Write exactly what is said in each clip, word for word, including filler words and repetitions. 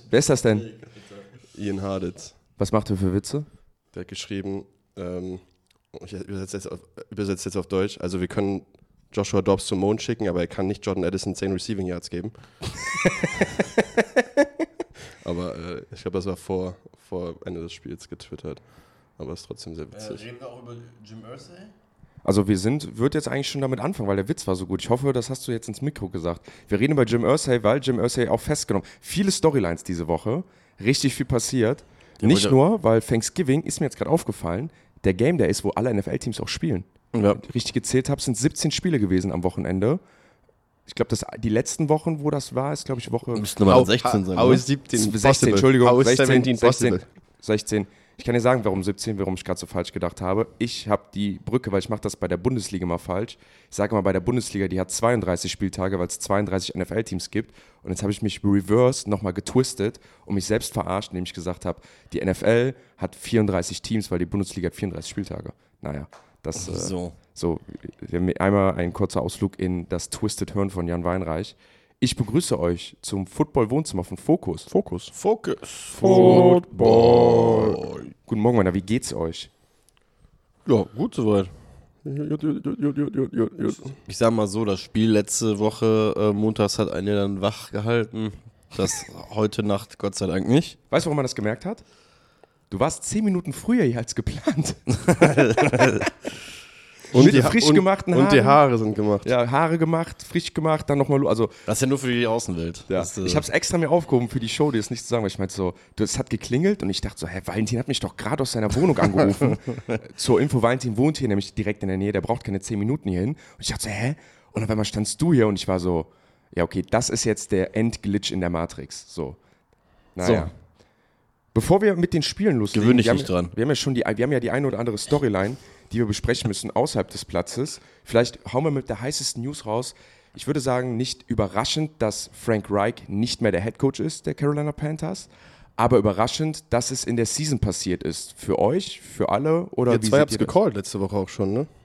Wer ist das denn? Ian Harditz. Was macht er für Witze? Der hat geschrieben, ähm, ich übersetze jetzt, auf, übersetze jetzt auf Deutsch, also wir können Joshua Dobbs zum Mond schicken, aber er kann nicht Jordan Addison zehn Receiving Yards geben. aber äh, ich glaube, das war vor, vor Ende des Spiels getwittert. Aber es ist trotzdem sehr witzig. Äh, reden wir auch über Jim Irsay? Also wir sind, wird jetzt eigentlich schon damit anfangen, weil der Witz war so gut. Ich hoffe, das hast du jetzt ins Mikro gesagt. Wir reden über Jim Irsay, weil Jim Irsay auch festgenommen. Viele Storylines diese Woche, richtig viel passiert. Ja, Nicht nur, weil Thanksgiving, ist mir jetzt gerade aufgefallen, der Game Day ist, wo alle N F L-Teams auch spielen. Ja. Richtig gezählt habe, sind siebzehn Spiele gewesen am Wochenende. Ich glaube, die letzten Wochen, wo das war, ist, glaube ich, Woche... Müsste Nummer sechzehn sein, How is siebzehn sechzehn, Entschuldigung, How is sechzehn, seventeen possible? sechzehn. Ich kann dir sagen, warum siebzehn, warum ich gerade so falsch gedacht habe. Ich habe die Brücke, weil ich mache das bei der Bundesliga mal falsch. Ich sage mal, bei der Bundesliga, die hat zweiunddreißig Spieltage, weil es zweiunddreißig N F L-Teams gibt. Und jetzt habe ich mich reversed nochmal getwistet und mich selbst verarscht, indem ich gesagt habe, die N F L hat vierunddreißig Teams, weil die Bundesliga hat vierunddreißig Spieltage. Naja, das... Äh, So. So, einmal ein kurzer Ausflug in das Twisted Hirn von Jan Weinreich. Ich begrüße euch zum Football-Wohnzimmer von Focus. Focus. Focus. Football. Guten Morgen, Männer, wie geht's euch? Ja, gut soweit. Ich sag mal so, das Spiel letzte Woche äh, montags hat einen ja dann wach gehalten. Das heute Nacht Gott sei Dank nicht. Weißt du, warum man das gemerkt hat? Du warst zehn Minuten früher hier als geplant. Und Mit die, frisch und, gemachten Haaren. und die Haare sind gemacht. Ja, Haare gemacht, frisch gemacht, dann nochmal, also... Das ist ja nur für die Außenwelt. Ja. Das, äh, ich habe es extra mir aufgehoben für die Show, dir das nicht zu sagen, weil ich meinte so, es hat geklingelt und ich dachte so, hä, Valentin hat mich doch gerade aus seiner Wohnung angerufen. Zur Info, Valentin wohnt hier nämlich direkt in der Nähe, der braucht keine zehn Minuten hier hin. Und ich dachte so, hä? Und auf einmal standst du hier und ich war so, ja okay, das ist jetzt der Endglitch in der Matrix. So, naja. So. Bevor wir mit den Spielen loslegen, Gewöhn dich wir, nicht haben, dran. wir haben ja schon die, wir haben ja die eine oder andere Storyline, die wir besprechen müssen außerhalb des Platzes. Vielleicht hauen wir mit der heißesten News raus. Ich würde sagen, nicht überraschend, dass Frank Reich nicht mehr der Headcoach ist der Carolina Panthers, aber überraschend, dass es in der Season passiert ist. Für euch, für alle oder Ihr wie zwei seht habt es ihr das? gecallt letzte Woche auch schon, ne?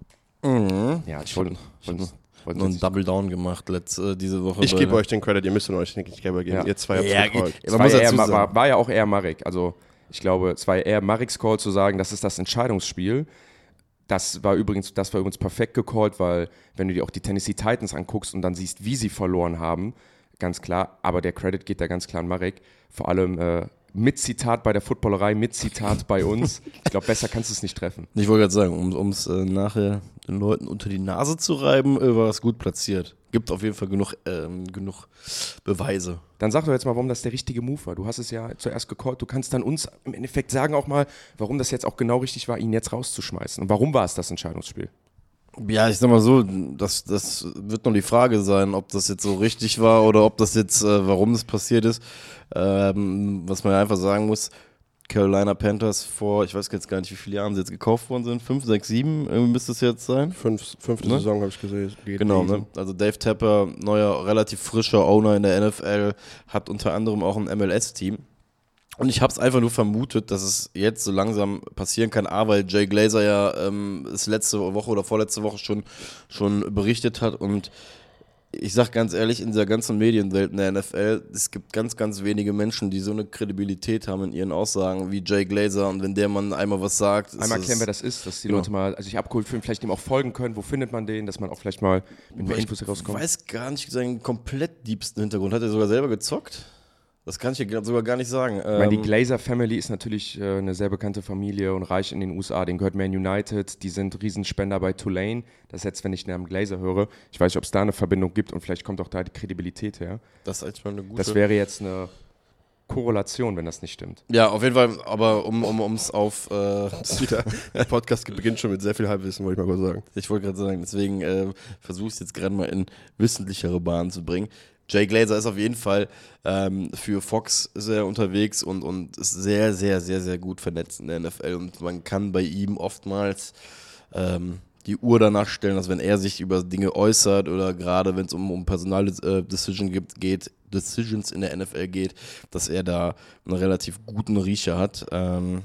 Mhm. Ja, ich wollte wollte- wollte Noch ein jetzt- Double Down gemacht letzte, diese Woche. Ich bei- gebe euch den Credit, ihr müsst ihn euch nicht geben. Ja. Ihr zwei habt es Ja, gecallt. Es Man war, muss ja dazu eher, sagen- war, war ja auch eher Marek. Also ich glaube, es war eher Mareks Call zu sagen, das ist das Entscheidungsspiel. Das war übrigens, das war übrigens perfekt gecallt, weil wenn du dir auch die Tennessee Titans anguckst und dann siehst, wie sie verloren haben, ganz klar, aber der Credit geht da ganz klar an Marek. Vor allem äh, mit Zitat bei der Footballerei, mit Zitat bei uns. Ich glaube, besser kannst du es nicht treffen. Ich wollte gerade sagen, um es äh, nachher den Leuten unter die Nase zu reiben, äh, war es gut platziert. Gibt auf jeden Fall genug, ähm, genug Beweise. Dann sag doch jetzt mal, warum das der richtige Move war. Du hast es ja zuerst gecallt. Du kannst dann uns im Endeffekt sagen auch mal, warum das jetzt auch genau richtig war, ihn jetzt rauszuschmeißen. Und warum war es das Entscheidungsspiel? Ja, ich sag mal so, das, das wird noch die Frage sein, ob das jetzt so richtig war oder ob das jetzt, äh, warum das passiert ist. Ähm, was man ja einfach sagen muss, Carolina Panthers vor, ich weiß jetzt gar nicht, wie viele Jahren sie jetzt gekauft worden sind, fünf, sechs, sieben, irgendwie müsste es jetzt sein. Fünf, fünfte Ne? Saison habe ich gesehen. Geht Genau, easy. ne? Also Dave Tepper, neuer, relativ frischer Owner in der N F L, hat unter anderem auch ein M L S-Team. Und ich habe es einfach nur vermutet, dass es jetzt so langsam passieren kann. A, weil Jay Glazer ja ähm, es letzte Woche oder vorletzte Woche schon, schon berichtet hat. Und ich sag ganz ehrlich, in dieser ganzen Medienwelt in der N F L, es gibt ganz, ganz wenige Menschen, die so eine Kredibilität haben in ihren Aussagen wie Jay Glazer. Und wenn der Mann einmal was sagt... Einmal ist erklären, es, wer das ist, dass die Genau. Leute mal, also ich abgeholt fühlen, vielleicht dem auch folgen können. Wo findet man den, dass man auch vielleicht mal mit mehr Infos Ich herauskommt? weiß gar nicht seinen komplett diebsten Hintergrund. Hat er sogar selber gezockt? Das kann ich dir sogar gar nicht sagen. Ich meine, die Ähm, Glazer Family ist natürlich äh, eine sehr bekannte Familie und reich in den U S A. Den gehört Man United, die sind Riesenspender bei Tulane. Das ist jetzt, wenn ich den Namen Glazer höre. Ich weiß nicht, ob es da eine Verbindung gibt und vielleicht kommt auch da die Kredibilität her. das ist eigentlich mal eine gute... Das wäre jetzt eine Korrelation, wenn das nicht stimmt. Ja, auf jeden Fall, aber um es um, auf, äh, Das ist wieder, der Podcast beginnt schon mit sehr viel Halbwissen, wollte ich mal kurz sagen. ich wollte gerade sagen, deswegen äh, versuche ich es jetzt gerade mal in wissentlichere Bahnen zu bringen. Jay Glazer ist auf jeden Fall ähm, für Fox sehr unterwegs und, und ist sehr, sehr, sehr, sehr gut vernetzt in der N F L und man kann bei ihm oftmals ähm, die Uhr danach stellen, dass wenn er sich über Dinge äußert oder gerade wenn es um, um Personal-Decision gibt, geht, Decisions in der N F L geht, dass er da einen relativ guten Riecher hat. Ähm,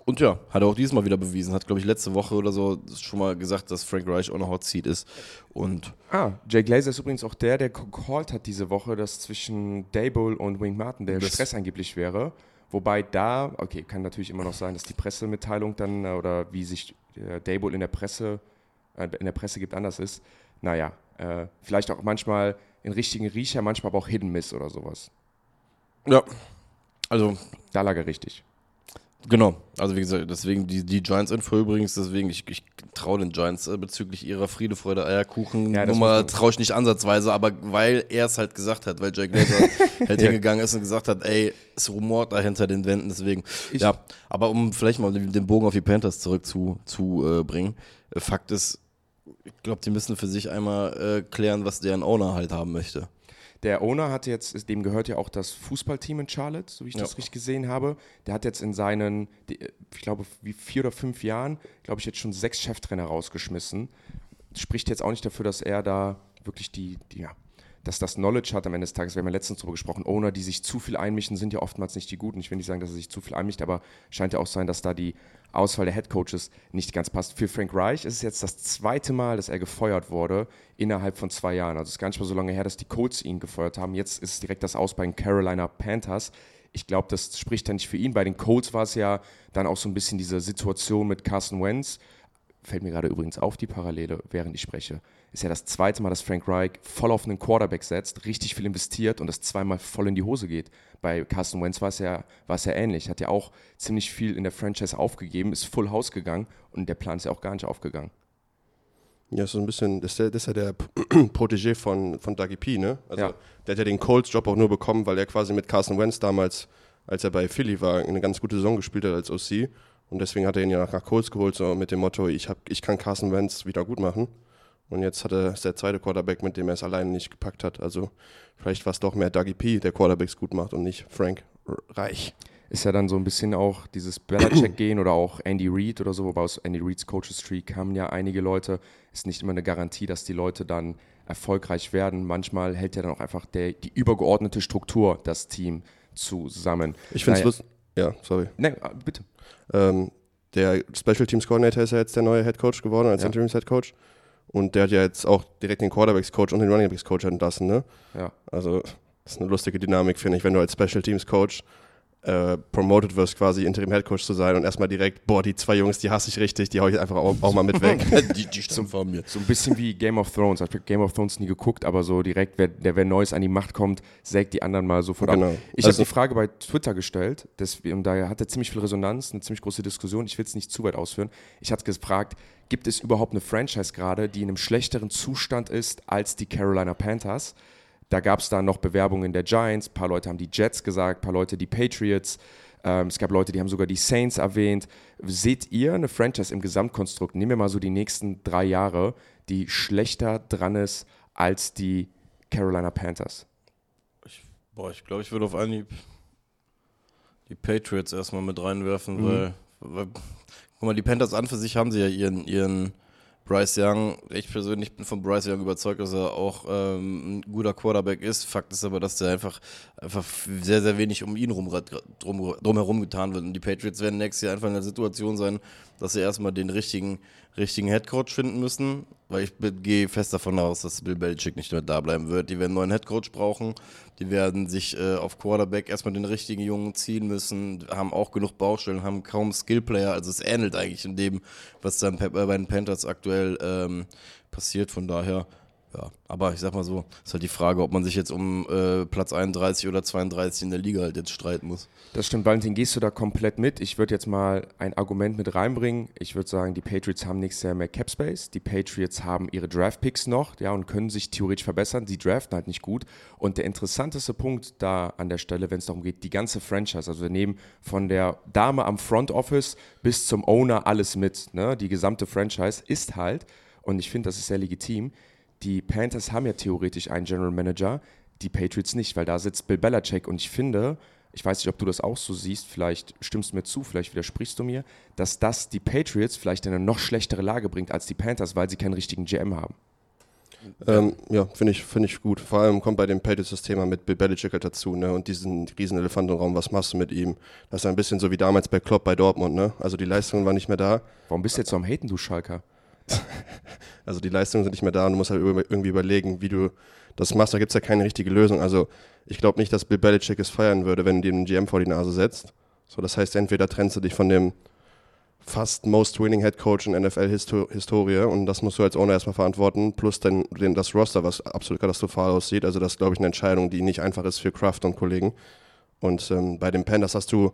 Und ja, hat er auch diesmal wieder bewiesen. Hat, glaube ich, letzte Woche oder so schon mal gesagt, dass Frank Reich auch noch Hot Seat ist. Und ah, Jay Glazer ist übrigens auch der, der gecallt hat diese Woche, dass zwischen Daboll und Wink Martin der Stress angeblich wäre. Wobei da, okay, kann natürlich immer noch sein, dass die Pressemitteilung dann äh, oder wie sich äh, Daboll in der Presse äh, in der Presse gibt, anders ist. Naja, äh, vielleicht auch manchmal in richtigen Riecher, manchmal aber auch Hidden Miss oder sowas. ja, also Da lag er richtig. genau, also wie gesagt, deswegen die, die Giants-Info übrigens, deswegen, ich, ich traue den Giants äh, bezüglich ihrer Friede, Freude, Eierkuchen Ja, das Nummer, muss man- traue ich nicht ansatzweise, aber weil er es halt gesagt hat, weil Jay Glazer halt hingegangen ist und gesagt hat, ey, es rumort da hinter den Wänden, deswegen, Ich- ja, aber um vielleicht mal den, den Bogen auf die Panthers zurück zu, zu äh, bringen, äh, Fakt ist, ich glaube, die müssen für sich einmal äh, klären, was deren Owner halt haben möchte. Der Owner hat jetzt, dem gehört ja auch das Fußballteam in Charlotte, so wie ich Ja. das richtig gesehen habe. Der hat jetzt in seinen, die- ich glaube, wie vier oder fünf Jahren, glaube ich, jetzt schon sechs Cheftrainer rausgeschmissen. Spricht jetzt auch nicht dafür, dass er da wirklich die, die ja, dass das Knowledge hat am Ende des Tages. Wir haben ja letztens darüber gesprochen, Owner, die sich zu viel einmischen, sind ja oftmals nicht die Guten. Ich will nicht sagen, dass er sich zu viel einmischt, aber scheint ja auch sein, dass da die Auswahl der Headcoaches nicht ganz passt. Für Frank Reich ist es jetzt das zweite Mal, dass er gefeuert wurde innerhalb von zwei Jahren. Also es ist gar nicht mal so lange her, dass die Colts ihn gefeuert haben. Jetzt ist es direkt das Aus bei den Carolina Panthers. Ich glaube, das spricht ja nicht für ihn. Bei den Colts war es ja dann auch so ein bisschen diese Situation mit Carson Wentz. Fällt mir gerade übrigens auf, die Parallele, während ich spreche. Ist ja das zweite Mal, dass Frank Reich voll auf einen Quarterback setzt, richtig viel investiert und das zweimal voll in die Hose geht. Bei Carson Wentz war es ja, war es ja ähnlich. Hat ja auch ziemlich viel in der Franchise aufgegeben, ist Full House gegangen und der Plan ist ja auch gar nicht aufgegangen. Ja, so ein bisschen, das ist ja, das ist ja der Protégé von, von Dougie P, ne? Also Ja. der hat ja den Colts-Job auch nur bekommen, weil er quasi mit Carson Wentz damals, als er bei Philly war, eine ganz gute Saison gespielt hat als O C. Und deswegen hat er ihn ja nach, nach Colts geholt, so mit dem Motto, ich, hab, ich kann Carson Wentz wieder gut machen. Und jetzt hat er, ist der zweite Quarterback, mit dem er es alleine nicht gepackt hat. Also vielleicht war es doch mehr Dougie P, der Quarterbacks gut macht und nicht Frank Reich. Ist ja dann so ein bisschen auch dieses Belichick-Gehen oder auch Andy Reid oder so, wobei aus Andy Reids Coaches Tree kamen ja einige Leute. Ist nicht immer eine Garantie, dass die Leute dann erfolgreich werden. Manchmal hält ja dann auch einfach der, die übergeordnete Struktur das Team zusammen. Ich finde es Naja. lustig. Ja, sorry. Nein, bitte. Ähm, der Special Teams Coordinator ist ja jetzt der neue Head Coach geworden, als Ja. Interims Head Coach. Und der hat ja jetzt auch direkt den Quarterbacks Coach und den Running Backs Coach entlassen, ne? Ja. Also, das ist eine lustige Dynamik, finde ich, wenn du als Special Teams Coach äh, promoted wirst, quasi Interim Head Coach zu sein und erstmal direkt, boah, die zwei Jungs, die hasse ich richtig, die hau ich einfach auch, auch mal mit weg. die die stimmen vor mir. So ein bisschen wie Game of Thrones. Ich habe Game of Thrones nie geguckt, aber so direkt, wer, der, wer Neues an die Macht kommt, sägt die anderen mal sofort Genau. ab. Ich Also- habe die Frage bei Twitter gestellt, deswegen, und da hatte ziemlich viel Resonanz, eine ziemlich große Diskussion. Ich will es nicht zu weit ausführen. Ich hatte gefragt, gibt es überhaupt eine Franchise gerade, die in einem schlechteren Zustand ist als die Carolina Panthers? Da gab es dann noch Bewerbungen der Giants, ein paar Leute haben die Jets gesagt, ein paar Leute die Patriots. Ähm, es gab Leute, die haben sogar die Saints erwähnt. Seht ihr eine Franchise im Gesamtkonstrukt, nehmen wir mal so die nächsten drei Jahre, die schlechter dran ist als die Carolina Panthers? Ich, boah, ich glaube, ich würde auf Anhieb die Patriots erstmal mit reinwerfen, Mhm. weil, weil, guck mal, die Panthers an für sich haben sie ja ihren, ihren Bryce Young. Ich persönlich bin von Bryce Young überzeugt, dass er auch ähm, ein guter Quarterback ist. Fakt ist aber, dass der einfach, einfach sehr, sehr wenig um ihn rum, drum, drumherum getan wird. Und die Patriots werden nächstes Jahr einfach in der Situation sein, dass sie erstmal den richtigen, richtigen Headcoach finden müssen, weil ich be- gehe fest davon aus, dass Bill Belichick nicht mehr da bleiben wird. Die werden einen neuen Headcoach brauchen, die werden sich äh, auf Quarterback erstmal den richtigen Jungen ziehen müssen, haben auch genug Baustellen, haben kaum Skillplayer, also es ähnelt eigentlich in dem, was dann bei den Panthers aktuell ähm, passiert, von daher, ja, aber ich sag mal so, ist halt die Frage, ob man sich jetzt um äh, Platz einunddreißig oder zweiunddreißig in der Liga halt jetzt streiten muss. Das stimmt, Valentin, gehst du da komplett mit? Ich würde jetzt mal ein Argument mit reinbringen. Ich würde sagen, die Patriots haben nächstes Jahr mehr Cap Space. Die Patriots haben ihre Draft-Picks noch, ja, und können sich theoretisch verbessern. Die draften halt nicht gut. Und der interessanteste Punkt da an der Stelle, wenn es darum geht, die ganze Franchise, also wir nehmen von der Dame am Front Office bis zum Owner alles mit, ne? Die gesamte Franchise ist halt, und ich finde, das ist sehr legitim, die Panthers haben ja theoretisch einen General Manager, die Patriots nicht, weil da sitzt Bill Belichick. Und ich finde, ich weiß nicht, ob du das auch so siehst, vielleicht stimmst du mir zu, vielleicht widersprichst du mir, dass das die Patriots vielleicht in eine noch schlechtere Lage bringt als die Panthers, weil sie keinen richtigen G M haben. Ähm, ja, finde ich, find ich gut. Vor allem kommt bei dem Patriots das Thema mit Bill Belichick halt dazu, ne? Und diesen riesen Elefant im Raum, was machst du mit ihm? Das ist ein bisschen so wie damals bei Klopp bei Dortmund, ne? Also die Leistungen waren nicht mehr da. Warum bist du jetzt so am Haten, du Schalker? Also die Leistungen sind nicht mehr da und du musst halt irgendwie überlegen, wie du das machst. Da gibt es ja keine richtige Lösung. Also ich glaube nicht, dass Bill Belichick es feiern würde, wenn du dir einen G M vor die Nase setzt. So, das heißt, entweder trennst du dich von dem fast most winning Head Coach in N F L-Historie und das musst du als Owner erstmal verantworten, plus dann den, das Roster, was absolut katastrophal aussieht. Also das ist, glaube ich, eine Entscheidung, die nicht einfach ist für Kraft und Kollegen. Und ähm, bei den Panthers hast du,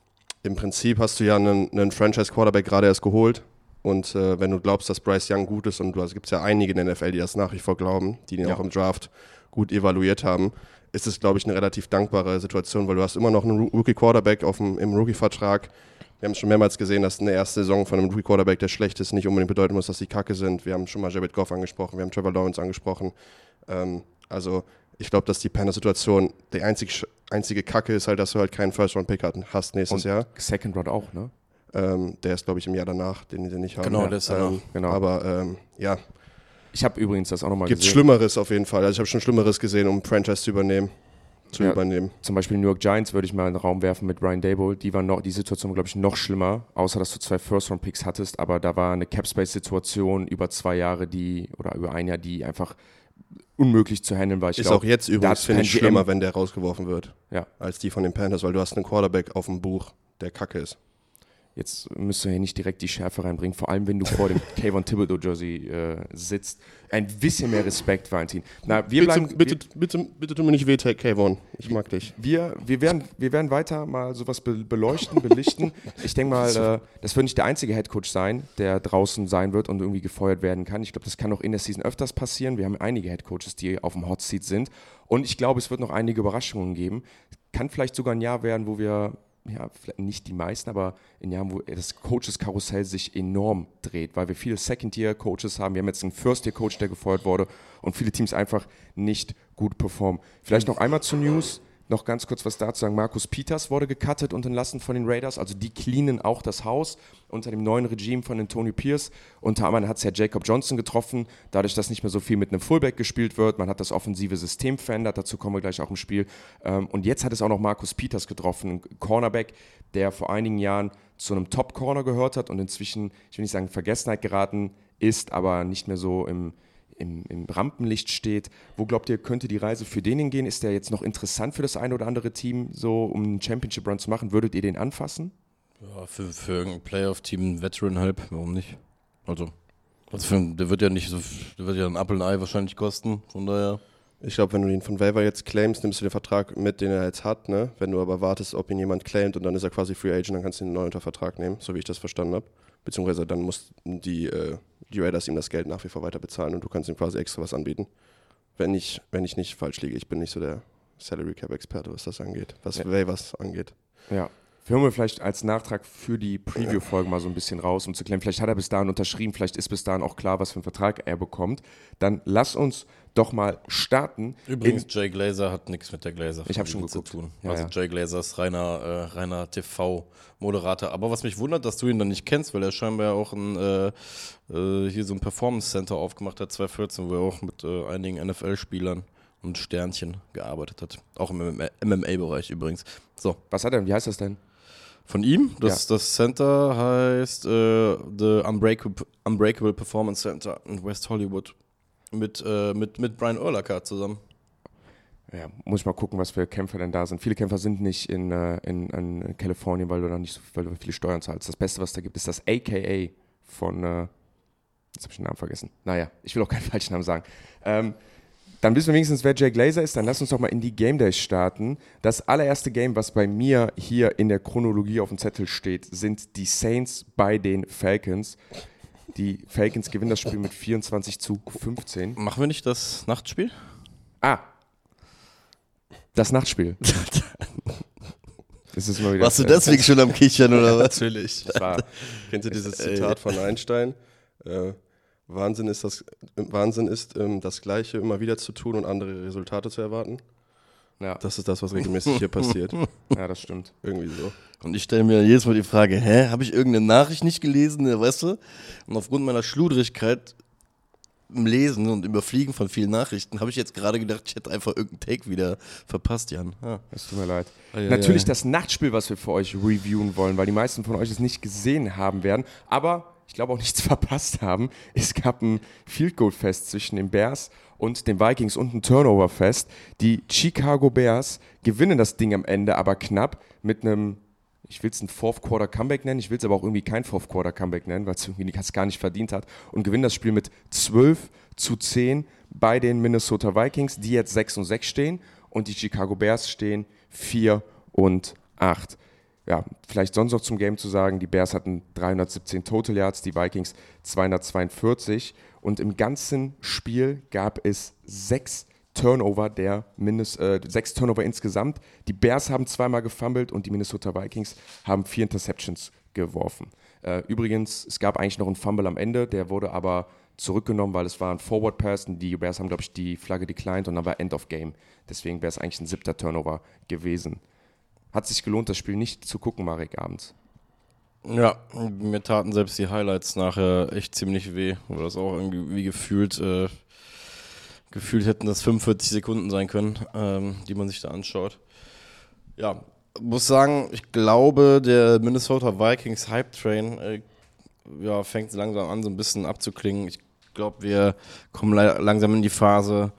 im Prinzip hast du ja einen, einen Franchise-Quarterback gerade erst geholt und äh, wenn du glaubst, dass Bryce Young gut ist und es gibt ja einige in der N F L, die das nach wie vor glauben, die ihn ja auch im Draft gut evaluiert haben, ist es, glaube ich, eine relativ dankbare Situation, weil du hast immer noch einen Rookie-Quarterback auf dem, im Rookie-Vertrag. Wir haben es schon mehrmals gesehen, dass eine erste Saison von einem Rookie-Quarterback, der schlecht ist, nicht unbedingt bedeuten muss, dass sie kacke sind. Wir haben schon mal Jared Goff angesprochen, wir haben Trevor Lawrence angesprochen. Ähm, also ich glaube, dass die Panthers-Situation, die einzig, einzige Kacke ist halt, dass du halt keinen First-Round-Pick hast nächstes Und Jahr. Second Round auch, ne? Ähm, der ist, glaube ich, im Jahr danach, den sie nicht haben. Genau, der ist danach. Ähm, Genau. Aber ähm, ja, Ich habe übrigens das auch nochmal gibt gesehen. Schlimmeres auf jeden Fall. Also ich habe schon Schlimmeres gesehen, um Franchise zu übernehmen. Zu Ja. übernehmen. Zum Beispiel New York Giants würde ich mal in den Raum werfen mit Brian Daboll. Die war noch, die Situation, glaube ich, noch schlimmer, außer dass du zwei First-Round-Picks hattest, aber da war eine Cap-Space-Situation über zwei Jahre, die oder über ein Jahr, die einfach unmöglich zu handeln war. Ich Ist glaub, auch jetzt da übrigens, hat's finde ich, kein schlimmer, G M. wenn der rausgeworfen wird, Ja. als die von den Panthers, weil du hast einen Quarterback auf dem Buch, der kacke ist. Jetzt müsst ihr hier nicht direkt die Schärfe reinbringen, vor allem wenn du vor dem Kayvon Thibodeau-Jersey äh, sitzt. Ein bisschen mehr Respekt, Valentin. Na, wir bitte, bleiben, bitte, bitte, bitte tu mir nicht weh, Kayvon. Ich mag dich. Wir, wir, werden, wir werden weiter mal sowas be beleuchten, belichten. Ich denke mal, äh, das wird nicht der einzige Headcoach sein, der draußen sein wird und irgendwie gefeuert werden kann. Ich glaube, das kann auch in der Season öfters passieren. Wir haben einige Headcoaches, die auf dem Hot Seat sind. Und ich glaube, es wird noch einige Überraschungen geben. Kann vielleicht sogar ein Jahr werden, wo wir, ja, vielleicht nicht die meisten, aber in Jahren, wo das Coaches-Karussell sich enorm dreht, weil wir viele Second-Year-Coaches haben. Wir haben jetzt einen First-Year-Coach, der gefeuert wurde und viele Teams einfach nicht gut performen. Vielleicht noch einmal zu News, noch ganz kurz was dazu sagen. Marcus Peters wurde gecuttet und entlassen von den Raiders, also die cleanen auch das Haus unter dem neuen Regime von Antonio Pierce. Unter anderem hat es ja Jacob Johnson getroffen, dadurch, dass nicht mehr so viel mit einem Fullback gespielt wird. Man hat das offensive System verändert, dazu kommen wir gleich auch im Spiel. Und jetzt hat es auch noch Marcus Peters getroffen, ein Cornerback, der vor einigen Jahren zu einem Top-Corner gehört hat und inzwischen, ich will nicht sagen in Vergessenheit geraten ist, aber nicht mehr so im Im, im Rampenlicht steht. Wo glaubt ihr, könnte die Reise für den hingehen? Ist der jetzt noch interessant für das eine oder andere Team, so um einen Championship-Run zu machen? Würdet ihr den anfassen? Ja, für, für irgendein Playoff-Team ein Veteran halb, warum nicht? Also, also für, der wird ja nicht so, der wird ja ein Apfel und ein Ei wahrscheinlich kosten, von daher. Ich glaube, wenn du ihn von Waiver jetzt claimst, nimmst du den Vertrag mit, den er jetzt hat. Ne? Wenn du aber wartest, ob ihn jemand claimt und dann ist er quasi Free Agent, dann kannst du ihn neu unter Vertrag nehmen, so wie ich das verstanden habe. Beziehungsweise dann mussten die, äh, die Raiders ihm das Geld nach wie vor weiter bezahlen und du kannst ihm quasi extra was anbieten. Wenn ich, wenn ich nicht falsch liege. Ich bin nicht so der Salary Cap Experte, was das angeht, was Ja. Waivers angeht. Ja. Hören wir vielleicht als Nachtrag für die Preview-Folge mal so ein bisschen raus, um zu klären, vielleicht hat er bis dahin unterschrieben, vielleicht ist bis dahin auch klar, was für einen Vertrag er bekommt. Dann lass uns doch mal starten. Übrigens, in, Jay Glazer hat nichts mit der Glazer Ich hab schon zu geguckt. tun. Ja, also ja. Jay Glazer ist reiner, äh, reiner T V-Moderator. Aber was mich wundert, dass du ihn dann nicht kennst, weil er scheinbar ja auch ein, äh, äh, hier so ein Performance Center aufgemacht hat, zwanzig vierzehn, wo er auch mit äh, einigen N F L-Spielern und Sternchen gearbeitet hat. Auch im M M A-Bereich übrigens. So, was hat er denn? Wie heißt das denn? von ihm. Das, das Center heißt äh, The Unbreakable, Unbreakable Performance Center in West Hollywood. Mit, äh, mit, mit Brian Urlacher zusammen. Ja, muss ich mal gucken, was für Kämpfer denn da sind. Viele Kämpfer sind nicht in, äh, in, in Kalifornien, weil du da nicht so weil du viele Steuern zahlst. Das Beste, was da gibt, ist das A K A von, äh, jetzt habe ich den Namen vergessen. Naja, ich will auch keinen falschen Namen sagen. Ähm, Dann wissen wir wenigstens, wer Jay Glazer ist. Dann lass uns doch mal in die Game Days starten. Das allererste Game, was bei mir hier in der Chronologie auf dem Zettel steht, sind die Saints bei den Falcons. Die Falcons gewinnen das Spiel mit vierundzwanzig zu fünfzehn. Machen wir nicht das Nachtspiel? Ah, das Nachtspiel. Das ist immer wieder Warst du deswegen schon am Kichern oder was? Natürlich. Das war, Kennst du dieses Zitat von Einstein? Äh, Wahnsinn ist, das, Wahnsinn ist ähm, das Gleiche immer wieder zu tun und andere Resultate zu erwarten. ja, Das ist das, was regelmäßig hier passiert. ja, das stimmt. Irgendwie so. Und ich stelle mir jedes Mal die Frage, hä, habe ich irgendeine Nachricht nicht gelesen, ne, weißt du? Und aufgrund meiner Schludrigkeit im Lesen und Überfliegen von vielen Nachrichten habe ich jetzt gerade gedacht, ich hätte einfach irgendeinen Take wieder verpasst, Jan. Ja. Es tut mir leid. Ah, ja, Natürlich ja. das Nachtspiel, was wir für euch reviewen wollen, weil die meisten von euch es nicht gesehen haben werden, aber ich glaube auch nichts verpasst haben. Es gab ein Field Goal Fest zwischen den Bears und den Vikings und ein Turnover Fest. Die Chicago Bears gewinnen das Ding am Ende, aber knapp mit einem, ich will es ein Fourth Quarter Comeback nennen, ich will es aber auch irgendwie kein Fourth Quarter Comeback nennen, weil es irgendwie gar nicht verdient hat, und gewinnen das Spiel mit zwölf zu zehn bei den Minnesota Vikings, die jetzt sechs und sechs stehen, und die Chicago Bears stehen vier und acht. Ja, vielleicht sonst noch zum Game zu sagen, die Bears hatten dreihundertsiebzehn Total Yards, die Vikings zweihundertzweiundvierzig, und im ganzen Spiel gab es sechs Turnover, der Mindest, äh, sechs Turnover insgesamt. Die Bears haben zweimal gefumbled und die Minnesota Vikings haben vier Interceptions geworfen. Äh, übrigens, es gab eigentlich noch einen Fumble am Ende, der wurde aber zurückgenommen, weil es war ein Forward Pass und die Bears haben, glaube ich, die Flagge declined und dann war End of Game. Deswegen wäre es eigentlich ein siebter Turnover gewesen. Hat sich gelohnt, das Spiel nicht zu gucken, Marek, abends. Ja, mir taten selbst die Highlights nachher echt ziemlich weh, weil das auch irgendwie wie gefühlt, äh, gefühlt hätten das fünfundvierzig Sekunden sein können, ähm, die man sich da anschaut. Ja, muss sagen, ich glaube, der Minnesota Vikings Hype Train äh, ja, fängt langsam an, so ein bisschen abzuklingen. Ich glaube, wir kommen la- langsam in die Phase,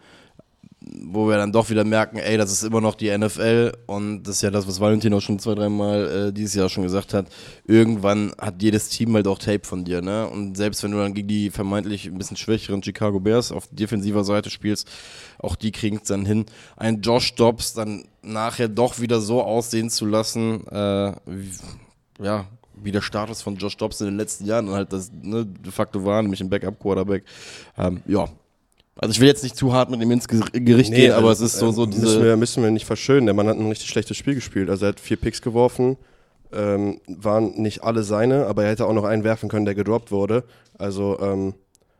wo wir dann doch wieder merken, ey, das ist immer noch die N F L, und das ist ja das, was Valentin auch schon zwei, dreimal äh, dieses Jahr schon gesagt hat. Irgendwann hat jedes Team halt auch Tape von dir, ne? Und selbst wenn du dann gegen die vermeintlich ein bisschen schwächeren Chicago Bears auf defensiver Seite spielst, auch die kriegen es dann hin, einen Josh Dobbs dann nachher doch wieder so aussehen zu lassen, äh, wie, ja, wie der Status von Josh Dobbs in den letzten Jahren und halt das ne, de facto war, nämlich ein Backup-Quarterback. Ähm, ja. Also ich will jetzt nicht zu hart mit ihm ins Gericht nee, gehen, aber also, es ist so, so diese... Müssen wir, müssen wir nicht verschönen, der Mann hat ein richtig schlechtes Spiel gespielt. Also er hat vier Picks geworfen, ähm, waren nicht alle seine, aber er hätte auch noch einen werfen können, der gedroppt wurde. Also ähm,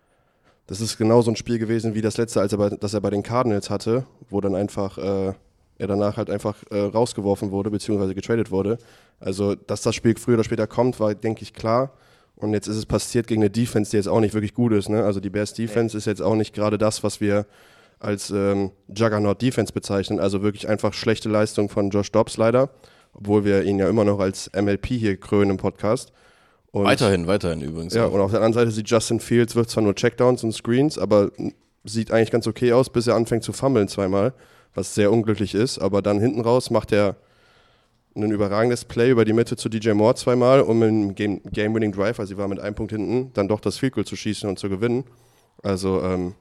das ist genau so ein Spiel gewesen wie das letzte, als er bei, das er bei den Cardinals hatte, wo dann einfach äh, er danach halt einfach äh, rausgeworfen wurde, beziehungsweise getradet wurde. Also dass das Spiel früher oder später kommt, war, denke ich, klar. Und jetzt ist es passiert gegen eine Defense, die jetzt auch nicht wirklich gut ist. Ne? Also die Bears Defense ist jetzt auch nicht gerade das, was wir als ähm, Juggernaut Defense bezeichnen. Also wirklich einfach schlechte Leistung von Josh Dobbs leider. Obwohl wir ihn ja immer noch als M L P hier krönen im Podcast. Und weiterhin, weiterhin übrigens. Ja, auch. Und auf der anderen Seite sieht Justin Fields, wird zwar nur Checkdowns und Screens, aber sieht eigentlich ganz okay aus, bis er anfängt zu fummeln zweimal, was sehr unglücklich ist. Aber dann hinten raus macht er ein überragendes Play über die Mitte zu D J Moore zweimal, um im Game, Game-Winning Drive, also sie war mit einem Punkt hinten, dann doch das Field Goal zu schießen und zu gewinnen. Also, ähm,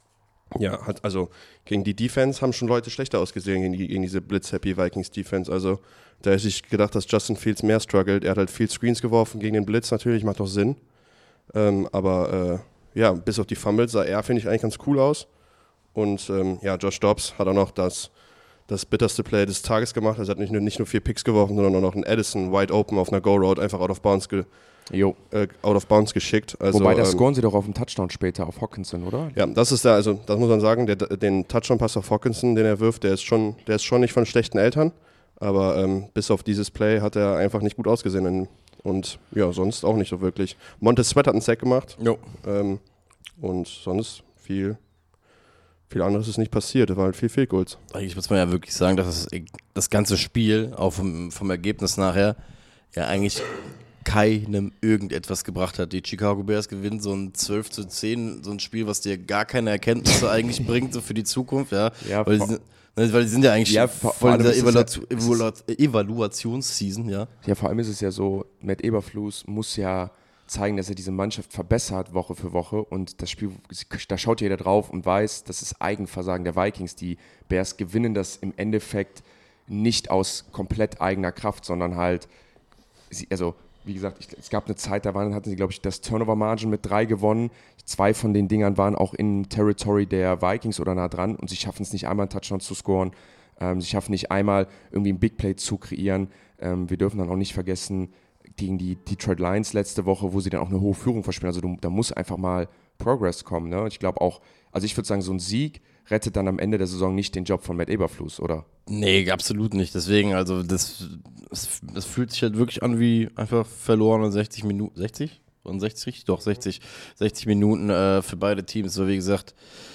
ja, hat, also gegen die Defense haben schon Leute schlechter ausgesehen, gegen, die, gegen diese Blitz-Happy Vikings Defense. Also da hätte ich gedacht, dass Justin Fields mehr struggelt. Er hat halt viel Screens geworfen gegen den Blitz natürlich, macht doch Sinn. Ähm, aber äh, ja, bis auf die Fumbles sah er, finde ich, eigentlich ganz cool aus. Und ähm, ja, Josh Dobbs hat auch noch das das bitterste Play des Tages gemacht. Also er hat nicht nur, nicht nur vier Picks geworfen, sondern auch noch einen Addison wide open auf einer Go-Road einfach out of bounds, ge, äh, out of bounds geschickt. Also, Wobei, da ähm, scoren sie doch auf einen Touchdown später auf Hockenson, oder? Ja, das ist da, also das muss man sagen, der, den Touchdown-Pass auf Hockenson, den er wirft, der ist schon, der ist schon nicht von schlechten Eltern, aber ähm, bis auf dieses Play hat er einfach nicht gut ausgesehen und ja, sonst auch nicht so wirklich. Montez Sweat hat einen Sack gemacht ähm, und sonst viel... Viel anderes ist nicht passiert, da war halt viel Field Goals. Eigentlich muss man ja wirklich sagen, dass das, das ganze Spiel, auch vom, vom Ergebnis nachher, ja eigentlich keinem irgendetwas gebracht hat. Die Chicago Bears gewinnen so ein zwölf zu zehn, so ein Spiel, was dir gar keine Erkenntnisse eigentlich bringt, so für die Zukunft, ja. ja weil, die sind, weil die sind ja eigentlich ja, voll in dieser Evalu- Evalu- Evaluationsseason, ja. Ja, vor allem ist es ja so, Matt Eberflus muss ja zeigen, dass er diese Mannschaft verbessert Woche für Woche, und das Spiel, da schaut jeder drauf und weiß, das ist Eigenversagen der Vikings. Die Bears gewinnen das im Endeffekt nicht aus komplett eigener Kraft, sondern halt, also wie gesagt, ich, es gab eine Zeit, da waren, hatten sie, glaube ich, das Turnover-Margin mit drei gewonnen. Zwei von den Dingern waren auch im Territory der Vikings oder nah dran, und sie schaffen es nicht einmal, einen Touchdown zu scoren. Ähm, sie schaffen nicht einmal, irgendwie ein Big Play zu kreieren. Ähm, wir dürfen dann auch nicht vergessen, gegen die Detroit Lions letzte Woche, wo sie dann auch eine hohe Führung verspielen. Also du, da muss einfach mal Progress kommen. Ne? Ich glaube auch, also ich würde sagen, so ein Sieg rettet dann am Ende der Saison nicht den Job von Matt Eberflus, oder? Nee, absolut nicht. Deswegen, also das, das, das fühlt sich halt wirklich an wie einfach verlorene sechzig Minuten, sechzig? Und sechzig, richtig? Doch, sechzig, sechzig Minuten äh, für beide Teams. So wie gesagt,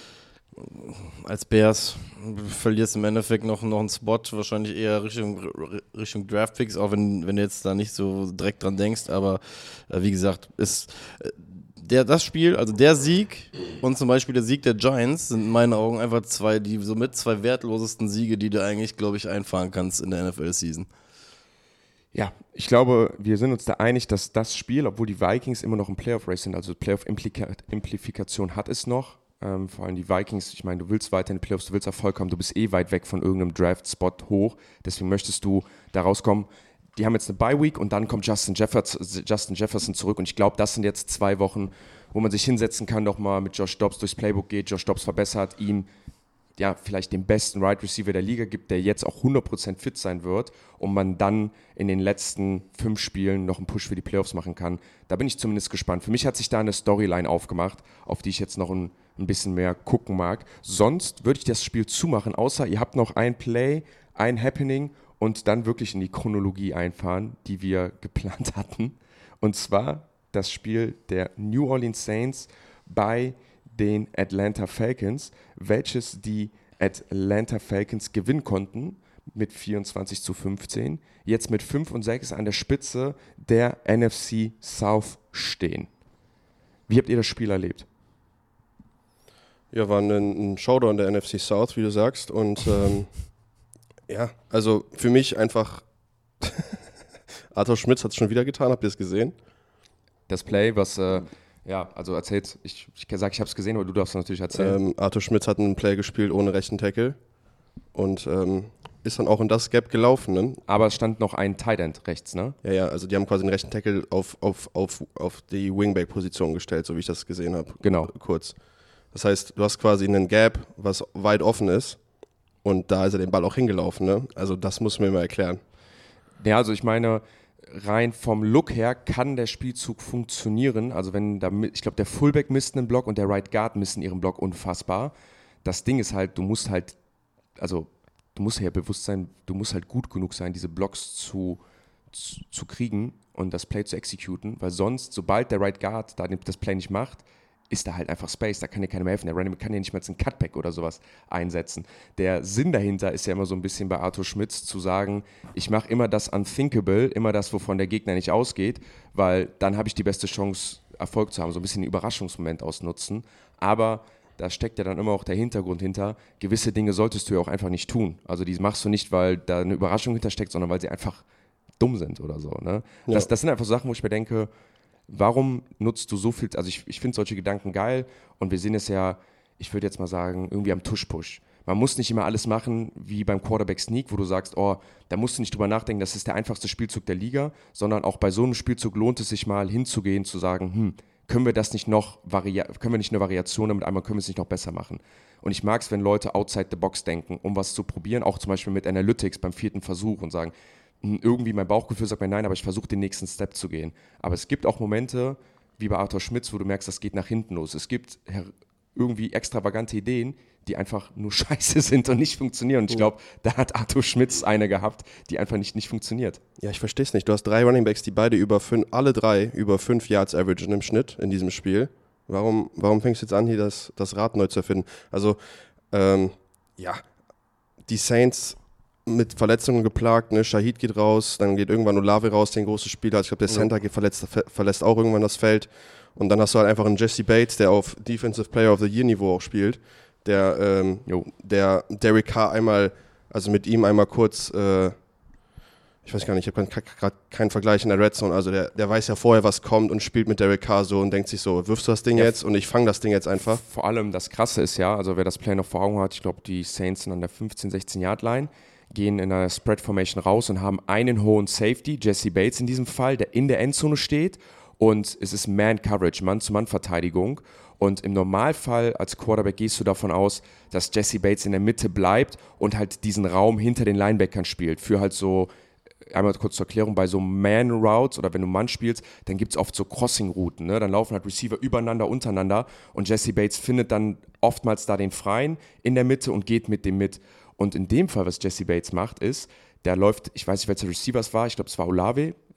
als Bears verlierst du im Endeffekt noch, noch einen Spot, wahrscheinlich eher Richtung, Richtung Draftpicks, auch wenn, wenn du jetzt da nicht so direkt dran denkst. Aber äh, wie gesagt, ist äh, der, das Spiel, also der Sieg und zum Beispiel der Sieg der Giants sind in meinen Augen einfach zwei, die somit zwei wertlosesten Siege, die du eigentlich, glaube ich, einfahren kannst in der N F L-Season. Ja, ich glaube, wir sind uns da einig, dass das Spiel, obwohl die Vikings immer noch im Playoff-Race sind, also Playoff-Implifikation hat es noch, ähm, vor allem die Vikings, ich meine, du willst weiter in die Playoffs, du willst Erfolg haben, du bist eh weit weg von irgendeinem Draft-Spot hoch, deswegen möchtest du da rauskommen. Die haben jetzt eine Bye-Week und dann kommt Justin Jefferson, Justin Jefferson zurück und ich glaube, das sind jetzt zwei Wochen, wo man sich hinsetzen kann, nochmal mit Josh Dobbs durchs Playbook geht, Josh Dobbs verbessert, ihm ja, vielleicht den besten Wide Receiver der Liga gibt, der jetzt auch hundert Prozent fit sein wird und man dann in den letzten fünf Spielen noch einen Push für die Playoffs machen kann. Da bin ich zumindest gespannt. Für mich hat sich da eine Storyline aufgemacht, auf die ich jetzt noch ein, ein bisschen mehr gucken mag. Sonst würde ich das Spiel zumachen, außer ihr habt noch ein Play, ein Happening und dann wirklich in die Chronologie einfahren, die wir geplant hatten. Und zwar das Spiel der New Orleans Saints bei den Atlanta Falcons, welches die Atlanta Falcons gewinnen konnten mit vierundzwanzig zu fünfzehn, jetzt mit fünf und sechs an der Spitze der N F C South stehen. Wie habt ihr das Spiel erlebt? Ja, war ein, ein Showdown der N F C South, wie du sagst. Und ähm, ja, also für mich einfach Arthur Schmitz hat es schon wieder getan, habt ihr es gesehen? Das Play, was... Äh, Ja, also erzählt, ich, ich sage, ich habe es gesehen, aber du darfst natürlich erzählen. Ähm, Arthur Schmitz hat einen Play gespielt ohne rechten Tackle und ähm, ist dann auch in das Gap gelaufen. Ne? Aber es stand noch ein Tight End rechts, ne? Ja, ja, also die haben quasi den rechten Tackle auf, auf, auf, auf die Wingback-Position gestellt, so wie ich das gesehen habe. Genau. Kurz. Das heißt, du hast quasi einen Gap, was weit offen ist und da ist er den Ball auch hingelaufen. Ne? Also das muss man mir mal erklären. Ja, also ich meine... rein vom Look her kann der Spielzug funktionieren. Also wenn da, ich glaube, der Fullback misst einen Block und der Right Guard misst ihren Block unfassbar. Das Ding ist halt, du musst halt, also du musst ja bewusst sein, du musst halt gut genug sein, diese Blocks zu, zu, zu kriegen und das Play zu exekuten, weil sonst, sobald der Right Guard da das Play nicht macht, ist da halt einfach Space, da kann dir keiner mehr helfen. Der Running Back kann ja nicht mal einen Cutback oder sowas einsetzen. Der Sinn dahinter ist ja immer so ein bisschen bei Arthur Schmitz zu sagen, ich mache immer das Unthinkable, immer das, wovon der Gegner nicht ausgeht, weil dann habe ich die beste Chance, Erfolg zu haben, so ein bisschen den Überraschungsmoment ausnutzen. Aber da steckt ja dann immer auch der Hintergrund hinter, gewisse Dinge solltest du ja auch einfach nicht tun. Also die machst du nicht, weil da eine Überraschung hintersteckt, sondern weil sie einfach dumm sind oder so. Ne? Ja. Das, das sind einfach Sachen, wo ich mir denke, warum nutzt du so viel, also ich, ich finde solche Gedanken geil und wir sehen es ja, ich würde jetzt mal sagen, irgendwie am Tush-Push. Man muss nicht immer alles machen wie beim Quarterback-Sneak, wo du sagst, oh, da musst du nicht drüber nachdenken, das ist der einfachste Spielzug der Liga, sondern auch bei so einem Spielzug lohnt es sich mal hinzugehen, zu sagen, hm, können wir das nicht noch, varia- können wir nicht eine Variation damit einmal, können wir es nicht noch besser machen. Und ich mag es, wenn Leute outside the box denken, um was zu probieren, auch zum Beispiel mit Analytics beim vierten Versuch und sagen, irgendwie mein Bauchgefühl sagt mir nein, aber ich versuche den nächsten Step zu gehen. Aber es gibt auch Momente, wie bei Arthur Schmitz, wo du merkst, das geht nach hinten los. Es gibt irgendwie extravagante Ideen, die einfach nur scheiße sind und nicht funktionieren. Und ich glaube, da hat Arthur Schmitz eine gehabt, die einfach nicht, nicht funktioniert. Ja, ich verstehe es nicht. Du hast drei Runningbacks, die beide über fünf, alle drei über fünf Yards averagen im Schnitt in diesem Spiel. Warum, warum fängst du jetzt an, hier das, das Rad neu zu erfinden? Also, ähm, ja, die Saints mit Verletzungen geplagt, ne? Shahid geht raus, dann geht irgendwann Olave raus, der ein großes Spieler hat. Ich glaube, der Center geht verletzt, ver- verlässt auch irgendwann das Feld. Und dann hast du halt einfach einen Jesse Bates, der auf Defensive Player of the Year Niveau auch spielt, der, ähm, der Derek Carr einmal, also mit ihm einmal kurz, äh, ich weiß gar nicht, ich habe gerade keinen Vergleich in der Red Zone, also der, der weiß ja vorher, was kommt und spielt mit Derek Carr so und denkt sich so, wirfst du das Ding ja, jetzt und ich fange das Ding jetzt einfach. Vor allem das Krasse ist ja, also wer das Play noch vor Augen hat, ich glaube, die Saints sind an der fünfzehn, sechzehn Yard Line, gehen in einer Spread-Formation raus und haben einen hohen Safety, Jesse Bates in diesem Fall, der in der Endzone steht und es ist Man-Coverage, Mann-zu-Mann-Verteidigung und im Normalfall als Quarterback gehst du davon aus, dass Jesse Bates in der Mitte bleibt und halt diesen Raum hinter den Linebackern spielt, für halt so, einmal kurz zur Erklärung, bei so Man-Routes oder wenn du Mann spielst, dann gibt es oft so Crossing-Routen, ne? Dann laufen halt Receiver übereinander, untereinander und Jesse Bates findet dann oftmals da den Freien in der Mitte und geht mit dem mit. Und in dem Fall, was Jesse Bates macht, ist, der läuft, ich weiß nicht, welcher Receiver es war, ich glaube, es war Olave,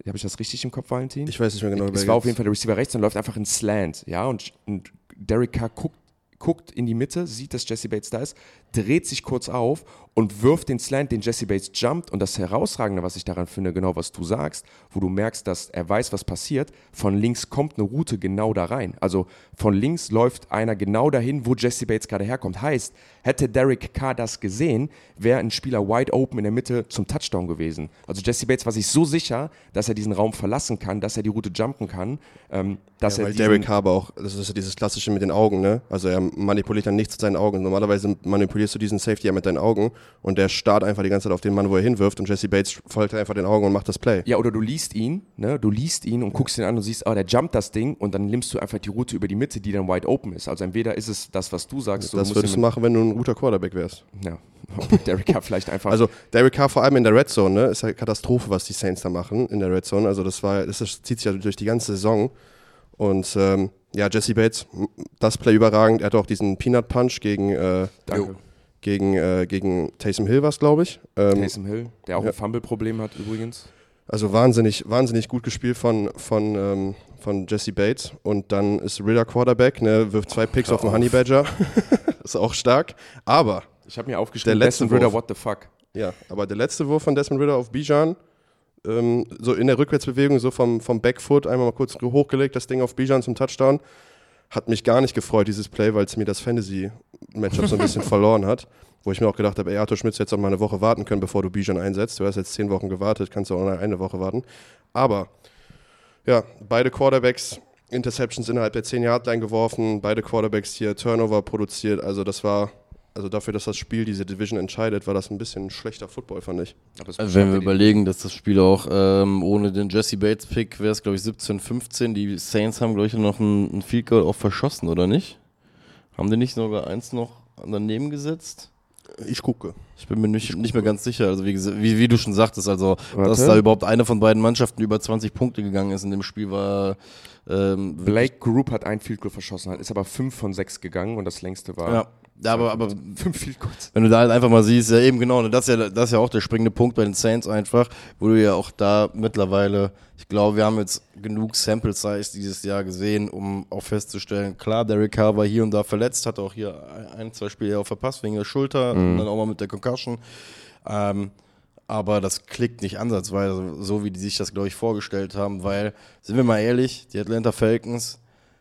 habe ich das richtig im Kopf, Valentin? Ich weiß nicht mehr genau. Es war auf jeden Fall der Receiver rechts und läuft einfach in Slant, ja, und, und Derek Carr guckt, guckt in die Mitte, sieht, dass Jessie Bates da ist, dreht sich kurz auf und wirft den Slant, den Jessie Bates jumpt. Und das Herausragende, was ich daran finde, genau was du sagst, wo du merkst, dass er weiß, was passiert, von links kommt eine Route genau da rein. Also von links läuft einer genau dahin, wo Jessie Bates gerade herkommt. Heißt, hätte Derek Carr das gesehen, wäre ein Spieler wide open in der Mitte zum Touchdown gewesen. Also Jessie Bates war sich so sicher, dass er diesen Raum verlassen kann, dass er die Route jumpen kann, ähm, dass ja, er weil diesen, Derek Carr aber auch, das ist ja dieses Klassische mit den Augen, ne? Also er manipuliert dann nichts mit seinen Augen. Normalerweise manipulierst du diesen Safety ja mit deinen Augen und der starrt einfach die ganze Zeit auf den Mann, wo er hinwirft und Jessie Bates folgt einfach den Augen und macht das Play. Ja, oder du liest ihn, ne? Du liest ihn und guckst ihn an und siehst, oh, der jumpt das Ding und dann nimmst du einfach die Route über die Mitte, die dann wide open ist. Also entweder ist es das, was du sagst. Das du würdest du machen, wenn du ein guter Quarterback wärst. Ja, Derek Carr vielleicht einfach. Also Derek Carr vor allem in der Red Zone, ne, ist halt Katastrophe, was die Saints da machen in der Red Zone. Also das war, das ist, zieht sich ja durch die ganze Saison. Und ähm, ja, Jessie Bates, das Play überragend. Er hat auch diesen Peanut Punch gegen äh, Danke. gegen, äh, gegen Taysom Hill was, glaube ich. Ähm, Taysom Hill, der auch ja. ein Fumble-Problem hat übrigens. Also wahnsinnig, wahnsinnig gut gespielt von, von, ähm, von Jessie Bates. Und dann ist Ridder Quarterback, ne, wirft zwei Picks auf den Honey Badger. Ist auch stark. Aber ich habe mir aufgeschrieben, der letzte Desmond Ridder, Wurf. what the fuck? Ja, aber der letzte Wurf von Desmond Ridder auf Bijan, ähm, so in der Rückwärtsbewegung, so vom, vom Backfoot, einmal mal kurz hochgelegt, das Ding auf Bijan zum Touchdown, hat mich gar nicht gefreut, dieses Play, weil es mir das Fantasy-Matchup so ein bisschen verloren hat. Wo ich mir auch gedacht habe, ey, Arthur Schmitz hätte jetzt auch mal eine Woche warten können, bevor du Bijan einsetzt. Du hast jetzt zehn Wochen gewartet, kannst du auch noch eine Woche warten. Aber, ja, beide Quarterbacks Interceptions innerhalb der zehn-Yard-Line geworfen, beide Quarterbacks hier Turnover produziert. Also das war, also dafür, dass das Spiel diese Division entscheidet, war das ein bisschen schlechter Football, fand ich. Also wenn wir überlegen, dass das Spiel auch ähm, ohne den Jessie Bates-Pick wäre es, glaube ich, siebzehn fünfzehn. Die Saints haben, glaube ich, noch ein, ein Field Goal auch verschossen, oder nicht? Haben die nicht sogar eins noch daneben gesetzt? Ich gucke. Ich bin mir nicht, nicht mehr ganz sicher. Also wie, wie, wie du schon sagtest, also Warte. dass da überhaupt eine von beiden Mannschaften über zwanzig Punkte gegangen ist in dem Spiel war ähm, Blake Group hat ein Field Goal verschossen, ist aber fünf von sechs gegangen und das längste war ja. Ja, aber, aber fünf Field Goals. Wenn du da halt einfach mal siehst, ja eben genau, das ist ja, das ist ja auch der springende Punkt bei den Saints einfach, wo du ja auch da mittlerweile, ich glaube, wir haben jetzt genug Sample Size dieses Jahr gesehen, um auch festzustellen, klar, Derek Carr war hier und da verletzt, hat auch hier ein, zwei Spiele auch verpasst wegen der Schulter mhm. und dann auch mal mit der Concussion. Ähm, aber das klickt nicht ansatzweise, so wie die sich das, glaube ich, vorgestellt haben, weil, sind wir mal ehrlich, die Atlanta Falcons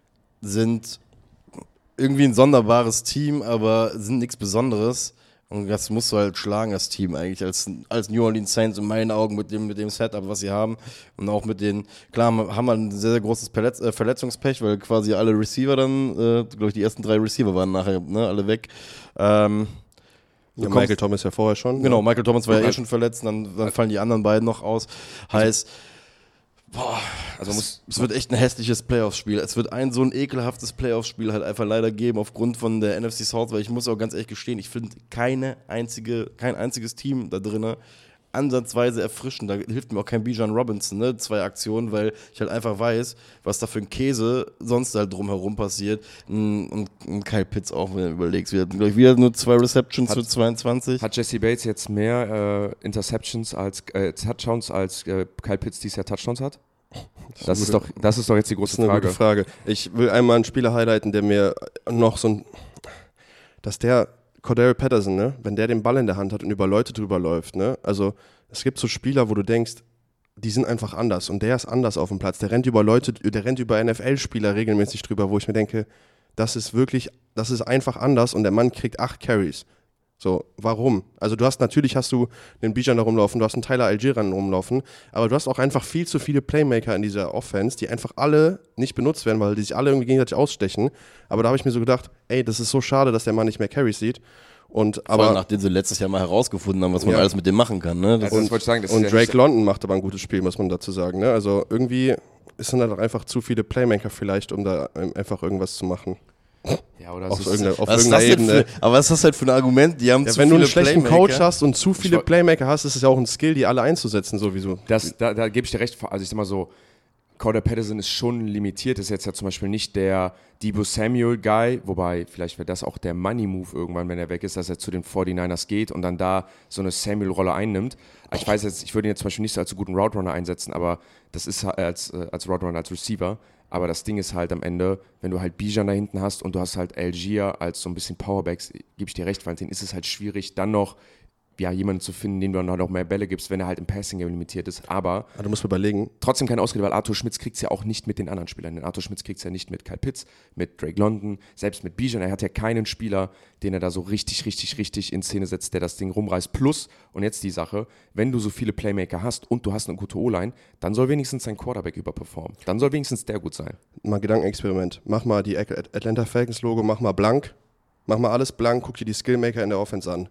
sind irgendwie ein sonderbares Team, aber sind nichts Besonderes. Und das musst du halt schlagen, das Team eigentlich, als, als New Orleans Saints in meinen Augen mit dem, mit dem Setup, was sie haben. Und auch mit den, klar, haben wir ein sehr, sehr großes Verletz, äh, Verletzungspech, weil quasi alle Receiver dann, äh, glaube ich, die ersten drei Receiver waren nachher, ne, alle weg. Ähm, ja, Michael Thomas ja vorher schon. Genau, ne? Michael Thomas war ja eh schon verletzt, dann, dann fallen die anderen beiden noch aus. Heißt, boah, also es, es wird echt ein hässliches Playoff-Spiel. Es wird ein so ein ekelhaftes Playoff-Spiel halt einfach leider geben aufgrund von der N F C South, weil ich muss auch ganz ehrlich gestehen, ich finde keine einzige, kein einziges Team da drin ansatzweise erfrischend. Da hilft mir auch kein Bijan Robinson, ne? Zwei Aktionen, weil ich halt einfach weiß, was da für ein Käse sonst halt drumherum passiert. Und, und Kyle Pitts auch, wenn du überlegst, wir hatten, glaube ich, wieder nur zwei Receptions hat, für zweiundzwanzig. Hat Jessie Bates jetzt mehr äh, Interceptions als äh, Touchdowns als äh, Kyle Pitts dieses Jahr Touchdowns hat? Das, das, ist doch, das ist doch jetzt die große das ist eine Frage. Gute Frage. Ich will einmal einen Spieler highlighten, der mir noch so ein, dass der Cordell Patterson, ne, wenn der den Ball in der Hand hat und über Leute drüber läuft, ne, also es gibt so Spieler, wo du denkst, die sind einfach anders und der ist anders auf dem Platz, der rennt über Leute, der rennt über N F L-Spieler regelmäßig drüber, wo ich mir denke, das ist wirklich, das ist einfach anders und der Mann kriegt acht Carries. So, warum? Also du hast, natürlich hast du einen Bijan da rumlaufen, du hast einen Tyler Algier rumlaufen, aber du hast auch einfach viel zu viele Playmaker in dieser Offense, die einfach alle nicht benutzt werden, weil die sich alle irgendwie gegenseitig ausstechen. Aber da habe ich mir so gedacht, ey, das ist so schade, dass der Mann nicht mehr Carries sieht. Und, Vor aber, allem, nachdem sie letztes Jahr mal herausgefunden haben, was man Ja. alles mit dem machen kann. Ne? Das Also, das und wollte ich sagen, das und ist ja Drake nicht- London macht aber ein gutes Spiel, muss man dazu sagen. Ne? Also irgendwie sind da doch einfach zu viele Playmaker vielleicht, um da einfach irgendwas zu machen. Ja, oder Auf es irgendeiner, ist, auf was ist irgendeiner das denn Ebene. für, aber was ist das halt für ein Argument? Die haben Ja, zu wenn du viele einen schlechten Playmaker. Coach hast und zu viele woll- Playmaker hast, ist es ja auch ein Skill, die alle einzusetzen sowieso. das, da, da gebe ich dir recht. Also ich sag mal so, Cordell Patterson ist schon limitiert, ist jetzt ja zum Beispiel nicht der Deebo Samuel-Guy, wobei vielleicht wäre das auch der Money-Move irgendwann, wenn er weg ist, dass er zu den forty-niners geht und dann da so eine Samuel-Rolle einnimmt. Ich weiß jetzt, ich würde ihn jetzt zum Beispiel nicht so als so guten Route-Runner einsetzen, aber das ist als, als Route-Runner, als Receiver, aber das Ding ist halt am Ende, wenn du halt Bijan da hinten hast und du hast halt Algier als so ein bisschen Powerbacks, gebe ich dir recht, Valentin, ist es halt schwierig, dann noch ja, jemanden zu finden, dem du dann halt auch mehr Bälle gibst, wenn er halt im Passing-Game limitiert ist. Aber ah, du musst mir überlegen. Trotzdem keine Ausrede, weil Arthur Schmitz kriegt es ja auch nicht mit den anderen Spielern. Den Arthur Schmitz kriegt es ja nicht mit Kyle Pitts, mit Drake London, selbst mit Bijan. Er hat ja keinen Spieler, den er da so richtig, richtig, richtig in Szene setzt, der das Ding rumreißt. Plus, und jetzt die Sache, wenn du so viele Playmaker hast und du hast eine gute O-Line, dann soll wenigstens dein Quarterback überperformen. Dann soll wenigstens der gut sein. Mal Gedankenexperiment. Mach mal die Atlanta Falcons Logo, mach mal blank. Mach mal alles blank, guck dir die Skillmaker in der Offense an.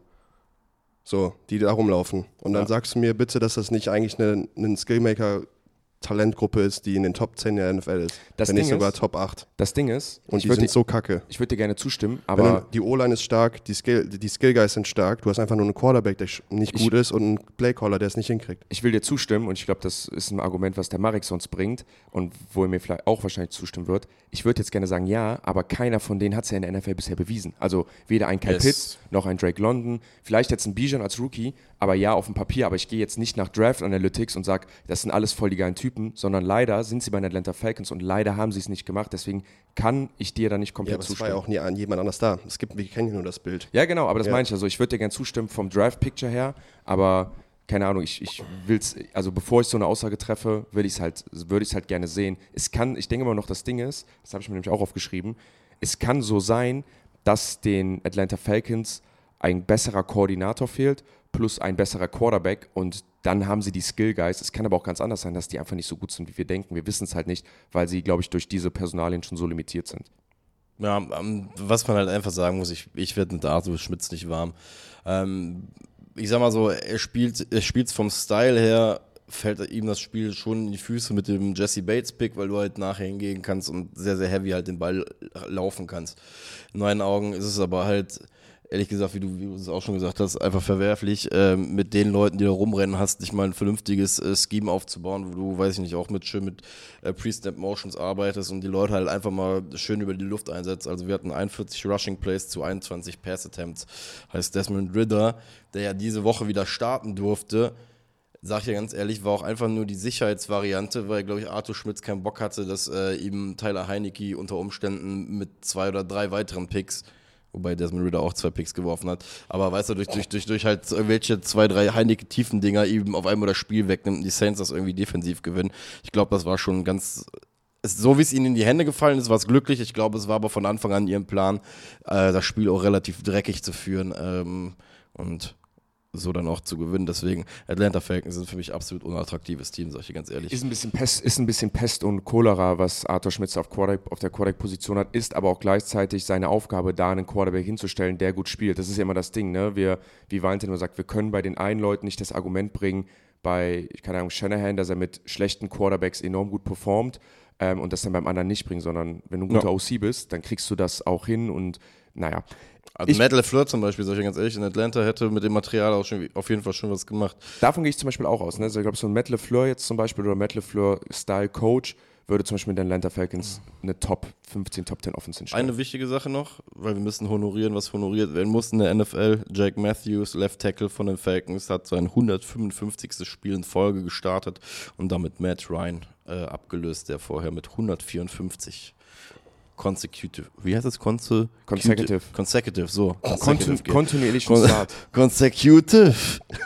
So, die da rumlaufen. Und dann ja. sagst du mir bitte, dass das nicht eigentlich eine, eine Skillmaker-Talentgruppe ist, die in den Top zehn der N F L ist. Das Wenn Ding nicht sogar ist, Top acht. Das Ding ist, und die sind dir, so kacke. Ich würde dir gerne zustimmen, aber du, die O-Line ist stark, die Skill, die Skill-Guys sind stark, du hast einfach nur einen Quarterback, der nicht gut ich, ist und einen Playcaller, der es nicht hinkriegt. Ich will dir zustimmen und ich glaube, das ist ein Argument, was der Marek sonst bringt und wo er mir vielleicht auch wahrscheinlich zustimmen wird. Ich würde jetzt gerne sagen, ja, aber keiner von denen hat es ja in der N F L bisher bewiesen. Also weder ein Kyle yes. Pitts, noch ein Drake London, vielleicht jetzt ein Bijan als Rookie, aber ja, auf dem Papier, aber ich gehe jetzt nicht nach Draft Analytics und sage, das sind alles voll die geilen Typen, sondern leider sind sie bei den Atlanta Falcons und leider haben sie es nicht gemacht, deswegen kann ich dir da nicht komplett ja, aber zustimmen. Es war ja auch nie an jemand anders da. Es gibt, wir kennen ja nur das Bild. Ja, genau, aber das ja. meine ich. Also ich würde dir gerne zustimmen vom Draft-Picture her, aber keine Ahnung, ich, ich will es, also bevor ich so eine Aussage treffe, will ich's halt, würde ich es halt gerne sehen. Es kann, ich denke immer noch, das Ding ist, das habe ich mir nämlich auch aufgeschrieben, es kann so sein, dass den Atlanta Falcons ein besserer Koordinator fehlt, plus ein besserer Quarterback und dann haben sie die Skill-Guys. Es kann aber auch ganz anders sein, dass die einfach nicht so gut sind, wie wir denken. Wir wissen es halt nicht, weil sie, glaube ich, durch diese Personalien schon so limitiert sind. Ja, was man halt einfach sagen muss, ich, ich werde mit Arthur Schmitz nicht warm. Ähm, ich sag mal so, er spielt er spielt's vom Style her, fällt ihm das Spiel schon in die Füße mit dem Jesse Bates-Pick, weil du halt nachher hingehen kannst und sehr, sehr heavy halt den Ball laufen kannst. In meinen Augen ist es aber halt, ehrlich gesagt, wie du, wie du es auch schon gesagt hast, einfach verwerflich, äh, mit den Leuten, die da rumrennen, hast nicht mal ein vernünftiges äh, Scheme aufzubauen, wo du, weiß ich nicht, auch mit schön mit äh, Pre-Snap-Motions arbeitest und die Leute halt einfach mal schön über die Luft einsetzt. Also wir hatten einundvierzig Rushing Plays zu einundzwanzig Pass-Attempts. Heißt Desmond Ridder, der ja diese Woche wieder starten durfte, sag ich ja ganz ehrlich, war auch einfach nur die Sicherheitsvariante, weil, glaube ich, Arthur Schmitz keinen Bock hatte, dass äh, ihm Tyler Heineke unter Umständen mit zwei oder drei weiteren Picks, wobei Desmond Ridder auch zwei Picks geworfen hat, aber weißt du, durch, durch, durch, durch halt irgendwelche zwei, drei Heineke-Tiefen-Dinger eben auf einmal das Spiel wegnimmt und die Saints das irgendwie defensiv gewinnen. Ich glaube, das war schon ganz, so wie es ihnen in die Hände gefallen ist, war es glücklich. Ich glaube, es war aber von Anfang an ihrem Plan, äh, das Spiel auch relativ dreckig zu führen ähm, und so dann auch zu gewinnen. Deswegen, Atlanta Falcons sind für mich absolut unattraktives Team, sag ich ganz ehrlich. Ist ein bisschen Pest, ist ein bisschen Pest und Cholera, was Arthur Schmitz auf, Quarterback, auf der Quarterback-Position hat, ist aber auch gleichzeitig seine Aufgabe, da einen Quarterback hinzustellen, der gut spielt. Das ist ja immer das Ding, ne? Wir, wie Valentin immer sagt, wir können bei den einen Leuten nicht das Argument bringen, bei, ich keine Ahnung, Shanahan, dass er mit schlechten Quarterbacks enorm gut performt ähm, und das dann beim anderen nicht bringen, sondern wenn du ein guter ja. O C bist, dann kriegst du das auch hin und naja. Also ich, Matt LaFleur zum Beispiel, sag ich ganz ehrlich, in Atlanta hätte mit dem Material auch schon auf jeden Fall schon was gemacht. Davon gehe ich zum Beispiel auch aus. Ne? Also ich glaube, so ein Matt LaFleur jetzt zum Beispiel oder Matt LaFleur-Style-Coach würde zum Beispiel mit den Atlanta Falcons eine Top fünfzehn, Top zehn Offense hinstellen. Eine wichtige Sache noch, weil wir müssen honorieren, was honoriert werden muss in der N F L. Jake Matthews, Left Tackle von den Falcons, hat sein hundertfünfundfünfzigstes Spiel in Folge gestartet und damit Matt Ryan äh, abgelöst, der vorher mit hundertvierundfünfzig Consecutive, wie heißt das? Conse- Consecutive. Consecutive, so. Kontin- kontinuierlichen Start. Consecutive.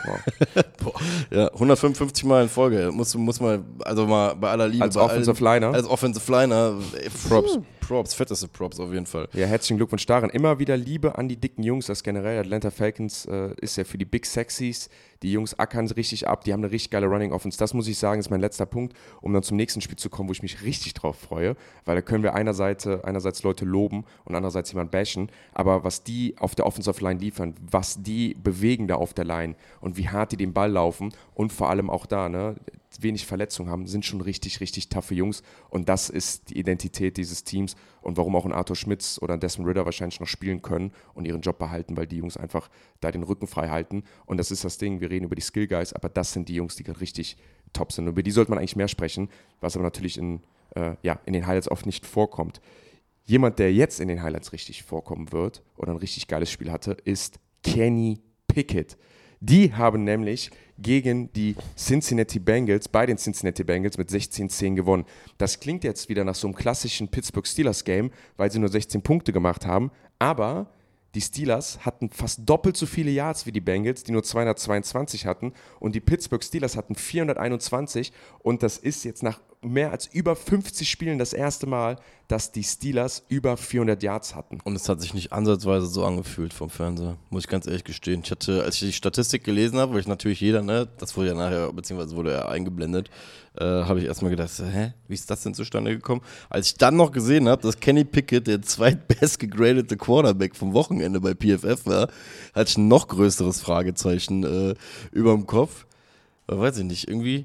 Wow. Ja, hundertfünfundfünfzig Mal in Folge. Muss, muss man, also mal bei aller Liebe. Als Offensive Liner. Als Offensive Liner. Props, Props, fetteste Props auf jeden Fall. Ja, herzlichen Glückwunsch daran. Immer wieder Liebe an die dicken Jungs. Das generell Atlanta Falcons äh, ist ja für die Big Sexies. Die Jungs ackern richtig ab. Die haben eine richtig geile Running Offense. Das muss ich sagen, ist mein letzter Punkt, um dann zum nächsten Spiel zu kommen, wo ich mich richtig drauf freue. Weil da können wir einerseits, einerseits Leute loben und andererseits jemand bashen. Aber was die auf der Offensive Line liefern, was die bewegen da auf der Line und wie hart die den Ball laufen und vor allem auch da, ne, wenig Verletzungen haben, sind schon richtig, richtig taffe Jungs und das ist die Identität dieses Teams und warum auch ein Arthur Schmitz oder ein Desmond Ridder wahrscheinlich noch spielen können und ihren Job behalten, weil die Jungs einfach da den Rücken frei halten und das ist das Ding, wir reden über die Skill Guys, aber das sind die Jungs, die gerade richtig top sind. Über die sollte man eigentlich mehr sprechen, was aber natürlich in, äh, ja, in den Highlights oft nicht vorkommt. Jemand, der jetzt in den Highlights richtig vorkommen wird oder ein richtig geiles Spiel hatte, ist Kenny Pickett. Die haben nämlich gegen die Cincinnati Bengals, bei den Cincinnati Bengals mit sechzehn zehn gewonnen. Das klingt jetzt wieder nach so einem klassischen Pittsburgh Steelers Game, weil sie nur sechzehn Punkte gemacht haben, aber die Steelers hatten fast doppelt so viele Yards wie die Bengals, die nur zweihundertzweiundzwanzig hatten, und die Pittsburgh Steelers hatten vierhunderteinundzwanzig, und das ist jetzt nach mehr als über fünfzig Spielen das erste Mal, dass die Steelers über vierhundert Yards hatten. Und es hat sich nicht ansatzweise so angefühlt vom Fernseher, muss ich ganz ehrlich gestehen. Ich hatte, als ich die Statistik gelesen habe, weil ich natürlich jeder, ne, das wurde ja nachher, beziehungsweise wurde ja eingeblendet, äh, habe ich erstmal gedacht, hä, wie ist das denn zustande gekommen? Als ich dann noch gesehen habe, dass Kenny Pickett der zweitbest gegradete Quarterback vom Wochenende bei P F F war, hatte ich ein noch größeres Fragezeichen äh, über dem Kopf. Aber weiß ich nicht, irgendwie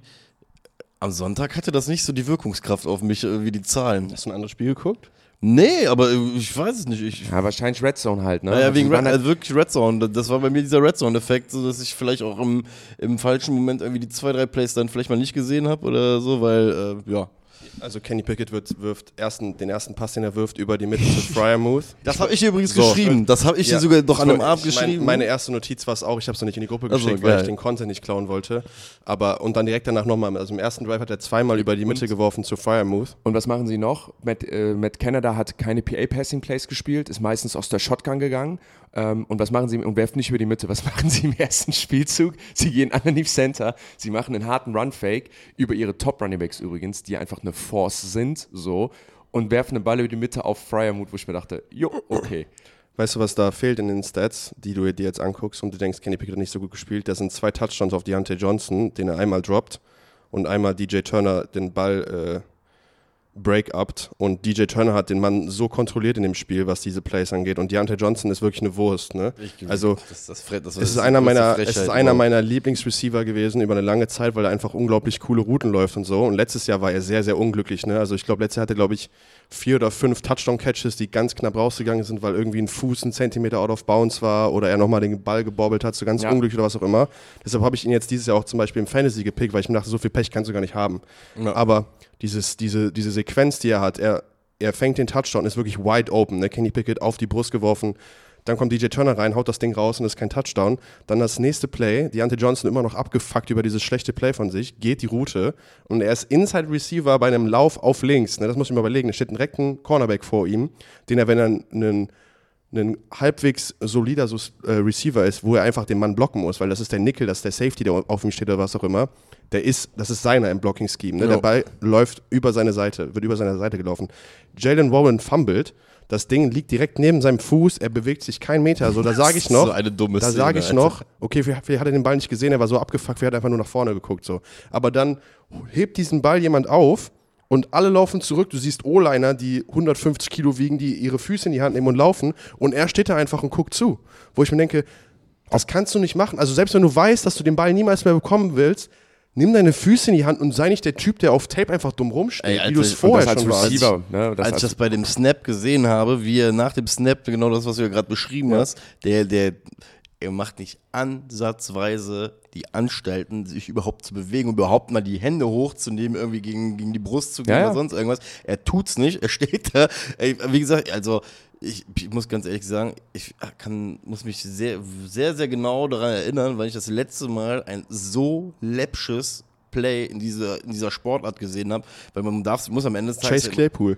am Sonntag hatte das nicht so die Wirkungskraft auf mich äh, wie die Zahlen. Hast du ein anderes Spiel geguckt? Nee, aber ich weiß es nicht. Ich, Ja, wahrscheinlich Red Zone halt, ne? naja, Also wegen die waren Red, halt- also wirklich Red Zone. Das war bei mir dieser Red Zone-Effekt, so dass ich vielleicht auch im, im falschen Moment irgendwie die zwei, drei Plays dann vielleicht mal nicht gesehen habe oder so, weil, äh, ja. Also Kenny Pickett wird, wirft ersten, den ersten Pass, den er wirft, über die Mitte zu Freiermuth. Das habe ich dir übrigens So. geschrieben. Das habe ich Ja, dir sogar doch an einem so, Abend ich mein, geschrieben. Meine erste Notiz war es auch, ich habe es noch nicht in die Gruppe Also, geschickt, weil geil. ich den Content nicht klauen wollte. Aber, und dann direkt danach nochmal, also im ersten Drive hat er zweimal über die Mitte geworfen zu Freiermuth. Und was machen sie noch? Matt, äh, Matt Canada hat keine P A-Passing-Plays gespielt, ist meistens aus der Shotgun gegangen. Ähm, und was machen sie? Und werfen nicht über die Mitte. Was machen sie im ersten Spielzug? Sie gehen underneath Center, sie machen einen harten Run-Fake über ihre Top-Runningbacks übrigens, die einfach eine Force sind, so, und werfen einen Ball über die Mitte auf Freiermuth, wo ich mir dachte, jo, okay. Weißt du, was da fehlt in den Stats, die du dir jetzt anguckst und du denkst, Kenny Pickett hat nicht so gut gespielt? Das sind zwei Touchdowns auf Deontay Johnson, den er einmal droppt und einmal D J Turner den Ball äh, break-upt. Und D J Turner hat den Mann so kontrolliert in dem Spiel, was diese Plays angeht. Und Deontay Johnson ist wirklich eine Wurst. Ne? Also das, das, das, das es ist einer meiner, es ist einer meiner Lieblingsreceiver gewesen über eine lange Zeit, weil er einfach unglaublich coole Routen läuft und so. Und letztes Jahr war er sehr, sehr unglücklich. Ne? Also ich glaube, letztes Jahr hatte er, glaube ich, vier oder fünf Touchdown-Catches, die ganz knapp rausgegangen sind, weil irgendwie ein Fuß einen Zentimeter out of bounds war oder er nochmal den Ball gebobbelt hat, so ganz Ja. unglücklich oder was auch immer. Deshalb habe ich ihn jetzt dieses Jahr auch zum Beispiel im Fantasy gepickt, weil ich mir dachte, so viel Pech kannst du gar nicht haben. Ja. Aber dieses, diese, diese Sequenz, die er hat, er, er fängt den Touchdown, ist wirklich wide open. Ne? Kenny Pickett auf die Brust geworfen. Dann kommt D J Turner rein, haut das Ding raus und ist kein Touchdown. Dann das nächste Play, Deontay Johnson immer noch abgefuckt über dieses schlechte Play von sich, geht die Route und er ist Inside Receiver bei einem Lauf auf links. Ne, das muss ich mir überlegen. Da steht direkt ein Cornerback vor ihm, den er, wenn er einen, einen halbwegs solider so, äh, Receiver ist, wo er einfach den Mann blocken muss, weil das ist der Nickel, das ist der Safety, der auf ihm steht oder was auch immer. Der ist, das ist seiner im Blocking-Scheme. Ne? Ja. Der Ball läuft über seine Seite, wird über seine Seite gelaufen. Jalen Warren fummelt. Das Ding liegt direkt neben seinem Fuß, er bewegt sich keinen Meter. So, da sage ich Das ist noch, so eine dumme da Szene, sage ich Alter. noch, okay, vielleicht hat er den Ball nicht gesehen, er war so abgefuckt, er hat einfach nur nach vorne geguckt. So. Aber dann hebt diesen Ball jemand auf und alle laufen zurück. Du siehst O-Liner, die hundertfünfzig Kilo wiegen, die ihre Füße in die Hand nehmen und laufen und er steht da einfach und guckt zu. Wo ich mir denke, das kannst du nicht machen. Also selbst wenn du weißt, dass du den Ball niemals mehr bekommen willst, nimm deine Füße in die Hand und sei nicht der Typ, der auf Tape einfach dumm rumsteht, Ey, wie du es als- vorher das als schon warst. Receiver, ne? Das Als ich als, das bei dem Snap gesehen habe, wie er nach dem Snap, genau das, was du ja gerade beschrieben Ja. hast, der, der, er macht nicht ansatzweise die Anstalten, sich überhaupt zu bewegen und überhaupt mal die Hände hochzunehmen, irgendwie gegen, gegen die Brust zu gehen Ja, ja. oder sonst irgendwas. Er tut's nicht, er steht da. Ey, wie gesagt, also ich, ich muss ganz ehrlich sagen, ich kann, muss mich sehr, sehr, sehr genau daran erinnern, weil ich das letzte Mal ein so läppsches Play in dieser, in dieser Sportart gesehen habe, weil man darf, muss am Ende des Tages Chase Claypool.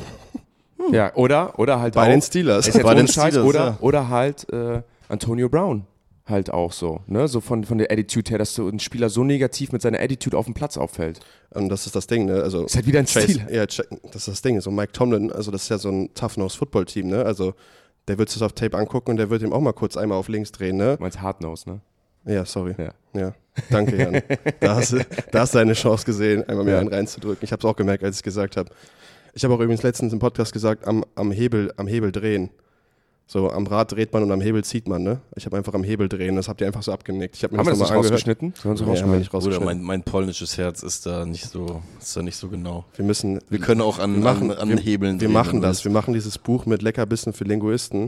ja, oder, oder halt Bei auch, den Steelers. ist jetzt Bei ohne den Scheiß, Steelers, oder, ja. oder halt äh, Antonio Brown halt auch so, ne? So von, von der Attitude her, dass so ein Spieler so negativ mit seiner Attitude auf dem Platz auffällt. Und das ist das Ding, ne? Also Ist halt wieder ein Chase, Stil. ja, Ch- das ist das Ding. So Mike Tomlin, also das ist ja so ein Tough-Nose-Football-Team, ne? Also der wird sich das auf Tape angucken und der wird ihm auch mal kurz einmal auf links drehen, ne? Du meinst Hardnose, ne? Ja, sorry. Ja. Ja. Danke, Jan. da, hast, du- da hast du eine Chance gesehen, einmal mehr Ja. einen reinzudrücken. Ich habe es auch gemerkt, als ich es gesagt habe. Ich habe auch übrigens letztens im Podcast gesagt, am, am, Hebel, am Hebel drehen. So, am Rad dreht man und am Hebel zieht man, ne? Ich habe einfach am Hebel drehen, das habt ihr einfach so abgenickt. Ich hab mir Haben wir das das nicht nochmal angehört. rausgeschnitten? Sollen wir uns Nee, haben wir rausschneiden? nicht Bruder, rausgeschnitten. mein, mein polnisches Herz ist da nicht so, ist da nicht so genau. Wir müssen, Wir können auch an, wir machen, an, an wir, Hebeln wir drehen, machen wenn du das. Wir machen dieses Buch mit Leckerbissen für Linguisten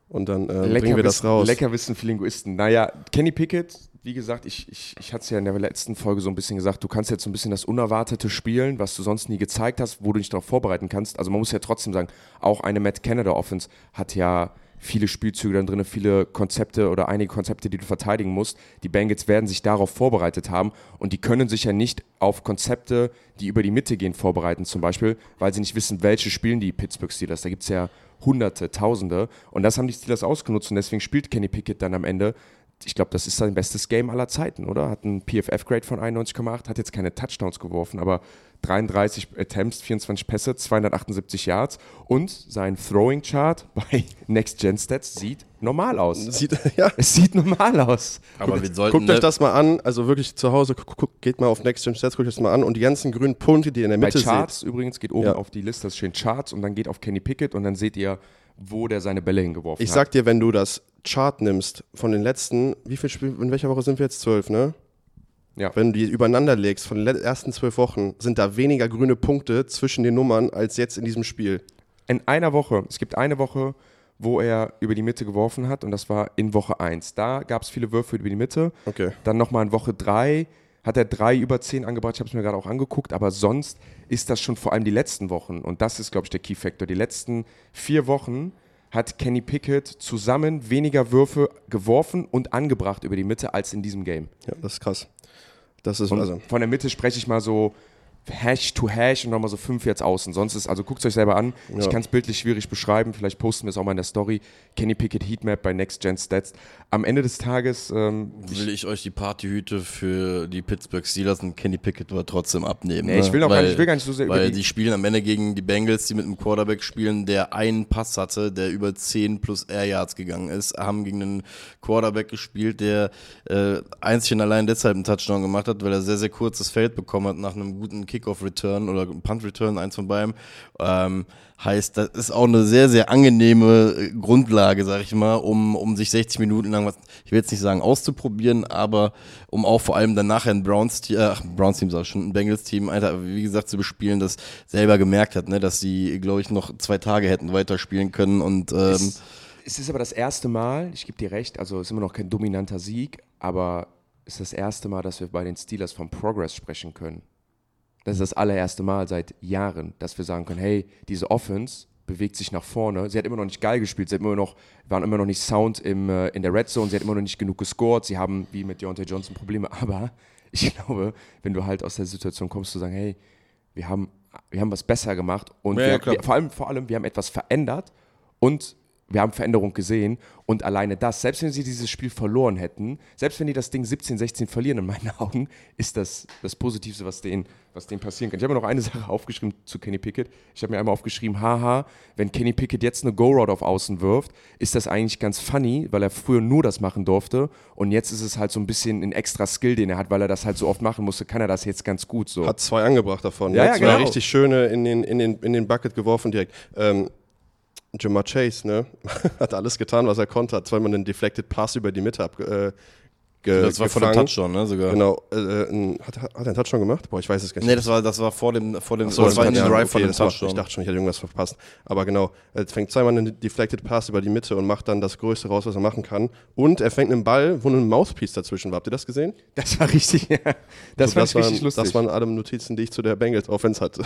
und dann äh, bringen wir das raus. Leckerwissen für Linguisten. Naja, Kenny Pickett, wie gesagt, ich, ich, ich hatte es ja in der letzten Folge so ein bisschen gesagt, du kannst jetzt so ein bisschen das Unerwartete spielen, was du sonst nie gezeigt hast, wo du dich darauf vorbereiten kannst. Also man muss ja trotzdem sagen, auch eine Matt Canada Offense hat ja viele Spielzüge dann drin, viele Konzepte oder einige Konzepte, die du verteidigen musst. Die Bengals werden sich darauf vorbereitet haben und die können sich ja nicht auf Konzepte, die über die Mitte gehen, vorbereiten zum Beispiel, weil sie nicht wissen, welche spielen die Pittsburgh Steelers. Da gibt es ja Hunderte, Tausende und das haben die Steelers ausgenutzt und deswegen spielt Kenny Pickett dann am Ende. Ich glaube, das ist sein bestes Game aller Zeiten, oder? Hat einen P F F-Grade von einundneunzig Komma acht, hat jetzt keine Touchdowns geworfen, aber dreiunddreißig Attempts, vierundzwanzig Pässe, zweihundertachtundsiebzig Yards und sein Throwing-Chart bei Next Gen Stats sieht normal aus. Sieht, ja. Es sieht normal aus. Aber guckt, wir sollten guckt euch das mal an, also wirklich zu Hause, guckt, guckt, geht mal auf Next Gen Stats, guckt euch das mal an und die ganzen grünen Punkte, die ihr in der Bei Mitte Charts seht. übrigens geht oben Ja. auf die Liste, das stehen Charts und dann geht auf Kenny Pickett und dann seht ihr, wo der seine Bälle hingeworfen Ich hat. sag dir, wenn du das Chart nimmst von den letzten, wie viel Spiele, in welcher Woche sind wir jetzt? Zwölf, ne? Ja. Wenn du die übereinander legst von den le- ersten zwölf Wochen, sind da weniger grüne Punkte zwischen den Nummern als jetzt in diesem Spiel. In einer Woche, es gibt eine Woche, wo er über die Mitte geworfen hat und das war in Woche eins. Da gab es viele Würfe über die Mitte. Okay. Dann nochmal in Woche drei hat er drei über zehn angebracht. Ich habe es mir gerade auch angeguckt, aber sonst ist das schon vor allem die letzten Wochen. Und das ist, glaube ich, der Key-Factor. Die letzten vier Wochen hat Kenny Pickett zusammen weniger Würfe geworfen und angebracht über die Mitte als in diesem Game. Ja, das ist krass. Das ist Und also. von der Mitte spreche ich mal so Hash to Hash und nochmal so fünf jetzt außen. Sonst ist, also guckt es euch selber an. Ja. Ich kann es bildlich schwierig beschreiben. Vielleicht posten wir es auch mal in der Story. Kenny Pickett Heatmap bei Next Gen Stats. Am Ende des Tages ähm, will ich euch die Partyhüte für die Pittsburgh Steelers und Kenny Pickett aber trotzdem abnehmen. Nee, ne? ich will auch gar weil, nicht, ich will gar nicht so sehr über Weil die- die spielen am Ende gegen die Bengals, die mit einem Quarterback spielen, der einen Pass hatte, der über zehn plus Air Yards gegangen ist, haben gegen einen Quarterback gespielt, der äh, einzig und allein deshalb einen Touchdown gemacht hat, weil er sehr, sehr kurzes Feld bekommen hat nach einem guten Kickoff-Return oder Punt-Return, eins von beiden. Ähm, heißt, das ist auch eine sehr, sehr angenehme äh, Grundlage, sag ich mal, um, um sich sechzig Minuten lang was, ich will jetzt nicht sagen auszuprobieren, aber um auch vor allem dann nachher ein Browns-Team, äh, Browns-Team sag ich schon, ein Bengals-Team, Alter, wie gesagt, zu bespielen, das selber gemerkt hat, ne, dass sie, glaube ich, noch zwei Tage hätten weiterspielen können und ähm, es, es ist aber das erste Mal, ich gebe dir recht, also es ist immer noch kein dominanter Sieg, aber es ist das erste Mal, dass wir bei den Steelers vom Progress sprechen können. Das ist das allererste Mal seit Jahren, dass wir sagen können, hey, diese Offense bewegt sich nach vorne. Sie hat immer noch nicht geil gespielt, sie hat immer noch, waren immer noch nicht sound im, äh, in der Red Zone, sie hat immer noch nicht genug gescored, sie haben wie mit Deontay Johnson Probleme, aber ich glaube, wenn du halt aus der Situation kommst, zu sagen, hey, wir haben, wir haben was besser gemacht und Ja, wir, klar. wir, vor allem, vor allem, wir haben etwas verändert und wir haben Veränderung gesehen und alleine das, selbst wenn sie dieses Spiel verloren hätten, selbst wenn die das Ding siebzehn sechzehn verlieren, in meinen Augen, ist das das Positivste, was denen, was denen passieren kann. Ich habe mir noch eine Sache aufgeschrieben zu Kenny Pickett. Ich habe mir einmal aufgeschrieben, haha, wenn Kenny Pickett jetzt eine Go-Route auf Außen wirft, ist das eigentlich ganz funny, weil er früher nur das machen durfte und jetzt ist es halt so ein bisschen ein extra Skill, den er hat, weil er das halt so oft machen musste, kann er das jetzt ganz gut so. Hat zwei angebracht davon. Ja, ne? ja, Zwei genau. richtig schöne in den, in, den, in den Bucket geworfen direkt. Ähm, Jamar Chase, ne? Hat alles getan, was er konnte. Hat zweimal einen Deflected Pass über die Mitte ab, äh, ge, das war vor dem gefangen. Touchdown, ne, sogar. Genau. Äh, ein, hat, hat er einen Touchdown gemacht? Boah, ich weiß es gar nicht. Nee, das war, das war vor dem, vor dem, Ach so, das war in ja, dem Drive okay, von dem das war, Touchdown. ich dachte schon, ich hätte irgendwas verpasst. Aber genau, er fängt zweimal einen Deflected Pass über die Mitte und macht dann das Größte raus, was er machen kann. Und er fängt einen Ball, wo ein Mouthpiece dazwischen war. Habt ihr das gesehen? Das war richtig, ja, das So, fand ich waren, richtig lustig. Das waren alle Notizen, die ich zu der Bengals Offense hatte.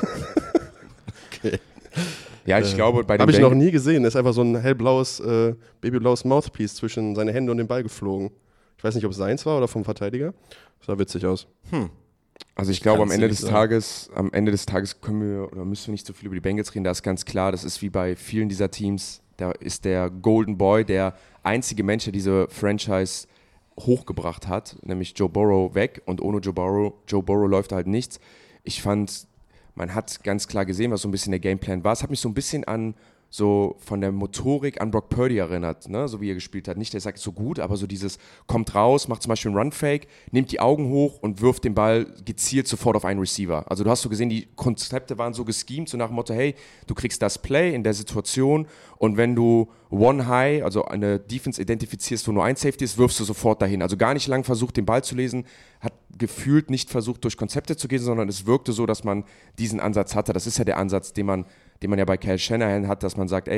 Okay. ja, ich glaube, bei den Habe ich noch Bengals- nie gesehen. Da ist einfach so ein hellblaues, äh, babyblaues Mouthpiece zwischen seine Hände und den Ball geflogen. Ich weiß nicht, ob es seins war oder vom Verteidiger. Sah witzig aus. Also ich glaube, am Kannst du Ende nicht des sagen. Tages, am Ende des Tages können wir oder müssen wir nicht so viel über die Bengals reden. Da ist ganz klar, das ist wie bei vielen dieser Teams. Da ist der Golden Boy der einzige Mensch, der diese Franchise hochgebracht hat, nämlich Joe Burrow weg. Und ohne Joe Burrow, Joe Burrow läuft halt nichts. Ich fand, man hat ganz klar gesehen, was so ein bisschen der Gameplan war. Es hat mich so ein bisschen an so von der Motorik an Brock Purdy erinnert, ne? So wie er gespielt hat. Nicht, der sagt so gut, aber so dieses kommt raus, macht zum Beispiel einen Run-Fake, nimmt die Augen hoch und wirft den Ball gezielt sofort auf einen Receiver. Also du hast so gesehen, die Konzepte waren so geschemt, so nach dem Motto, hey, du kriegst das Play in der Situation und wenn du One High, also eine Defense identifizierst, wo nur ein Safety ist, wirfst du sofort dahin. Also gar nicht lang versucht, den Ball zu lesen, hat gefühlt nicht versucht, durch Konzepte zu gehen, sondern es wirkte so, dass man diesen Ansatz hatte. Das ist ja der Ansatz, den man den man ja bei Kyle Shanahan hat, dass man sagt, ey,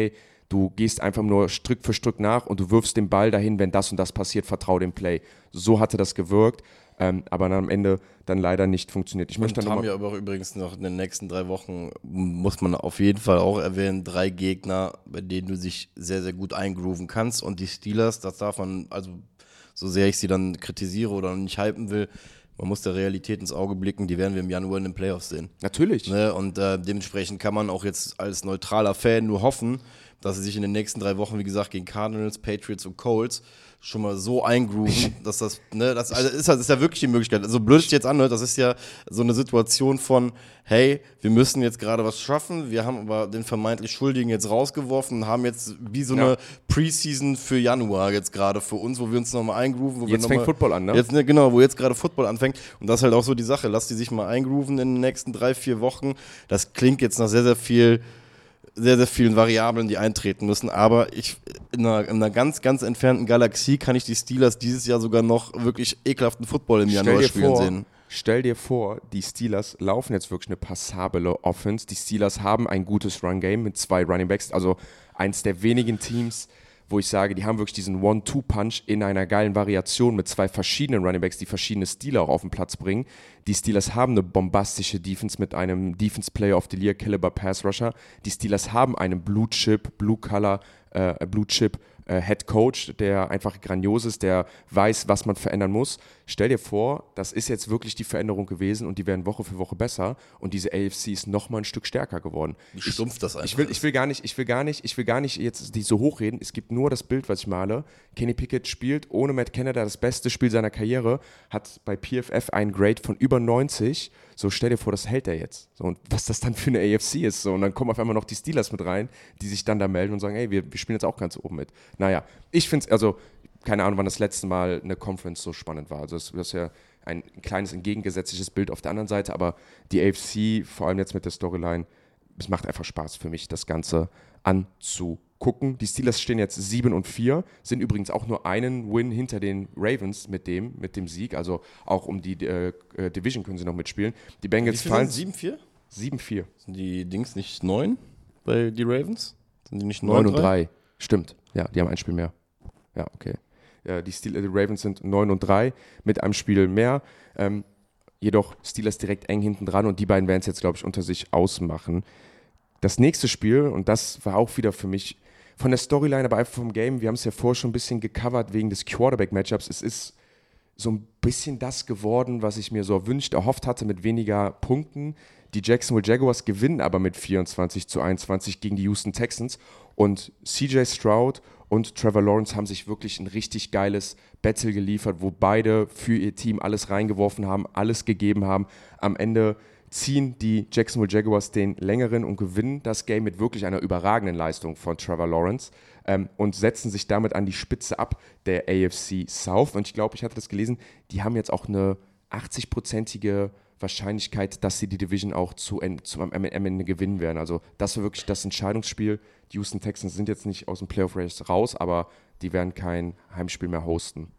Du gehst einfach nur Stück für Stück nach und du wirfst den Ball dahin, wenn das und das passiert, vertrau dem Play. So hatte das gewirkt, ähm, aber dann am Ende dann leider nicht funktioniert. Ich möchte und dann haben noch ja aber übrigens noch in den nächsten drei Wochen, muss man auf jeden Fall auch erwähnen, drei Gegner, bei denen du dich sehr, sehr gut eingrooven kannst. Und die Steelers, das darf man, also so sehr ich sie dann kritisiere oder nicht hypen will, man muss der Realität ins Auge blicken, die werden wir im Januar in den Playoffs sehen. Natürlich. Ne? Und äh, dementsprechend kann man auch jetzt als neutraler Fan nur hoffen, dass sie sich in den nächsten drei Wochen, wie gesagt, gegen Cardinals, Patriots und Colts schon mal so eingrooven, dass das, ne, das also ist, das ist ja wirklich die Möglichkeit. So blöd es jetzt anhört, das ist ja so eine Situation von, hey, wir müssen jetzt gerade was schaffen, wir haben aber den vermeintlich Schuldigen jetzt rausgeworfen und haben jetzt wie so eine ja. Preseason für Januar jetzt gerade für uns, wo wir uns nochmal eingrooven. Wo Jetzt wir fängt noch mal, Football an, ne? Jetzt, ne, genau, wo jetzt gerade Football anfängt. Und das ist halt auch so die Sache, lass die sich mal eingrooven in den nächsten drei, vier Wochen. Das klingt jetzt nach sehr, sehr viel sehr, sehr vielen Variablen, die eintreten müssen, aber ich, in einer, in einer ganz, ganz entfernten Galaxie kann ich die Steelers dieses Jahr sogar noch wirklich ekelhaften Football im Januar spielen vor, sehen. Stell dir vor, die Steelers laufen jetzt wirklich eine passable Offense. Die Steelers haben ein gutes Run-Game mit zwei Running Backs, also eins der wenigen Teams, wo ich sage, die haben wirklich diesen One-Two-Punch in einer geilen Variation mit zwei verschiedenen Runningbacks, die verschiedene Stile auch auf den Platz bringen. Die Steelers haben eine bombastische Defense mit einem Defense-Player of the Year Caliber Pass Rusher. Die Steelers haben einen Blue-Chip, Blue-Color, äh, Blue-Chip äh, Head Coach, der einfach grandios ist, der weiß, was man verändern muss. Stell dir vor, das ist jetzt wirklich die Veränderung gewesen und die werden Woche für Woche besser und diese A F C ist nochmal ein Stück stärker geworden. Wie stumpf das einfach ich will, ich will gar nicht, ich will gar nicht, ich will gar nicht jetzt die so hochreden. Es gibt nur das Bild, was ich male. Kenny Pickett spielt ohne Matt Canada das beste Spiel seiner Karriere, hat bei P F F einen Grade von über neunzig. So, stell dir vor, das hält er jetzt. So, und was das dann für eine A F C ist. So, und dann kommen auf einmal noch die Steelers mit rein, die sich dann da melden und sagen, hey, wir, wir spielen jetzt auch ganz oben mit. Naja, ich finde es, also, keine Ahnung, wann das letzte Mal eine Conference so spannend war. Also, das, das ist ja ein kleines entgegengesetzliches Bild auf der anderen Seite, aber die A F C, vor allem jetzt mit der Storyline, es macht einfach Spaß für mich, das Ganze anzugucken. Die Steelers stehen jetzt sieben und vier, sind übrigens auch nur einen Win hinter den Ravens mit dem, mit dem Sieg, also auch um die äh, Division können sie noch mitspielen. Die Bengals fallen sieben vier? sieben vier. Sind die Dings nicht neun bei die Ravens? Sind die nicht neun und drei? Stimmt, ja, die haben ein Spiel mehr. Ja, okay. Ja, die, Steel, die Ravens sind neun und drei mit einem Spiel mehr. Ähm, jedoch Steelers direkt eng hinten dran und die beiden werden es jetzt, glaube ich, unter sich ausmachen. Das nächste Spiel, und das war auch wieder für mich von der Storyline, aber einfach vom Game, wir haben es ja vorher schon ein bisschen gecovert wegen des Quarterback-Matchups. Es ist so ein bisschen das geworden, was ich mir so erwünscht, erhofft hatte mit weniger Punkten. Die Jacksonville Jaguars gewinnen aber mit vierundzwanzig zu einundzwanzig gegen die Houston Texans und C J Stroud und Trevor Lawrence haben sich wirklich ein richtig geiles Battle geliefert, wo beide für ihr Team alles reingeworfen haben, alles gegeben haben. Am Ende ziehen die Jacksonville Jaguars den längeren und gewinnen das Game mit wirklich einer überragenden Leistung von Trevor Lawrence ähm, und setzen sich damit an die Spitze ab der A F C South. Und ich glaube, ich hatte das gelesen, die haben jetzt auch eine achtzig-prozentige Wahrscheinlichkeit, dass sie die Division auch zu, zu am Ende gewinnen werden. Also das war wirklich das Entscheidungsspiel. Die Houston Texans sind jetzt nicht aus dem Playoff-Race raus, aber die werden kein Heimspiel mehr hosten.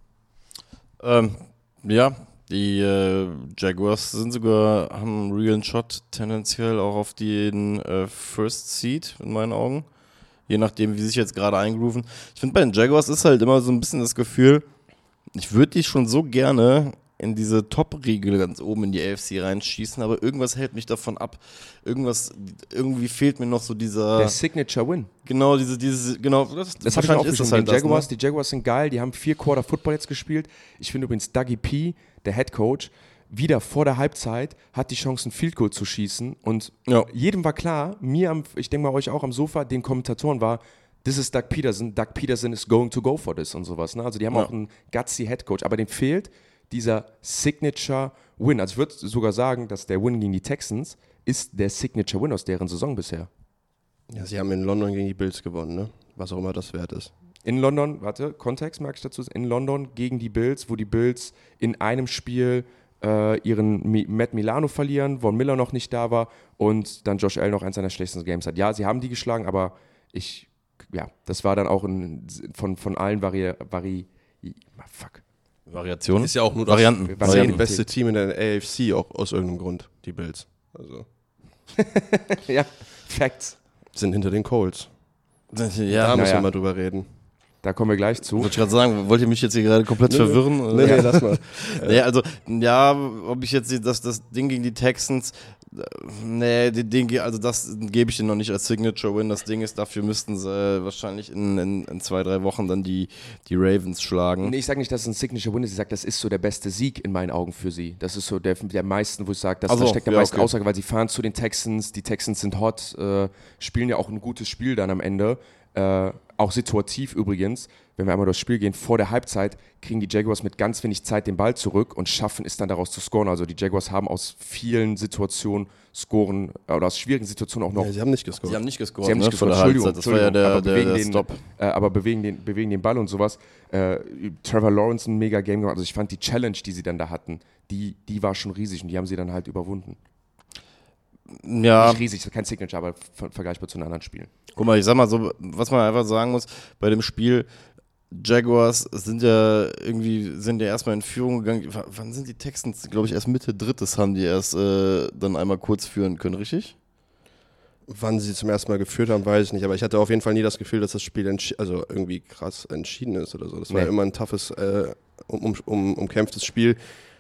Ähm, ja, die äh, Jaguars sind sogar, haben einen realen Shot tendenziell auch auf den äh, First Seed in meinen Augen. Je nachdem, wie sie sich jetzt gerade eingrooven. Ich finde, bei den Jaguars ist halt immer so ein bisschen das Gefühl, ich würde die schon so gerne in diese Top-Riegel ganz oben in die A F C reinschießen, aber irgendwas hält mich davon ab. Irgendwas, irgendwie fehlt mir noch so dieser... Der Signature-Win. Genau, diese, diese, genau, das, das habe ich auch ist das halt die Jaguars. das, ne? Die Jaguars sind geil, die haben vier Quarter Football jetzt gespielt. Ich finde übrigens Dougie P., der Head Coach, wieder vor der Halbzeit hat die Chance, ein Field Goal zu schießen und ja. jedem war klar, mir, am, ich denke mal euch auch am Sofa, den Kommentatoren war, this is Doug Peterson, Doug Peterson is going to go for this und sowas. Ne? Also die haben ja. auch einen gutsy Head Coach, aber dem fehlt dieser Signature-Win. Also ich würde sogar sagen, dass der Win gegen die Texans ist der Signature-Win aus deren Saison bisher. Ja, sie haben in London gegen die Bills gewonnen, ne? Was auch immer das wert ist. In London, warte, Kontext mag ich dazu, in London gegen die Bills, wo die Bills in einem Spiel äh, ihren Mi- Matt Milano verlieren, Von Miller noch nicht da war und dann Josh Allen noch eins seiner schlechtesten Games hat. Ja, sie haben die geschlagen, aber ich, ja, das war dann auch ein, von, von allen Vari... Vari fuck. Variationen? Ist ja auch nur das, Varianten. das Varianten. beste Team in der A F C, auch aus irgendeinem Grund, die Bills. Also. Ja, Facts. Sind hinter den Colts. Ja, da müssen naja. wir mal drüber reden. Da kommen wir gleich zu. wollte ich gerade sagen, wollt ihr mich jetzt hier gerade komplett verwirren? Nee, nee, lass mal. Nee, also, ja, ob ich jetzt das, das Ding gegen die Texans, äh, nee, die Ding, also das gebe ich denen noch nicht als Signature-Win. Das Ding ist, dafür müssten sie äh, wahrscheinlich in, in, in zwei, drei Wochen dann die, die Ravens schlagen. Nee, ich sage nicht, dass es ein Signature Win ist. Ich sage, das ist so der beste Sieg in meinen Augen für sie. Das ist so der, der meisten, wo ich sage, das Ach so, da steckt der ja, meiste okay. Aussage, weil sie fahren zu den Texans. Die Texans sind hot, äh, spielen ja auch ein gutes Spiel dann am Ende. Äh, auch situativ übrigens, wenn wir einmal durchs Spiel gehen, vor der Halbzeit kriegen die Jaguars mit ganz wenig Zeit den Ball zurück und schaffen es dann daraus zu scoren. Also die Jaguars haben aus vielen Situationen scoren, oder aus schwierigen Situationen auch noch. Ja, sie haben nicht gescored. Sie haben nicht gescored, Sie haben nicht ne, vor gescored, der Entschuldigung, Halbzeit. Das war ja der, aber der, bewegen der den, Stop. Äh, aber bewegen den, bewegen den Ball und sowas. Äh, Trevor Lawrence ein mega Game gemacht. Also ich fand die Challenge, die sie dann da hatten, die, die war schon riesig und die haben sie dann halt überwunden. Ja, Nicht riesig, kein Signature, aber ver- vergleichbar zu den anderen Spielen. guck mal, ich sag mal so, was man einfach sagen muss, bei dem Spiel, Jaguars sind ja irgendwie, sind ja erstmal in Führung gegangen. W- wann sind die Texans? Glaube ich, erst Mitte Drittes haben die erst äh, dann einmal kurz führen können, richtig? Wann sie zum ersten Mal geführt haben, weiß ich nicht. Aber ich hatte auf jeden Fall nie das Gefühl, dass das Spiel entschi- also irgendwie krass entschieden ist oder so. Das war Nee. ja immer ein toughes, äh, um, um, um, umkämpftes Spiel.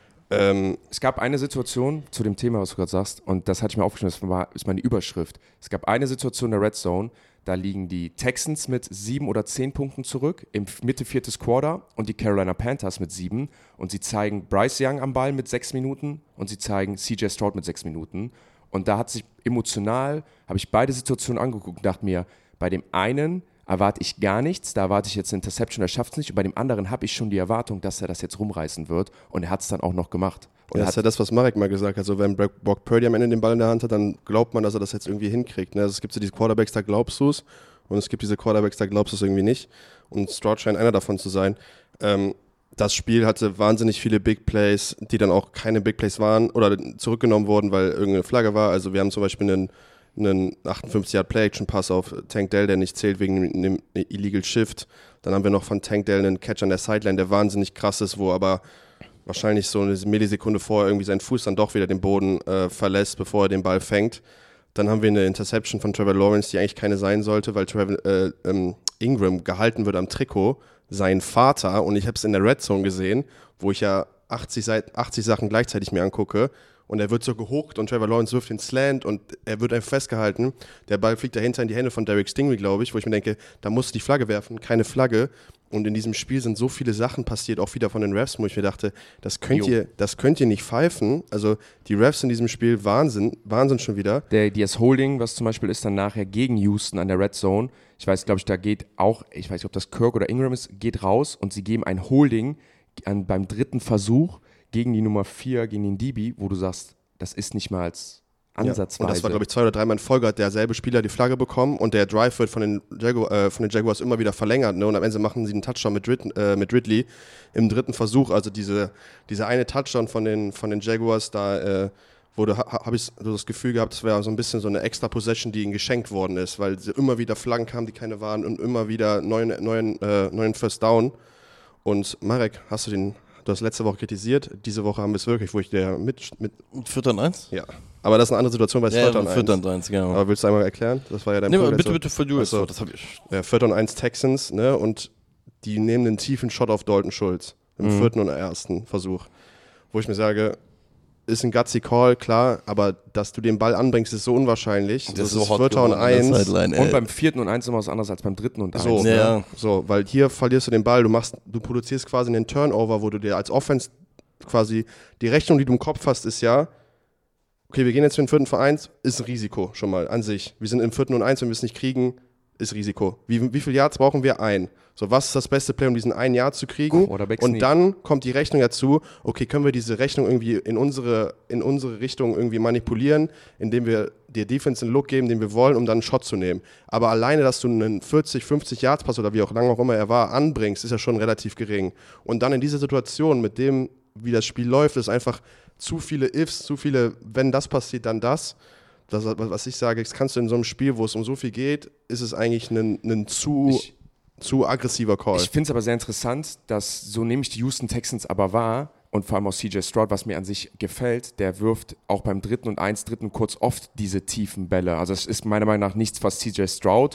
Ähm, Es gab eine Situation zu dem Thema, was du gerade sagst, und das hatte ich mir aufgeschrieben, das war, ist meine Überschrift. Es gab eine Situation in der Red Zone, da liegen die Texans mit sieben oder zehn Punkten zurück, im Mitte viertes Quarter, und die Carolina Panthers mit sieben. Und sie zeigen Bryce Young am Ball mit sechs Minuten und sie zeigen C J Stroud mit sechs Minuten. Und da hat sich emotional, habe ich beide Situationen angeguckt und dachte mir, bei dem einen erwarte ich gar nichts, da erwarte ich jetzt eine Interception, er schafft es nicht. Und bei dem anderen habe ich schon die Erwartung, dass er das jetzt rumreißen wird. Und er hat es dann auch noch gemacht. Und ja, er das hat ist ja das, was Marek mal gesagt hat. Also wenn Brock Brock Purdy am Ende den Ball in der Hand hat, dann glaubt man, dass er das jetzt irgendwie hinkriegt. Ne? Also es gibt so diese Quarterbacks, da glaubst du es. Und es gibt diese Quarterbacks, da glaubst du es irgendwie nicht. Und Stroud scheint einer davon zu sein. Ähm, das Spiel hatte wahnsinnig viele Big Plays, die dann auch keine Big Plays waren oder zurückgenommen wurden, weil irgendeine Flagge war. Also wir haben zum Beispiel einen, einen achtundfünfzig Yard Play-Action-Pass auf Tank Dell, der nicht zählt wegen einem Illegal Shift. Dann haben wir noch von Tank Dell einen Catch an der Sideline, der wahnsinnig krass ist, wo aber wahrscheinlich so eine Millisekunde vorher irgendwie sein Fuß dann doch wieder den Boden äh, verlässt, bevor er den Ball fängt. Dann haben wir eine Interception von Trevor Lawrence, die eigentlich keine sein sollte, weil Trevor äh, ähm, Ingram gehalten wird am Trikot. Sein Vater, und ich habe es in der Red Zone gesehen, wo ich ja achtzig, Seiten, achtzig Sachen gleichzeitig mir angucke, und er wird so gehuckt und Trevor Lawrence wirft den Slant und er wird einfach festgehalten. Der Ball fliegt dahinter in die Hände von Derek Stingley, glaube ich, wo ich mir denke, da musst du die Flagge werfen, keine Flagge. Und in diesem Spiel sind so viele Sachen passiert, auch wieder von den Refs, wo ich mir dachte, das könnt, ihr, das könnt ihr nicht pfeifen. Also die Refs in diesem Spiel, Wahnsinn, Wahnsinn schon wieder. Der, das Holding, was zum Beispiel ist dann nachher gegen Houston an der Red Zone, ich weiß, glaube ich, da geht auch, ich weiß nicht, ob das Kirk oder Ingram ist, geht raus und sie geben ein Holding an, beim dritten Versuch gegen die Nummer vier, gegen den D B, wo du sagst, das ist nicht mal als ansatzweise. Ja, und das war, glaube ich, zwei oder dreimal in Folge hat derselbe Spieler die Flagge bekommen und der Drive wird von den, Jagu- äh, von den Jaguars immer wieder verlängert. Ne? Und am Ende machen sie einen Touchdown mit, Rid- äh, mit Ridley im dritten Versuch. Also diese, diese eine Touchdown von den, von den Jaguars, da äh, wurde, ha, habe ich so das Gefühl gehabt, es wäre so ein bisschen so eine extra Possession, die ihnen geschenkt worden ist, weil sie immer wieder Flaggen kamen, die keine waren und immer wieder neuen, neuen, äh, neuen First Down. Und Marek, hast du den, du hast letzte Woche kritisiert, diese Woche haben wir es wirklich, wo ich der mit, mit Vierter und eins? ja. Aber das ist eine andere Situation, weil es Ja, Vierter und Vierter eins. und eins, genau. Aber willst du einmal erklären? Das war ja dein Nee, Punkt. bitte, letzte- bitte, für du jetzt. Achso. Das habe ich. Ja, Vierter und eins Texans, ne? Und die nehmen einen tiefen Shot auf Dalton Schulz im Mhm. vierten und ersten Versuch. Wo ich mir sage, ist ein gutsy Call, klar, aber dass du den Ball anbringst, ist so unwahrscheinlich. Das, ist Vierter und eins. Und beim vierten und eins immer was anderes als beim dritten und eins. So, ne? Ja. so, weil hier verlierst du den Ball, du machst, du produzierst quasi einen Turnover, wo du dir als Offense quasi die Rechnung, die du im Kopf hast, ist ja, okay, wir gehen jetzt für den vierten für eins, ist ein Risiko schon mal an sich. Wir sind im vierten und eins, wenn wir es nicht kriegen, ist Risiko. Wie, wie viele Yards brauchen wir? Ein. So, was ist das beste Play, um diesen einen Yard zu kriegen? Quarterback Und Sneak. dann kommt die Rechnung dazu, okay, können wir diese Rechnung irgendwie in unsere, in unsere Richtung irgendwie manipulieren, indem wir der Defense einen Look geben, den wir wollen, um dann einen Shot zu nehmen. Aber alleine, dass du einen vierzig, fünfzig Yards Pass oder wie auch lange auch immer er war, anbringst, ist ja schon relativ gering. Und dann in dieser Situation, mit dem, wie das Spiel läuft, ist einfach zu viele Ifs, zu viele, wenn das passiert, dann das. Das, was ich sage, das kannst du in so einem Spiel, wo es um so viel geht, ist es eigentlich ein, ein zu, Ich- zu aggressiver Call. Ich finde es aber sehr interessant, dass so nehme ich die Houston Texans aber wahr und vor allem auch C J Stroud, was mir an sich gefällt, der wirft auch beim dritten und eins, dritten kurz oft diese tiefen Bälle. Also es ist meiner Meinung nach nichts, was C J Stroud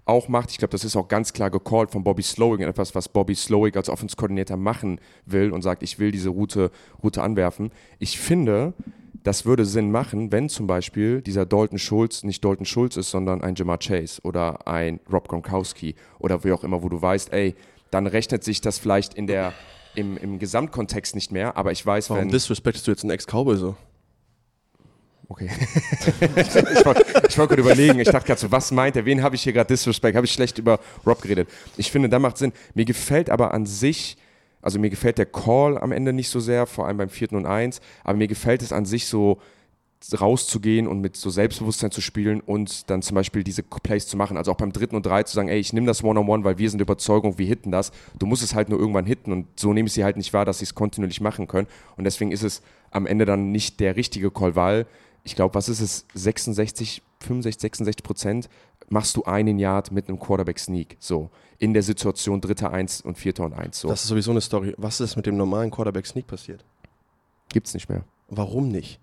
auch macht. Ich glaube, das ist auch ganz klar gecallt von Bobby Slowik, etwas, was Bobby Slowik als Offense-Koordinator machen will und sagt, ich will diese Route, Route anwerfen. Ich finde, das würde Sinn machen, wenn zum Beispiel dieser Dalton Schultz nicht Dalton Schultz ist, sondern ein Ja'Marr Chase oder ein Rob Gronkowski oder wie auch immer, wo du weißt, ey, dann rechnet sich das vielleicht in der, im, im Gesamtkontext nicht mehr, aber ich weiß, Warum wenn... disrespektest du jetzt einen Ex-Cowboy so? Okay. ich ich wollte wollt gerade überlegen, ich dachte gerade so, was meint er, wen habe ich hier gerade disrespect, habe ich schlecht über Rob geredet. Ich finde, da macht Sinn. Mir gefällt aber an sich, also mir gefällt der Call am Ende nicht so sehr, vor allem beim vierten und eins, aber mir gefällt es an sich so, rauszugehen und mit so Selbstbewusstsein zu spielen und dann zum Beispiel diese Plays zu machen, also auch beim dritten und drei zu sagen, ey, ich nehme das One-on-One, weil wir sind der Überzeugung, wir hitten das, du musst es halt nur irgendwann hitten und so nehme ich sie halt nicht wahr, dass sie es kontinuierlich machen können und deswegen ist es am Ende dann nicht der richtige Call, weil ich glaube, was ist es, sechsundsechzig, fünfundsechzig, sechsundsechzig Prozent machst du einen Yard mit einem Quarterback-Sneak, so, in der Situation dritter eins und vierter und eins, so. Das ist sowieso eine Story. Was ist mit dem normalen Quarterback-Sneak passiert? Gibt's nicht mehr. Warum nicht?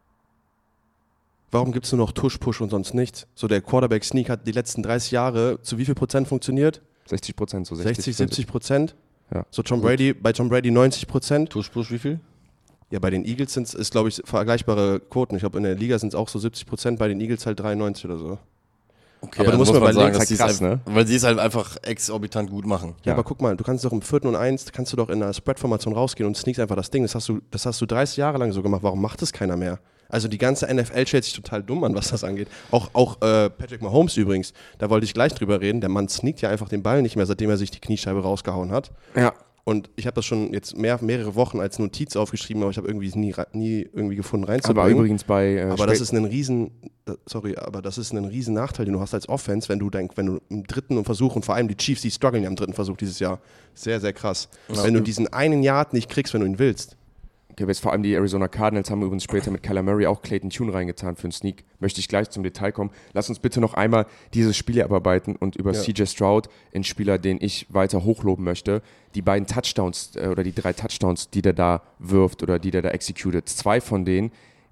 Warum gibt es nur noch Tush, Push und sonst nichts? So, der Quarterback-Sneak hat die letzten dreißig Jahre zu wie viel Prozent funktioniert? sechzig Prozent, so sechzig, sechzig, siebzig Prozent? Ja. So Tom Brady, bei Tom Brady neunzig Prozent. Tush, Push, wie viel? Ja, bei den Eagles sind es, glaube ich, vergleichbare Quoten. Ich glaube, in der Liga sind es auch so siebzig Prozent, bei den Eagles halt dreiundneunzig oder so. Okay, aber du musst muss mal man sagen, überlegen, dass halt krass, krass, ne? Weil sie es halt einfach exorbitant gut machen. Ja, Ja. aber guck mal, du kannst doch im vierten und eins, kannst du doch in einer Spread-Formation rausgehen und sneakst einfach das Ding. Das hast du, das hast du dreißig Jahre lang so gemacht. Warum macht das keiner mehr? Also die ganze N F L stellt sich total dumm an, was das angeht. Auch, auch äh, Patrick Mahomes übrigens, da wollte ich gleich drüber reden. Der Mann sneakt ja einfach den Ball nicht mehr, seitdem er sich die Kniescheibe rausgehauen hat. Ja. Und ich habe das schon jetzt mehr, mehrere Wochen als Notiz aufgeschrieben, aber ich habe irgendwie nie, nie irgendwie gefunden reinzubringen. Aber übrigens bei... Äh, aber das ist ein riesen, sorry, aber das ist ein riesen Nachteil, den du hast als Offense, wenn du denkst, wenn du im dritten Versuch, und vor allem die Chiefs, die strugglen ja im dritten Versuch dieses Jahr, sehr, sehr krass. Ja. Wenn du diesen einen Yard nicht kriegst, wenn du ihn willst. Okay, jetzt vor allem die Arizona Cardinals haben übrigens später mit Kyler Murray auch Clayton Tune reingetan für einen Sneak. Möchte ich gleich zum Detail kommen. Lass uns bitte noch einmal dieses Spiel abarbeiten und über Ja. C J Stroud, einen Spieler, den ich weiter hochloben möchte, die beiden Touchdowns äh, oder die drei Touchdowns, die der da wirft oder die der da executed, zwei von denen,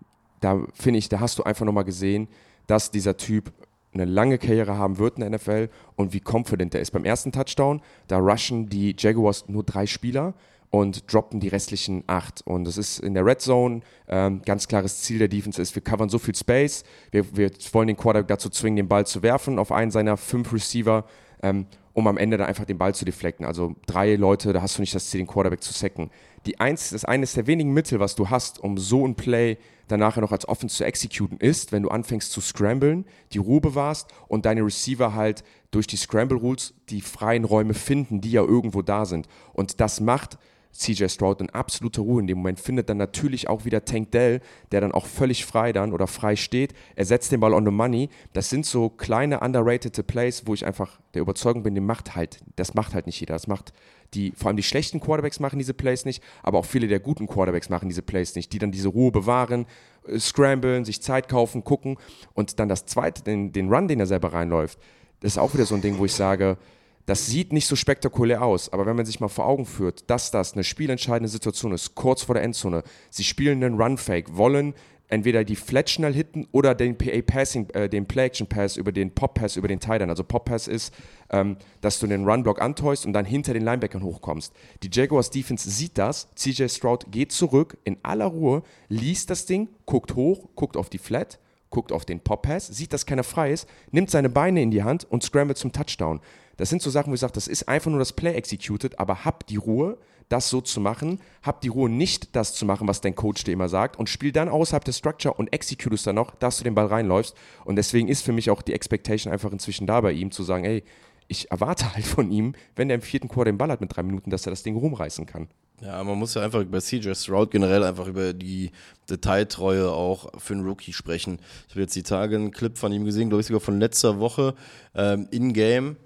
da finde ich, da hast du einfach nochmal gesehen, dass dieser Typ eine lange Karriere haben wird in der N F L und wie confident er ist. Beim ersten Touchdown, da rushen die Jaguars nur drei Spieler und droppen die restlichen acht. Und das ist in der Red Zone, ähm, ganz klares Ziel der Defense ist, wir covern so viel Space, wir, wir wollen den Quarterback dazu zwingen, den Ball zu werfen auf einen seiner fünf Receiver, ähm, um am Ende dann einfach den Ball zu deflecten. Also drei Leute, da hast du nicht das Ziel, den Quarterback zu sacken. Die eins, das eines der wenigen Mittel, was du hast, um so ein Play dann nachher noch als Offense zu executen, ist, wenn du anfängst zu scramblen, die Ruhe bewahrst und deine Receiver halt durch die Scramble-Rules die freien Räume finden, die ja irgendwo da sind. Und das macht C J Stroud in absoluter Ruhe in dem Moment, findet dann natürlich auch wieder Tank Dell, der dann auch völlig frei dann oder frei steht. Er setzt den Ball on the money. Das sind so kleine underrated Plays, wo ich einfach der Überzeugung bin, den macht halt, das macht halt nicht jeder. Das macht die, vor allem die schlechten Quarterbacks machen diese Plays nicht, aber auch viele der guten Quarterbacks machen diese Plays nicht, die dann diese Ruhe bewahren, äh, scramblen, sich Zeit kaufen, gucken und dann das zweite, den, den Run, den er selber reinläuft, das ist auch wieder so ein Ding, wo ich sage, das sieht nicht so spektakulär aus, aber wenn man sich mal vor Augen führt, dass das eine spielentscheidende Situation ist, kurz vor der Endzone, sie spielen einen Run-Fake, wollen entweder die Flat schnell hitten oder den P A-Passing, äh, den Play-Action-Pass über den Pop-Pass, über den Tight End. Also Pop-Pass ist, ähm, dass du den Run-Block antäust und dann hinter den Linebackern hochkommst. Die Jaguars-Defense sieht das, C J Stroud geht zurück in aller Ruhe, liest das Ding, guckt hoch, guckt auf die Flat, guckt auf den Pop-Pass, sieht, dass keiner frei ist, nimmt seine Beine in die Hand und scrambled zum Touchdown. Das sind so Sachen, wo ich sage, das ist einfach nur das Play executed, aber hab die Ruhe, das so zu machen, hab die Ruhe, nicht das zu machen, was dein Coach dir immer sagt und spiel dann außerhalb der Structure und execute es dann noch, dass du den Ball reinläufst und deswegen ist für mich auch die Expectation einfach inzwischen da bei ihm, zu sagen, ey, ich erwarte halt von ihm, wenn der im vierten Quarter den Ball hat mit drei Minuten, dass er das Ding rumreißen kann. Ja, man muss ja einfach über C J Stroud generell einfach über die Detailtreue auch für einen Rookie sprechen. Ich habe jetzt die Tage einen Clip von ihm gesehen, glaube ich sogar von letzter Woche, ähm, in-game.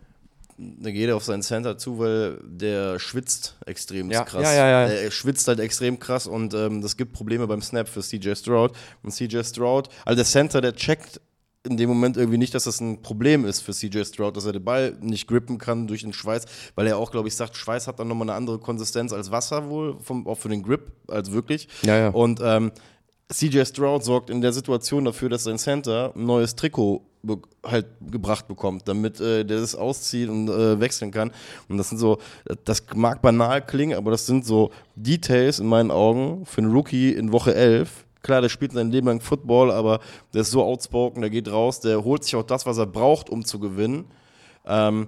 Da geht er auf seinen Center zu, weil der schwitzt extrem Ja, krass. ja, ja, ja. Er schwitzt halt extrem krass und ähm, das gibt Probleme beim Snap für C J Stroud. Und C J Stroud, also der Center, der checkt in dem Moment irgendwie nicht, dass das ein Problem ist für C J Stroud, dass er den Ball nicht grippen kann durch den Schweiß, weil er auch, glaube ich, sagt, Schweiß hat dann nochmal eine andere Konsistenz als Wasser wohl, vom, auch für den Grip, als wirklich. Ja, ja. Und ähm, C J Stroud sorgt in der Situation dafür, dass sein Center ein neues Trikot be- halt gebracht bekommt, damit äh, der das auszieht und äh, wechseln kann. Und das sind so, das mag banal klingen, aber das sind so Details in meinen Augen für einen Rookie in Woche elf. Klar, der spielt sein Leben lang Football, aber der ist so outspoken, der geht raus, der holt sich auch das, was er braucht, um zu gewinnen. Ähm,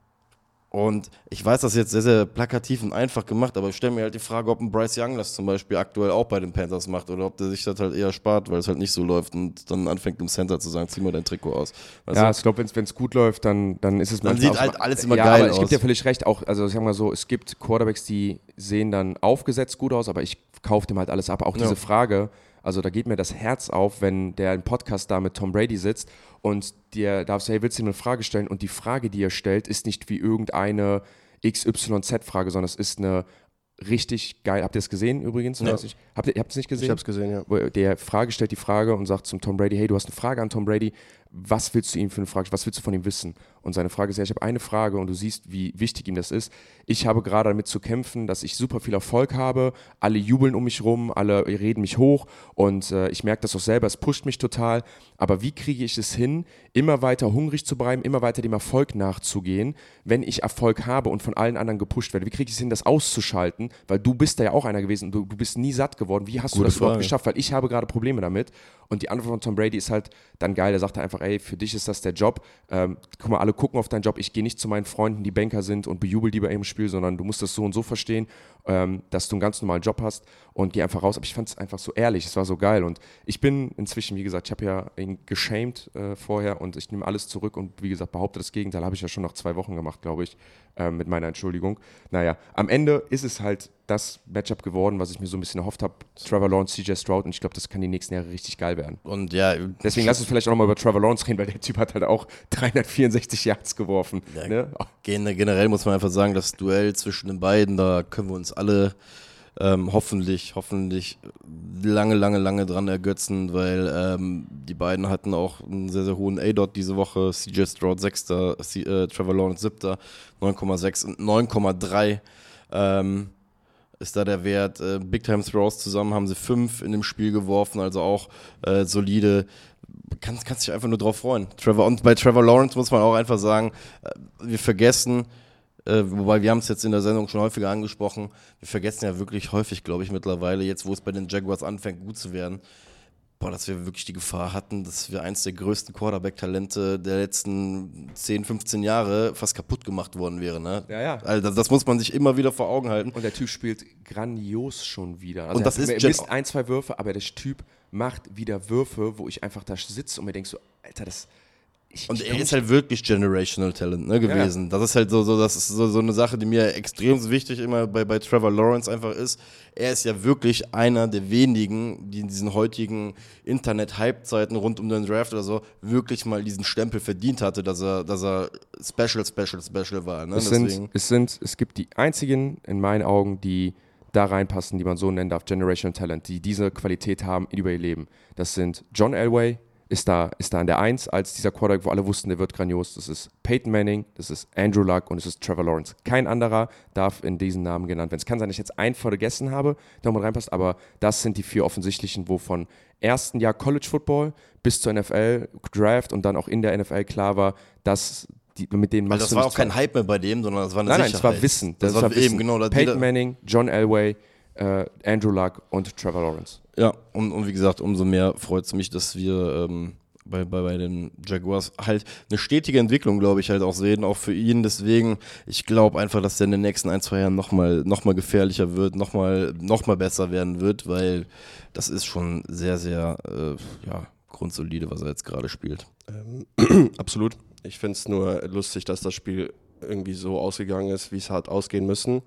und ich weiß, das ist jetzt sehr, sehr plakativ und einfach gemacht, aber ich stelle mir halt die Frage, ob ein Bryce Young das zum Beispiel aktuell auch bei den Panthers macht oder ob der sich das halt eher spart, weil es halt nicht so läuft und dann anfängt im Center zu sagen, zieh mal dein Trikot aus. Weißt Ja, du? ich glaube, wenn es gut läuft, dann, dann ist es Dann manchmal sieht auch- halt alles immer ja, geil aber ich aus. gebe dir völlig recht, auch, also ich sag mal so, es gibt Quarterbacks, die sehen dann aufgesetzt gut aus, aber ich kaufe dem halt alles ab. Auch Ja. diese Frage, also da geht mir das Herz auf, wenn der im Podcast da mit Tom Brady sitzt und dir darfst, hey, willst du ihm eine Frage stellen? Und die Frage, die er stellt, ist nicht wie irgendeine X Y Z-Frage, sondern es ist eine richtig geil. Habt ihr es gesehen übrigens? Ja. Weiß nicht. Habt ihr, ihr habt es nicht gesehen? Ich habe es gesehen, ja. Wo der Frage stellt die Frage und sagt zum Tom Brady, hey, du hast eine Frage an Tom Brady, was willst du ihm für eine Frage, was willst du von ihm wissen? Und seine Frage ist ja, ich habe eine Frage und du siehst, wie wichtig ihm das ist. Ich habe gerade damit zu kämpfen, dass ich super viel Erfolg habe, alle jubeln um mich rum, alle reden mich hoch und äh, ich merke das auch selber, es pusht mich total, aber wie kriege ich es hin, immer weiter hungrig zu bleiben, immer weiter dem Erfolg nachzugehen, wenn ich Erfolg habe und von allen anderen gepusht werde? Wie kriege ich es hin, das auszuschalten? Weil du bist da ja auch einer gewesen, du, du bist nie satt geworden. Wie hast Gute du das überhaupt Frage. geschafft? Weil ich habe gerade Probleme damit. Und die Antwort von Tom Brady ist halt dann geil. Er sagt einfach, ey, für dich ist das der Job. Ähm, guck mal, alle gucken auf deinen Job. Ich gehe nicht zu meinen Freunden, die Banker sind und bejubel die bei ihrem Spiel, sondern du musst das so und so verstehen, ähm, dass du einen ganz normalen Job hast und geh einfach raus. Aber ich fand es einfach so ehrlich, es war so geil. Und ich bin inzwischen, wie gesagt, ich habe ja ihn geschämt äh, vorher und ich nehme alles zurück und wie gesagt, behaupte das Gegenteil. Habe ich ja schon nach zwei Wochen gemacht, glaube ich, äh, mit meiner Entschuldigung. Naja, am Ende ist es halt das Matchup geworden, was ich mir so ein bisschen erhofft habe. Trevor Lawrence, C J Stroud und ich glaube, das kann die nächsten Jahre richtig geil werden. Und ja, Deswegen lass uns vielleicht auch nochmal über Trevor Lawrence reden, weil der Typ hat halt auch dreihundertvierundsechzig Yards geworfen. Ja, Ne? gen- generell muss man einfach sagen, das Duell zwischen den beiden, da können wir uns alle ähm, hoffentlich, hoffentlich lange, lange, lange dran ergötzen, weil ähm, die beiden hatten auch einen sehr, sehr hohen A D O T diese Woche. C J Stroud sechster, C- äh, Trevor Lawrence siebter, neun Komma sechs und neun Komma drei. Ähm, ist da der Wert. Äh, Big Time Throws zusammen haben sie fünf in dem Spiel geworfen, also auch äh, solide. Kannst, kannst dich einfach nur drauf freuen. Trevor, und bei Trevor Lawrence muss man auch einfach sagen, äh, wir vergessen, äh, wobei wir haben es jetzt in der Sendung schon häufiger angesprochen, wir vergessen ja wirklich häufig, glaube ich, mittlerweile, jetzt wo es bei den Jaguars anfängt, gut zu werden, boah, dass wir wirklich die Gefahr hatten, dass wir eins der größten Quarterback-Talente der letzten zehn, fünfzehn Jahre fast kaputt gemacht worden wäre. Ne? Ja, ja. Also das muss man sich immer wieder vor Augen halten. Und der Typ spielt grandios schon wieder. Also Und das er, ist er Gen- misst ein, zwei Würfe, aber der Typ macht wieder Würfe, wo ich einfach da sitze und mir denke so, Alter, das... Ich, Und ich er kann ist nicht- halt wirklich Generational Talent ne, gewesen. Das ist halt so, so, das ist so, so eine Sache, die mir extrem wichtig immer bei, bei Trevor Lawrence einfach ist. Er ist ja wirklich einer der wenigen, die in diesen heutigen Internet-Hype-Zeiten rund um den Draft oder so wirklich mal diesen Stempel verdient hatte, dass er, dass er Special, Special, Special war. Ne? es, sind, es, sind, es gibt die einzigen, in meinen Augen, die da reinpassen, die man so nennen darf, Generational Talent, die diese Qualität haben über ihr Leben. Das sind John Elway, ist da, ist da an der Eins als dieser Quarterback, wo alle wussten, der wird grandios. Das ist Peyton Manning, das ist Andrew Luck und das ist Trevor Lawrence. Kein anderer darf in diesen Namen genannt werden. Es kann sein, dass ich jetzt einen vergessen habe, der mal reinpasst, aber das sind die vier offensichtlichen, wo von ersten Jahr College Football bis zur N F L, Draft und dann auch in der N F L klar war, dass die, mit denen Weil machst das du war auch nichts kein falsch. Hype mehr bei dem, sondern das war eine Nein, nein, Sicherheit. es war Wissen. Das, Das, war war eben, Wissen. genau. Das Peyton jeder- Manning, John Elway, äh, Andrew Luck und Trevor Lawrence. Ja, und, und wie gesagt, umso mehr freut es mich, dass wir ähm, bei, bei, bei den Jaguars halt eine stetige Entwicklung, glaube ich, halt auch sehen, auch für ihn. Deswegen, ich glaube einfach, dass der in den nächsten ein, zwei Jahren nochmal noch mal gefährlicher wird, nochmal noch mal besser werden wird, weil das ist schon sehr, sehr äh, ja, grundsolide, was er jetzt gerade spielt. Ähm, absolut. Ich finde es nur lustig, dass das Spiel irgendwie so ausgegangen ist, wie es hat ausgehen müssen.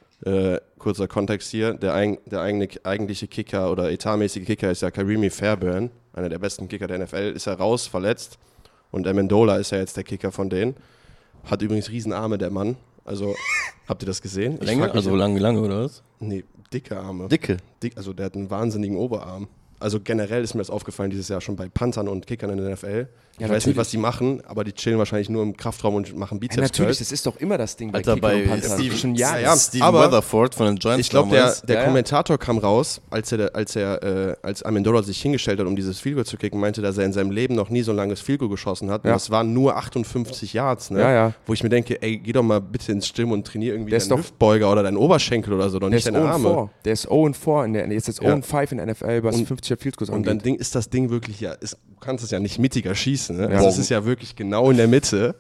Äh, kurzer Kontext hier, der, eig der eigene, eigentliche Kicker oder etatmäßige Kicker ist ja Karimi Fairbairn, einer der besten Kicker der N F L, ist ja raus, verletzt und Amendola ist ja jetzt der Kicker von denen. Hat übrigens Riesenarme, der Mann, also habt ihr das gesehen? Ich Länge? frag mich- Also lange, lange, oder was? Nee, dicke Arme. Dicke. Dick, also der hat einen wahnsinnigen Oberarm. also generell ist mir das aufgefallen dieses Jahr schon bei Panthern und Kickern in der N F L. Ich Ja, weiß natürlich. nicht, was die machen, aber die chillen wahrscheinlich nur im Kraftraum und machen Ja, Bizeps natürlich, Curls. das ist doch immer das Ding bei Alter, Kickern bei und Panthern. Steve, schon ja, Jahre. ja. Steven aber Rutherford von den Giants Ich glaube, der, damals. der Ja, ja. Kommentator kam raus, als er, als er äh, als Amendola sich hingestellt hat, um dieses Field Goal zu kicken, meinte, dass er in seinem Leben noch nie so ein langes Field Goal geschossen hat. Und Ja. das waren nur achtundfünfzig Yards, ne? Ja, ja. Wo ich mir denke, ey, geh doch mal bitte ins Gym und trainier irgendwie Der ist deinen doch- Hüftbeuger oder deinen Oberschenkel oder so, doch Der nicht ist deine oh und Arme. vier. Der ist oh und vier in der, jetzt ist Ja. oh und fünf in der N F L, was Und- fünfziger Field Goals Und dann angeht. Ding, ist das Ding wirklich, ja, ist, du kannst es ja nicht mittiger schießen, ne? Ja. Also es ist ja wirklich genau in der Mitte.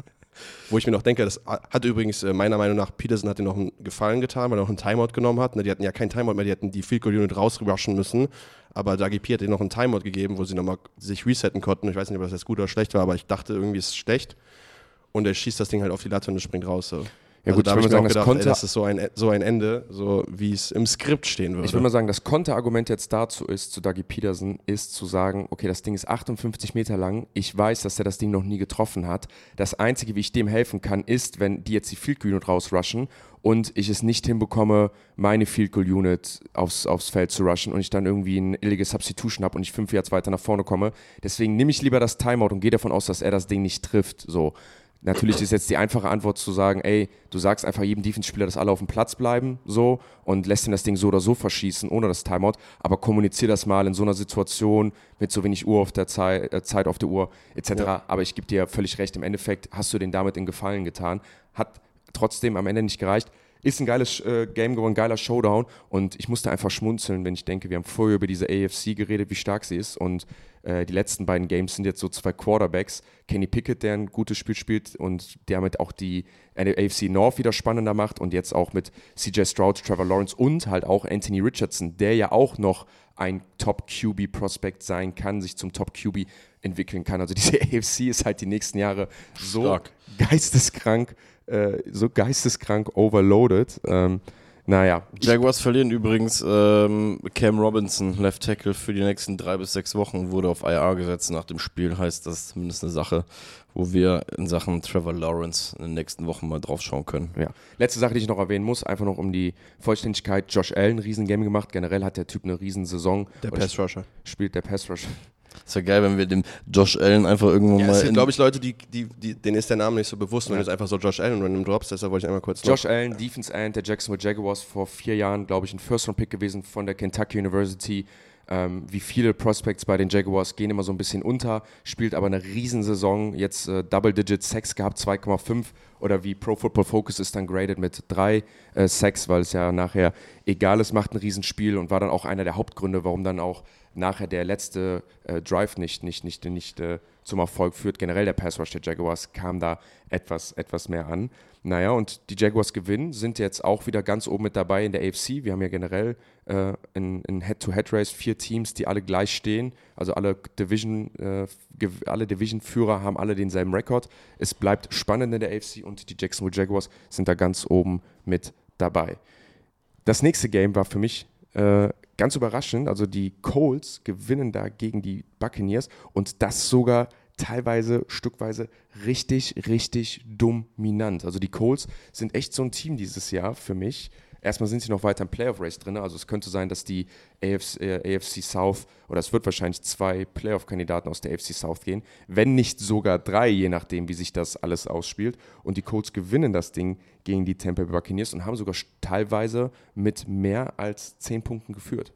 Wo ich mir noch denke, das hat übrigens äh, meiner Meinung nach, Peterson hat dir noch einen Gefallen getan, weil er noch einen Timeout genommen hat. Ne, die hatten ja keinen Timeout mehr, die hätten die Field Goal Unit rausrushen müssen. Aber Dougie P hat ihnen noch einen Timeout gegeben, wo sie nochmal sich resetten konnten. Ich weiß nicht, ob das jetzt gut oder schlecht war, aber ich dachte irgendwie, es ist schlecht. Und er schießt das Ding halt auf die Latte und es springt raus. So. Ja gut, da ich habe würde ich mir mal auch sagen, das gedacht, konnte, ey, das ist so ein, so ein Ende, so wie es im Skript stehen würde. ich würde mal sagen, das Konterargument jetzt dazu ist, zu Dougie Peterson, ist zu sagen, okay, das Ding ist achtundfünfzig Meter lang, ich weiß, dass er das Ding noch nie getroffen hat. Das Einzige, wie ich dem helfen kann, ist, wenn die jetzt die Field Goal Unit rausrushen und ich es nicht hinbekomme, meine Field Goal Unit aufs, aufs Feld zu rushen und ich dann irgendwie ein illegal Substitution habe und ich fünf Yards weiter nach vorne komme. Deswegen nehme ich lieber das Timeout und gehe davon aus, dass er das Ding nicht trifft. So. Natürlich ist jetzt die einfache Antwort zu sagen, ey, du sagst einfach jedem Defense-Spieler, dass alle auf dem Platz bleiben, so, und lässt ihn das Ding so oder so verschießen, ohne das Timeout, aber kommunizier das mal in so einer Situation mit so wenig Uhr auf der Zeit, äh, Zeit auf der Uhr, et cetera. Ja. Aber ich gebe dir völlig recht, im Endeffekt hast du den damit in Gefallen getan, hat trotzdem am Ende nicht gereicht. Ist ein geiles äh, Game geworden, geiler Showdown und ich musste einfach schmunzeln, wenn ich denke, wir haben vorher über diese A F C geredet, wie stark sie ist und äh, die letzten beiden Games sind jetzt so zwei Quarterbacks. Kenny Pickett, der ein gutes Spiel spielt und damit auch die A F C North wieder spannender macht und jetzt auch mit C J Stroud, Trevor Lawrence und halt auch Anthony Richardson, der ja auch noch ein Top-Q B-Prospect sein kann, sich zum Top-Q B entwickeln kann. Also diese A F C ist halt die nächsten Jahre so Stark. geisteskrank, äh, so geisteskrank overloaded. Ähm, naja. Jaguars verlieren übrigens ähm, Cam Robinson, Left Tackle, für die nächsten drei bis sechs Wochen, wurde auf I R gesetzt nach dem Spiel. Heißt, das ist zumindest eine Sache, wo wir in Sachen Trevor Lawrence in den nächsten Wochen mal drauf schauen können. Ja. Letzte Sache, die ich noch erwähnen muss, einfach noch um die Vollständigkeit. Josh Allen, Riesengame gemacht. Generell hat der Typ eine Riesensaison. der Und Pass Rusher. Spielt der Pass Rusher. Es wäre geil, wenn wir dem Josh Allen einfach irgendwann Ja, mal es sind, in, glaube ich, Leute, die, die, die, denen ist der Name nicht so bewusst, wenn Ja. du jetzt einfach so Josh Allen random droppst, deshalb wollte ich einmal kurz Josh Allen, Defense End der Jacksonville Jaguars, vor vier Jahren, glaube ich, ein First-Round-Pick gewesen von der Kentucky University. Ähm, wie viele Prospects bei den Jaguars gehen immer so ein bisschen unter, spielt aber eine Riesensaison, jetzt äh, Double-Digit Sacks gehabt, zwei Komma fünf oder wie Pro Football Focus ist dann graded mit drei äh, Sacks, weil es ja nachher egal ist, macht ein Riesenspiel und war dann auch einer der Hauptgründe, warum dann auch nachher der letzte äh, Drive nicht, nicht, nicht, nicht äh, zum Erfolg führt. Generell der Pass Rush der Jaguars kam da etwas, etwas mehr an. Naja, und die Jaguars gewinnen, sind jetzt auch wieder ganz oben mit dabei in der A F C. Wir haben ja generell äh, in, in Head-to-Head-Race vier Teams, die alle gleich stehen. Also alle Division, äh, alle Division-Führer haben alle denselben Rekord. Es bleibt spannend in der A F C und die Jacksonville Jaguars sind da ganz oben mit dabei. Das nächste Game war für mich äh, ganz überraschend. Also die Colts gewinnen da gegen die Buccaneers und das sogar teilweise, stückweise richtig, richtig dominant. Also die Colts sind echt so ein Team dieses Jahr für mich. Erstmal sind sie noch weiter im Playoff-Race drin. Also es könnte sein, dass die A F C, äh, A F C South, oder es wird wahrscheinlich zwei Playoff-Kandidaten aus der A F C South gehen, wenn nicht sogar drei, je nachdem, wie sich das alles ausspielt. Und die Colts gewinnen das Ding gegen die Tampa Bay Buccaneers und haben sogar teilweise mit mehr als zehn Punkten geführt.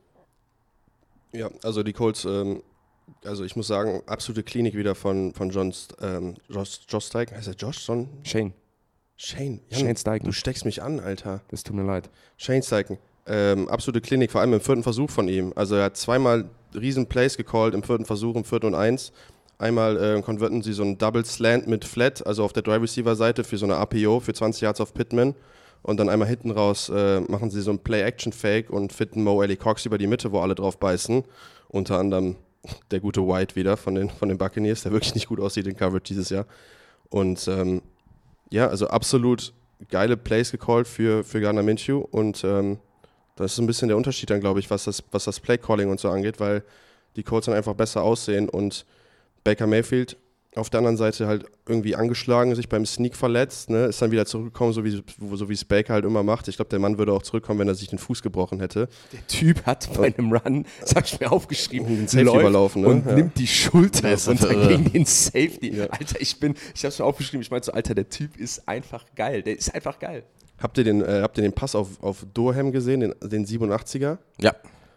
Ja, also die Colts, ähm, also ich muss sagen, absolute Klinik wieder von, von John, ähm, Josh, Josh Steichen. Heißt er Josh? Son? Shane, Shane. Jan, Shane Steichen. Du steckst mich an, Alter. Das tut mir leid. Shane Steichen. Ähm, absolute Klinik, vor allem im vierten Versuch von ihm. Also er hat zweimal riesen Plays gecallt im vierten Versuch, im vierten und eins. Einmal äh, konverten sie so einen Double Slant mit Flat, also auf der Dry Receiver Seite für so eine A P O für zwanzig Yards auf Pittman. Und dann einmal hinten raus äh, machen sie so einen Play-Action-Fake und fitten Mo Alley Cox über die Mitte, wo alle drauf beißen. Unter anderem der gute White wieder von den, von den Buccaneers, der wirklich nicht gut aussieht in Coverage dieses Jahr. Und ähm, ja, also absolut geile Plays gecallt für, für Gardner Minshew. Und ähm, das ist ein bisschen der Unterschied dann, glaube ich, was das, was das Play-Calling und so angeht, weil die Colts dann einfach besser aussehen und Baker Mayfield auf der anderen Seite halt irgendwie angeschlagen, sich beim Sneak verletzt, ne? Ist dann wieder zurückgekommen, so wie so wie es Baker halt immer macht. Ich glaube, der Mann würde auch zurückkommen, wenn er sich den Fuß gebrochen hätte. Der Typ hat bei einem Run, das habe ich mir aufgeschrieben, den Safety überlaufen, ne? Und ja. nimmt die Schulter runter irre. gegen den Safety. Ja. Alter, ich bin, ich habe es mir aufgeschrieben, ich meinte so, Alter, der Typ ist einfach geil. Der ist einfach geil. Habt ihr den, äh, habt ihr den Pass auf, auf Durham gesehen, den, den siebenundachtziger? Ja.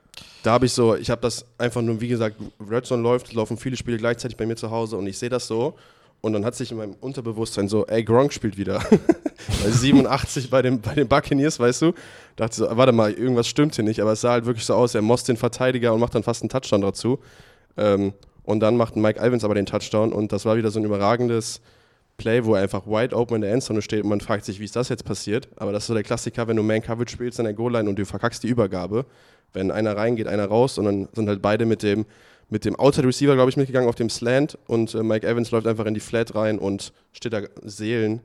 Da habe ich so, ich habe das einfach nur, wie gesagt, Red Zone läuft, laufen viele Spiele gleichzeitig bei mir zu Hause und ich sehe das so und dann hat sich in meinem Unterbewusstsein so, ey, Gronk spielt wieder. Bei siebenundachtzig bei den, bei den Buccaneers, weißt du, dachte so, warte mal, irgendwas stimmt hier nicht, aber es sah halt wirklich so aus, er mosst den Verteidiger und macht dann fast einen Touchdown dazu. Ähm, und dann macht Mike Evans aber den Touchdown und das war wieder so ein überragendes Play, wo er einfach wide open in der Endzone steht und man fragt sich, wie ist das jetzt passiert? Aber das ist so der Klassiker, wenn du Man-Coverage spielst in der Goal-Line und du verkackst die Übergabe. Wenn einer reingeht, einer raus und dann sind halt beide mit dem, mit dem Outside-Receiver, glaube ich, mitgegangen auf dem Slant und äh, Mike Evans läuft einfach in die Flat rein und steht da Seelen,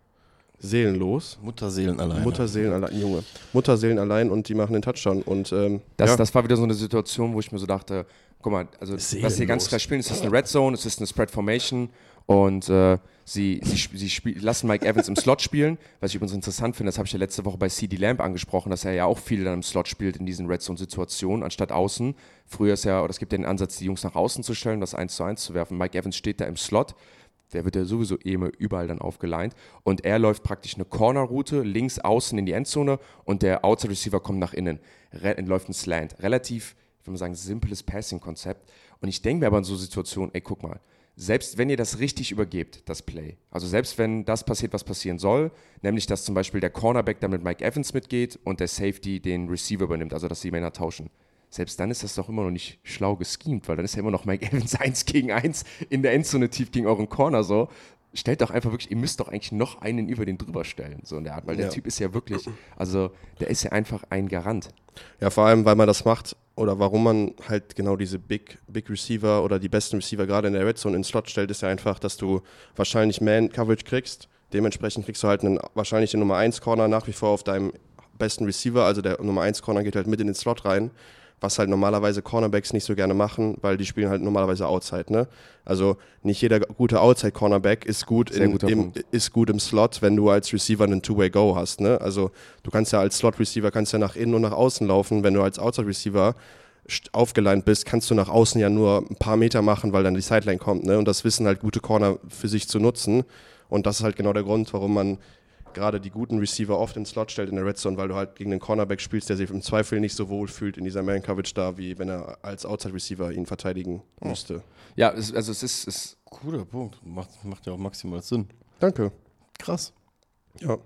seelenlos. Mutterseelen allein. Mutterseelen allein, Junge. Mutterseelen allein und die machen den Touchdown. Und, ähm, Das, ja. das war wieder so eine Situation, wo ich mir so dachte, guck mal, also Seelenlos. was sie ganz klar spielen, es ist eine Red Zone, es ist eine Spread Formation und äh, sie, sie, sie spiel, lassen Mike Evans im Slot spielen, was ich übrigens interessant finde, das habe ich ja letzte Woche bei C D Lamb angesprochen, dass er ja auch viel dann im Slot spielt in diesen Red Zone Situationen, anstatt außen. Früher ist ja, oder es gibt ja den Ansatz, die Jungs nach außen zu stellen, das eins zu eins zu werfen. Mike Evans steht da im Slot, der wird ja sowieso eh immer überall dann aufgeleint und er läuft praktisch eine Corner-Route links außen in die Endzone und der Outside Receiver kommt nach innen, Re- läuft ein Slant. Relativ, ich würde mal sagen, simples Passing-Konzept. Und ich denke mir aber in so Situationen, ey, guck mal, selbst wenn ihr das richtig übergebt, das Play, also selbst wenn das passiert, was passieren soll, nämlich dass zum Beispiel der Cornerback dann mit Mike Evans mitgeht und der Safety den Receiver übernimmt, also dass die Männer tauschen, selbst dann ist das doch immer noch nicht schlau geschemt, weil dann ist ja immer noch Mike Evans eins gegen eins in der Endzone tief gegen euren Corner so. Stellt doch einfach wirklich, ihr müsst doch eigentlich noch einen über den drüber stellen, so in der Art, weil der Ja. Typ ist ja wirklich, also der ist ja einfach ein Garant. Ja, vor allem, weil man das macht oder warum man halt genau diese Big, Big Receiver oder die besten Receiver gerade in der Red Zone in den Slot stellt, ist ja einfach, dass du wahrscheinlich Man-Coverage kriegst. Dementsprechend kriegst du halt einen, wahrscheinlich den Nummer eins Corner nach wie vor auf deinem besten Receiver. Also der Nummer eins Corner geht halt mit in den Slot rein, was halt normalerweise Cornerbacks nicht so gerne machen, weil die spielen halt normalerweise Outside, ne? Also nicht jeder gute Outside-Cornerback ist gut, Sehr in, guter im, Punkt. ist gut im Slot, wenn du als Receiver einen Two-Way-Go hast, ne? Also du kannst ja als Slot-Receiver kannst ja nach innen und nach außen laufen, wenn du als Outside-Receiver st- aufgeleint bist, kannst du nach außen ja nur ein paar Meter machen, weil dann die Sideline kommt, ne? Und das wissen halt gute Corner für sich zu nutzen und das ist halt genau der Grund, warum man gerade die guten Receiver oft in Slot stellt in der Red Zone, weil du halt gegen einen Cornerback spielst, der sich im Zweifel nicht so wohl fühlt in dieser Man-Coverage da, wie wenn er als Outside-Receiver ihn verteidigen müsste. Ja, es, also es ist, es, Cooler Punkt. Macht, macht ja auch maximal Sinn. Danke. Krass. Ja.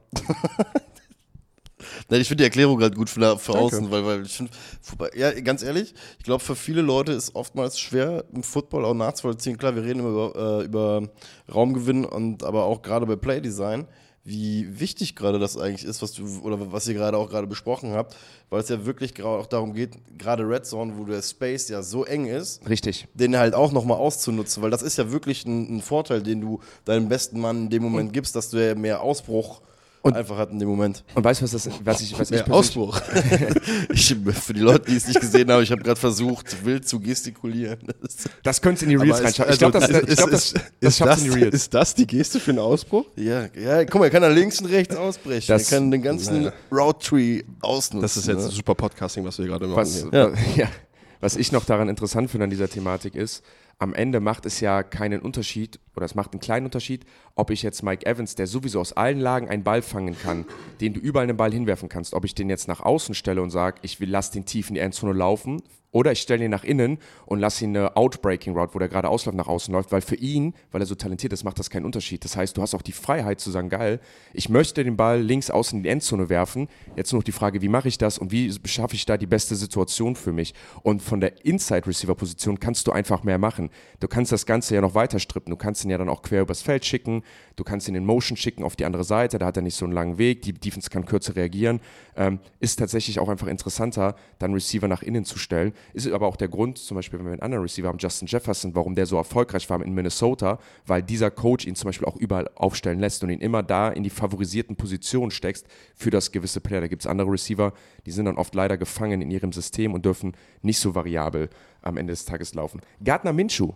Nein, ich finde die Erklärung halt gut für, für Danke. außen, weil, weil ich finde, ja, ganz ehrlich, ich glaube, für viele Leute ist oftmals schwer, im Football auch nachzuvollziehen. Klar, wir reden immer über, äh, über Raumgewinn und aber auch gerade bei Playdesign, wie wichtig gerade das eigentlich ist, was du oder was ihr gerade auch gerade besprochen habt, weil es ja wirklich gerade auch darum geht, gerade Red Zone, wo der Space ja so eng ist, richtig. den halt auch nochmal auszunutzen, weil das ist ja wirklich ein, ein Vorteil, den du deinem besten Mann in dem Moment gibst, dass du ja mehr Ausbruch Und- einfach hat in dem Moment. Und weißt du, was, das, was ich, was ich Mehr persönlich- Ausbruch. ich, für die Leute, die es nicht gesehen haben, ich habe gerade versucht, wild zu gestikulieren. Das- Das könntest du in die Reels Aber ist- reinschauen. Ich glaube, das, also, ich glaub, das, ist- das, ist schafft in die Reels. Ist das die Geste für einen Ausbruch? ja, ja, guck mal, er kann da links und rechts ausbrechen. Das- er kann den ganzen Naja. Route Tree ausnutzen. Das ist jetzt ne? super Podcasting, was wir gerade machen. Was, hier. Ja. ja. Was ich noch daran interessant finde an dieser Thematik ist, am Ende macht es ja keinen Unterschied, oder es macht einen kleinen Unterschied, ob ich jetzt Mike Evans, der sowieso aus allen Lagen einen Ball fangen kann, den du überall einen Ball hinwerfen kannst, ob ich den jetzt nach außen stelle und sage, ich will, lass den tief in die Endzone laufen, oder ich stelle ihn nach innen und lasse ihn eine Outbreaking Route, wo der gerade ausläuft, nach außen läuft, weil für ihn, weil er so talentiert ist, macht das keinen Unterschied. Das heißt, du hast auch die Freiheit zu sagen, geil, ich möchte den Ball links außen in die Endzone werfen. Jetzt nur noch die Frage, wie mache ich das und wie schaffe ich da die beste Situation für mich? Und von der Inside-Receiver-Position kannst du einfach mehr machen. Du kannst das Ganze ja noch weiter strippen. Du kannst ihn ja dann auch quer übers Feld schicken. Du kannst ihn in Motion schicken auf die andere Seite. Da hat er nicht so einen langen Weg. Die Defense kann kürzer reagieren. Ähm, ist tatsächlich auch einfach interessanter, dann Receiver nach innen zu stellen. Ist aber auch der Grund, zum Beispiel, wenn wir einen anderen Receiver haben, Justin Jefferson, warum der so erfolgreich war in Minnesota, weil dieser Coach ihn zum Beispiel auch überall aufstellen lässt und ihn immer da in die favorisierten Positionen steckst für das gewisse Player. Da gibt es andere Receiver, die sind dann oft leider gefangen in ihrem System und dürfen nicht so variabel am Ende des Tages laufen. Gardner Minshew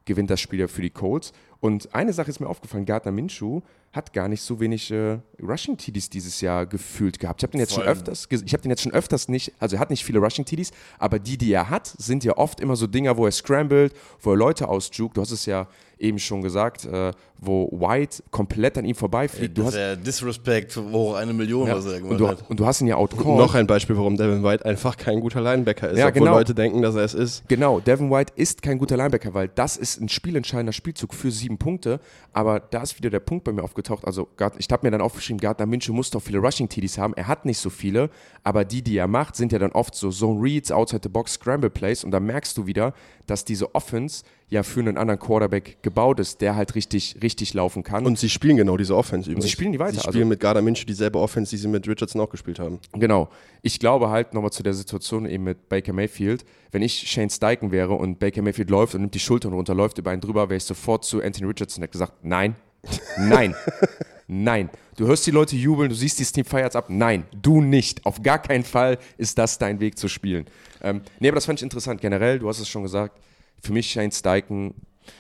gewinnt das Spiel ja für die Colts. Und eine Sache ist mir aufgefallen, Gardner Minshew hat gar nicht so wenig äh, Rushing-T Ds dieses Jahr gefühlt gehabt. Ich habe den jetzt schon öfters, ich habe den jetzt schon öfters nicht, also er hat nicht viele Rushing-T Ds, aber die, die er hat, sind ja oft immer so Dinger, wo er scrambled, wo er Leute ausjukt. Du hast es ja eben schon gesagt, äh, wo White komplett an ihm vorbeifliegt. Das du ist ja Disrespect, wo eine Million ja, was er und, du, hat. und du hast ihn ja outcalled. Noch ein Beispiel, warum Devin White einfach kein guter Linebacker ist, ja, obwohl genau. Leute denken, dass er es ist. Genau, Devin White ist kein guter Linebacker, weil das ist ein spielentscheidender Spielzug für sieben Punkte, aber da ist wieder der Punkt bei mir aufgetaucht, also ich habe mir dann aufgeschrieben, Gardner Minshew muss doch viele Rushing-T Ds haben, er hat nicht so viele, aber die, die er macht, sind ja dann oft so Zone-Reads, Outside-the-Box, Scramble-Plays und da merkst du wieder, dass diese Offense ja für einen anderen Quarterback gebaut ist, der halt richtig, richtig laufen kann. Und sie spielen genau diese Offense übrigens. Sie spielen die weiter. Sie spielen also mit Gardner Minshew dieselbe Offense, die sie mit Richardson auch gespielt haben. Genau. Ich glaube halt, nochmal zu der Situation eben mit Baker Mayfield, wenn ich Shane Steichen wäre und Baker Mayfield läuft und nimmt die Schultern runter, läuft über einen drüber, wäre ich sofort zu Anthony Richardson und hätte gesagt, nein, nein, nein. Du hörst die Leute jubeln, du siehst, dieses Team feiert's ab. Nein, du nicht. Auf gar keinen Fall ist das dein Weg zu spielen. Ähm, nee, aber das fand ich interessant. Generell, du hast es schon gesagt, für mich Shane Steichen,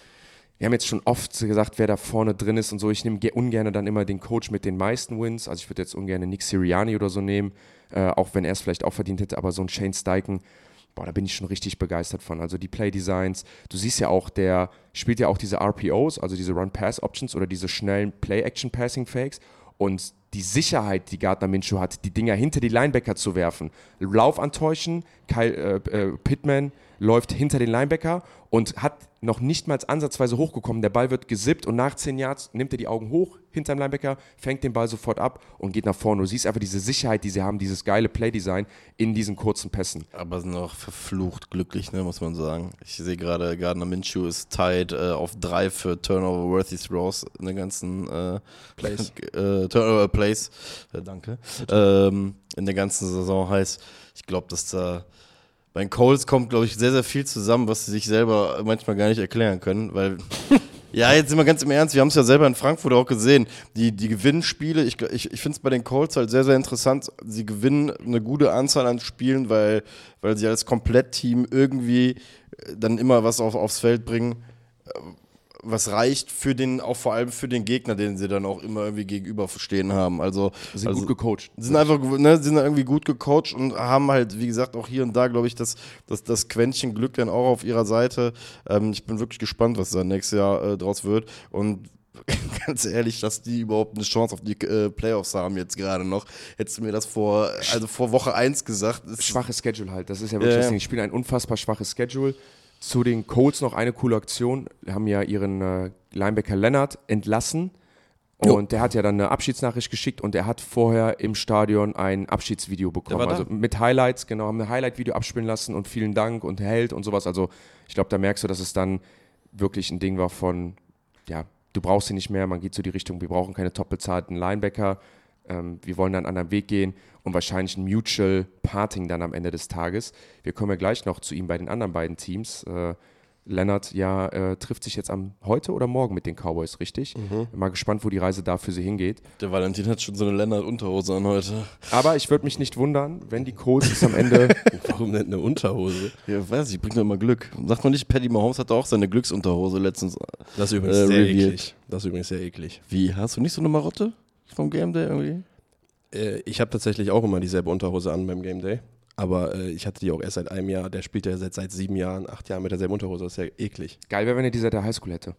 wir haben jetzt schon oft gesagt, wer da vorne drin ist und so. Ich nehme ungern dann immer den Coach mit den meisten Wins. Also ich würde jetzt ungern Nick Sirianni oder so nehmen, äh, auch wenn er es vielleicht auch verdient hätte. Aber so ein Shane Steichen, boah, da bin ich schon richtig begeistert von. Also die Play-Designs, du siehst ja auch, der spielt ja auch diese R P Os, also diese Run-Pass-Options oder diese schnellen Play-Action-Passing-Fakes. Und die Sicherheit, die Gardner Minshew hat, die Dinger hinter die Linebacker zu werfen. Lauf antäuschen, Kyle äh, äh, Pittman läuft hinter den Linebacker und hat noch nicht mal ansatzweise hochgekommen. Der Ball wird gesippt und nach zehn Yards nimmt er die Augen hoch hinter dem Linebacker, fängt den Ball sofort ab und geht nach vorne. Du siehst einfach diese Sicherheit, die sie haben, dieses geile Playdesign in diesen kurzen Pässen. Aber sind auch verflucht glücklich, ne, muss man sagen. Ich sehe gerade, Gardner Minshew ist tied äh, auf drei für Turnover-worthy Throws in den ganzen äh, Plays. äh, Turnover-Plays. Äh, danke. Ähm, in der ganzen Saison heißt, ich glaube, dass da bei den Colts kommt, glaube ich, sehr, sehr viel zusammen, was sie sich selber manchmal gar nicht erklären können, weil, ja, jetzt sind wir ganz im Ernst, wir haben es ja selber in Frankfurt auch gesehen, die, die Gewinnspiele, ich, ich, ich finde es bei den Colts halt sehr, sehr interessant, sie gewinnen eine gute Anzahl an Spielen, weil, weil sie als Komplettteam irgendwie dann immer was auf, aufs Feld bringen, was reicht für den, auch vor allem für den Gegner, den sie dann auch immer irgendwie gegenüber stehen haben. Also sind also, gut gecoacht. Sind einfach, ne, sind irgendwie gut gecoacht und haben halt, wie gesagt, auch hier und da, glaube ich, das, das, das Quäntchen Glück dann auch auf ihrer Seite. Ähm, ich bin wirklich gespannt, was da nächstes Jahr äh, draus wird. Und ganz ehrlich, dass die überhaupt eine Chance auf die äh, Playoffs haben jetzt gerade noch. Hättest du mir das vor, also vor Woche eins gesagt. Schwaches Schedule halt, das ist ja wirklich äh, das Ding. Die spielen ein unfassbar schwaches Schedule. Zu den Colts noch eine coole Aktion. Wir haben ja ihren äh, Linebacker Leonard entlassen und jo. der hat ja dann eine Abschiedsnachricht geschickt und er hat vorher im Stadion ein Abschiedsvideo bekommen. Also mit Highlights, genau, haben ein Highlight-Video abspielen lassen und vielen Dank und Held und sowas. Also ich glaube, da merkst du, dass es dann wirklich ein Ding war von, ja, du brauchst sie nicht mehr, man geht so die Richtung, wir brauchen keine top bezahlten Linebacker, ähm, wir wollen einen anderen Weg gehen und wahrscheinlich ein Mutual Parting dann am Ende des Tages. Wir kommen ja gleich noch zu ihm bei den anderen beiden Teams. Äh, Leonard ja, äh, trifft sich jetzt am heute oder morgen mit den Cowboys, richtig? Mhm. Bin mal gespannt, wo die Reise da für sie hingeht. Der Valentin hat schon so eine Leonard-Unterhose an heute. Aber ich würde mich nicht wundern, wenn die Colts es am Ende... Warum nicht eine Unterhose? Ja, weiß ich, bringt doch immer Glück. Sagt man nicht, Patty Mahomes hatte auch seine Glücksunterhose letztens. Das ist übrigens äh, sehr revealed. eklig. Das ist übrigens sehr eklig. Wie, hast du nicht so eine Marotte vom Game Day irgendwie? Äh, ich habe tatsächlich auch immer dieselbe Unterhose an beim Game Day. Aber äh, ich hatte die auch erst seit einem Jahr. Der spielt ja seit, seit sieben Jahren, acht Jahren mit derselben Unterhose. Das ist ja eklig. Geil wäre, wenn er die seit der Highschool hätte.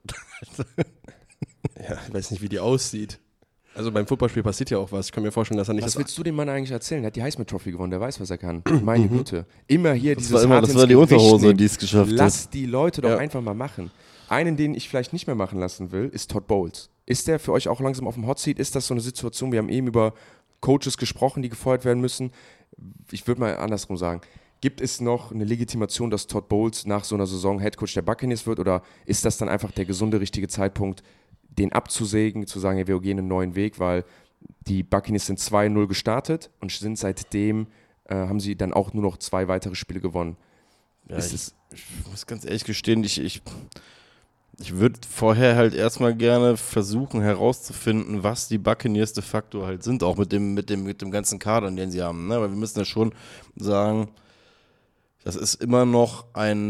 Ja, ich weiß nicht, wie die aussieht. Also beim Footballspiel passiert ja auch was. Ich kann mir vorstellen, dass er nicht... Was willst du dem Mann eigentlich erzählen? Er hat die Heisman Trophy gewonnen. Der weiß, was er kann. Meine Güte. Immer hier das dieses war immer, Das war die Unterhose, die es geschafft hat. Lass die Leute doch ja. einfach mal machen. Einen, den ich vielleicht nicht mehr machen lassen will, ist Todd Bowles. Ist der für euch auch langsam auf dem Hot Seat? Ist das so eine Situation? Wir haben eben über Coaches gesprochen, die gefeuert werden müssen. Ich würde mal andersrum sagen. Gibt es noch eine Legitimation, dass Todd Bowles nach so einer Saison Headcoach der Buccaneers wird? Oder ist das dann einfach der gesunde, richtige Zeitpunkt, den abzusägen, zu sagen, ja, wir gehen einen neuen Weg? Weil die Buccaneers sind zwei null gestartet und sind seitdem, äh, haben sie dann auch nur noch zwei weitere Spiele gewonnen. Ja, ist ich, es ich muss ganz ehrlich gestehen, ich, ich, ich würde vorher halt erstmal gerne versuchen herauszufinden, was die Buccaneers de facto halt sind, auch mit dem, mit dem, mit dem ganzen Kader, den sie haben. Ne? Weil wir müssen ja schon sagen, das ist immer noch ein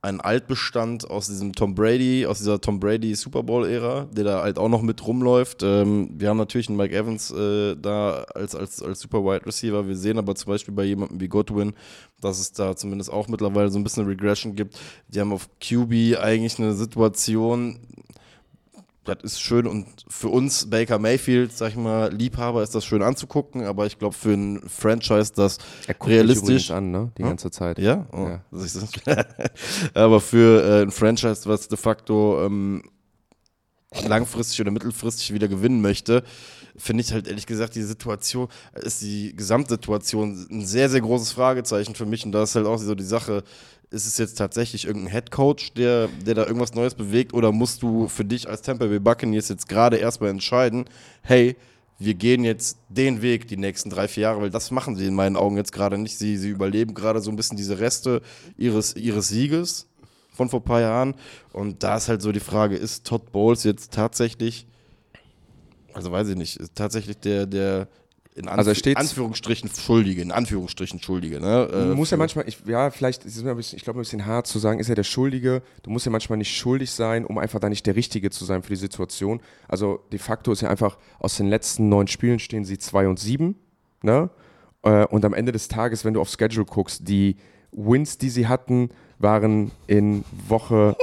ein Altbestand aus diesem Tom Brady, aus dieser Tom Brady Super Bowl-Ära, der da halt auch noch mit rumläuft. Ähm, wir haben natürlich einen Mike Evans äh, da als, als, als Super Wide Receiver. Wir sehen aber zum Beispiel bei jemandem wie Godwin, dass es da zumindest auch mittlerweile so ein bisschen Regression gibt. Die haben auf Q B eigentlich eine Situation, das ist schön, und für uns Baker Mayfield, sag ich mal, Liebhaber, ist das schön anzugucken, aber ich glaube für ein Franchise, das er guckt realistisch mich an, ne? Die hm? ganze Zeit. Ja? Oh, ja. Das ist aber für äh, ein Franchise, was de facto ähm, langfristig oder mittelfristig wieder gewinnen möchte, finde ich halt ehrlich gesagt, die Situation, ist die Gesamtsituation ein sehr, sehr großes Fragezeichen für mich, und da ist halt auch so die Sache, ist es jetzt tatsächlich irgendein Headcoach, der, der da irgendwas Neues bewegt, oder musst du für dich als Tampa Bay Buccaneers jetzt gerade erstmal entscheiden, hey, wir gehen jetzt den Weg die nächsten drei, vier Jahre, weil das machen sie in meinen Augen jetzt gerade nicht. Sie, sie überleben gerade so ein bisschen diese Reste ihres, ihres Sieges von vor ein paar Jahren, und da ist halt so die Frage, ist Todd Bowles jetzt tatsächlich, also weiß ich nicht, ist tatsächlich der, der in Anf- also steht Anführungsstrichen Schuldige, in Anführungsstrichen Schuldige. Ne? Du äh, musst ja manchmal, ich, ja, vielleicht ist es mir ein bisschen, ich glaube, ein bisschen hart zu sagen, ist er der Schuldige. Du musst ja manchmal nicht schuldig sein, um einfach da nicht der Richtige zu sein für die Situation. Also de facto ist ja einfach, aus den letzten neun Spielen stehen sie zwei und sieben. Ne? Und am Ende des Tages, wenn du auf Schedule guckst, die Wins, die sie hatten, waren in Woche.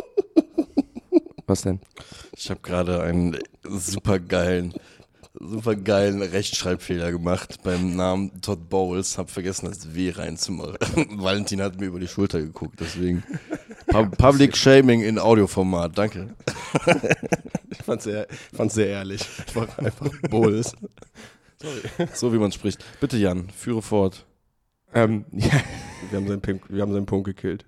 Was denn? Ich habe gerade einen super geilen. super geilen Rechtschreibfehler gemacht beim Namen Todd Bowles. Hab vergessen, das W reinzumachen. Valentin hat mir über die Schulter geguckt, deswegen. Pu- Public Shaming in Audioformat, danke. Ich fand's sehr, fand's sehr ehrlich. Ich war einfach Bowles. Sorry. So wie man spricht. Bitte Jan, führe fort. Ähm, ja. Wir haben seinen, Pink, wir haben seinen Punkt gekillt.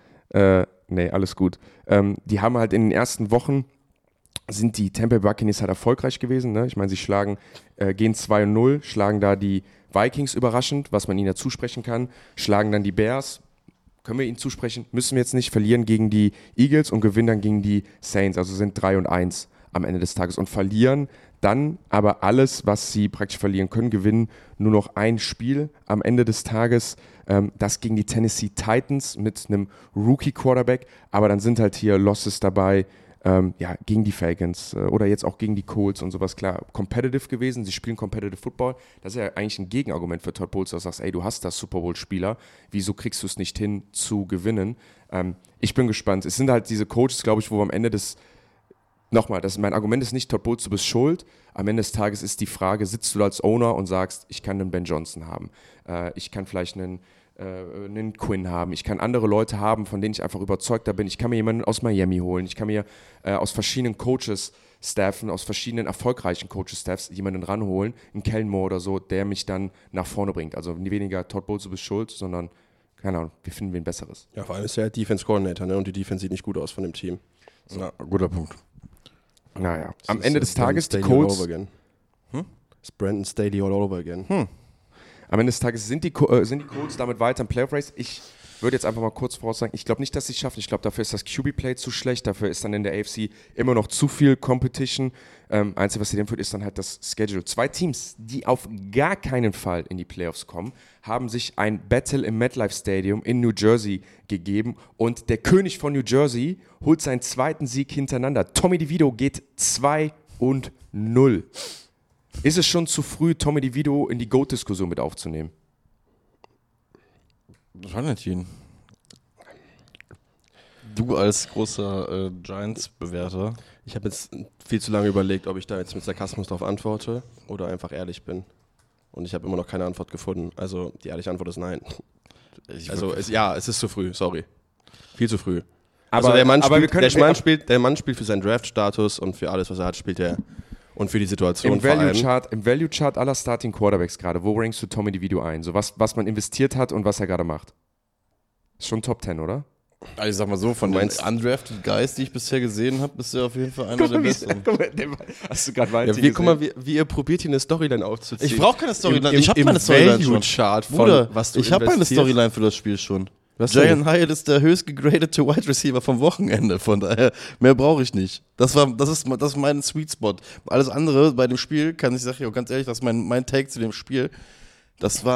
Äh, nee, alles gut. Ähm, die haben halt in den ersten Wochen sind die Tampa Bay Buccaneers halt erfolgreich gewesen. Ne? Ich meine, sie schlagen, äh, gehen zwei und null, schlagen da die Vikings überraschend, was man ihnen ja zusprechen kann, schlagen dann die Bears, können wir ihnen zusprechen, müssen wir jetzt nicht, verlieren gegen die Eagles und gewinnen dann gegen die Saints, also sind drei und eins am Ende des Tages und verlieren dann aber alles, was sie praktisch verlieren können, gewinnen nur noch ein Spiel am Ende des Tages, ähm, das gegen die Tennessee Titans mit einem Rookie-Quarterback, aber dann sind halt hier Losses dabei, Ähm, ja, gegen die Falcons äh, oder jetzt auch gegen die Colts und sowas, klar, competitive gewesen, sie spielen competitive Football, das ist ja eigentlich ein Gegenargument für Todd Bowles, dass du sagst, ey, du hast das Super Bowl-Spieler, wieso kriegst du es nicht hin zu gewinnen? Ähm, ich bin gespannt, es sind halt diese Coaches, glaube ich, wo am Ende des, nochmal, das, mein Argument ist nicht, Todd Bowles, du bist schuld, am Ende des Tages ist die Frage, sitzt du als Owner und sagst, ich kann einen Ben Johnson haben, äh, ich kann vielleicht einen Äh, einen Quinn haben, ich kann andere Leute haben, von denen ich einfach überzeugter bin, ich kann mir jemanden aus Miami holen, ich kann mir äh, aus verschiedenen Coaches-Staffen, aus verschiedenen erfolgreichen Coaches-Staffs jemanden ranholen, einen Kellen Moore oder so, der mich dann nach vorne bringt. Also weniger Todd Bowles, du bist schuld, sondern, keine Ahnung, wir finden wen Besseres. Ja, vor allem ist er Defense-Coordinator, ne? Und die Defense sieht nicht gut aus von dem Team. So. Na, guter Punkt. Naja, Das am ist, Ende ist des Tages, die Brandon Colts... Staley all over again. Hm? Das ist Brandon Staley all over again. Hm. Am Ende des Tages sind die, äh, sind die Colts damit weiter im Playoff-Race. Ich würde jetzt einfach mal kurz voraussagen, ich glaube nicht, dass sie es schaffen. Ich glaube, dafür ist das Q B-Play zu schlecht. Dafür ist dann in der A F C immer noch zu viel Competition. Ähm, Einzige, was sie dem führt, ist dann halt das Schedule. Zwei Teams, die auf gar keinen Fall in die Playoffs kommen, haben sich ein Battle im MetLife Stadium in New Jersey gegeben. Und der König von New Jersey holt seinen zweiten Sieg hintereinander. Tommy DeVito geht zwei und null. Ist es schon zu früh, Tommy DeVito in die GOAT-Diskussion mit aufzunehmen? Valentin. Du als großer äh, Giants-Bewerter. Ich habe jetzt viel zu lange überlegt, ob ich da jetzt mit Sarkasmus darauf antworte oder einfach ehrlich bin. Und ich habe immer noch keine Antwort gefunden. Also die ehrliche Antwort ist nein. Ich also es, ja, es ist zu früh, sorry. Viel zu früh. Aber, also der Mann, aber spielt, wir können, der, Mann spielt, der Mann spielt für seinen Draft-Status und für alles, was er hat, spielt er. Und für die Situation Im vor allem. Value Chart, im Value Chart aller Starting Quarterbacks gerade, wo rankst du Tommy DeVito ein? So was, was man investiert hat und was er gerade macht. Ist schon Top zehn, oder? Also ich sag mal so, von den undrafted Guys, die ich bisher gesehen habe, bist du auf jeden Fall einer Guck der mal, wie- Besten. guck mal, der- Hast du gerade Ja, Valentin wie, guck mal, gesehen? wie, wie ihr probiert hier eine Storyline aufzuziehen. Ich brauche keine Storyline. Im, im, ich habe im meine Storyline schon. Value-Chart von, Bruder, was du ich habe eine investierst. Storyline für das Spiel schon. Was Jalen Hyatt ist der höchst gegradete Wide Receiver vom Wochenende, von daher mehr brauche ich nicht. Das war, das ist, das ist mein Sweet Spot. Alles andere bei dem Spiel, kann ich sagen, ganz ehrlich, das ist mein, mein Take zu dem Spiel. Das war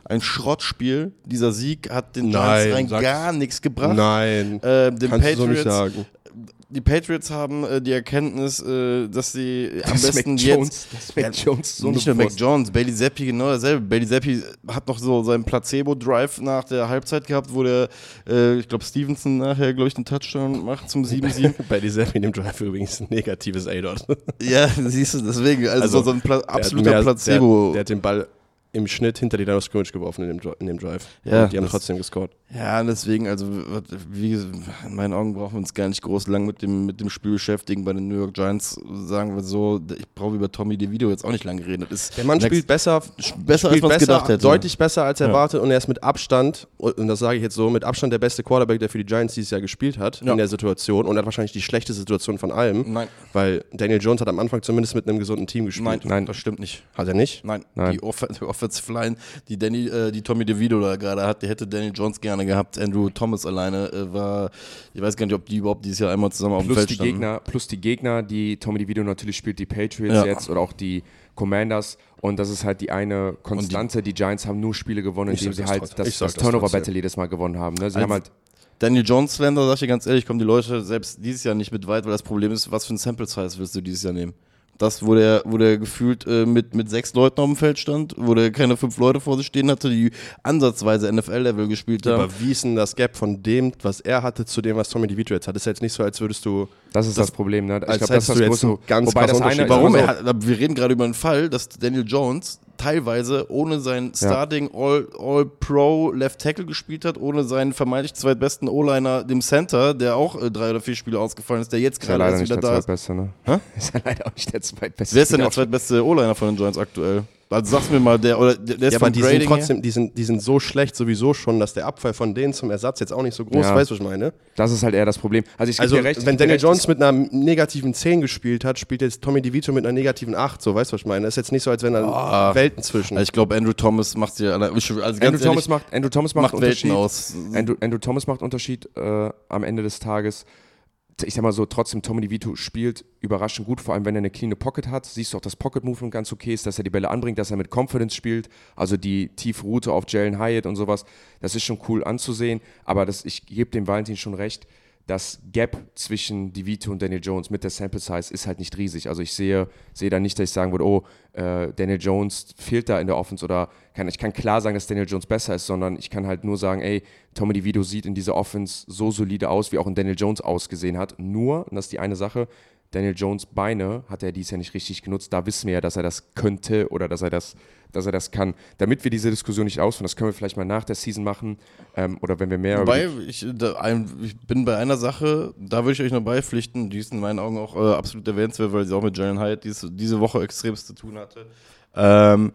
ein Schrottspiel. Dieser Sieg hat den Nein, Giants rein sag's- gar nichts gebracht. Nein, Äh, den kannst du so nicht Patriots, sagen. die Patriots haben äh, die Erkenntnis, äh, dass sie am Das besten Mac jetzt Jones, das Mac Ja, Jones so nicht eine nur Mac Wurst. Jones, Bailey Zappi genau dasselbe. Bailey Zappi hat noch so seinen Placebo-Drive nach der Halbzeit gehabt, wo der, äh, ich glaube, Stevenson nachher, glaube ich, den Touchdown macht zum sieben sieben. Bei dieser in dem Drive übrigens ein negatives A dort. Ja, siehst du, deswegen, also, Also, so ein Pla Der hat absoluter mehr- Placebo. Der, der hat den Ball im Schnitt hinter die Line of Scrimmage geworfen in dem, Dri- in dem Drive. Ja, Und die haben das- trotzdem gescored. Ja, deswegen, also wie gesagt, in meinen Augen brauchen wir uns gar nicht groß lang mit dem, mit dem Spiel beschäftigen. Bei den New York Giants sagen wir so, ich brauche über Tommy DeVito jetzt auch nicht lange reden. Das ist Der Mann next- spielt besser, besser, als spielt man es besser, gedacht hätte. deutlich besser als Ja. erwartet und er ist mit Abstand, und das sage ich jetzt so, mit Abstand der beste Quarterback, der für die Giants dieses Jahr gespielt hat Ja. in der Situation und hat wahrscheinlich die schlechteste Situation von allem, Nein, weil Daniel Jones hat am Anfang zumindest mit einem gesunden Team gespielt. nein, Nein. das stimmt nicht. Hat er nicht? Nein, Nein. die Off- die Offensive Line, die, Danny, äh, die Tommy DeVito da gerade hat, die hätte Daniel Jones gerne gehabt. Andrew Thomas alleine äh, war, ich weiß gar nicht, ob die überhaupt dieses Jahr einmal zusammen auf dem Plus Feld die, standen. Gegner, plus die Gegner, die Tommy DeVito natürlich spielt, die Patriots Ja. jetzt oder auch die Commanders. Und das ist halt die eine Konstante. Die, Giants haben nur Spiele gewonnen, Ich indem sag sie das halt trotzdem. das, Ich sag das das Turnover-Battle trotzdem. jedes Mal gewonnen haben. Ne? Sie Also- haben halt Daniel Jones Slender, sag ich dir ganz ehrlich, kommen die Leute selbst dieses Jahr nicht mit weit, weil das Problem ist, was für ein Sample Size willst du dieses Jahr nehmen? Das, wo der, wo der gefühlt äh, mit, mit sechs Leuten auf dem Feld stand, wo der keine fünf Leute vor sich stehen hatte, die ansatzweise N F L-Level gespielt haben. Aber wie ist denn das Gap von dem, was er hatte, zu dem, was Tommy DeVito jetzt hat? Das ist ja jetzt nicht so, als würdest du... Das ist das, Problem, ne? Ich als glaube, das ist hättest das du jetzt große. einen ganz Wobei das krassen eine Unterschied. ist Warum? immer Er hat, wir reden gerade über einen Fall, dass Daniel Jones teilweise ohne seinen Starting All, All-Pro Left Tackle gespielt hat, ohne seinen vermeintlich zweitbesten O-Liner, dem Center, der auch äh, drei oder vier Spiele ausgefallen ist, der jetzt ist ja gerade leider erst nicht wieder der da ist. zweitbeste, ne? Hä? Ist ja leider auch nicht der zweitbeste. Wer ist denn der Spieler. zweitbeste O-Liner von den Giants aktuell? Also sag's mir mal, der oder der, der ist Ja, vom aber die sind Grading her- trotzdem, die sind, die sind so schlecht sowieso schon, dass der Abfall von denen zum Ersatz jetzt auch nicht so groß ist. Ja. Weißt du, was ich meine? Das ist halt eher das Problem. Also ich gebe Also, dir recht. ich wenn geb dir Daniel recht, Jones mit einer negativen zehn gespielt hat, spielt jetzt Tommy DeVito mit einer negativen acht. So, weißt du, was ich meine? Das ist jetzt nicht so, als wenn da Oh. Welten zwischen. Also ich glaube, Andrew Thomas macht sie allein. Also ganz Andrew ehrlich, Thomas macht, Andrew Thomas macht, macht Welten Unterschied. aus. Andrew, Andrew Thomas macht Unterschied äh, am Ende des Tages. Ich sag mal so, trotzdem, Tommy DeVito spielt überraschend gut, vor allem wenn er eine cleane Pocket hat. Siehst du auch, dass Pocket-Movement ganz okay ist, dass er die Bälle anbringt, dass er mit Confidence spielt. Also die tiefe Route auf Jalen Hyatt und sowas, das ist schon cool anzusehen. Aber das, ich gebe dem Valentin schon recht, das Gap zwischen DeVito und Daniel Jones mit der Sample Size ist halt nicht riesig. Also ich sehe, sehe da nicht, dass ich sagen würde, oh, äh, Daniel Jones fehlt da in der Offense oder kann, ich kann klar sagen, dass Daniel Jones besser ist, sondern ich kann halt nur sagen, ey, Tommy DeVito sieht in dieser Offense so solide aus, wie auch in Daniel Jones ausgesehen hat. Nur, und das ist die eine Sache, Daniel Jones Beine hat er dies ja nicht richtig genutzt. Da wissen wir ja, dass er das könnte oder dass er das, dass er das kann. Damit wir diese Diskussion nicht ausführen, das können wir vielleicht mal nach der Season machen ähm, oder wenn wir mehr Wobei, über die, ich, da, ein, ich bin bei einer Sache, da würde ich euch noch beipflichten, die ist in meinen Augen auch äh, absolut erwähnenswert, weil sie auch mit Jalen Hyatt dies, diese Woche extremst zu tun hatte. Ähm,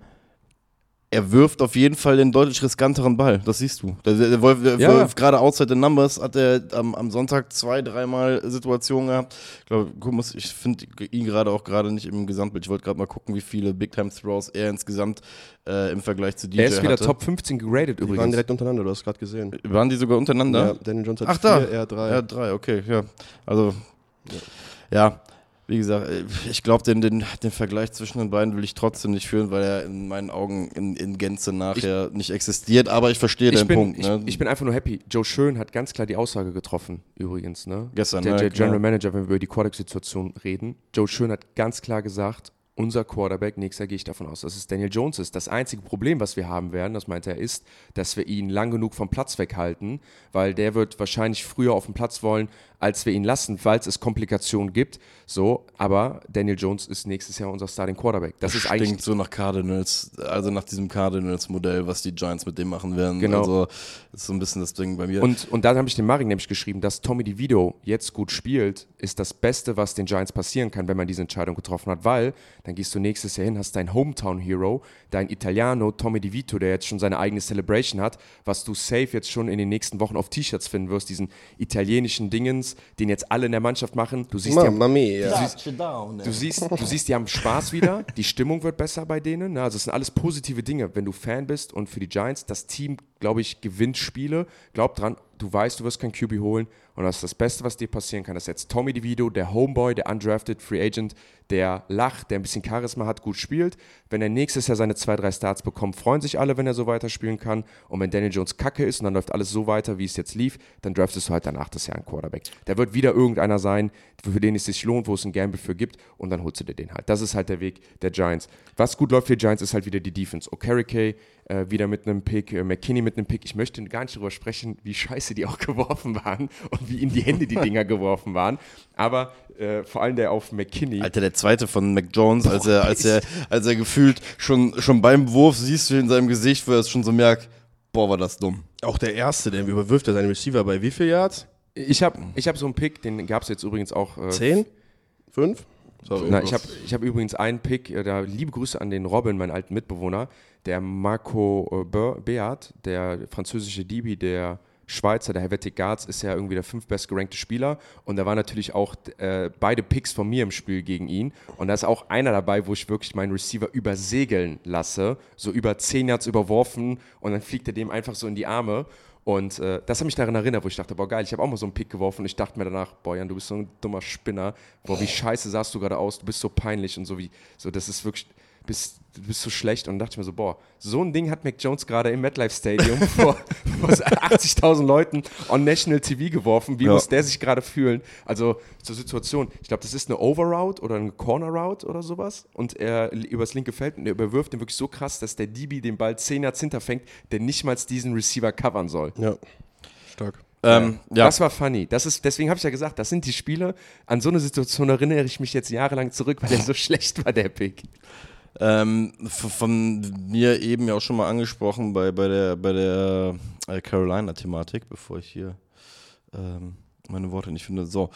er wirft auf jeden Fall den deutlich riskanteren Ball, das siehst du. Der, der Wolf, der Ja. Wolf, gerade outside the numbers hat er am, am Sonntag zwei, dreimal Situationen gehabt. Ich glaube, guck mal, ich finde ihn gerade auch gerade nicht im Gesamtbild. Ich wollte gerade mal gucken, wie viele Big-Time-Throws er insgesamt äh, im Vergleich zu D J er ist wieder hatte. Top fünfzehn geratet die waren übrigens. direkt untereinander, du hast gerade gesehen. Waren die sogar untereinander? Ja, Daniel Jones hat Ach, da. vier, er drei. Ja, drei, okay, ja. Also, ja, wie gesagt, ich glaube, den, den, den Vergleich zwischen den beiden will ich trotzdem nicht führen, weil er in meinen Augen in, in Gänze nachher nicht existiert, aber ich verstehe Ich den bin, Punkt. ich, Ne? ich bin einfach nur happy. Joe Schön hat ganz klar die Aussage getroffen, übrigens. Ne? Gestern, der, ne, der klar. General Manager, wenn wir über die Quarterback-Situation reden. Joe Schön hat ganz klar gesagt, unser Quarterback, nächstes Jahr gehe ich davon aus, dass es Daniel Jones ist. Das einzige Problem, was wir haben werden, das meinte er, ist, dass wir ihn lang genug vom Platz weghalten, weil der wird wahrscheinlich früher auf dem Platz wollen, als wir ihn lassen, falls es Komplikationen gibt. So, aber Daniel Jones ist nächstes Jahr unser Starting Quarterback. Das, Das ist eigentlich stinkt so nach Cardinals, also nach diesem Cardinals-Modell, was die Giants mit dem machen werden. Genau. Also, das ist so ein bisschen das Ding bei mir. Und, und dann habe ich dem Marik nämlich geschrieben, dass Tommy DeVito jetzt gut spielt, ist das Beste, was den Giants passieren kann, wenn man diese Entscheidung getroffen hat, weil dann gehst du nächstes Jahr hin, hast dein Hometown-Hero, dein Italiano Tommy DeVito, der jetzt schon seine eigene Celebration hat, was du safe jetzt schon in den nächsten Wochen auf T-Shirts finden wirst, diesen italienischen Dingens, den jetzt alle in der Mannschaft machen. Du siehst, die haben, Mamma mia. Ja, sit down, ey. du siehst, du siehst, die haben Spaß wieder, die Stimmung wird besser bei denen. Ne? Also es sind alles positive Dinge, wenn du Fan bist und für die Giants, das Team glaube ich, gewinnt Spiele. Glaub dran, du weißt, du wirst kein Q B holen und das ist das Beste, was dir passieren kann. Das ist jetzt Tommy DeVito, der Homeboy, der undrafted Free Agent, der lacht, der ein bisschen Charisma hat, gut spielt. Wenn er nächstes Jahr seine zwei, drei Starts bekommt, freuen sich alle, wenn er so weiterspielen kann. Und wenn Daniel Jones kacke ist und dann läuft alles so weiter, wie es jetzt lief, dann draftest du halt danach das Jahr einen Quarterback. Da wird wieder irgendeiner sein, für den es sich lohnt, wo es ein Gamble für gibt und dann holst du dir den halt. Das ist halt der Weg der Giants. Was gut läuft für die Giants, ist halt wieder die Defense. Okereke äh, wieder mit einem Pick, äh, McKinney mit einem Pick. Ich möchte gar nicht darüber sprechen, wie scheiße die auch geworfen waren und wie in die Hände die Dinger geworfen waren. Aber äh, vor allem der auf McKinney. Alter, der zweite von Mac Jones, als er, als er, als er gefühlt schon, schon beim Wurf siehst du in seinem Gesicht, wo er es schon so merkt, boah, war das dumm. Auch der Erste, der überwirft er seinen Receiver bei wie viel Yards? Ich habe ich hab so einen Pick, den gab es jetzt übrigens auch. Äh, Zehn? Fünf? Sorry. Na, ich habe ich hab übrigens einen Pick, äh, da liebe Grüße an den Robin, meinen alten Mitbewohner, der Marco äh, Beat, der französische D B, der Schweizer, der Helvetic Guards, ist ja irgendwie der fünftbest gerankte Spieler und da waren natürlich auch äh, beide Picks von mir im Spiel gegen ihn und da ist auch einer dabei, wo ich wirklich meinen Receiver übersegeln lasse, so über zehn Yards überworfen und dann fliegt er dem einfach so in die Arme. Und äh, das hat mich daran erinnert, wo ich dachte, boah geil, ich habe auch mal so einen Pick geworfen und ich dachte mir danach, boah Jan, du bist so ein dummer Spinner, boah wie scheiße sahst du gerade aus, du bist so peinlich und so wie, so das ist wirklich, bist, du bist so schlecht und dann dachte ich mir so, boah, so ein Ding hat Mac Jones gerade im MetLife Stadium vor, vor achtzigtausend Leuten on National T V geworfen, wie ja. muss der sich gerade fühlen? Also zur Situation, ich glaube, das ist eine Overroute oder eine Corner Route oder sowas und er übers linke Feld und er überwirft den wirklich so krass, dass der D B den Ball zehn Yards hinterfängt, der nicht mal diesen Receiver covern soll. Ja, stark. Ähm, ja. Das war funny. Das ist, deswegen habe ich ja gesagt, das sind die Spiele. An so eine Situation erinnere ich mich jetzt jahrelang zurück, weil der so schlecht war, der Pick. Ähm, von mir eben ja auch schon mal angesprochen bei, bei der, bei der Carolina-Thematik, bevor ich hier ähm, meine Worte nicht finde. So,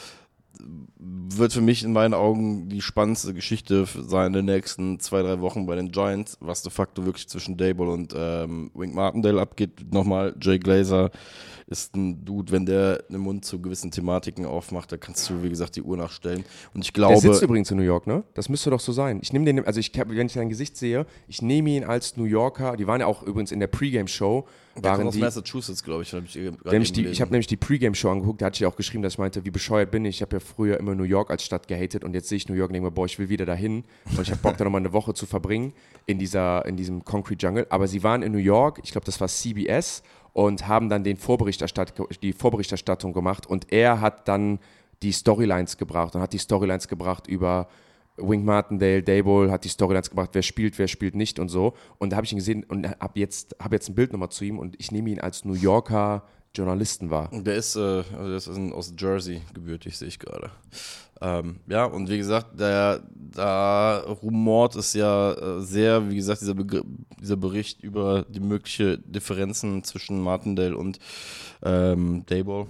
wird für mich in meinen Augen die spannendste Geschichte sein in den nächsten zwei, drei Wochen bei den Giants, was de facto wirklich zwischen Daboll und ähm, Wink Martindale abgeht. Nochmal, Jay Glazer ist ein Dude, wenn der den Mund zu gewissen Thematiken aufmacht, da kannst du, wie gesagt, die Uhr nachstellen. Und ich glaube... Der sitzt übrigens in New York, ne? Das müsste doch so sein. Ich nehme den, also ich, wenn ich sein Gesicht sehe, ich nehme ihn als New Yorker, die waren ja auch übrigens in der Pre-Game-Show, waren aus die... Massachusetts, glaube ich. Hab ich nämlich die, ich habe nämlich die Pre-Game-Show angeguckt, da hatte ich auch geschrieben, dass ich meinte, wie bescheuert bin ich, ich habe ja früher immer New York als Stadt gehatet und jetzt sehe ich New York und denke mir, boah, ich will wieder dahin und ich habe Bock, da nochmal eine Woche zu verbringen in, dieser, in diesem Concrete Jungle, aber sie waren in New York, ich glaube, das war C B S und haben dann den Vorberichterstatt- die Vorberichterstattung gemacht und er hat dann die Storylines gebracht und hat die Storylines gebracht über Wink Martindale, Daboll, hat die Storylines gebracht, wer spielt, wer spielt nicht und so. Und da habe ich ihn gesehen und habe jetzt, hab jetzt ein Bild nochmal zu ihm und ich nehme ihn als New Yorker Journalisten wahr. Der ist, äh, also der ist aus Jersey gebürtig, sehe ich gerade. Ähm, ja, und wie gesagt, der, da rumort es ja äh, sehr, wie gesagt, dieser, Begr- dieser Bericht über die mögliche Differenzen zwischen Martindale und ähm, Daboll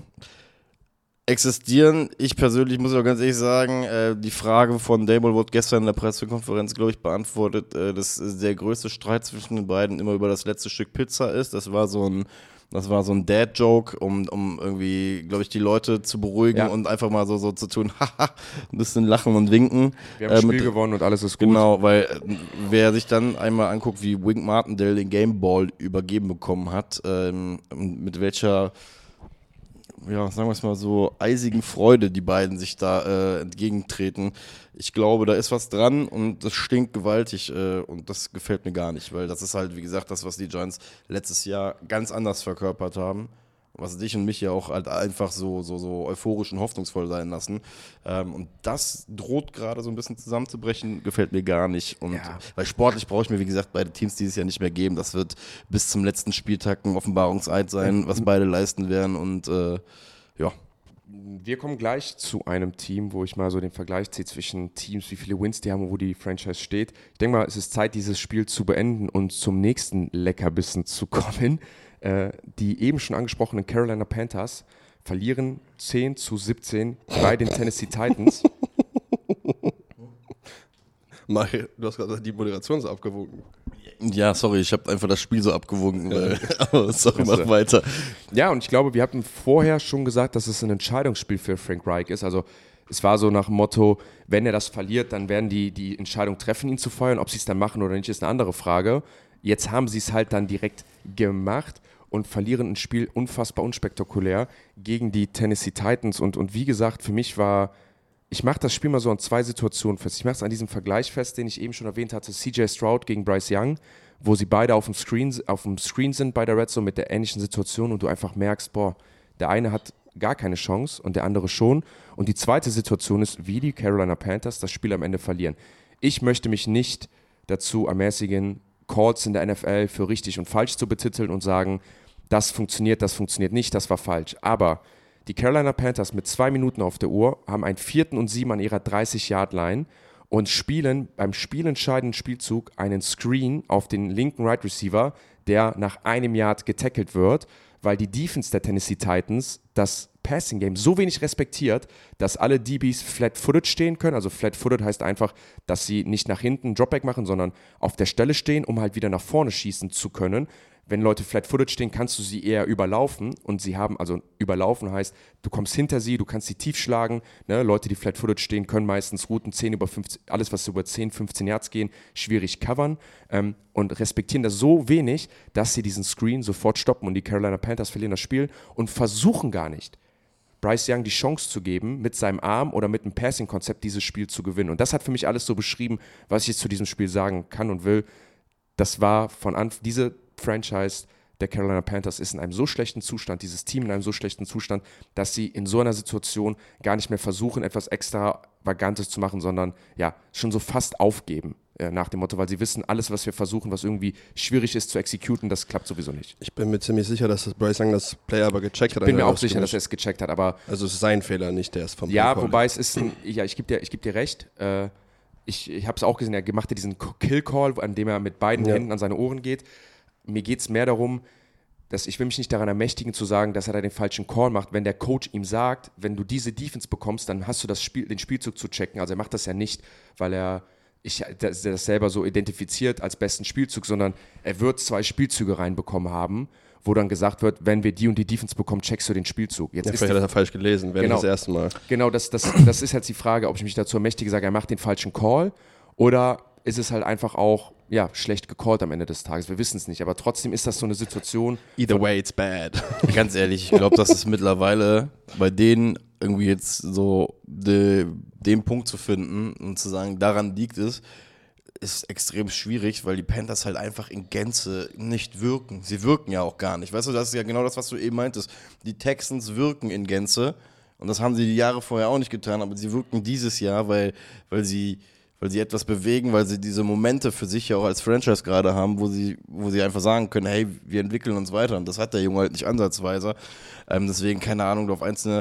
existieren. Ich persönlich muss auch ganz ehrlich sagen, äh, die Frage von Daboll wurde gestern in der Pressekonferenz, glaube ich, beantwortet, äh, dass der größte Streit zwischen den beiden immer über das letzte Stück Pizza ist. Das war so ein Das war so ein Dad-Joke, um, um irgendwie, glaube ich, die Leute zu beruhigen ja. und einfach mal so, so zu tun, haha, ein bisschen lachen und winken. Wir haben das äh, Spiel mit, gewonnen und alles ist gut. Genau, weil äh, wer sich dann einmal anguckt, wie Wink Martindale den Gameball übergeben bekommen hat, ähm, mit welcher, ja, sagen wir es mal so, eisigen Freude die beiden sich da äh, entgegentreten. Ich glaube, da ist was dran und das stinkt gewaltig äh, und das gefällt mir gar nicht, weil das ist halt, wie gesagt, das, was die Giants letztes Jahr ganz anders verkörpert haben, was dich und mich ja auch halt einfach so, so, so euphorisch und hoffnungsvoll sein lassen. Ähm, und das droht gerade so ein bisschen zusammenzubrechen, gefällt mir gar nicht. Und ja. weil sportlich brauche ich mir, wie gesagt, beide Teams dieses Jahr nicht mehr geben. Das wird bis zum letzten Spieltag ein Offenbarungseid sein, was beide leisten werden und äh, ja. Wir kommen gleich zu einem Team, wo ich mal so den Vergleich ziehe zwischen Teams, wie viele Wins die haben und wo die Franchise steht. Ich denke mal, es ist Zeit, dieses Spiel zu beenden und zum nächsten Leckerbissen zu kommen. Äh, die eben schon angesprochenen Carolina Panthers verlieren zehn zu siebzehn bei den Tennessee Titans. Mario, du hast gerade die Moderation so abgewogen. Ja, sorry, ich habe einfach das Spiel so abgewogen. Weil, aber sorry, mach weiter. Ja, und ich glaube, wir hatten vorher schon gesagt, dass es ein Entscheidungsspiel für Frank Reich ist. Also es war so nach dem Motto, wenn er das verliert, dann werden die die Entscheidung treffen, ihn zu feuern. Ob sie es dann machen oder nicht, ist eine andere Frage. Jetzt haben sie es halt dann direkt gemacht. und verlieren ein Spiel unfassbar unspektakulär gegen die Tennessee Titans. Und, und wie gesagt, für mich war, ich mache das Spiel mal so an zwei Situationen fest. Ich mache es an diesem Vergleich fest, den ich eben schon erwähnt hatte, C J Stroud gegen Bryce Young, wo sie beide auf dem Screen, auf dem Screen sind bei der Red Zone mit der ähnlichen Situation und du einfach merkst, boah, der eine hat gar keine Chance und der andere schon. Und die zweite Situation ist, wie die Carolina Panthers das Spiel am Ende verlieren. Ich möchte mich nicht dazu ermäßigen, Calls in der N F L für richtig und falsch zu betiteln und sagen, das funktioniert, das funktioniert nicht, das war falsch. Aber die Carolina Panthers mit zwei Minuten auf der Uhr haben einen vierten und sieben an ihrer dreißig-Yard-Line und spielen beim spielentscheidenden Spielzug einen Screen auf den linken Right Receiver, der nach einem Yard getackelt wird, weil die Defense der Tennessee Titans das Passing Game so wenig respektiert, dass alle D Bs flat-footed stehen können. Also flat-footed heißt einfach, dass sie nicht nach hinten Dropback machen, sondern auf der Stelle stehen, um halt wieder nach vorne schießen zu können. Wenn Leute flat-footed stehen, kannst du sie eher überlaufen und sie haben, also überlaufen heißt, du kommst hinter sie, du kannst sie tief schlagen. Ne? Leute, die flat-footed stehen, können meistens Routen zehn über fünfzehn, alles was über zehn, fünfzehn Yards gehen, schwierig covern ähm, und respektieren das so wenig, dass sie diesen Screen sofort stoppen und die Carolina Panthers verlieren das Spiel und versuchen gar nicht, Bryce Young die Chance zu geben, mit seinem Arm oder mit einem Passing-Konzept dieses Spiel zu gewinnen. Und das hat für mich alles so beschrieben, was ich jetzt zu diesem Spiel sagen kann und will. Das war von Anfang, diese Franchise der Carolina Panthers ist in einem so schlechten Zustand, dieses Team in einem so schlechten Zustand, dass sie in so einer Situation gar nicht mehr versuchen, etwas Extravagantes zu machen, sondern ja, schon so fast aufgeben äh, nach dem Motto, weil sie wissen, alles, was wir versuchen, was irgendwie schwierig ist zu exekuten, das klappt sowieso nicht. Ich bin mir ziemlich sicher, dass das Bryce Young das Play aber gecheckt hat. Ich bin mir auch sicher, dass er es gecheckt hat, aber also es ist sein Fehler, nicht der ist vom ja, Play wobei es ist ein, ja, ich gebe dir, ich geb dir recht, äh, ich, ich habe es auch gesehen, er machte diesen Kill-Call, an dem er mit beiden ja. Händen an seine Ohren geht. Mir geht es mehr darum, dass ich will mich nicht daran ermächtigen zu sagen, dass er da den falschen Call macht, wenn der Coach ihm sagt, wenn du diese Defense bekommst, dann hast du das Spiel, den Spielzug zu checken. Also er macht das ja nicht, weil er ich, das, das selber so identifiziert als besten Spielzug, sondern er wird zwei Spielzüge reinbekommen haben, wo dann gesagt wird, wenn wir die und die Defense bekommen, checkst du den Spielzug. Jetzt ja, ist vielleicht hat er falsch gelesen, wäre genau, das erste Mal. Genau, das, das, das ist jetzt die Frage, ob ich mich dazu ermächtige, sage, er macht den falschen Call oder ist es halt einfach auch ja, schlecht gecallt am Ende des Tages. Wir wissen es nicht, aber trotzdem ist das so eine Situation. Either way, it's bad. Ganz ehrlich, ich glaube, das ist mittlerweile bei denen irgendwie jetzt so de, den Punkt zu finden und zu sagen, daran liegt es, ist extrem schwierig, weil die Panthers halt einfach in Gänze nicht wirken. Sie wirken ja auch gar nicht. Weißt du, das ist ja genau das, was du eben meintest. Die Texans wirken in Gänze und das haben sie die Jahre vorher auch nicht getan, aber sie wirken dieses Jahr, weil, weil sie weil sie etwas bewegen, weil sie diese Momente für sich ja auch als Franchise gerade haben, wo sie, wo sie einfach sagen können, hey, wir entwickeln uns weiter und das hat der Junge halt nicht ansatzweise. Ähm, deswegen, keine Ahnung, auf einzelne,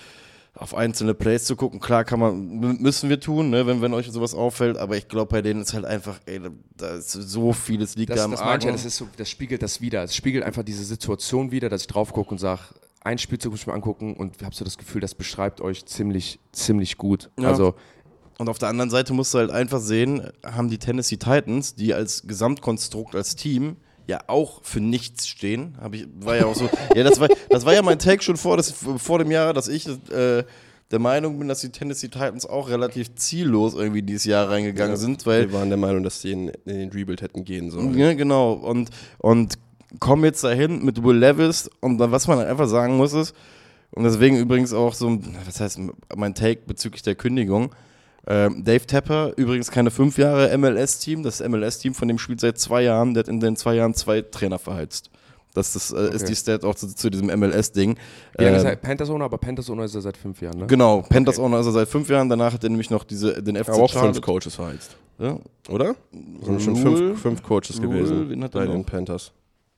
auf einzelne Plays zu gucken, klar kann man, müssen wir tun, ne, wenn, wenn euch sowas auffällt, aber ich glaube, bei denen ist halt einfach, ey, da ist so vieles liegt das, da am das Argen. Ja, das, ist so, das spiegelt das wieder. Es spiegelt einfach diese Situation wieder, dass ich drauf gucke und sage, ein Spielzug muss ich mir angucken und habe so das Gefühl, das beschreibt euch ziemlich, ziemlich gut. Ja. Also Und auf der anderen Seite musst du halt einfach sehen, haben die Tennessee Titans, die als Gesamtkonstrukt, als Team ja auch für nichts stehen, habe ich, war ja auch so, ja, das war, das war ja mein Take schon vor, das, vor dem Jahr, dass ich äh, der Meinung bin, dass die Tennessee Titans auch relativ ziellos irgendwie dieses Jahr reingegangen ja, sind, weil wir waren der Meinung, dass sie in, in den Rebuild hätten gehen sollen. Ja, genau, und, und kommen jetzt dahin mit Will Levis und dann, was man einfach sagen muss ist, und deswegen übrigens auch so, was heißt mein Take bezüglich der Kündigung, Ähm, Dave Tepper, übrigens keine fünf Jahre M L S-Team, das M L S-Team von dem spielt seit zwei Jahren, der hat in den zwei Jahren zwei Trainer verheizt. Das, das äh, okay. ist die Stat auch zu, zu diesem M L S-Ding. Wie lange ähm, ist er Panthers-Owner, aber Panthers-Owner ist er seit fünf Jahren, ne? Genau, Panthers-Owner ist er seit fünf Jahren, danach hat er nämlich noch diese, den F C aber auch Charlotte. fünf Coaches verheizt. Ja. Oder? Es sind schon fünf, fünf Coaches Rule, gewesen wen hat bei er den noch? Panthers.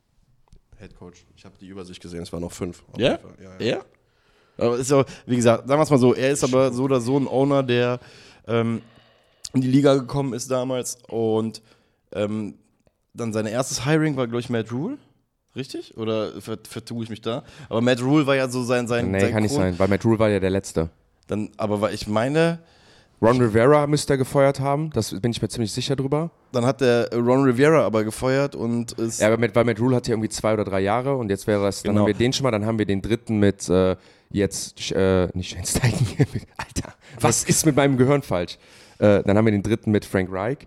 Head Coach. Ich habe die Übersicht gesehen, es waren noch fünf. Ja? Ja, ja? Ja? Aber ist ja, wie gesagt, sagen wir es mal so, er ist aber so oder so ein Owner, der ähm, in die Liga gekommen ist damals und ähm, dann sein erstes Hiring war, glaube ich, Matt Rule. Richtig? Oder vertue ich mich da? Aber Matt Rule war ja so sein... sein nee, sein kann nicht Grund. sein, weil Matt Rule war ja der Letzte. Dann, aber weil ich meine... Ron Rivera müsste er gefeuert haben, das bin ich mir ziemlich sicher drüber. Dann hat der Ron Rivera aber gefeuert und ist... Ja, aber Matt, weil Matt Rule hatte ja irgendwie zwei oder drei Jahre und jetzt wäre das... Dann Genau. haben wir den schon mal, dann haben wir den dritten mit äh, jetzt... Äh, nicht Shane Steichen, Alter, was ist mit meinem Gehirn falsch? Äh, dann haben wir den dritten mit Frank Reich.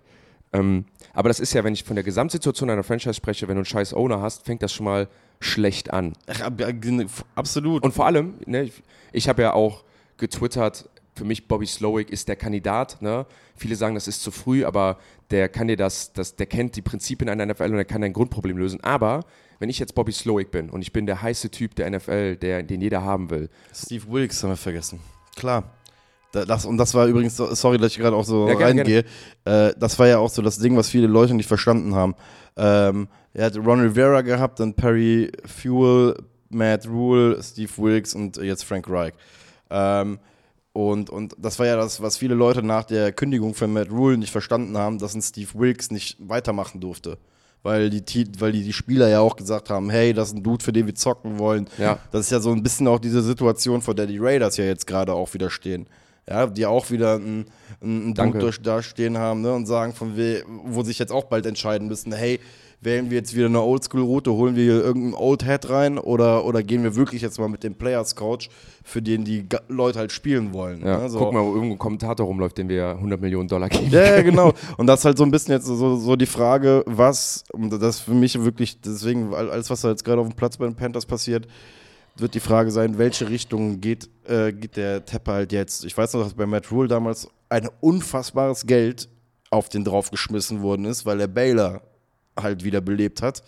Ähm, aber das ist ja, wenn ich von der Gesamtsituation einer Franchise spreche, wenn du einen scheiß Owner hast, fängt das schon mal schlecht an. Ach, absolut. Und vor allem, ne, ich, ich habe ja auch getwittert, für mich Bobby Slowik ist der Kandidat. Ne? Viele sagen, das ist zu früh, aber der kann dir das, das, der kennt die Prinzipien einer N F L und der kann dein Grundproblem lösen. Aber wenn ich jetzt Bobby Slowik bin und ich bin der heiße Typ der N F L, der, den jeder haben will. Steve Wilkes haben wir vergessen. Klar. Das, und das war übrigens, sorry, dass ich gerade auch so ja, gerne, reingehe, äh, das war ja auch so das Ding, was viele Leute nicht verstanden haben. Ähm, er hat Ron Rivera gehabt, dann Perry Fewell, Matt Rule, Steve Wilkes und jetzt Frank Reich. Ähm, und, und das war ja das, was viele Leute nach der Kündigung von Matt Rule nicht verstanden haben, dass ein Steve Wilkes nicht weitermachen durfte. Weil die, weil die, die Spieler ja auch gesagt haben, hey, das ist ein Dude, für den wir zocken wollen. Ja. Das ist ja so ein bisschen auch diese Situation, vor der die Raiders ja jetzt gerade auch wieder stehen. Ja, die auch wieder einen, einen Dude da stehen haben, ne, und sagen, von we, wo sich jetzt auch bald entscheiden müssen, hey, wählen wir jetzt wieder eine Oldschool-Route, holen wir hier irgendeinen Old Head rein oder, oder gehen wir wirklich jetzt mal mit dem Players-Coach, für den die Ga- Leute halt spielen wollen. Ja, ne, so. Guck mal, wo irgendwo ein Kommentator rumläuft, dem wir hundert Millionen Dollar geben. Ja, ja, genau. Und das ist halt so ein bisschen jetzt so, so die Frage, was, und das für mich wirklich, deswegen, alles, was da jetzt gerade auf dem Platz bei den Panthers passiert, wird die Frage sein, welche Richtung geht, äh, geht der Tepper halt jetzt. Ich weiß noch, dass bei Matt Rule damals ein unfassbares Geld auf den draufgeschmissen worden ist, weil er Baylor halt wieder belebt hat.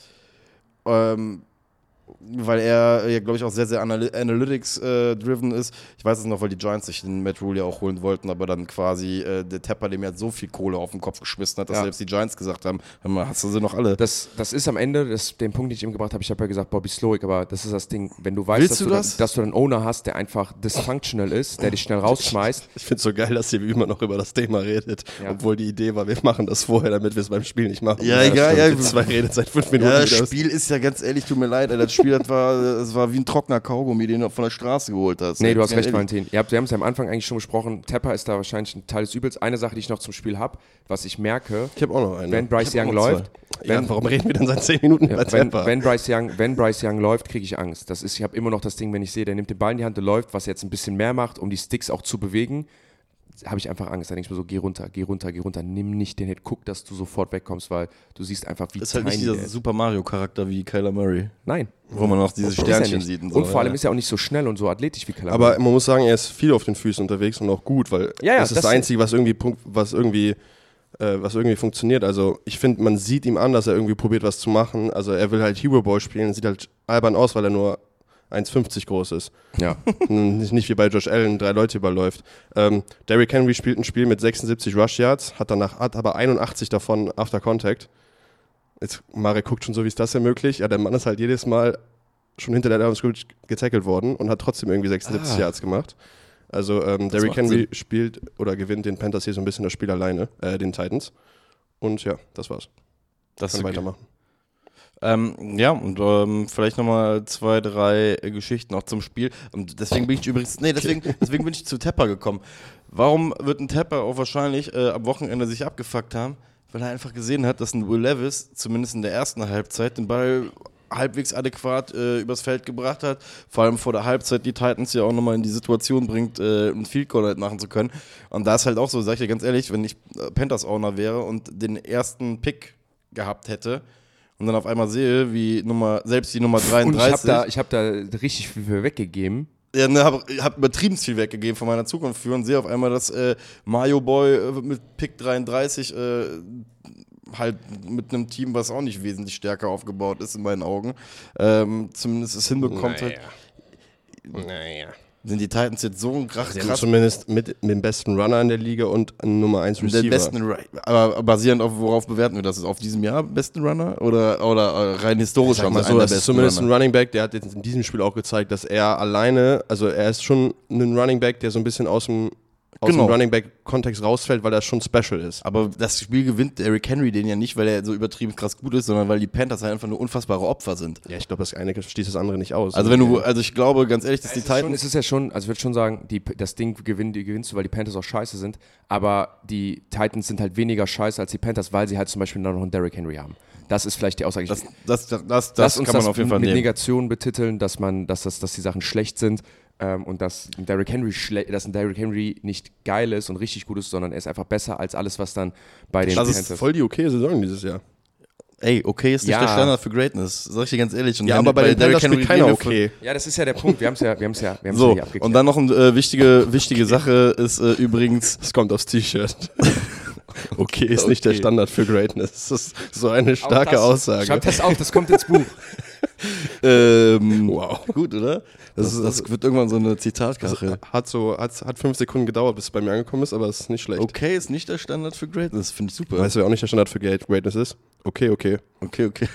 Ähm, weil er ja, glaube ich, auch sehr, sehr Anal- Analytics-driven äh, ist. Ich weiß es noch, weil die Giants sich den Matt Rule ja auch holen wollten, aber dann quasi äh, der Tepper, dem ja so viel Kohle auf den Kopf geschmissen hat, dass ja. selbst die Giants gesagt haben, hör mal, hast du sie noch alle? Das, das ist am Ende, das, den Punkt, den ich eben gebracht habe, ich habe ja gesagt Bobby Slowik, aber das ist das Ding, wenn du weißt, dass du du, das? dann, dass du einen Owner hast, der einfach dysfunctional ist, der dich schnell rausschmeißt. Ich finde es so geil, dass ihr wie immer noch über das Thema redet, Ja. obwohl die Idee war, wir machen das vorher, damit wir es beim Spiel nicht machen. Ja, egal, ja. Ihr zwei redet seit fünf Minuten. Ja, das wieder. Spiel ist ja ganz ehrlich, tut mir leid, ey, das Spiel, das war, das war wie ein trockener Kaugummi, den du von der Straße geholt hast. Nee, du hast Ganz recht, ehrlich. Valentin. Ihr habt, wir haben es ja am Anfang eigentlich schon besprochen, Tepper ist da wahrscheinlich ein Teil des Übels. Eine Sache, die ich noch zum Spiel habe, was ich merke, Ich habe auch noch eine. wenn Bryce Ich hab Young auch noch läuft, ja, wenn, warum reden wir dann seit zehn Minuten ja, über wenn, Tepper? wenn, Bryce Young, wenn Bryce Young läuft, kriege ich Angst. Das ist, ich habe immer noch das Ding, wenn ich sehe, der nimmt den Ball in die Hand und läuft, was jetzt ein bisschen mehr macht, um die Sticks auch zu bewegen, habe ich einfach Angst. Da denke ich mir so, geh runter, geh runter, geh runter, nimm nicht den Hit, guck, dass du sofort wegkommst, weil du siehst einfach, wie Das ist halt tiny nicht der dieser ist. Super Mario-Charakter wie Kyler Murray, Nein. wo man auch diese Ist er Sternchen nicht. sieht. Und, Und so, vor allem ja. ist er auch nicht so schnell und so athletisch wie Kyler Aber Murray. man muss sagen, er ist viel auf den Füßen unterwegs und auch gut, weil Ja, ja, das ist das das Einzige, was irgendwie, punkt- was irgendwie, äh, was irgendwie funktioniert. Also ich finde, man sieht ihm an, dass er irgendwie probiert, was zu machen. Also er will halt Hero Ball spielen, sieht halt albern aus, weil er nur eins fünfzig groß ist. Ja. nicht, nicht wie bei Josh Allen, drei Leute überläuft. Ähm, Derrick Henry spielt ein Spiel mit sechsundsiebzig Rush Yards, hat danach hat aber einundachtzig davon After Contact. Jetzt, Marek guckt schon so, wie ist das denn möglich? Ja, der Mann ist halt jedes Mal schon hinter der Line of Scrimmage getackelt worden und hat trotzdem irgendwie sechsundsiebzig Ah. Yards gemacht. Also ähm, Das Derrick macht Henry Sinn. spielt oder gewinnt den Panthers hier so ein bisschen das Spiel alleine, äh, den Titans. Und ja, das war's. Das ist Kann okay. weitermachen. Ähm, ja, und ähm, vielleicht nochmal zwei, drei äh, Geschichten auch zum Spiel. Und deswegen bin ich übrigens, nee, deswegen, deswegen bin ich zu Tepper gekommen. Warum wird ein Tepper auch wahrscheinlich äh, am Wochenende sich abgefuckt haben? Weil er einfach gesehen hat, dass ein Will Levis, zumindest in der ersten Halbzeit, den Ball halbwegs adäquat äh, übers Feld gebracht hat. Vor allem vor der Halbzeit die Titans ja auch nochmal in die Situation bringt, äh, einen Field Goal halt machen zu können. Und da ist halt auch so, sag ich dir ganz ehrlich, wenn ich äh, Panthers-Owner wäre und den ersten Pick gehabt hätte und dann auf einmal sehe, wie Nummer, selbst die Nummer Und dreiunddreißig. ich habe da, ich hab da richtig viel für weggegeben. Ja, ne, hab, hab übertrieben viel weggegeben von meiner Zukunft für und sehe auf einmal, dass äh, Mario Boy äh, mit Pick dreiunddreißig äh, halt mit einem Team, was auch nicht wesentlich stärker aufgebaut ist in meinen Augen, ähm, zumindest es hinbekommt halt. Naja. Sind die Titans jetzt so ein krach, Sie haben krass zumindest mit, mit dem besten Runner in der Liga und einen Nummer eins Receiver. den besten, Ra- aber basierend auf, worauf bewerten wir das? Ist auf diesem Jahr besten Runner oder, oder äh, rein historisch? Sag haben mal sie so, einen der das ist besten zumindest Runner? ein Running Back, der hat jetzt in diesem Spiel auch gezeigt, dass er alleine, also er ist schon ein Running Back, der so ein bisschen aus dem, aus Genau. dem Running Back-Kontext rausfällt, weil er schon special ist. Aber das Spiel gewinnt Derrick Henry den ja nicht, weil er so übertrieben krass gut ist, sondern weil die Panthers halt einfach nur unfassbare Opfer sind. Ja, ich glaube, das eine schließt das andere nicht aus. Also wenn du, also ich glaube ganz ehrlich, dass die Es ist, schon, Titans es ist ja schon, also ich würde schon sagen, die, das Ding gewinnen, die gewinnst du, weil die Panthers auch scheiße sind, aber die Titans sind halt weniger scheiße als die Panthers, weil sie halt zum Beispiel noch einen Derrick Henry haben. Das ist vielleicht die Aussage. Das, das, das, das, Lass das uns kann man das auf jeden Fall mit nehmen. Negation betiteln, dass man, dass, das, dass die Sachen schlecht sind. ähm, und dass ein Derrick Henry, schle- dass ein Derrick Henry nicht geil ist und richtig gut ist, sondern er ist einfach besser als alles, was dann bei den Das Panthers ist voll die okay Saison dieses Jahr. Ey, okay ist nicht Ja. der Standard für Greatness, sag ich dir ganz ehrlich. Und Ja, wenn aber bei den Derrick Panthers spielt Henry keiner rede von- okay. Ja, das ist ja der Punkt. Wir haben es ja, wir haben's ja, wir haben's ja So, hier abgeklärt. und dann noch eine äh, wichtige, wichtige Sache ist äh, übrigens, Es kommt aufs T-Shirt. Okay ist nicht der Okay. Standard für Greatness. Das ist so eine Auch starke das, Aussage. Schreibt das auf, das kommt ins Buch. ähm, Wow. gut, oder? Das, Das ist- das wird irgendwann so eine Zitatkachel. Hat so hat, hat fünf Sekunden gedauert, bis es bei mir angekommen ist, aber es ist nicht schlecht. Okay ist nicht der Standard für Greatness, finde ich super. Weißt du, wer auch nicht der Standard für Greatness ist? Okay, okay. Okay, okay.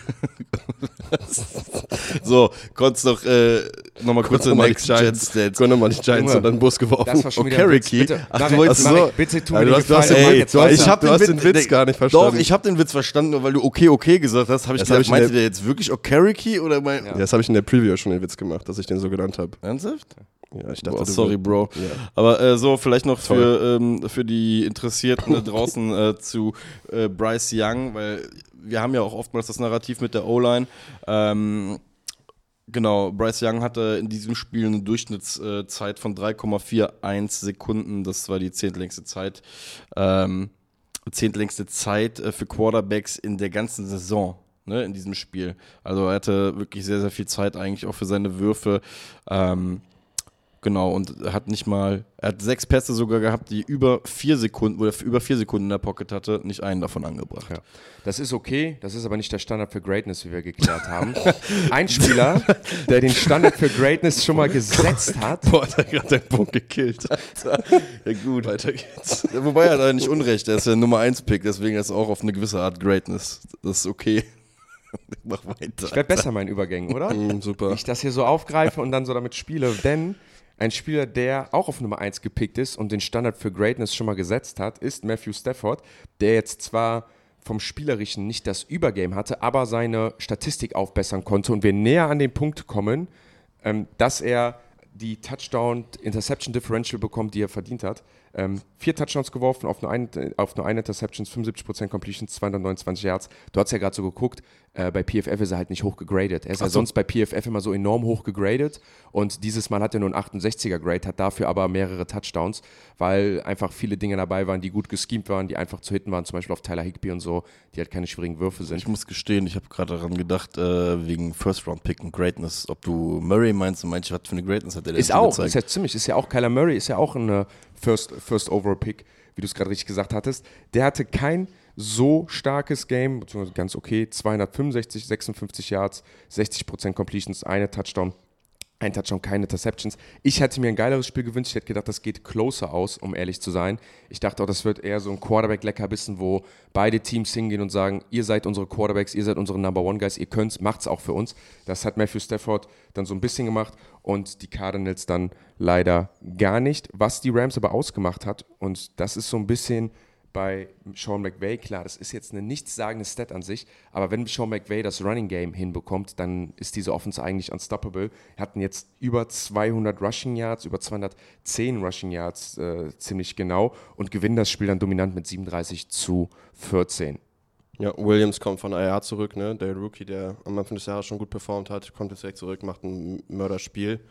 So, konntest noch äh, nochmal kurz nochmal die Next Gen Giants. Stats. Können nochmal die Giants Junge, unter den Bus geworfen. Das war schon wieder Okay, ein Witz. Ricky. Bitte, Ach, Marek, du wolltest Marek, so- bitte tu Also mir du den hast- du hast Gefallen, den- mach ey, jetzt du hast- weiter. ich hab du den hast Witz, den Witz gar nicht verstanden. Doch, ich habe den Witz verstanden, nur weil du okay, okay gesagt hast, habe ich Das gedacht, hab ich in meinte der- der jetzt wirklich Okereke oder mein... Ja. Ja, das habe ich in der Preview schon den Witz gemacht, dass ich den so genannt habe. Ernsthaft? Ja, ich dachte, Boah, du sorry, würd- Bro. Ja. Aber äh, so, vielleicht noch für, ähm, für die Interessierten da draußen äh, zu äh, Bryce Young, weil wir haben ja auch oftmals das Narrativ mit der O-Line. Ähm, genau, Bryce Young hatte in diesem Spiel eine Durchschnittszeit von drei Komma einundvierzig Sekunden. Das war die zehntlängste Zeit. Ähm, zehntlängste Zeit äh, für Quarterbacks in der ganzen Saison. Ne, in diesem Spiel. Also er hatte wirklich sehr, sehr viel Zeit eigentlich auch für seine Würfe. Ähm, genau, und er hat nicht mal, er hat sechs Pässe sogar gehabt, die über vier Sekunden, oder über vier Sekunden in der Pocket hatte, nicht einen davon angebracht. Ja. Das ist okay, das ist aber nicht der Standard für Greatness, wie wir geklärt haben. Ein Spieler, der den Standard für Greatness schon mal gesetzt hat. Boah, hat er gerade den Punkt gekillt. Ja gut, weiter geht's. Wobei er hat nicht unrecht, er ist der Nummer eins Pick, deswegen ist er auch auf eine gewisse Art Greatness. Das ist okay. Mach weiter. Ich werde besser meinen Übergängen, oder? Mm, super. Ich das hier so aufgreife und dann so damit spiele, denn ein Spieler, der auch auf Nummer eins gepickt ist und den Standard für Greatness schon mal gesetzt hat, ist Matthew Stafford, der jetzt zwar vom Spielerischen nicht das Übergame hatte, aber seine Statistik aufbessern konnte und wir näher an den Punkt kommen, ähm, dass er die Touchdown-Interception-Differential bekommt, die er verdient hat. Ähm, vier Touchdowns geworfen, auf nur, ein, auf nur eine Interception, fünfundsiebzig Prozent Completion, zweihundertneunundzwanzig Yards. Du hast ja gerade so geguckt, äh, bei P F F ist er halt nicht hoch gegradet. Er ist ja so. sonst bei P F F immer so enorm hoch gegradet und dieses Mal hat er nur einen achtundsechziger Grade, hat dafür aber mehrere Touchdowns, weil einfach viele Dinge dabei waren, die gut geschemt waren, die einfach zu hitten waren, zum Beispiel auf Tyler Higbee und so, die halt keine schwierigen Würfe sind. Ich muss gestehen, ich habe gerade daran gedacht, äh, wegen First-Round-Pick und Greatness, ob du Murray meinst und meinst, was für eine Greatness hat der denn Ist auch, gezeigt? ist ja ziemlich, ist ja auch Kyler Murray, ist ja auch ein First, First Overall Pick, wie du es gerade richtig gesagt hattest. Der hatte kein so starkes Game, beziehungsweise ganz okay, zweihundertfünfundsechzig, sechsundfünfzig Yards, sechzig Prozent Completions, eine Touchdown, ein Touchdown, keine Interceptions. Ich hätte mir ein geileres Spiel gewünscht, ich hätte gedacht, das geht closer aus, um ehrlich zu sein. Ich dachte auch, das wird eher so ein Quarterback-Leckerbissen, wo beide Teams hingehen und sagen, ihr seid unsere Quarterbacks, ihr seid unsere Number One Guys, ihr könnt's, macht's auch für uns. Das hat Matthew Stafford dann so ein bisschen gemacht und die Cardinals dann leider gar nicht. Was die Rams aber ausgemacht hat, und das ist so ein bisschen bei Sean McVay, klar, das ist jetzt eine nichtssagende Stat an sich, aber wenn Sean McVay das Running Game hinbekommt, dann ist diese Offense eigentlich unstoppable. Wir hatten jetzt über zweihundert Rushing Yards, über zweihundertzehn Rushing Yards äh, ziemlich genau und gewinnen das Spiel dann dominant mit siebenunddreißig zu vierzehn. Ja, Williams kommt von I R zum ne? Der Rookie, der am Anfang des Jahres schon gut performt hat, kommt jetzt direkt zurück, macht ein Mörderspiel.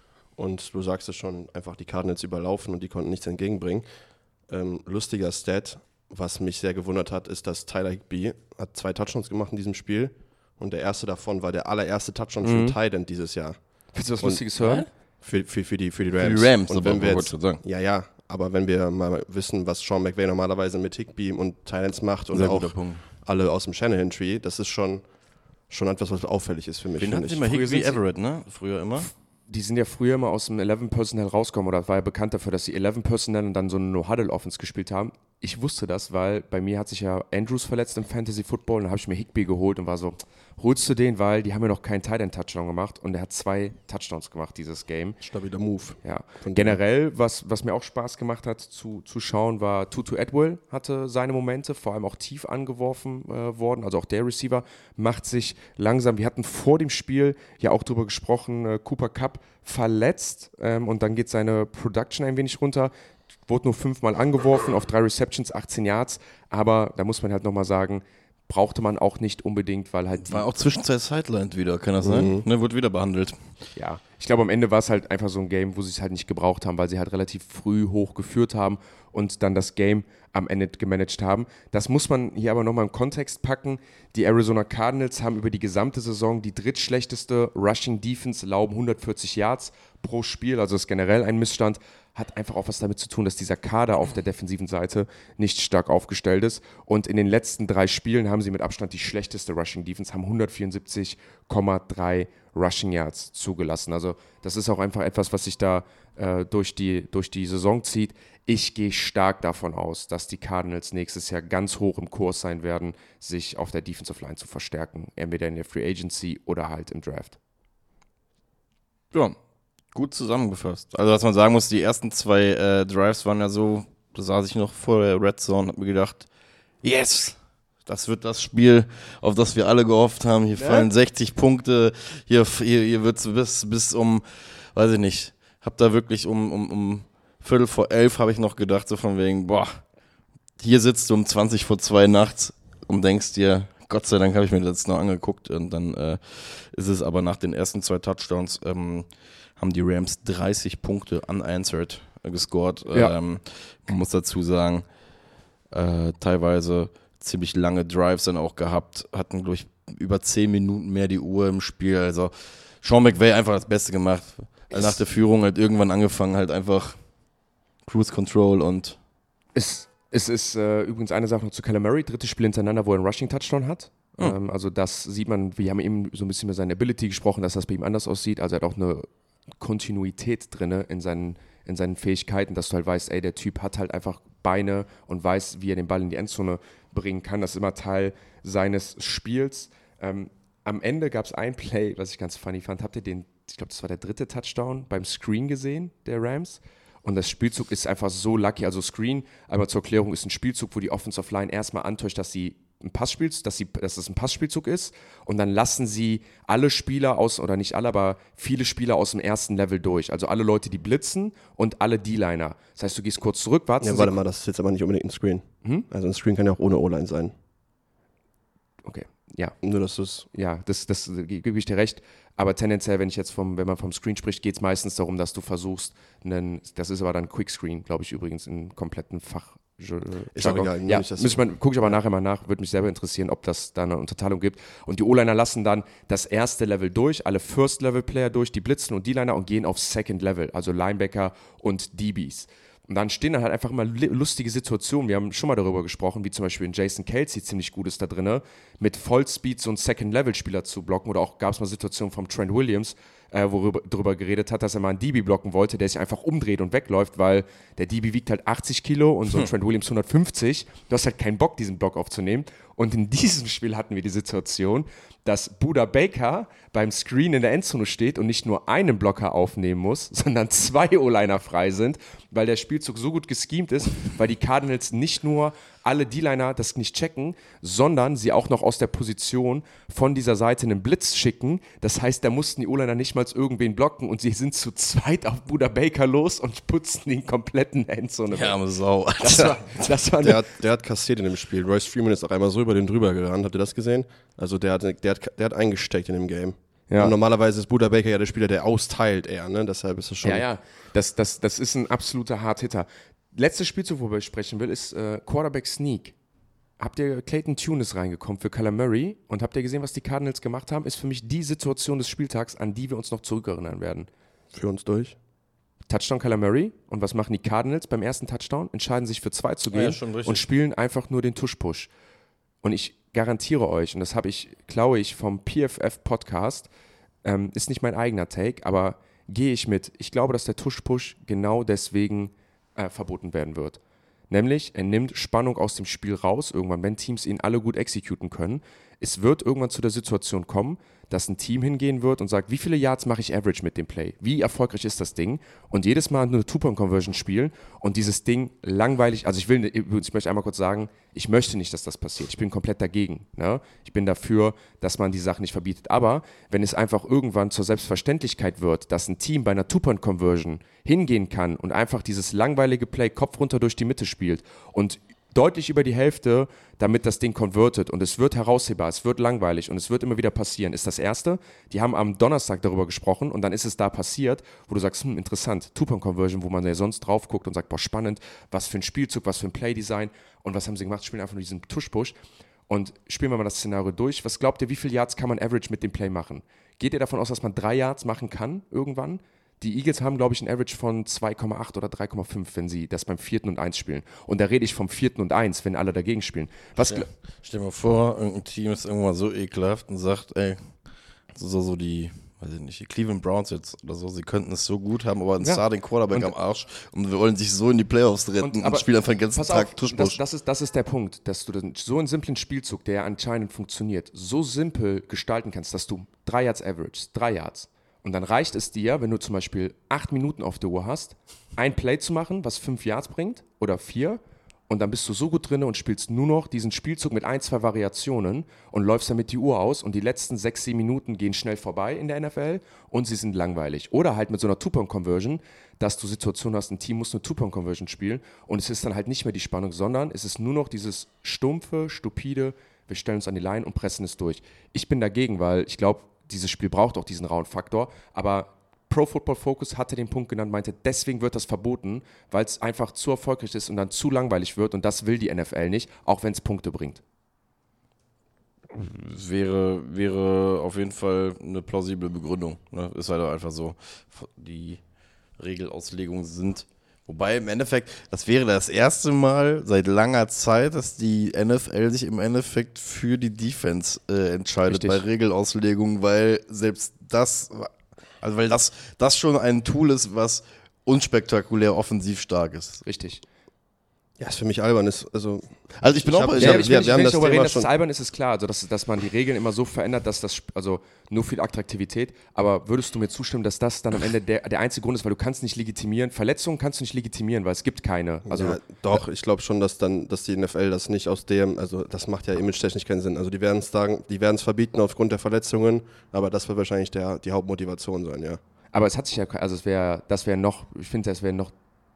Und du sagst es schon, einfach die Cardinals überlaufen und die konnten nichts entgegenbringen. Ähm, lustiger Stat, was mich sehr gewundert hat, ist, dass Tyler Higbee hat zwei Touchdowns gemacht in diesem Spiel und der erste davon war der allererste Touchdown Mhm. für den Tight End dieses Jahr. Willst du was Und- Lustiges hören? Für, für, für, die, für die Für Rams. die Rams, und aber wenn wir wollte jetzt, ich schon sagen. ja, ja, aber wenn wir mal wissen, was Sean McVay normalerweise mit Higbee und Tight Ends macht und Sehr auch guter Punkt. alle aus dem Shanahan-Tree, das ist schon, schon etwas, was auffällig ist für mich. Wen finde hatten sie ich. mal? Früher Higby sind sie- Everett, ne? Früher immer. Die sind ja früher immer aus dem eleven Personnel rausgekommen oder war ja bekannt dafür, dass sie eleven Personnel und dann so eine No-Huddle-Offense gespielt haben. Ich wusste das, weil bei mir hat sich ja Andrews verletzt im Fantasy-Football und dann habe ich mir Higbee geholt und war so, holst du den, weil die haben ja noch keinen Tight-End-Touchdown gemacht und er hat zwei Touchdowns gemacht, dieses Game. Stabiler Move. Ja. Von Generell, was, was mir auch Spaß gemacht hat zu, zu schauen, war Tutu Atwell hatte seine Momente, vor allem auch tief angeworfen äh, worden, also auch der Receiver macht sich langsam, wir hatten vor dem Spiel ja auch drüber gesprochen, äh, Cooper Kupp verletzt ähm, und dann geht seine Production ein wenig runter, wurde nur fünfmal angeworfen auf drei Receptions, achtzehn Yards, aber da muss man halt nochmal sagen, brauchte man auch nicht unbedingt, weil halt die, War auch zwischenzeit sidelined wieder, kann das sein? Ne, wurde wieder behandelt. ja, ich glaube am Ende war es halt einfach so ein Game, wo sie es halt nicht gebraucht haben, weil sie halt relativ früh hoch geführt haben und dann das Game am Ende gemanagt haben. Das muss man hier aber nochmal im Kontext packen. Die Arizona Cardinals haben über die gesamte Saison die drittschlechteste Rushing Defense, erlauben hundertvierzig Yards pro Spiel, also ist generell ein Missstand. Hat einfach auch was damit zu tun, dass dieser Kader auf der defensiven Seite nicht stark aufgestellt ist. Und in den letzten drei Spielen haben sie mit Abstand die schlechteste Rushing Defense, haben hundertvierundsiebzig Komma drei Rushing Yards zugelassen. Also das ist auch einfach etwas, was sich da äh, durch, die, durch die Saison zieht. Ich gehe stark davon aus, dass die Cardinals nächstes Jahr ganz hoch im Kurs sein werden, sich auf der Defensive Line zu verstärken. Entweder in der Free Agency oder halt im Draft. Ja, gut zusammengefasst. Also was man sagen muss, die ersten zwei äh, Drives waren ja so, da saß ich noch vor der Red Zone, hab mir gedacht, yes, das wird das Spiel, auf das wir alle gehofft haben. Hier ja. fallen sechzig Punkte, hier, hier, hier wird es bis, bis um, weiß ich nicht, hab da wirklich um, um, um Viertel vor elf habe ich noch gedacht, so von wegen, boah, hier sitzt du um zwanzig vor zwei nachts und denkst dir, Gott sei Dank habe ich mir das noch angeguckt und dann äh, ist es aber nach den ersten zwei Touchdowns, ähm, haben die Rams dreißig Punkte unanswered äh, gescored. Ja. Ähm, man muss dazu sagen, äh, teilweise ziemlich lange Drives dann auch gehabt, hatten, glaube ich, über zehn Minuten mehr die Uhr im Spiel. Also Sean McVay einfach das Beste gemacht. Also nach der Führung halt irgendwann angefangen, halt einfach Cruise Control und Es, es ist äh, übrigens eine Sache noch zu Kyler Murray, drittes Spiel hintereinander, wo er einen Rushing-Touchdown hat. Oh. Ähm, also das sieht man, wir haben eben so ein bisschen über seine Ability gesprochen, dass das bei ihm anders aussieht. Also er hat auch eine Kontinuität drin in seinen, in seinen Fähigkeiten, dass du halt weißt, ey, der Typ hat halt einfach Beine und weiß, wie er den Ball in die Endzone bringen kann. Das ist immer Teil seines Spiels. Ähm, am Ende gab es ein Play, was ich ganz funny fand. Habt ihr den, ich glaube, das war der dritte Touchdown beim Screen gesehen, der Rams? Und das Spielzug ist einfach so lucky. Also Screen, einmal zur Erklärung, ist ein Spielzug, wo die Offensive Line erstmal antäuscht, dass sie ein Passspiel, dass, sie, dass es ein Passspielzug ist. Und dann lassen sie alle Spieler aus, oder nicht alle, aber viele Spieler aus dem ersten Level durch. Also alle Leute, die blitzen und alle D-Liner. Das heißt, du gehst kurz zurück, wartest. Ja, warte mal, das ist jetzt aber nicht unbedingt ein Screen. Hm? Also ein Screen kann ja auch ohne O-Line sein. Okay, ja. Nur, dass das... Ja, das, das gebe ich dir recht. Aber tendenziell, wenn ich jetzt vom, wenn man vom Screen spricht, geht es meistens darum, dass du versuchst, einen, das ist aber dann Quickscreen, glaube ich übrigens im kompletten Fach. Ist auch egal. Ja, gucke ich aber nachher mal nach, würde mich selber interessieren, ob das da eine Unterteilung gibt. Und die O-Liner lassen dann das erste Level durch, alle First-Level-Player durch, die blitzen und D-Liner und gehen auf Second Level, also Linebacker und D Bs. Und dann stehen dann halt einfach immer lustige Situationen. Wir haben schon mal darüber gesprochen, wie zum Beispiel in Jason Kelce ziemlich gut ist da drin, mit Vollspeed so einen Second-Level-Spieler zu blocken. Oder auch gab es mal Situationen vom Trent Williams, äh, worüber darüber geredet hat, dass er mal einen D B blocken wollte, der sich einfach umdreht und wegläuft, weil der D B wiegt halt achtzig Kilo und so ein Trent Williams hundertfünfzig. Du hast halt keinen Bock, diesen Block aufzunehmen. Und in diesem Spiel hatten wir die Situation, dass Budda Baker beim Screen in der Endzone steht und nicht nur einen Blocker aufnehmen muss, sondern zwei O-Liner frei sind, weil der Spielzug so gut geschemt ist, weil die Cardinals nicht nur alle D-Liner das nicht checken, sondern sie auch noch aus der Position von dieser Seite einen Blitz schicken. Das heißt, da mussten die O-Liner nicht mal irgendwen blocken und sie sind zu zweit auf Budda Baker los und putzten den kompletten Endzone. Ja, aber Sau. Das war, das war der, hat, der hat kassiert in dem Spiel. Royce Freeman ist auch einmal so über den drüber gerannt. Habt ihr das gesehen? Also der hat, der hat, der hat eingesteckt in dem Game. Ja. Und normalerweise ist Budda Baker ja der Spieler, der austeilt eher, ne? Deshalb ist es schon... Ja, ja, das, das, das ist ein absoluter Hard-Hitter. Letztes Spielzug, worüber ich sprechen will, ist äh, Quarterback Sneak. Habt ihr Clayton Tune ist reingekommen für Kyler Murray und habt ihr gesehen, was die Cardinals gemacht haben? Ist für mich die Situation des Spieltags, an die wir uns noch zurückerinnern werden. Für uns durch. Touchdown Kyler Murray. Und was machen die Cardinals beim ersten Touchdown? Entscheiden sich für zwei zu gehen ja, und spielen einfach nur den Tush-Push. Und ich garantiere euch, und das habe ich, klaue ich vom P F F-Podcast, ähm, ist nicht mein eigener Take, aber gehe ich mit. Ich glaube, dass der Tush-Push genau deswegen äh, verboten werden wird. Nämlich, er nimmt Spannung aus dem Spiel raus, irgendwann, wenn Teams ihn alle gut exekuten können. Es wird irgendwann zu der Situation kommen, dass ein Team hingehen wird und sagt, wie viele Yards mache ich average mit dem Play? Wie erfolgreich ist das Ding? Und jedes Mal eine Two-Point-Conversion spielen und dieses Ding langweilig, also ich will, ich möchte einmal kurz sagen, ich möchte nicht, dass das passiert. Ich bin komplett dagegen. Ne? Ich bin dafür, dass man die Sachen nicht verbietet. Aber wenn es einfach irgendwann zur Selbstverständlichkeit wird, dass ein Team bei einer Two-Point-Conversion hingehen kann und einfach dieses langweilige Play Kopf runter durch die Mitte spielt und deutlich über die Hälfte, damit das Ding convertet und es wird heraussehbar, es wird langweilig und es wird immer wieder passieren, ist das Erste. Die haben am Donnerstag darüber gesprochen und dann ist es da passiert, wo du sagst, hm, interessant, Two-Point-Conversion, wo man ja sonst drauf guckt und sagt, boah, spannend, was für ein Spielzug, was für ein Playdesign und was haben sie gemacht, spielen einfach nur diesen Tush-Push und spielen wir mal das Szenario durch. Was glaubt ihr, wie viele Yards kann man average mit dem Play machen? Geht ihr davon aus, dass man drei Yards machen kann irgendwann? Die Eagles haben, glaube ich, einen Average von zwei Komma acht oder drei Komma fünf, wenn sie das beim vierten und eins spielen. Und da rede ich vom vierten und eins, wenn alle dagegen spielen. Was ja. Stell dir mal vor, irgendein Team ist irgendwann so ekelhaft und sagt, ey, so, so die, weiß ich nicht, die Cleveland Browns jetzt oder so, sie könnten es so gut haben, aber einen ja. Starting Quarterback und, am Arsch und wir wollen sich so in die Playoffs retten und, und spielen einfach den ganzen Tag Tuschbusch. Das, das, ist, das ist der Punkt, dass du so einen simplen Spielzug, der anscheinend funktioniert, so simpel gestalten kannst, dass du drei Yards Average, drei Yards. Und dann reicht es dir, wenn du zum Beispiel acht Minuten auf der Uhr hast, ein Play zu machen, was fünf Yards bringt oder vier. Und dann bist du so gut drin und spielst nur noch diesen Spielzug mit ein, zwei Variationen und läufst damit die Uhr aus und die letzten sechs, sieben Minuten gehen schnell vorbei in der N F L und sie sind langweilig. Oder halt mit so einer Two-Point-Conversion, dass du Situationen hast, ein Team muss eine Two-Point-Conversion spielen und es ist dann halt nicht mehr die Spannung, sondern es ist nur noch dieses stumpfe, stupide, wir stellen uns an die Line und pressen es durch. Ich bin dagegen, weil ich glaube, dieses Spiel braucht auch diesen rauen Faktor, aber Pro Football Focus hatte den Punkt genannt, meinte, deswegen wird das verboten, weil es einfach zu erfolgreich ist und dann zu langweilig wird und das will die N F L nicht, auch wenn es Punkte bringt. Es wäre, wäre auf jeden Fall eine plausible Begründung. Ne? Ist halt einfach so, die Regelauslegungen sind. Wobei im Endeffekt, das wäre das erste Mal seit langer Zeit, dass die N F L sich im Endeffekt für die Defense äh, entscheidet Richtig. bei Regelauslegungen, weil selbst das, also weil das, das schon ein Tool ist, was unspektakulär offensiv stark ist. Richtig. Ja, ist für mich albern. Ist, also, also ich bin ich auch hab, bei ja, ja, ich wir, will wir haben nicht das darüber Thema reden, dass schon. es albern ist, ist klar. Also dass, dass man die Regeln immer so verändert, dass das, also nur viel Attraktivität. Aber würdest du mir zustimmen, dass das dann am Ende der, der einzige Grund ist, weil du kannst nicht legitimieren, Verletzungen kannst du nicht legitimieren, weil es gibt keine. Also, ja, doch, ich glaube schon, dass dann, dass die N F L das nicht aus dem, also das macht ja image-technisch keinen Sinn. Also die werden es sagen, die werden es verbieten aufgrund der Verletzungen, aber das wird wahrscheinlich der, die Hauptmotivation sein, ja. Aber es hat sich ja, also es wäre, das wäre noch, ich finde, das wäre noch,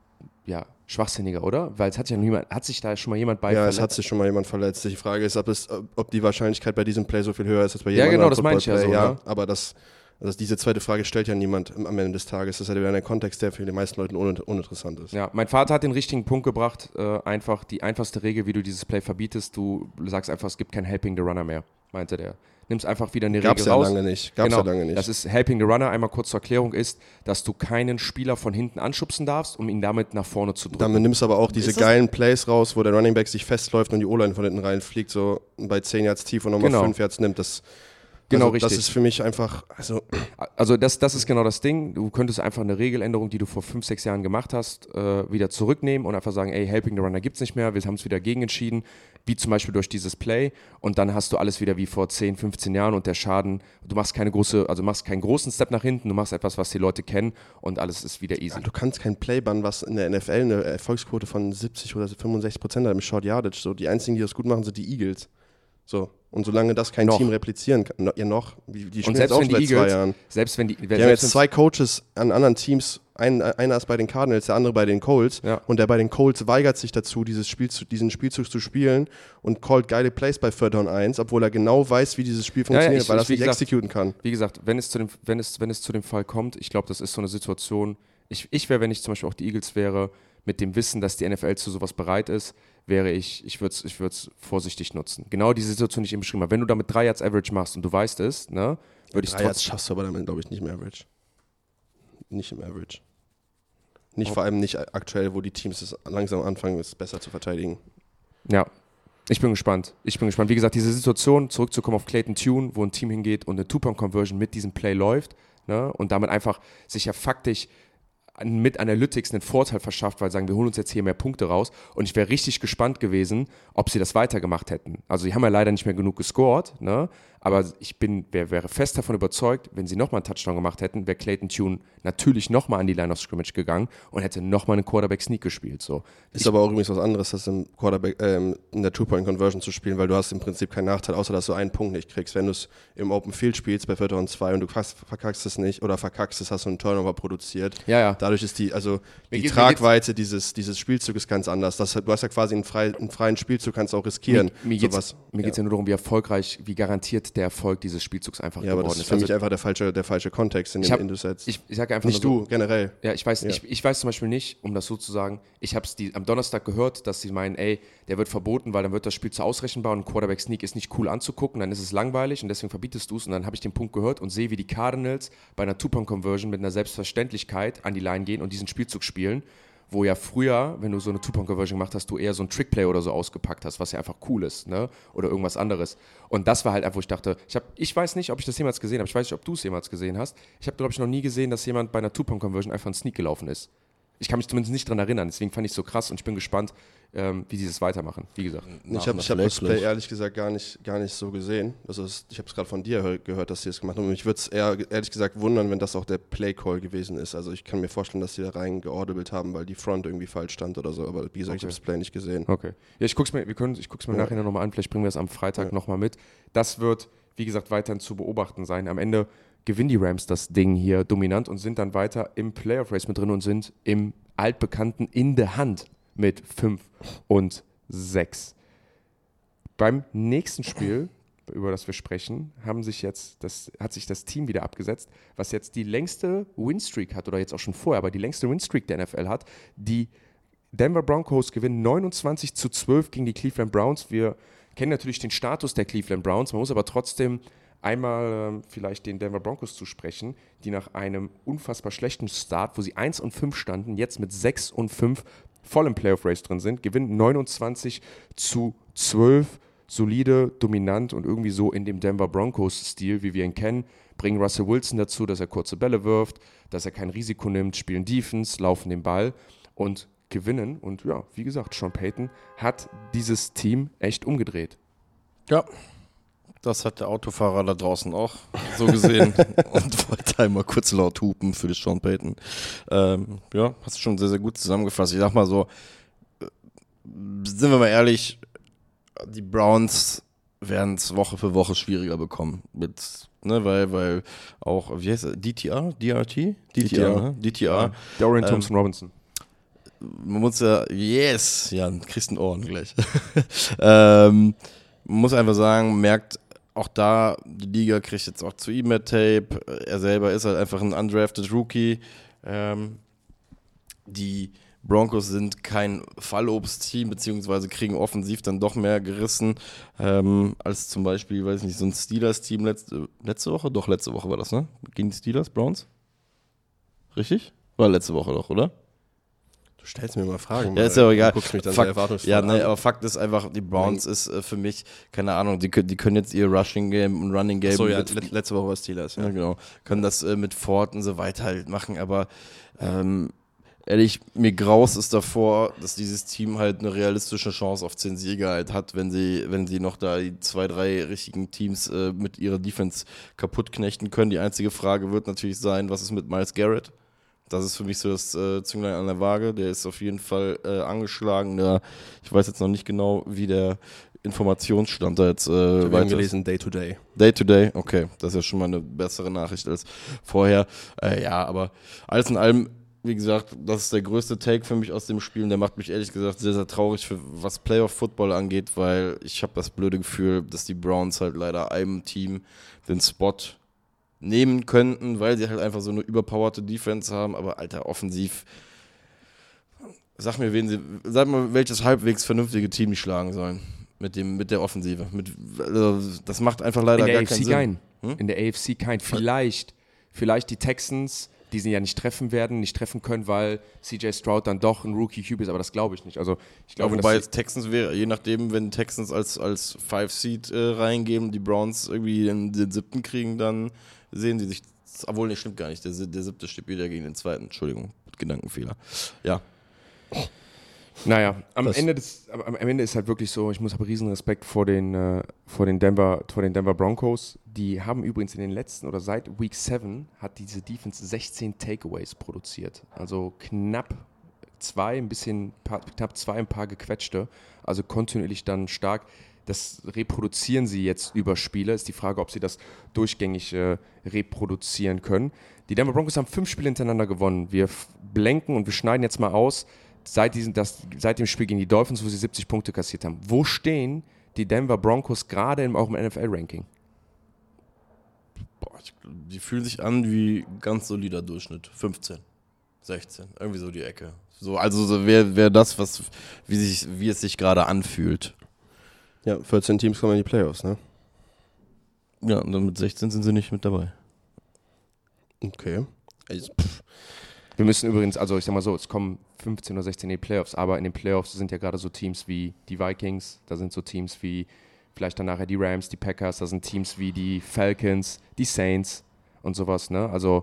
ja, schwachsinniger, oder? Weil es hat sich ja niemand, hat sich da schon mal jemand bei Ja, verletzt? es hat sich schon mal jemand verletzt. Die Frage ist, ob, es, ob die Wahrscheinlichkeit bei diesem Play so viel höher ist als bei jedem ja, genau, anderen das meine ich ja so, ja, ne? aber das, also diese zweite Frage stellt ja niemand am Ende des Tages. Das ist ja wieder ein Kontext, der für die meisten Leute un- uninteressant ist. Ja, mein Vater hat den richtigen Punkt gebracht, äh, einfach die einfachste Regel, wie du dieses Play verbietest, du sagst einfach, es gibt kein Helping the Runner mehr, meinte der. Nimmst einfach wieder eine Gab's Regel ja raus. lange nicht. Gab's genau, ja lange nicht. Das ist Helping the Runner, einmal kurz zur Erklärung, ist, dass du keinen Spieler von hinten anschubsen darfst, um ihn damit nach vorne zu drücken. Damit nimmst du aber auch diese geilen Plays raus, wo der Running Back sich festläuft und die O-Line von hinten reinfliegt, so bei zehn Yards tief und nochmal genau. fünf Yards nimmt. Das, genau, also, richtig. Das ist für mich einfach, also... Also das, das ist genau das Ding. Du könntest einfach eine Regeländerung, die du vor fünf, sechs Jahren gemacht hast, äh, wieder zurücknehmen und einfach sagen, ey, Helping the Runner gibt's nicht mehr, wir haben es wieder gegen entschieden, wie zum Beispiel durch dieses Play und dann hast du alles wieder wie vor zehn, fünfzehn Jahren und der Schaden, du machst keine große, also machst keinen großen Step nach hinten, du machst etwas, was die Leute kennen und alles ist wieder easy. Ja, du kannst kein Play bannen, was in der N F L eine Erfolgsquote von siebzig oder fünfundsechzig Prozent hat im Short Yardage. So, die einzigen, die das gut machen, sind die Eagles. So. Und solange das kein noch. Team replizieren kann, no, ja noch, die, die spielen und selbst jetzt auch wenn schon die seit zwei Eagles, Jahren. Selbst wenn die, Die haben jetzt zwei Coaches an anderen Teams, ein, einer ist bei den Cardinals, der andere bei den Colts. Ja. Und der bei den Colts weigert sich dazu, dieses Spiel zu, diesen Spielzug zu spielen und callt geile Plays bei Third Down eins, obwohl er genau weiß, wie dieses Spiel funktioniert, ja, ja, ich, weil er es nicht gesagt, exekuten kann. Wie gesagt, wenn es zu dem, wenn es, wenn es zu dem Fall kommt, ich glaube, das ist so eine Situation, ich, ich wäre, wenn ich zum Beispiel auch die Eagles wäre, mit dem Wissen, dass die N F L zu sowas bereit ist, wäre ich, ich würde es ich würd's vorsichtig nutzen. Genau diese Situation, die ich eben beschrieben habe. Wenn du damit drei Yards Average machst und du weißt es, ne, würde ich es trotzdem... Drei Yards schaffst du aber damit, glaube ich, nicht im Average. Nicht im Average. Nicht oh. Vor allem nicht aktuell, wo die Teams es langsam anfangen, es besser zu verteidigen. Ja, ich bin gespannt. Ich bin gespannt. Wie gesagt, diese Situation, zurückzukommen auf Clayton Tune, wo ein Team hingeht und eine Two-Point-Conversion mit diesem Play läuft, ne, und damit einfach sich ja faktisch mit Analytics einen Vorteil verschafft, weil sie sagen, wir holen uns jetzt hier mehr Punkte raus und ich wäre richtig gespannt gewesen, ob sie das weitergemacht hätten. Also sie haben ja leider nicht mehr genug gescored, ne? Aber ich bin, wär, wäre fest davon überzeugt, wenn sie nochmal einen Touchdown gemacht hätten, wäre Clayton Tune natürlich nochmal an die Line of Scrimmage gegangen und hätte nochmal einen Quarterback-Sneak gespielt. So. Ist ich, aber auch übrigens was anderes, das im Quarterback, ähm, in der Two-Point-Conversion zu spielen, weil du hast im Prinzip keinen Nachteil, außer dass du einen Punkt nicht kriegst. Wenn du es im Open Field spielst, bei Vierter und Zwei und du verkackst es nicht oder verkackst es, hast du einen Turnover produziert. Ja, ja. Dadurch ist die, also die geht, Tragweite dieses, dieses Spielzuges ganz anders. Das, du hast ja quasi einen, frei, einen freien Spielzug, kannst auch riskieren. Mir, mir geht es ja. ja nur darum, wie erfolgreich, wie garantiert der Erfolg dieses Spielzugs einfach ja, geworden aber das ist. Für also, mich einfach der falsche, der falsche Kontext, in dem du setzt. Ich, ich sage einfach nicht nur so, du, generell. Ja, ich weiß, ja. Ich, ich weiß zum Beispiel nicht, um das so zu sagen, ich habe es am Donnerstag gehört, dass sie meinen, ey, der wird verboten, weil dann wird das Spiel zu ausrechenbar und ein Quarterback-Sneak ist nicht cool anzugucken, dann ist es langweilig und deswegen verbietest du es. Und dann habe ich den Punkt gehört und sehe, wie die Cardinals bei einer Two-Point-Conversion mit einer Selbstverständlichkeit an die Line gehen und diesen Spielzug spielen, wo ja früher, wenn du so eine Two-Point-Conversion gemacht hast, du eher so ein Trickplay oder so ausgepackt hast, was ja einfach cool ist, ne? Oder irgendwas anderes. Und das war halt einfach, wo ich dachte, ich, hab, ich weiß nicht, ob ich das jemals gesehen habe, ich weiß nicht, ob du es jemals gesehen hast. Ich habe, glaube ich, noch nie gesehen, dass jemand bei einer Two-Point-Conversion einfach einen Sneak gelaufen ist. Ich kann mich zumindest nicht dran erinnern, deswegen fand ich es so krass und ich bin gespannt, ähm, wie sie das weitermachen, wie gesagt. Ich habe hab das Play ehrlich gesagt gar nicht, gar nicht so gesehen. Also es, ich habe es gerade von dir gehört, dass sie das gemacht haben. Und mich würde es eher ehrlich gesagt wundern, wenn das auch der Play-Call gewesen ist. Also ich kann mir vorstellen, dass sie da rein geaudibled haben, weil die Front irgendwie falsch stand oder so. Aber wie gesagt, okay. Ich habe das Play nicht gesehen. Okay. Ja, ich guck's mir, wir können, ich guck's mir ja. nachher nochmal an. Vielleicht bringen wir es am Freitag ja. nochmal mit. Das wird, wie gesagt, weiterhin zu beobachten sein. Am Ende gewinnen die Rams das Ding hier dominant und sind dann weiter im Playoff-Race mit drin und sind im altbekannten in der Hand mit fünf und sechs. Beim nächsten Spiel, über das wir sprechen, haben sich jetzt das, hat sich das Team wieder abgesetzt, was jetzt die längste Winstreak hat, oder jetzt auch schon vorher, aber die längste Winstreak der N F L hat. Die Denver Broncos gewinnen neunundzwanzig zu zwölf gegen die Cleveland Browns. Wir kennen natürlich den Status der Cleveland Browns, man muss aber trotzdem einmal äh, vielleicht den Denver Broncos zu sprechen, die nach einem unfassbar schlechten Start, wo sie eins und fünf standen, jetzt mit sechs und fünf voll im Playoff-Race drin sind, gewinnen neunundzwanzig zu zwölf, solide, dominant und irgendwie so in dem Denver Broncos-Stil, wie wir ihn kennen, bringen Russell Wilson dazu, dass er kurze Bälle wirft, dass er kein Risiko nimmt, spielen Defense, laufen den Ball und gewinnen. Und ja, wie gesagt, Sean Payton hat dieses Team echt umgedreht. Ja. Das hat der Autofahrer da draußen auch so gesehen und wollte einmal kurz laut hupen für die Sean Payton. Ähm, ja, hast du schon sehr, sehr gut zusammengefasst. Ich sag mal so, sind wir mal ehrlich, die Browns werden es Woche für Woche schwieriger bekommen. Mit, ne, weil, weil auch, wie heißt er, D T R? D R T? D T R, ne? D T R. Ja, Dorian ähm, Thompson-Robinson. Man muss ja, yes, ja, kriegst einen Ohren gleich. ähm, man muss einfach sagen, merkt, auch da, die Liga kriegt jetzt auch zu ihm mehr Tape. Er selber ist halt einfach ein undrafted Rookie. Ähm, die Broncos sind kein Fallobst-Team, beziehungsweise kriegen offensiv dann doch mehr gerissen, ähm, als zum Beispiel, weiß nicht, so ein Steelers-Team letzte, letzte Woche? Doch, letzte Woche war das, ne? Gegen die Steelers, Browns? Richtig? War letzte Woche doch, oder? Du stellst mir mal Fragen. Ja, ist ja auch egal. Du guckst mich dann Fakt, sehr erwartungsvoll ja, ne, an. aber Fakt ist einfach, die Browns Nein. ist äh, für mich, keine Ahnung, die, die können jetzt ihr Rushing-Game und Running-Game So, ja, mit, let- letzte Woche war Steelers, ja. ja, genau, können das äh, mit Ford und so weiter halt machen, aber ähm, ehrlich, mir graus ist davor, dass dieses Team halt eine realistische Chance auf zehn Siege halt hat, wenn sie, wenn sie noch da die zwei, drei richtigen Teams äh, mit ihrer Defense kaputt knechten können. Die einzige Frage wird natürlich sein, was ist mit Myles Garrett? Das ist für mich so das äh, Zünglein an der Waage. Der ist auf jeden Fall äh, angeschlagen. Der, ich weiß jetzt noch nicht genau, wie der Informationsstand da jetzt äh, Ich habe weiter gelesen, Day to Day. Day to Day, okay. Das ist ja schon mal eine bessere Nachricht als vorher. Äh, ja, aber alles in allem, wie gesagt, das ist der größte Take für mich aus dem Spiel. Und der macht mich ehrlich gesagt sehr, sehr traurig, für was Playoff-Football angeht, weil ich habe das blöde Gefühl, dass die Browns halt leider einem Team den Spot nehmen könnten, weil sie halt einfach so eine überpowerte Defense haben, aber alter, offensiv, sag mir, wen sie, sag mal, welches halbwegs vernünftige Team die schlagen sollen mit dem, mit der Offensive. Mit, also das macht einfach leider gar keinen Sinn. Kein. Hm? In der A F C kein. Vielleicht, vielleicht die Texans, die sie ja nicht treffen werden, nicht treffen können, weil C J Stroud dann doch ein Rookie-Q B ist, aber das glaube ich nicht. Also ich glaube, ja, wobei dass jetzt Texans wäre, je nachdem, wenn die Texans als, als Five-Seed äh, reingeben, die Browns irgendwie den, den siebten kriegen, dann sehen sie sich, obwohl, ne, stimmt gar nicht, der, der siebte steht wieder gegen den zweiten, Entschuldigung, Gedankenfehler. Ja. Naja, am Das- Ende, des, am, am Ende ist halt wirklich so, ich muss habe riesen Respekt vor den, äh, vor, den Denver, vor den Denver Broncos. Die haben übrigens in den letzten oder seit Week sieben hat diese Defense sechzehn Takeaways produziert. Also knapp zwei, ein bisschen, paar, knapp zwei, ein paar gequetschte. Also kontinuierlich dann stark. Das reproduzieren sie jetzt über Spiele. Ist die Frage, ob sie das durchgängig äh, reproduzieren können. Die Denver Broncos haben fünf Spiele hintereinander gewonnen. Wir f- blenken und wir schneiden jetzt mal aus, seit, diesen, das, seit dem Spiel gegen die Dolphins, wo sie siebzig Punkte kassiert haben. Wo stehen die Denver Broncos gerade in eurem N F L-Ranking? Boah, ich, die fühlen sich an wie ganz solider Durchschnitt. fünfzehn, sechzehn, irgendwie so die Ecke. So, also so wäre wär das, was, wie, sich, wie es sich gerade anfühlt. Ja, vierzehn Teams kommen in die Playoffs, ne? Ja, und dann mit sechzehn sind sie nicht mit dabei. Okay. Also, pff, Wir müssen übrigens, also ich sag mal so, es kommen fünfzehn oder sechzehn in die Playoffs, aber in den Playoffs sind ja gerade so Teams wie die Vikings, da sind so Teams wie vielleicht dann nachher die Rams, die Packers, da sind Teams wie die Falcons, die Saints und sowas, ne? Also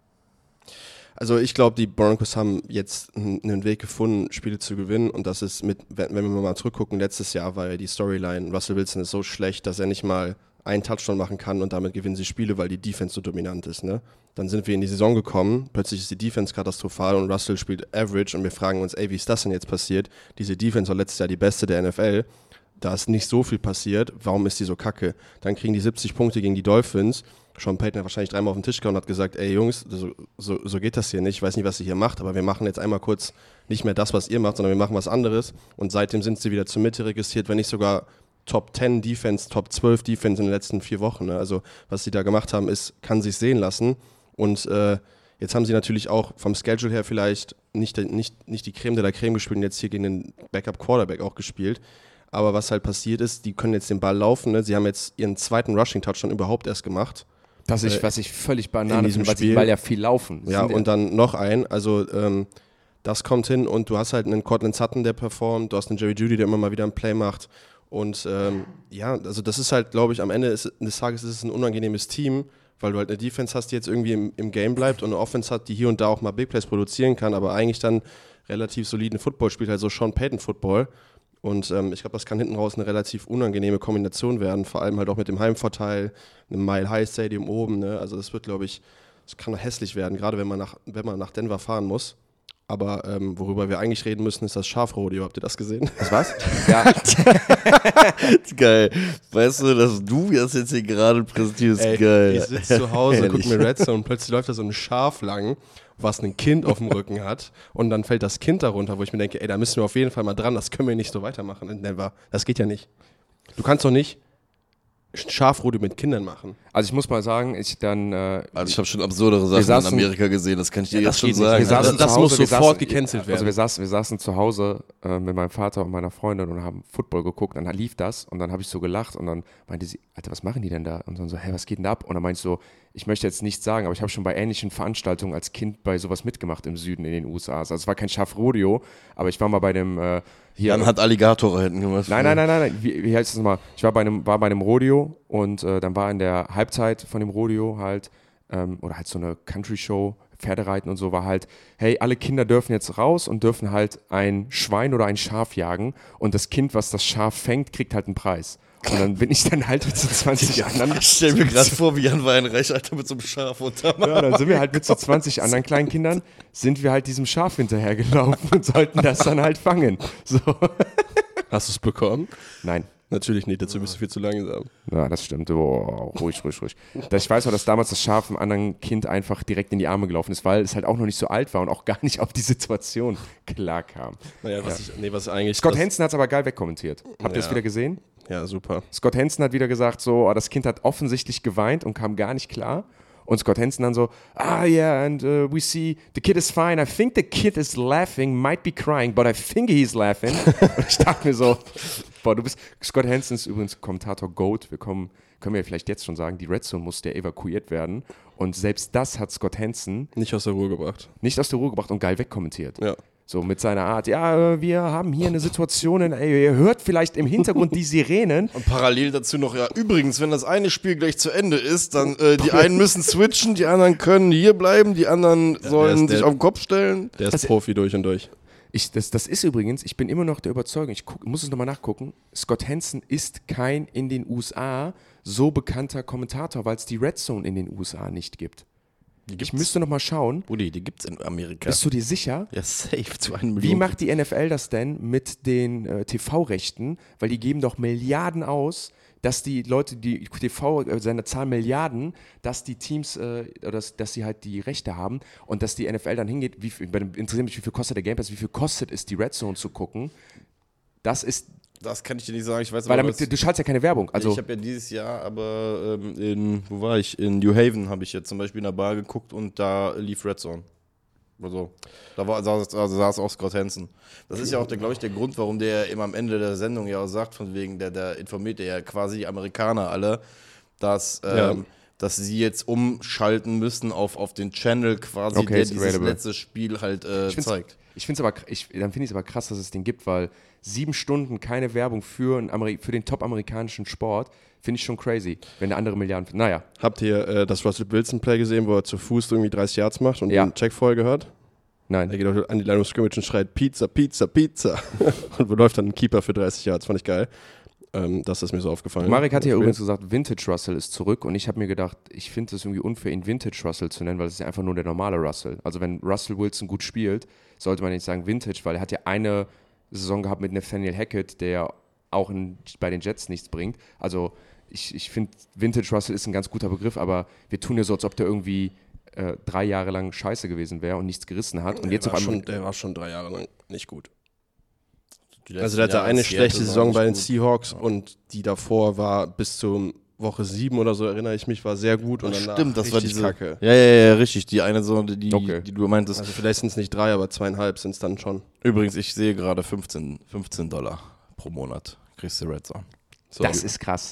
Also ich glaube, die Broncos haben jetzt einen Weg gefunden, Spiele zu gewinnen, und das ist mit, wenn wenn wir mal zurückgucken, letztes Jahr war ja die Storyline, Russell Wilson ist so schlecht, dass er nicht mal einen Touchdown machen kann und damit gewinnen sie Spiele, weil die Defense so dominant ist, ne? Dann sind wir in die Saison gekommen, plötzlich ist die Defense katastrophal und Russell spielt Average und wir fragen uns, ey, wie ist das denn jetzt passiert? Diese Defense war letztes Jahr die beste der N F L, da ist nicht so viel passiert, warum ist die so kacke? Dann kriegen die siebzig Punkte gegen die Dolphins. Sean Payton hat wahrscheinlich dreimal auf den Tisch gehauen und hat gesagt, ey Jungs, so, so, so geht das hier nicht, ich weiß nicht, was ihr hier macht, aber wir machen jetzt einmal kurz nicht mehr das, was ihr macht, sondern wir machen was anderes, und seitdem sind sie wieder zur Mitte registriert, wenn nicht sogar Top zehn Defense, Top zwölf Defense in den letzten vier Wochen. Ne? Also was sie da gemacht haben, ist, kann sich sehen lassen, und äh, jetzt haben sie natürlich auch vom Schedule her vielleicht nicht, nicht, nicht die Creme de la Creme gespielt und jetzt hier gegen den Backup-Quarterback auch gespielt. Aber was halt passiert ist, die können jetzt den Ball laufen. Ne? Sie haben jetzt ihren zweiten Rushing-Touchdown überhaupt erst gemacht. das ist, Äh, was ich völlig in Banane diesem finde, weil, sie- Spiel. weil ja viel laufen. Sie Ja, sind und dann noch ein. Also ähm, das kommt hin, und du hast halt einen Cortland Sutton, der performt. Du hast einen Jerry Jeudy, der immer mal wieder ein Play macht. Und ähm, ja, also das ist halt, glaube ich, am Ende ist, des Tages ist es ein unangenehmes Team, weil du halt eine Defense hast, die jetzt irgendwie im, im Game bleibt, und eine Offense hat, die hier und da auch mal Big Plays produzieren kann, aber eigentlich dann relativ soliden Football spielt, halt so Sean Payton Football. Und ähm, ich glaube, das kann hinten raus eine relativ unangenehme Kombination werden, vor allem halt auch mit dem Heimvorteil, einem Mile High Stadium oben. Ne? Also das wird, glaube ich, das kann hässlich werden, gerade wenn man nach, wenn man nach Denver fahren muss. Aber ähm, worüber wir eigentlich reden müssen, ist das Schafrodeo. Habt ihr das gesehen? Das was? Ja, Geil. Weißt du, dass du das jetzt hier gerade präsentierst? Ey, Geil. ich sitze zu Hause, Ehrlich. gucke mir Red Zone und plötzlich läuft da so ein Schaf lang, was ein Kind auf dem Rücken hat, und dann fällt das Kind darunter, wo ich mir denke, ey, da müssen wir auf jeden Fall mal dran, das können wir nicht so weitermachen in Denver. Das geht ja nicht. Du kannst doch nicht Schafrodeo mit Kindern machen. also ich muss mal sagen, ich dann äh, Also ich habe schon absurdere Sachen saßen- in Amerika gesehen, das kann ich dir Ja, jetzt das schon geht nicht. sagen. wir saßen das zu muss Hause, wir sofort saßen- gecancelt werden. Also wir saßen, wir saßen zu Hause äh, mit meinem Vater und meiner Freundin und haben Football geguckt, dann lief das und dann habe ich so gelacht und dann meinte sie, Alter, was machen die denn da? Und dann so, hä, was geht denn da ab? Und dann meinte ich so, ich möchte jetzt nichts sagen, aber ich habe schon bei ähnlichen Veranstaltungen als Kind bei sowas mitgemacht im Süden in den U S A. Also es war kein Schafrodeo, aber ich war mal bei dem äh, hier. Jan hat Alligator hinten gemacht. Nein, nein, nein, nein, nein. Wie, wie heißt das nochmal? Ich war bei einem, war bei einem Rodeo und äh, dann war in der Halbzeit von dem Rodeo halt, ähm, oder halt so eine Country-Show, Pferdereiten und so, war halt, hey, alle Kinder dürfen jetzt raus und dürfen halt ein Schwein oder ein Schaf jagen, und das Kind, was das Schaf fängt, kriegt halt einen Preis. Und dann bin ich dann halt mit so zwanzig anderen. Ich stell mir gerade vor, wie Jan Weinreich, Alter, mit so einem Schaf unter. Ja, dann sind wir halt mit so zwanzig anderen kleinen Kindern, sind wir halt diesem Schaf hinterhergelaufen und sollten das dann halt fangen. So. Hast du es bekommen? Nein. Natürlich nicht, dazu bist du viel zu langsam. Ja, das stimmt. Oh, ruhig, ruhig, ruhig. Das, ich weiß noch, dass damals das Schaf einem anderen Kind einfach direkt in die Arme gelaufen ist, weil es halt auch noch nicht so alt war und auch gar nicht auf die Situation klar kam. Naja, was, ich, nee, was eigentlich... Scott das, Hansen hat es aber geil wegkommentiert. Habt ihr das Ja. wieder gesehen? Ja, super. Scott Hansen hat wieder gesagt, so, oh, das Kind hat offensichtlich geweint und kam gar nicht klar. Und Scott Hansen dann so, ah yeah, and uh, we see the kid is fine. I think the kid is laughing, might be crying, but I think he's laughing. Und ich dachte mir so, boah, du bist, Scott Hansen ist übrigens Kommentator Goat. Wir kommen, können wir vielleicht jetzt schon sagen, die Red Zone musste ja evakuiert werden. Und selbst das hat Scott Hansen Nicht aus der Ruhe gebracht. nicht aus der Ruhe gebracht und geil wegkommentiert. Ja. So mit seiner Art, ja, äh, wir haben hier eine Situation, in, ey, ihr hört vielleicht im Hintergrund die Sirenen. Und parallel dazu noch, ja, übrigens, wenn das eine Spiel gleich zu Ende ist, dann äh, die einen müssen switchen, die anderen können hier bleiben, die anderen sollen der ist sich der- auf den Kopf stellen. Der ist Das- Profi durch und durch. Ich, das, das ist übrigens, ich bin immer noch der Überzeugung, ich guck, muss es nochmal nachgucken, Scott Hansen ist kein in den U S A so bekannter Kommentator, weil es die Red Zone in den U S A nicht gibt. Ich müsste nochmal schauen. Uli, die gibt's in Amerika. Bist du dir sicher? Ja, safe zu einem Wie Million. macht die N F L das denn mit den äh, T V-Rechten? Weil die geben doch Milliarden aus, dass die Leute, die T V, äh, seine Zahl Milliarden, dass die Teams, äh, oder dass, dass sie halt die Rechte haben und dass die N F L dann hingeht, wie viel, interessiert mich, wie viel kostet der Game Pass, wie viel kostet es, die Red Zone zu gucken? Das ist, Das kann ich dir nicht sagen. Ich weiß weil aber, damit, was- du schaltest ja keine Werbung. Also, ich habe ja dieses Jahr, aber ähm, in, wo war ich? In New Haven habe ich jetzt zum Beispiel in der Bar geguckt und da lief Red Zone. Also, da war, saß, also saß auch Scott Hansen. Das ist ja auch, glaube ich, der Grund, warum der immer am Ende der Sendung ja auch sagt, von wegen, der, der informiert ja quasi die Amerikaner alle, dass, ähm, Ja. dass sie jetzt umschalten müssen auf, auf den Channel quasi, Okay, der ist dieses available. letzte Spiel halt äh, ich find's, zeigt. ich find's aber, ich, dann finde ich es aber krass, dass es den gibt, weil sieben Stunden keine Werbung für, einen Ameri- für den top-amerikanischen Sport, finde ich schon crazy, wenn der andere Milliarden. Naja, Habt ihr äh, das Russell Wilson Play gesehen, wo er zu Fuß irgendwie dreißig Yards macht und Ja. den Check vorher gehört? Er nein. geht auch an die Line of Scrimmage und schreit Pizza, Pizza, Pizza. Und läuft dann ein Keeper für dreißig Yards. Fand ich geil. Ähm, das ist mir so aufgefallen. Marek hatte ja Das übrigens Spiel. gesagt, Vintage Russell ist zurück und ich habe mir gedacht, ich finde es irgendwie unfair, ihn Vintage Russell zu nennen, weil es ist ja einfach nur der normale Russell. Also wenn Russell Wilson gut spielt, sollte man nicht sagen Vintage, weil er hat ja eine Saison gehabt mit Nathaniel Hackett, der auch in, bei den Jets nichts bringt. Also ich, ich finde, Vintage Russell ist ein ganz guter Begriff, aber wir tun ja so, als ob der irgendwie äh, drei Jahre lang scheiße gewesen wäre und nichts gerissen hat. Und Der jetzt auf war einmal... schon, der war schon drei Jahre lang nicht gut. Die letzten Also der hatte Jahre in eine Seattle schlechte waren Saison nicht bei den gut. Seahawks und die davor war bis zum Woche sieben oder so, erinnere ich mich, war sehr gut. Und Das danach stimmt, das war richtig diese. Kacke. Ja, ja, ja, richtig. Die eine so, die, Okay. die du meintest. Also vielleicht sind es nicht drei, aber zweieinhalb sind es dann schon. Übrigens, ich sehe gerade fünfzehn, fünfzehn Dollar pro Monat. Kriegst du Red Zone. So. Das ist krass.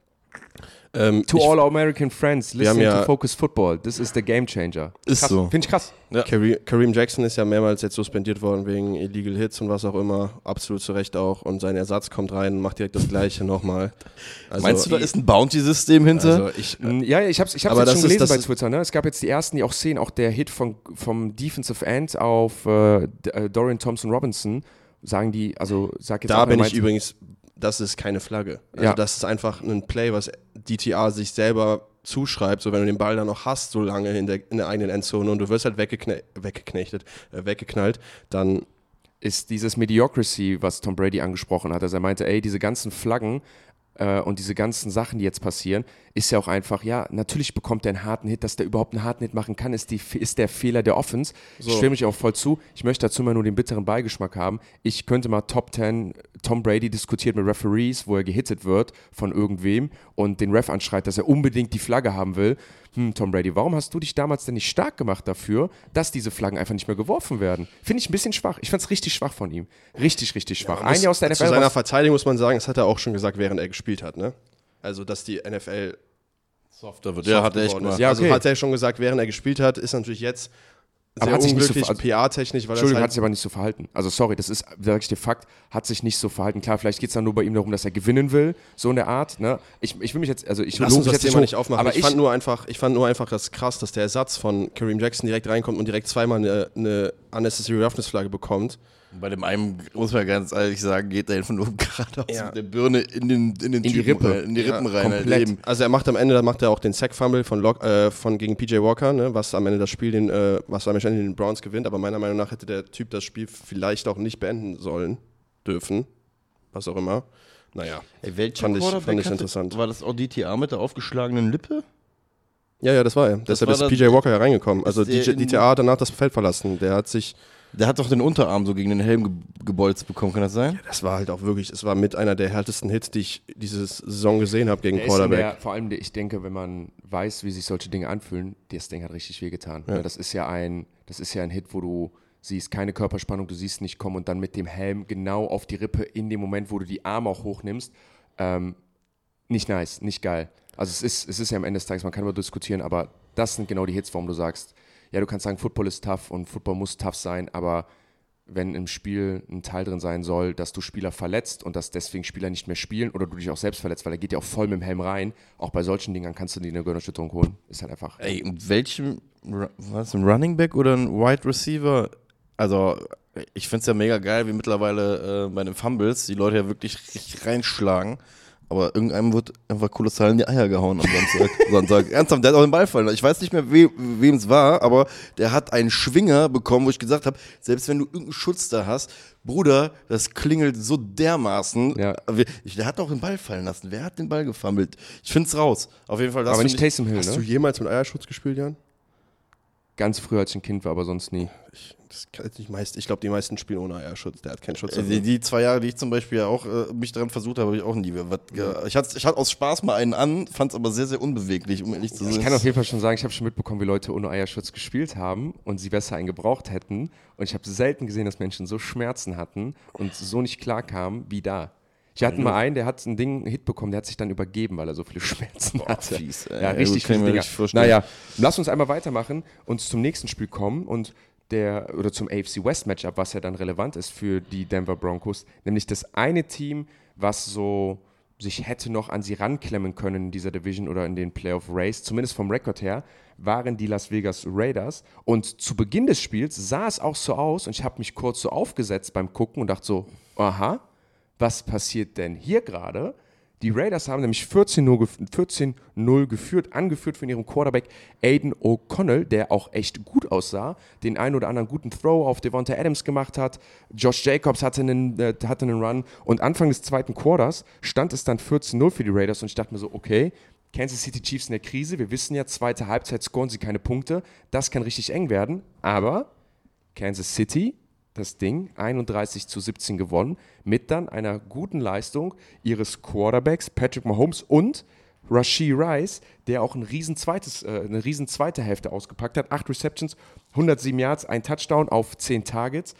Ähm, To ich, all American friends, haben listening ja- to Focus Football. This is the game changer. Ist krass. so. Finde ich krass. Ja. Kareem, Kareem Jackson ist ja mehrmals jetzt suspendiert worden wegen Illegal Hits und was auch immer. Absolut zu Recht auch. Und sein Ersatz kommt rein und macht direkt das Gleiche nochmal. Also, Meinst du, da ist ein Bounty-System hinter? Also ich, Mm, Ja, ich habe es ich hab's Aber jetzt das schon ist- gelesen das bei ist- Twitter. Ne? Es gab jetzt die ersten, die auch sehen, auch der Hit von, vom Defensive End auf äh, D- äh, Dorian Thompson-Robinson, sagen die, also sag jetzt da auch, bin er ich meint- übrigens, das ist keine Flagge. Also Ja. das ist einfach ein Play, was D T R sich selber zuschreibt, so wenn du den Ball dann noch hast, so lange in der, in der eigenen Endzone und du wirst halt weggekne weggeknechtet, äh, weggeknallt, dann ist dieses Mediocrity, was Tom Brady angesprochen hat. Also er meinte, ey, diese ganzen Flaggen äh, und diese ganzen Sachen, die jetzt passieren, ist ja auch einfach, ja, natürlich bekommt er einen harten Hit, dass der überhaupt einen harten Hit machen kann, ist, die, ist der Fehler der Offense. Ich So. stimme mich auch voll zu. Ich möchte dazu mal nur den bitteren Beigeschmack haben. Ich könnte mal Top zehn Tom Brady diskutiert mit Referees, wo er gehittet wird von irgendwem und den Ref anschreit, dass er unbedingt die Flagge haben will. Hm, Tom Brady, warum hast du dich damals denn nicht stark gemacht dafür, dass diese Flaggen einfach nicht mehr geworfen werden? Finde ich ein bisschen schwach. Ich fand es richtig schwach von ihm. Richtig, richtig schwach. Man Ein muss- Jahr aus der N F zu L seiner raus- Verteidigung muss man sagen, das hat er auch schon gesagt, während er gespielt hat, ne? Also, dass die N F L Softer wird. soft Ja, hat er echt geworden gemacht. ist. Ja, Also okay. hat er schon gesagt, während er gespielt hat, ist natürlich jetzt Aber sehr hat sich nicht so unglücklich, ver- P R-technisch, weil das Entschuldigung, hat halt sich aber nicht so verhalten. Also sorry, das ist, sag ich dir Fakt, hat sich nicht so verhalten. Klar, vielleicht geht es dann nur bei ihm darum, dass er gewinnen will, so in der Art. Ne? Ich, ich will mich jetzt, also ich Lass lobe uns mich das jetzt Thema nicht nicht hoch, aufmachen. aber ich, ich, fand nur einfach, ich fand nur einfach das krass, dass der Ersatz von Kareem Jackson direkt reinkommt und direkt zweimal eine, eine Unnecessary Roughness-Flagge bekommt. Bei dem einen, muss man ganz ehrlich sagen, geht er einfach nur geradeaus Ja. mit der Birne in den, in den die Typen Rippe. rein, in die Ja, Rippen rein. halt komplett. eben. Also er macht am Ende, da macht er auch den Sack-Fumble von, Lock, äh, von gegen P J Walker, ne, was am Ende das Spiel, den, äh, was am Ende den Browns gewinnt, aber meiner Meinung nach hätte der Typ das Spiel vielleicht auch nicht beenden sollen, dürfen, was auch immer. Naja, Ey, welcher Fand ich- Quarterback fand ich hatte- interessant. War das auch D T A mit der aufgeschlagenen Lippe? ja, ja, das war er. Das Deshalb war ist dann- P J Walker ja reingekommen. Also ist der D J, in- D T A hat danach das Feld verlassen. Der hat sich, Der hat doch den Unterarm so gegen den Helm ge gebolzt bekommen, kann das sein? das war halt auch wirklich, es war mit einer der härtesten Hits, die ich diese Saison gesehen habe gegen der ist in Quarterback. der, vor allem, der- ich denke, wenn man weiß, wie sich solche Dinge anfühlen, das Ding hat richtig wehgetan. Ja. Ne, Das ist ja ein, das ist ja ein Hit, wo du siehst keine Körperspannung, du siehst nicht kommen und dann mit dem Helm genau auf die Rippe in dem Moment, wo du die Arme auch hochnimmst. Ähm, nicht nice, nicht geil. Also es ist, es ist ja am Ende des Tages, man kann über diskutieren, aber das sind genau die Hits, warum du sagst, ja, du kannst sagen, Football ist tough und Football muss tough sein, aber wenn im Spiel ein Teil drin sein soll, dass du Spieler verletzt und dass deswegen Spieler nicht mehr spielen oder du dich auch selbst verletzt, weil er geht ja auch voll mit dem Helm rein, auch bei solchen Dingern kannst du dir eine Gehirnerschütterung holen. Ist halt einfach. Ey, und welchem, Ru- was, ein Running Back oder ein Wide Receiver? Also Ich finde es ja mega geil, wie mittlerweile äh, bei den Fumbles die Leute ja wirklich richtig reinschlagen. Aber irgendeinem wird einfach kolossal in die Eier gehauen am Samstag. Sonntag. Ernsthaft, der hat auch den Ball fallen. Ich weiß nicht mehr, we, wem es war, aber der hat einen Schwinger bekommen, wo ich gesagt habe, selbst wenn du irgendeinen Schutz da hast, Bruder, das klingelt so dermaßen. Ja. Ich, der hat auch den Ball fallen lassen. Wer hat den Ball gefummelt? Ich find's raus. Auf jeden Fall. Das aber nicht ich, Taysom Hill, Hast ne? du jemals mit Eierschutz gespielt, Jan? Ganz früh, als ich ein Kind war, aber sonst nie. Ich, das kann jetzt nicht meist, ich glaube, die meisten spielen ohne Eierschutz. Der hat keinen Schutz. Äh, Die, die zwei Jahre, die ich zum Beispiel ja auch äh, mich daran versucht habe, habe ich auch nie. Was, ja. Ich hatte ich hatte aus Spaß mal einen an, fand es aber sehr, sehr unbeweglich, um ehrlich zu sein. Ich kann auf jeden Fall schon sagen, ich habe schon mitbekommen, wie Leute ohne Eierschutz gespielt haben und sie besser einen gebraucht hätten. Und ich habe selten gesehen, dass Menschen so Schmerzen hatten und so nicht klarkamen wie da. Ich hatte mal einen, der hat ein Ding, einen Hit bekommen, der hat sich dann übergeben, weil er so viele Schmerzen Boah, hatte. fies, ey. Ja, richtig Kann ich fiese mir Dinger. richtig vorstellen. Naja, lass uns einmal weitermachen und zum nächsten Spiel kommen und der, oder zum A F C West Matchup, was ja dann relevant ist für die Denver Broncos, nämlich das eine Team, was so sich hätte noch an sie ranklemmen können in dieser Division oder in den Playoff Race, zumindest vom Rekord her, waren die Las Vegas Raiders. Und zu Beginn des Spiels sah es auch so aus und ich habe mich kurz so aufgesetzt beim Gucken und dachte so, aha, was passiert denn hier gerade? Die Raiders haben nämlich vierzehn null geführt, angeführt von ihrem Quarterback Aiden O'Connell, der auch echt gut aussah, den einen oder anderen guten Throw auf Devonta Adams gemacht hat. Josh Jacobs hatte einen, äh, hatte einen Run und Anfang des zweiten Quarters stand es dann vierzehn null für die Raiders und ich dachte mir so, okay, Kansas City Chiefs in der Krise, wir wissen ja, zweite Halbzeit scoren sie keine Punkte, das kann richtig eng werden, aber Kansas City das Ding einunddreißig zu siebzehn gewonnen, mit dann einer guten Leistung ihres Quarterbacks Patrick Mahomes und Rashee Rice, der auch ein riesen zweites, äh, eine riesen zweite Hälfte ausgepackt hat. Acht Receptions, hundertsieben Yards, ein Touchdown auf zehn Targets.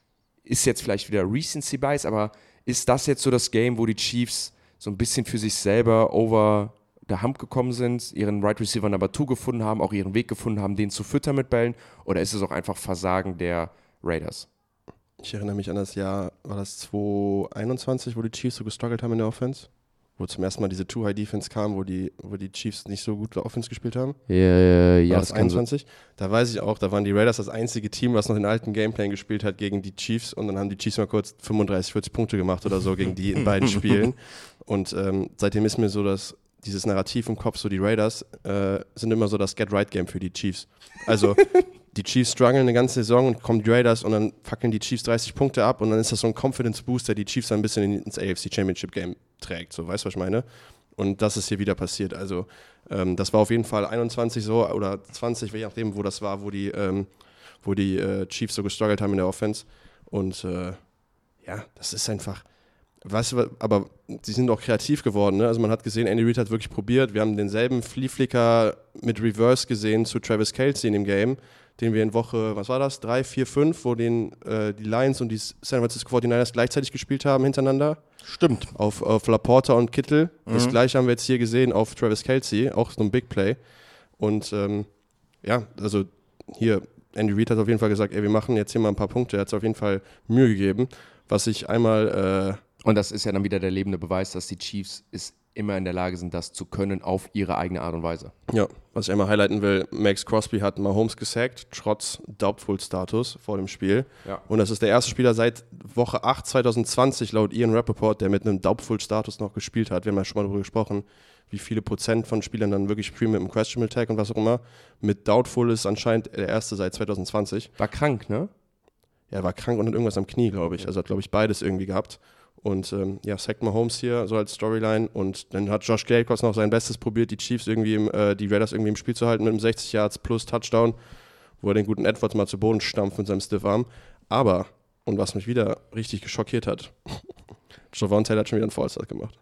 Ist jetzt vielleicht wieder Recency Bias, aber ist das jetzt so das Game, wo die Chiefs so ein bisschen für sich selber over the hump gekommen sind, ihren Right Receiver Number zwei gefunden haben, auch ihren Weg gefunden haben, den zu füttern mit Bällen? Oder ist es auch einfach Versagen der Raiders? Ich erinnere mich an das Jahr, war das zwanzig einundzwanzig, wo die Chiefs so gestruggelt haben in der Offense? Wo zum ersten Mal diese Two-High-Defense kam, wo die, wo die Chiefs nicht so gut Offense gespielt haben? Ja, ja, ja. War das einundzwanzig? Da weiß ich auch, da waren die Raiders das einzige Team, was noch den alten Gameplan gespielt hat gegen die Chiefs und dann haben die Chiefs mal kurz fünfunddreißig, vierzig Punkte gemacht oder so gegen die in beiden Spielen. Und ähm, seitdem ist mir so das, dieses Narrativ im Kopf, so die Raiders äh, sind immer so das Get-Right-Game für die Chiefs. Also die Chiefs strugglen eine ganze Saison und kommen die Raiders und dann fackeln die Chiefs dreißig Punkte ab und dann ist das so ein Confidence-Boost, der die Chiefs ein bisschen ins A F C Championship-Game trägt. So, weißt du, was ich meine? Und das ist hier wieder passiert. Also ähm, das war auf jeden Fall einundzwanzig so oder zwanzig, je nachdem, wo das war, wo die, ähm, wo die äh, Chiefs so gestruggelt haben in der Offense. Und äh, ja, das ist einfach... Weißt du, aber sie sind auch kreativ geworden. Ne? Also man hat gesehen, Andy Reid hat wirklich probiert. Wir haben denselben Flea-Flicker mit Reverse gesehen zu Travis Kelce in dem Game, den wir in Woche, was war das, drei, vier, fünf, wo den, äh, die Lions und die San Francisco forty-niners gleichzeitig gespielt haben hintereinander. Stimmt. Auf, auf Laporta und Kittel. Mhm. Das gleiche haben wir jetzt hier gesehen auf Travis Kelce, auch so ein Big Play. Und ähm, ja, also hier, Andy Reid hat auf jeden Fall gesagt, ey, wir machen jetzt hier mal ein paar Punkte. Er hat es auf jeden Fall Mühe gegeben, was ich einmal... Äh, Und das ist ja dann wieder der lebende Beweis, dass die Chiefs ist immer in der Lage sind, das zu können auf ihre eigene Art und Weise. Ja, was ich einmal highlighten will, Max Crosby hat Mahomes gesackt, trotz Doubtful-Status vor dem Spiel. Ja. Und das ist der erste Spieler seit Woche acht zwanzig zwanzig laut Ian Rappaport, der mit einem Doubtful-Status noch gespielt hat. Wir haben ja schon mal darüber gesprochen, wie viele Prozent von Spielern dann wirklich spielen mit einem Questionable Tag und was auch immer. Mit Doubtful ist anscheinend der erste seit zwanzig zwanzig. War krank, ne? Ja, er war krank und hat irgendwas am Knie, glaube ich. Also hat, glaube ich, beides irgendwie gehabt. Und ähm, ja, sackt Mahomes hier so als Storyline und dann hat Josh Jacobs noch sein Bestes probiert, die Chiefs irgendwie, im, äh, die Raiders irgendwie im Spiel zu halten mit einem sechzig Yards plus Touchdown, wo er den guten Edwards mal zu Boden stampft mit seinem Stiffarm. Aber, und was mich wieder richtig geschockiert hat, Javon Taylor hat schon wieder einen Fallstart gemacht.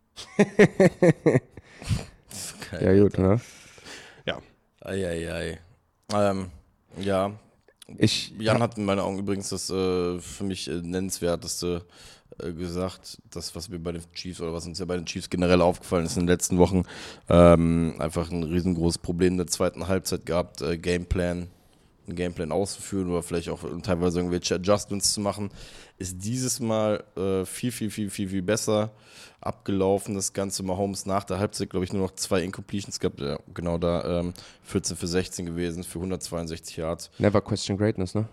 Ja gut, ne? Ja. Eieiei. Ähm, ja. Ich, Jan hat in meinen Augen übrigens das äh, für mich äh, nennenswerteste äh, gesagt, das, was mir bei den Chiefs oder was uns ja bei den Chiefs generell aufgefallen ist in den letzten Wochen, ähm, einfach ein riesengroßes Problem in der zweiten Halbzeit gehabt, äh, Gameplan, einen Gameplan auszuführen oder vielleicht auch teilweise irgendwelche Adjustments zu machen, ist dieses Mal äh, viel, viel, viel, viel, viel besser abgelaufen. Das Ganze Mahomes nach der Halbzeit, glaube ich, nur noch zwei Incompletions gehabt. Ja, genau da ähm, vierzehn für sechzehn gewesen für hundertzweiundsechzig Yards. Never question greatness, ne?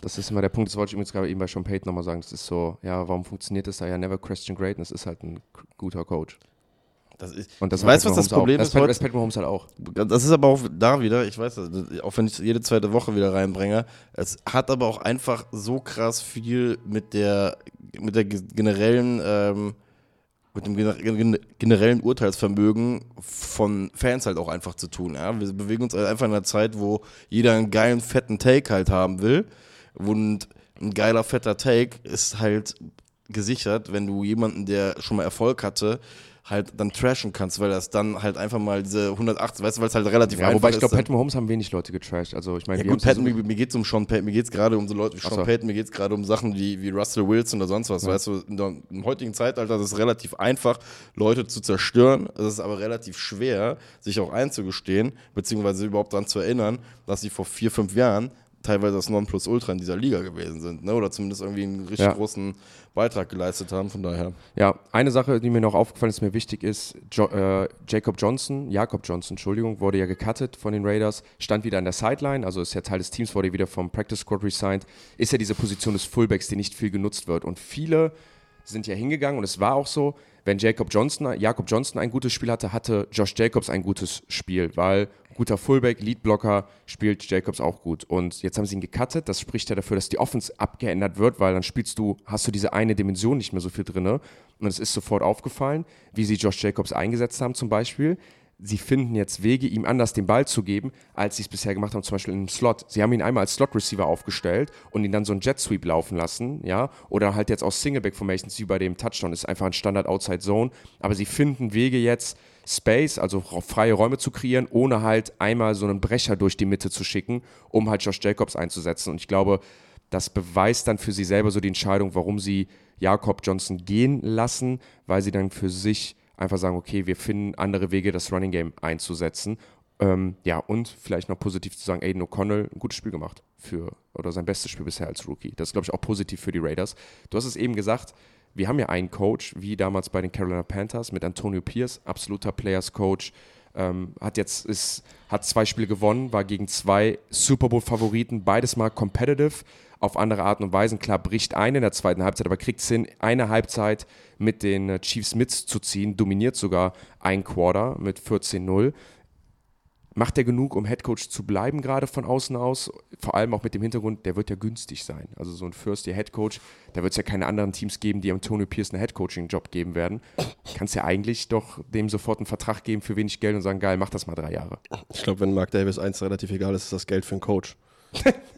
Das ist immer der Punkt, das wollte ich übrigens gerade eben bei Sean Payton nochmal sagen. Das ist so, ja, warum funktioniert das da? Ja, never question greatness, ist halt ein k- guter Coach. Das ist, Und das ich weiß, was das Problem auch. ist. Das heute- ist Patrick Mahomes halt auch. Das ist aber auch da wieder, ich weiß, auch wenn ich jede zweite Woche wieder reinbringe, es hat aber auch einfach so krass viel mit der, mit der generellen, ähm, mit dem gener- generellen Urteilsvermögen von Fans halt auch einfach zu tun. Ja? Wir bewegen uns halt einfach in einer Zeit, wo jeder einen geilen, fetten Take halt haben will. Und ein geiler, fetter Take ist halt gesichert, wenn du jemanden, der schon mal Erfolg hatte, halt dann trashen kannst, weil das dann halt einfach mal diese hundertachtzig, weißt du, weil es halt relativ Ja, einfach wobei ich ist. glaube, dann- Patrick Mahomes haben wenig Leute getrashed. Also ich meine, ja wir gut, haben's Patton, ja so- mir, mir geht es um Sean Payton, mir geht es gerade um so Leute wie Sean Ach so. Payton, mir geht es gerade um Sachen wie, wie Russell Wilson oder sonst was, Ja. weißt du, in der, im heutigen Zeitalter ist es relativ einfach, Leute zu zerstören, es ist aber relativ schwer, sich auch einzugestehen, beziehungsweise überhaupt daran zu erinnern, dass sie vor vier, fünf Jahren teilweise das Nonplusultra in dieser Liga gewesen sind, ne? Oder zumindest irgendwie einen richtig Ja. großen Beitrag geleistet haben, von daher. Ja, eine Sache, die mir noch aufgefallen ist, mir wichtig ist, jo- äh, Jacob Johnson, Jakob Johnson, Entschuldigung, wurde ja gecuttet von den Raiders, stand wieder an der Sideline, also ist ja Teil des Teams, wurde wieder vom Practice Squad resigned, ist ja diese Position des Fullbacks, die nicht viel genutzt wird. Und viele sind ja hingegangen und es war auch so, wenn Jacob Johnson, Jakob Johnson ein gutes Spiel hatte, hatte Josh Jacobs ein gutes Spiel, weil guter Fullback, Leadblocker spielt Jacobs auch gut. Und jetzt haben sie ihn gecuttet, das spricht ja dafür, dass die Offense abgeändert wird, weil dann spielst du, hast du diese eine Dimension nicht mehr so viel drin. Und es ist sofort aufgefallen, wie sie Josh Jacobs eingesetzt haben zum Beispiel. Sie finden jetzt Wege, ihm anders den Ball zu geben, als sie es bisher gemacht haben, zum Beispiel im Slot. Sie haben ihn einmal als Slot-Receiver aufgestellt und ihn dann so einen Jet-Sweep laufen lassen, ja, oder halt jetzt aus Singleback-Formations wie bei dem Touchdown, ist einfach ein Standard-Outside-Zone, aber sie finden Wege jetzt, Space, also freie Räume zu kreieren, ohne halt einmal so einen Brecher durch die Mitte zu schicken, um halt Josh Jacobs einzusetzen. Und ich glaube, das beweist dann für sie selber so die Entscheidung, warum sie Jakob Johnson gehen lassen, weil sie dann für sich einfach sagen, okay, wir finden andere Wege, das Running Game einzusetzen. Ähm, ja, und vielleicht noch positiv zu sagen, Aiden O'Connell ein gutes Spiel gemacht für, oder sein bestes Spiel bisher als Rookie. Das ist, glaube ich, auch positiv für die Raiders. Du hast es eben gesagt, wir haben ja einen Coach, wie damals bei den Carolina Panthers mit Antonio Pierce, absoluter Players-Coach, ähm, hat jetzt ist, hat zwei Spiele gewonnen, war gegen zwei Super Bowl-Favoriten, beides mal competitive, auf andere Arten und Weisen. Klar, bricht eine in der zweiten Halbzeit, aber kriegt es hin, eine Halbzeit mit den äh, Chiefs mitzuziehen, dominiert sogar ein Quarter mit vierzehn null. Macht er genug, um Headcoach zu bleiben, gerade von außen aus? Vor allem auch mit dem Hintergrund, der wird ja günstig sein. Also so ein First-Year-Headcoach, da wird es ja keine anderen Teams geben, die Antonio Pierce einen Headcoaching-Job geben werden. Kannst ja eigentlich doch dem sofort einen Vertrag geben für wenig Geld und sagen, geil, mach das mal drei Jahre. Ich glaube, wenn Mark Davis eins relativ egal ist, ist das Geld für einen Coach. Ich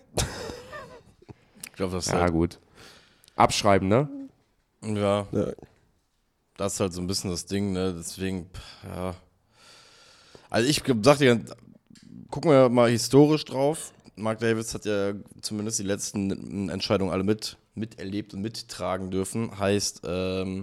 glaube, das ist Ja, halt, gut. Abschreiben, ne? ja, Ja. das ist halt so ein bisschen das Ding, ne? Deswegen, pff, ja. Also ich sag dir, gucken wir mal historisch drauf. Mark Davis hat ja zumindest die letzten Entscheidungen alle mit, miterlebt und mittragen dürfen. Heißt, ähm,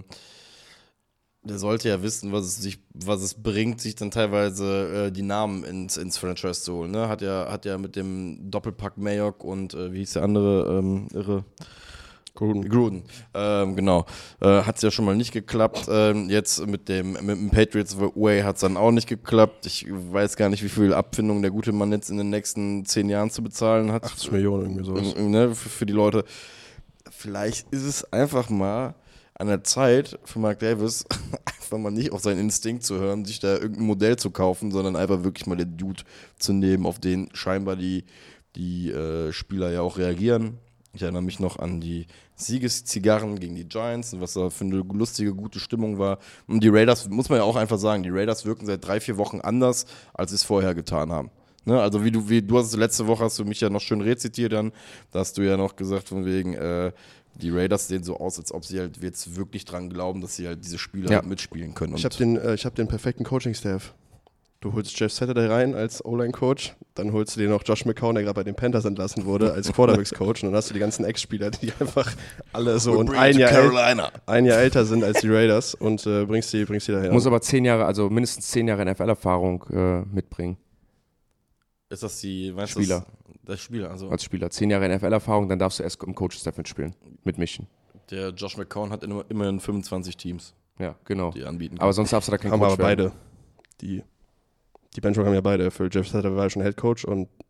der sollte ja wissen, was es, sich, was es bringt, sich dann teilweise äh, die Namen ins, ins Franchise zu holen. Ne? Hat, ja, hat ja mit dem Doppelpack Mayock und äh, wie hieß der andere, ähm, irre? Gruden. Gruden, ähm, genau. Äh, hat es ja schon mal nicht geklappt. Ähm, jetzt mit dem, mit dem Patriots Way hat es dann auch nicht geklappt. Ich weiß gar nicht, wie viel Abfindung der gute Mann jetzt in den nächsten zehn Jahren zu bezahlen hat. achtzig Millionen irgendwie sowas. Äh, ne, für, für die Leute. Vielleicht ist es einfach mal an der Zeit für Mark Davis, einfach mal nicht auf seinen Instinkt zu hören, sich da irgendein Modell zu kaufen, sondern einfach wirklich mal den Dude zu nehmen, auf den scheinbar die, die äh, Spieler ja auch reagieren. Ich erinnere mich noch an die Siegeszigarren gegen die Giants und was da für eine lustige, gute Stimmung war. Und die Raiders, muss man ja auch einfach sagen, die Raiders wirken seit drei, vier Wochen anders, als sie es vorher getan haben. Ne? Also wie du, wie du hast es letzte Woche, hast du mich ja noch schön rezitiert dann, da hast du ja noch gesagt von wegen, äh, die Raiders sehen so aus, als ob sie halt jetzt wirklich dran glauben, dass sie halt diese Spiele Ja. halt mitspielen können. Ich Und habe den, äh, ich hab den perfekten Coaching-Staff. Du holst Jeff Saturday rein als O-Line-Coach, dann holst du dir noch Josh McCown, der gerade bei den Panthers entlassen wurde, als Quarterbacks-Coach und dann hast du die ganzen Ex-Spieler, die einfach alle so und ein Jahr, äl- ein Jahr älter sind als die Raiders und äh, bringst die, bringst die daher. Muss aber zehn Jahre, also mindestens zehn Jahre N F L-Erfahrung äh, mitbringen ist das die, weißt du, Spieler. das, der Spieler, also als Spieler. Zehn Jahre N F L-Erfahrung, dann darfst du erst im Coach-Staff mitspielen, mitmischen. der Josh McCown hat immer, immerhin fünfundzwanzig Teams, Ja, genau. die anbieten. Aber sonst darfst du da kein haben Coach aber werden. beide. Die, die Benchmark haben ja beide erfüllt. Jeff Saturday war schon Head Coach und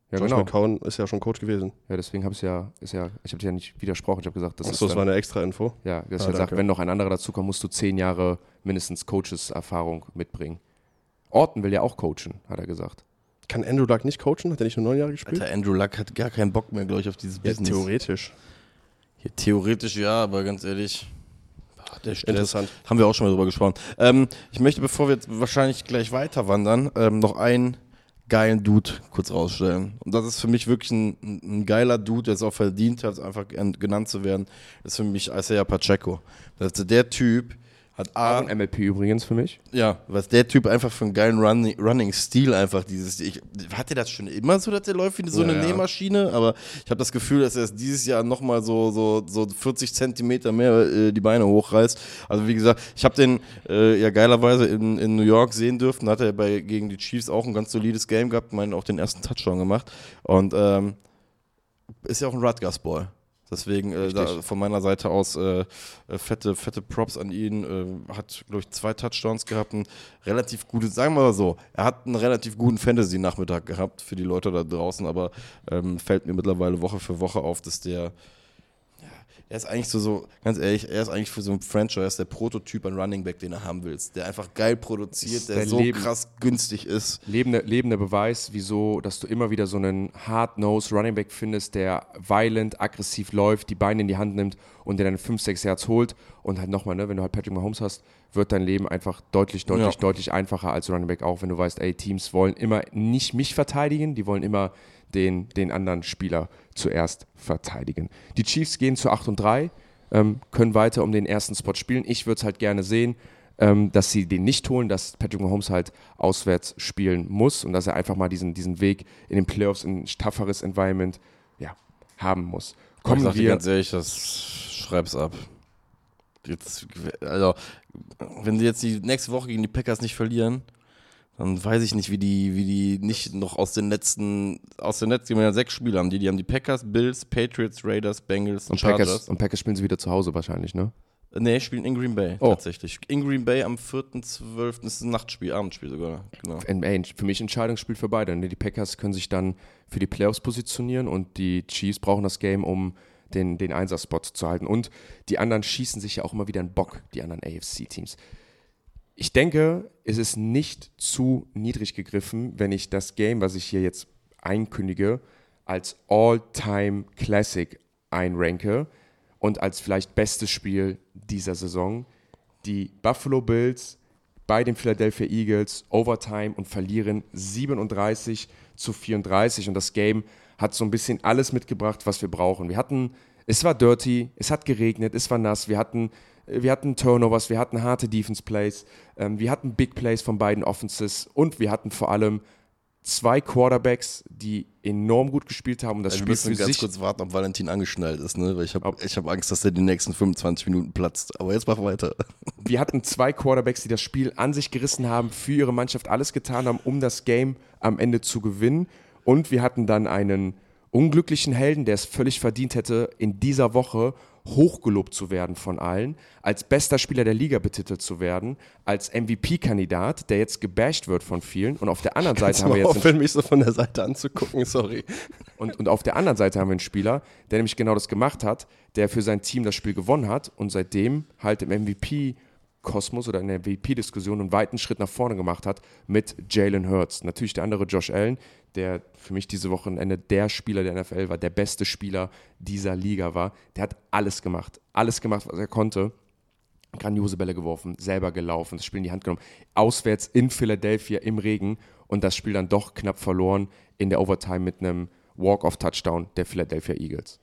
Ja, Josh genau. McCown ist ja schon Coach gewesen. Ja, deswegen habe ich ja, ist ja, ich habe dir ja nicht widersprochen. Ich habe gesagt, das Achso, ist das war eine extra Info. ja, dass Ah, ich halt sage, danke. wenn noch ein anderer dazu kommt, musst du zehn Jahre mindestens Coaches-Erfahrung mitbringen. Orton will ja auch coachen, hat er gesagt. Kann Andrew Luck nicht coachen? Hat er nicht nur neun Jahre gespielt? Alter, Andrew Luck hat gar keinen Bock mehr, glaube ich, auf dieses Ja, Business. theoretisch. Ja, theoretisch ja, aber ganz ehrlich, boah, der Stress. Interessant. Haben wir auch schon mal drüber gesprochen. Ähm, ich möchte, bevor wir jetzt wahrscheinlich gleich weiter wandern, ähm, noch einen geilen Dude kurz rausstellen. Und das ist für mich wirklich ein, ein geiler Dude, der es auch verdient hat, einfach genannt zu werden. Das ist für mich Isaiah Pacheco. Das ist der Typ, hat A, Auch ein M L P übrigens für mich. ja, was der Typ einfach für einen geilen Running, Running-Stil einfach dieses, ich, hat der das schon immer so, dass der läuft wie so Ja, eine ja. Nähmaschine, aber ich habe das Gefühl, dass er es dieses Jahr nochmal so, so, so vierzig Zentimeter mehr äh, die Beine hochreißt. Also wie gesagt, ich habe den äh, ja geilerweise in, in New York sehen dürfen, da hat er bei, gegen die Chiefs auch ein ganz solides Game gehabt, meinen auch den ersten Touchdown gemacht und ähm, ist ja auch ein Rutgers-Boy. Deswegen äh, da von meiner Seite aus äh, fette, fette Props an ihn. Äh, hat, glaube ich, zwei Touchdowns gehabt. Ein relativ gutes, sagen wir mal so, er hat einen relativ guten Fantasy-Nachmittag gehabt für die Leute da draußen, aber ähm, fällt mir mittlerweile Woche für Woche auf, dass der, ja, er ist eigentlich so, so, ganz ehrlich, er ist eigentlich für so ein Franchise der Prototyp an Running Back, den du haben willst. Der einfach geil produziert, Ist der, der so Leben- krass günstig ist. Lebender, lebender Beweis, wieso, dass du immer wieder so einen Hard-Nose Running Back findest, der violent, aggressiv läuft, die Beine in die Hand nimmt und dir deine fünf, sechs Yards holt. Und halt nochmal, ne, wenn du halt Patrick Mahomes hast, wird dein Leben einfach deutlich, deutlich, Ja. deutlich einfacher als Running Back, auch wenn du weißt, ey, Teams wollen immer nicht mich verteidigen, die wollen immer den, den anderen Spieler zuerst verteidigen. Die Chiefs gehen zu acht und drei, ähm, können weiter um den ersten Spot spielen. Ich würde es halt gerne sehen, ähm, dass sie den nicht holen, dass Patrick Mahomes halt auswärts spielen muss und dass er einfach mal diesen, diesen Weg in den Playoffs in ein tougheres Environment ja, haben muss. Ich Kommen sag dir wir, ganz ehrlich, das schreib's ab. Jetzt, also, wenn sie jetzt die nächste Woche gegen die Packers nicht verlieren, dann weiß ich nicht, wie die, wie die nicht noch aus den letzten, aus den letzten, die haben ja sechs Spiele haben die, die haben die Packers, Bills, Patriots, Raiders, Bengals, und Chargers. Packers, und Packers spielen sie wieder zu Hause wahrscheinlich, ne? Nee, spielen in Green Bay Oh. tatsächlich. In Green Bay am vierten zwölften Das ist ein Nachtspiel, Abendspiel sogar. Genau. Ey, für mich Entscheidungsspiel für beide. Ne? Die Packers können sich dann für die Playoffs positionieren und die Chiefs brauchen das Game, um den, den Einser-Spot zu halten. Und die anderen schießen sich ja auch immer wieder einen Bock, die anderen A F C-Teams. Ich denke, es ist nicht zu niedrig gegriffen, wenn ich das Game, was ich hier jetzt einkündige, als All-Time Classic einranke und als vielleicht bestes Spiel dieser Saison. Die Buffalo Bills bei den Philadelphia Eagles Overtime und verlieren siebenunddreißig zu vierunddreißig und das Game hat so ein bisschen alles mitgebracht, was wir brauchen. Wir hatten, es war dirty, es hat geregnet, es war nass, wir hatten, wir hatten Turnovers, wir hatten harte Defense Plays, ähm, wir hatten Big Plays von beiden Offenses und wir hatten vor allem zwei Quarterbacks, die enorm gut gespielt haben und das Also wir Spiel müssen für ganz sich. kurz warten, ob Valentin angeschnallt ist, ne? Weil ich habe Ob- ich hab Angst, dass der die nächsten fünfundzwanzig Minuten platzt. Aber jetzt mach weiter. Wir hatten zwei Quarterbacks, die das Spiel an sich gerissen haben, für ihre Mannschaft alles getan haben, um das Game am Ende zu gewinnen. Und wir hatten dann einen unglücklichen Helden, der es völlig verdient hätte, in dieser Woche hochgelobt zu werden von allen, als bester Spieler der Liga betitelt zu werden, als M V P-Kandidat, der jetzt gebasht wird von vielen. Und auf der anderen Seite haben wir jetzt einen aufhören, mich so von der Seite anzugucken, sorry. Und, und auf der anderen Seite haben wir einen Spieler, der nämlich genau das gemacht hat, der für sein Team das Spiel gewonnen hat und seitdem halt im M V P-Kosmos oder in der M V P-Diskussion einen weiten Schritt nach vorne gemacht hat mit Jalen Hurts. Natürlich der andere Josh Allen, der für mich diese Wochenende der Spieler der N F L war, der beste Spieler dieser Liga war. Der hat alles gemacht, alles gemacht, was er konnte. Grandiose Bälle geworfen, selber gelaufen, das Spiel in die Hand genommen. Auswärts in Philadelphia im Regen und das Spiel dann doch knapp verloren in der Overtime mit einem Walk-Off-Touchdown der Philadelphia Eagles.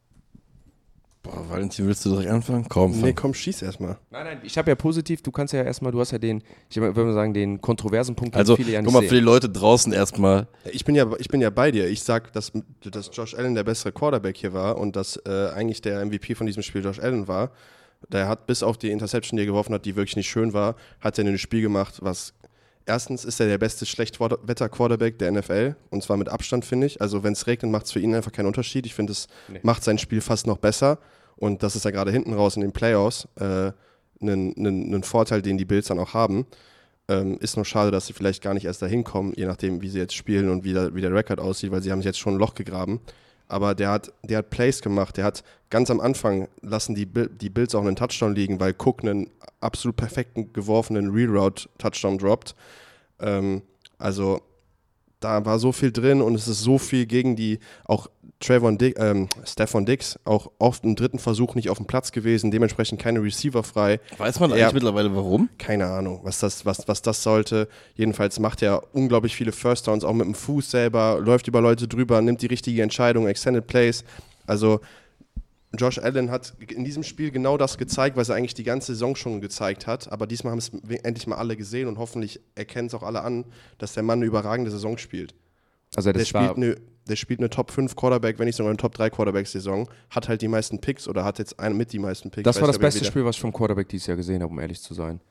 Boah, Valentin, willst du direkt anfangen? Komm, Nee, komm, schieß erstmal. Nein, nein, ich habe ja positiv, du kannst ja erstmal, du hast ja den, ich würde mal sagen, den kontroversen Punkt, den Also, viele ja guck nicht mal, für die sehen. Leute draußen erstmal. Ich bin ja, ich bin ja bei dir. Ich sag, dass, dass Josh Allen der bessere Quarterback hier war und dass äh, eigentlich der M V P von diesem Spiel Josh Allen war. Der hat bis auf die Interception, die er geworfen hat, die wirklich nicht schön war, hat er ein Spiel gemacht, was erstens ist er der beste Schlechtwetter-Quarterback der N F L und zwar mit Abstand, finde ich. Also wenn es regnet, macht es für ihn einfach keinen Unterschied. Ich finde, es Nee. macht sein Spiel fast noch besser und das ist ja gerade hinten raus in den Playoffs äh, ein Vorteil, den die Bills dann auch haben. Ähm, ist nur schade, dass sie vielleicht gar nicht erst dahin kommen, je nachdem, wie sie jetzt spielen und wie der, wie der Rekord aussieht, weil sie haben sich jetzt schon ein Loch gegraben. Aber der hat, der hat Plays gemacht, der hat ganz am Anfang lassen die, die Bills auch einen Touchdown liegen, weil Cook einen absolut perfekten geworfenen Reroute-Touchdown droppt. Ähm, also da war so viel drin und es ist so viel gegen die, auch Trayvon Dick, ähm, Stefon Diggs, auch oft im dritten Versuch nicht auf dem Platz gewesen, dementsprechend keine Receiver frei. Weiß man eigentlich er, mittlerweile warum? Keine Ahnung, was das, was, was das sollte. Jedenfalls macht er unglaublich viele First Downs, auch mit dem Fuß selber, läuft über Leute drüber, nimmt die richtige Entscheidung, Extended Plays. Also Josh Allen hat in diesem Spiel genau das gezeigt, was er eigentlich die ganze Saison schon gezeigt hat. Aber diesmal haben es endlich mal alle gesehen und hoffentlich erkennen es auch alle an, dass der Mann eine überragende Saison spielt. Also das der, spielt eine, der spielt eine Top fünf Quarterback, wenn nicht sogar eine Top drei Quarterback-Saison, hat halt die meisten Picks oder hat jetzt einen mit die meisten Picks. Das war das beste Spiel, was ich vom Quarterback dieses Jahr gesehen habe, um ehrlich zu sein.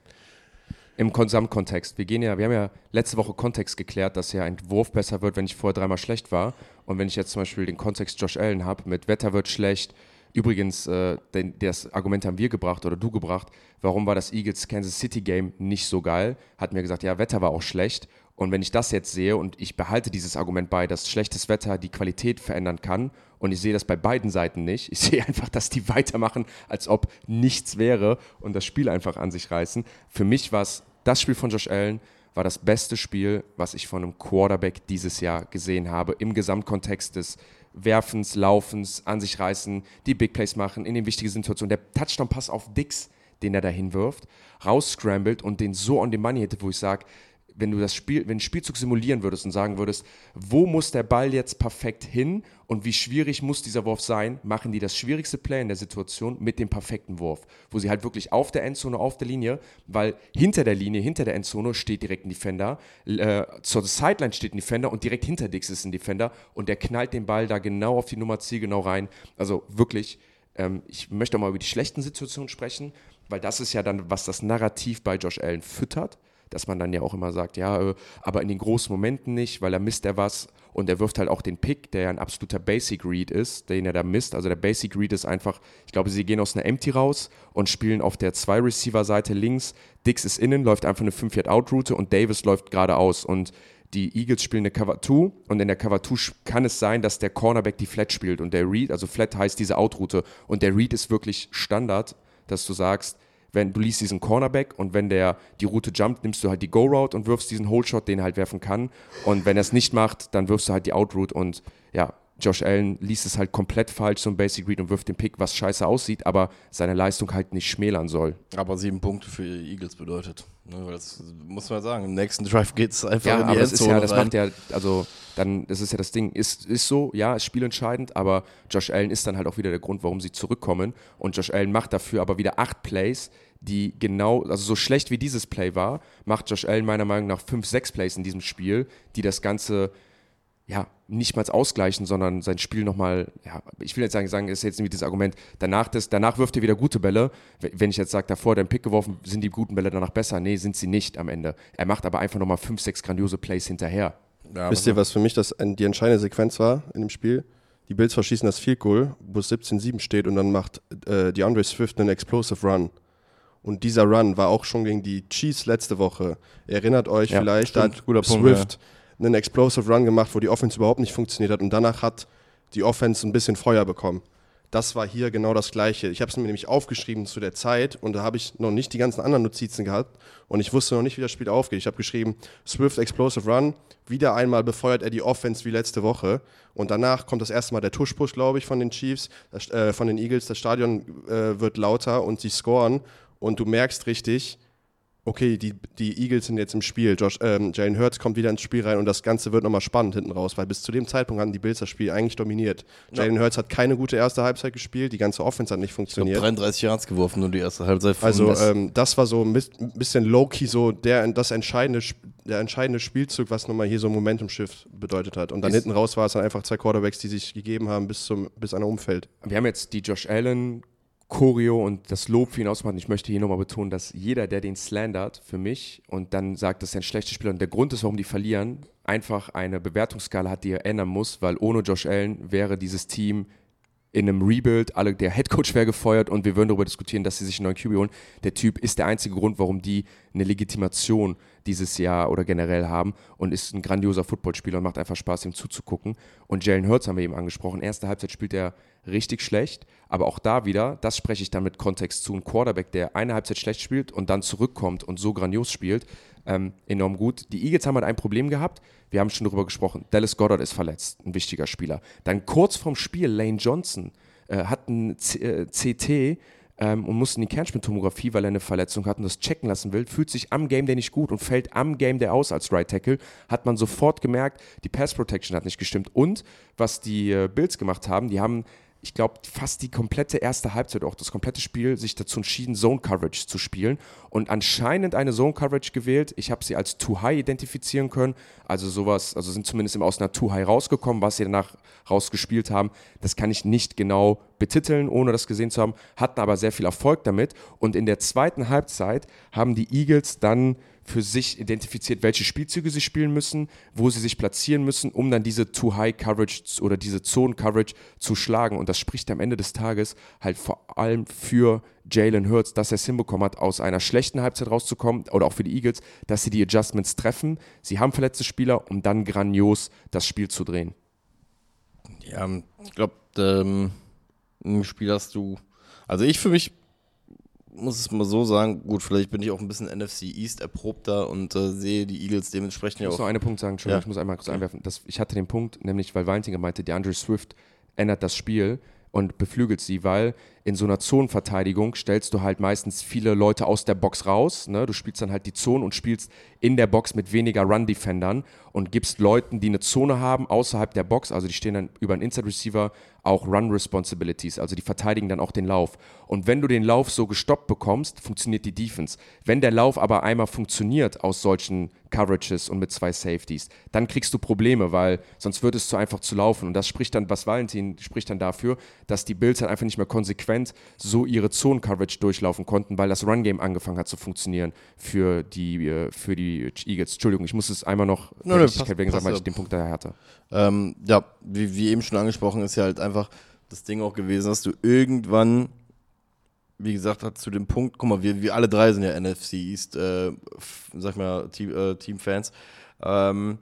Im Gesamtkontext. Wir gehen ja, wir haben ja letzte Woche Kontext geklärt, dass ja ein Wurf besser wird, wenn ich vorher dreimal schlecht war. Und wenn ich jetzt zum Beispiel den Kontext Josh Allen habe, mit Wetter wird schlecht. Übrigens, äh, den, das Argument haben wir gebracht oder du gebracht, warum war das Eagles-Kansas City-Game nicht so geil? Hatten wir gesagt, ja, Wetter war auch schlecht. Und wenn ich das jetzt sehe und ich behalte dieses Argument bei, dass schlechtes Wetter die Qualität verändern kann und ich sehe das bei beiden Seiten nicht, ich sehe einfach, dass die weitermachen, als ob nichts wäre und das Spiel einfach an sich reißen. Für mich war es, das Spiel von Josh Allen war das beste Spiel, was ich von einem Quarterback dieses Jahr gesehen habe, im Gesamtkontext des Werfens, Laufens, an sich reißen, die Big Plays machen, in den wichtigen Situationen. Der Touchdown-Pass auf Diggs, den er dahin wirft, rausscrambled und den so on the money hätte, wo ich sage, wenn du das Spiel, wenn du den Spielzug simulieren würdest und sagen würdest, wo muss der Ball jetzt perfekt hin und wie schwierig muss dieser Wurf sein, machen die das schwierigste Play in der Situation mit dem perfekten Wurf, wo sie halt wirklich auf der Endzone, auf der Linie, weil hinter der Linie, hinter der Endzone steht direkt ein Defender, äh, zur Sideline steht ein Defender und direkt hinter Diggs ist ein Defender und der knallt den Ball da genau auf die Nummer zielgenau rein. Also wirklich, ähm, ich möchte auch mal über die schlechten Situationen sprechen, weil das ist ja dann, was das Narrativ bei Josh Allen füttert, dass man dann ja auch immer sagt, ja, aber in den großen Momenten nicht, weil er misst er was und er wirft halt auch den Pick, der ja ein absoluter Basic Read ist, den er da misst. Also der Basic Read ist einfach, ich glaube, sie gehen aus einer Empty raus und spielen auf der Zwei-Receiver-Seite links, Diggs ist innen, läuft einfach eine fünf-Yard-Out-Route und Davis läuft geradeaus und die Eagles spielen eine Cover zwei und in der Cover zwei kann es sein, dass der Cornerback die Flat spielt und der Read, also Flat heißt diese Out-Route und der Read ist wirklich Standard, dass du sagst, wenn du liest diesen Cornerback und wenn der die Route jumpt, nimmst du halt die Go-Route und wirfst diesen Hold-Shot, den er halt werfen kann. Und wenn er es nicht macht, dann wirfst du halt die Out-Route und ja, Josh Allen liest es halt komplett falsch, so ein Basic Read und wirft den Pick, was scheiße aussieht, aber seine Leistung halt nicht schmälern soll. Aber sieben Punkte für die Eagles bedeutet. Ne, weil das muss man sagen, im nächsten Drive geht es einfach ja, in die aber Endzone ja, das rein. macht ja, also dann, das ist ja das Ding, ist, ist so, ja, ist spielentscheidend, aber Josh Allen ist dann halt auch wieder der Grund, warum sie zurückkommen und Josh Allen macht dafür aber wieder acht Plays, die genau, also so schlecht wie dieses Play war, macht Josh Allen meiner Meinung nach fünf, sechs Plays in diesem Spiel, die das Ganze ja, nicht mal ausgleichen, sondern sein Spiel nochmal, ja, ich will jetzt sagen, sagen ist jetzt irgendwie das Argument, danach, das, danach wirft er wieder gute Bälle. Wenn ich jetzt sage, davor hat er einen Pick geworfen, sind die guten Bälle danach besser? Nee, sind sie nicht am Ende. Er macht aber einfach nochmal fünf, sechs grandiose Plays hinterher. Ja, wisst ihr, was für mich das, die entscheidende Sequenz war in dem Spiel? Die Bills verschießen das Field Goal, wo es siebzehn sieben steht und dann macht äh, DeAndre Swift einen Explosive Run. Und dieser Run war auch schon gegen die Chiefs letzte Woche. Ihr erinnert euch ja, vielleicht, stimmt, da hat guter Swift Punkt, ja. einen Explosive Run gemacht, wo die Offense überhaupt nicht funktioniert hat und danach hat die Offense ein bisschen Feuer bekommen. Das war hier genau das Gleiche. Ich habe es mir nämlich aufgeschrieben zu der Zeit und da habe ich noch nicht die ganzen anderen Notizen gehabt und ich wusste noch nicht, wie das Spiel aufgeht. Ich habe geschrieben, Swift Explosive Run, wieder einmal befeuert er die Offense wie letzte Woche und danach kommt das erste Mal der Tush-Push, glaube ich, von den Chiefs, das, äh, von den Eagles. Das Stadion äh, wird lauter und sie scoren und du merkst richtig, okay, die, die Eagles sind jetzt im Spiel. Josh, ähm, Jalen Hurts kommt wieder ins Spiel rein und das Ganze wird nochmal spannend hinten raus, weil bis zu dem Zeitpunkt haben die Bills das Spiel eigentlich dominiert. Jalen ja. Hurts hat keine gute erste Halbzeit gespielt, die ganze Offense hat nicht funktioniert. Ich glaub, dreiunddreißig Yards geworfen, nur die erste Halbzeit. Also das, ähm, das war so ein bisschen low-key so der, das entscheidende, der entscheidende Spielzug, was nochmal hier so ein Momentum-Shift bedeutet hat. Und dann hinten raus war es dann einfach zwei Quarterbacks, die sich gegeben haben, bis, zum, bis einer umfällt. Wir haben jetzt die Josh Allen Choreo und das Lob für ihn ausmachen. Ich möchte hier nochmal betonen, dass jeder, der den slandert für mich und dann sagt, das ist ein schlechter Spieler und der Grund ist, warum die verlieren, einfach eine Bewertungsskala hat, die er ändern muss, weil ohne Josh Allen wäre dieses Team in einem Rebuild, alle, der Headcoach wäre gefeuert und wir würden darüber diskutieren, dass sie sich einen neuen Q B holen. Der Typ ist der einzige Grund, warum die eine Legitimation dieses Jahr oder generell haben und ist ein grandioser Footballspieler und macht einfach Spaß, ihm zuzugucken. Und Jalen Hurts haben wir eben angesprochen. Erste Halbzeit spielt er richtig schlecht, aber auch da wieder, das spreche ich dann mit Kontext zu, ein Quarterback, der eine Halbzeit schlecht spielt und dann zurückkommt und so grandios spielt, ähm, enorm gut. Die Eagles haben halt ein Problem gehabt, wir haben schon darüber gesprochen, Dallas Goedert ist verletzt, ein wichtiger Spieler. Dann kurz vorm Spiel, Lane Johnson äh, hat ein C- äh, C T ähm, und musste in die Kernspintomographie, weil er eine Verletzung hat und das checken lassen will, fühlt sich am Game Day nicht gut und fällt am Game Day aus als Right Tackle, hat man sofort gemerkt, die Pass Protection hat nicht gestimmt und was die äh, Bills gemacht haben, die haben ich glaube, fast die komplette erste Halbzeit, auch das komplette Spiel, sich dazu entschieden, Zone-Coverage zu spielen und anscheinend eine Zone-Coverage gewählt. Ich habe sie als Too High identifizieren können, also sowas, also sind zumindest immer aus einer Too High rausgekommen, was sie danach rausgespielt haben, das kann ich nicht genau betiteln, ohne das gesehen zu haben, hatten aber sehr viel Erfolg damit und in der zweiten Halbzeit haben die Eagles dann für sich identifiziert, welche Spielzüge sie spielen müssen, wo sie sich platzieren müssen, um dann diese Too-High-Coverage oder diese Zone-Coverage zu schlagen. Und das spricht am Ende des Tages halt vor allem für Jalen Hurts, dass er es hinbekommen hat, aus einer schlechten Halbzeit rauszukommen oder auch für die Eagles, dass sie die Adjustments treffen. Sie haben verletzte Spieler, um dann grandios das Spiel zu drehen. Ja, ich glaube, ähm, im Spiel hast du, also ich für mich muss es mal so sagen, gut, vielleicht bin ich auch ein bisschen N F C East erprobter und äh, sehe die Eagles dementsprechend ja auch. Ich muss noch einen Punkt sagen, Entschuldigung, ja. ich muss einmal kurz einwerfen. Das, ich hatte den Punkt, nämlich weil Valentin meinte, DeAndre Swift ändert das Spiel und beflügelt sie, weil in so einer Zonenverteidigung stellst du halt meistens viele Leute aus der Box raus. Ne? Du spielst dann halt die Zone und spielst in der Box mit weniger Run-Defendern und gibst Leuten, die eine Zone haben, außerhalb der Box, also die stehen dann über einen Inside-Receiver, auch Run-Responsibilities, also die verteidigen dann auch den Lauf. Und wenn du den Lauf so gestoppt bekommst, funktioniert die Defense. Wenn der Lauf aber einmal funktioniert aus solchen Coverages und mit zwei Safeties, dann kriegst du Probleme, weil sonst wird es zu einfach zu laufen. Und das spricht dann, was Valentin spricht dann dafür, dass die Bills halt einfach nicht mehr konsequent so ihre Zone-Coverage durchlaufen konnten, weil das Run-Game angefangen hat zu funktionieren für die, für die Eagles. Entschuldigung, ich muss es einmal noch no, no, Richtigkeit wegen sagen, weil ich den Punkt daher hatte. Ähm, ja, wie, wie eben schon angesprochen, ist ja halt einfach das Ding auch gewesen, dass du irgendwann, wie gesagt, hat zu dem Punkt, guck mal, wir, wir alle drei sind ja N F C East, äh, sag mal, Team, äh, Teamfans. Ähm,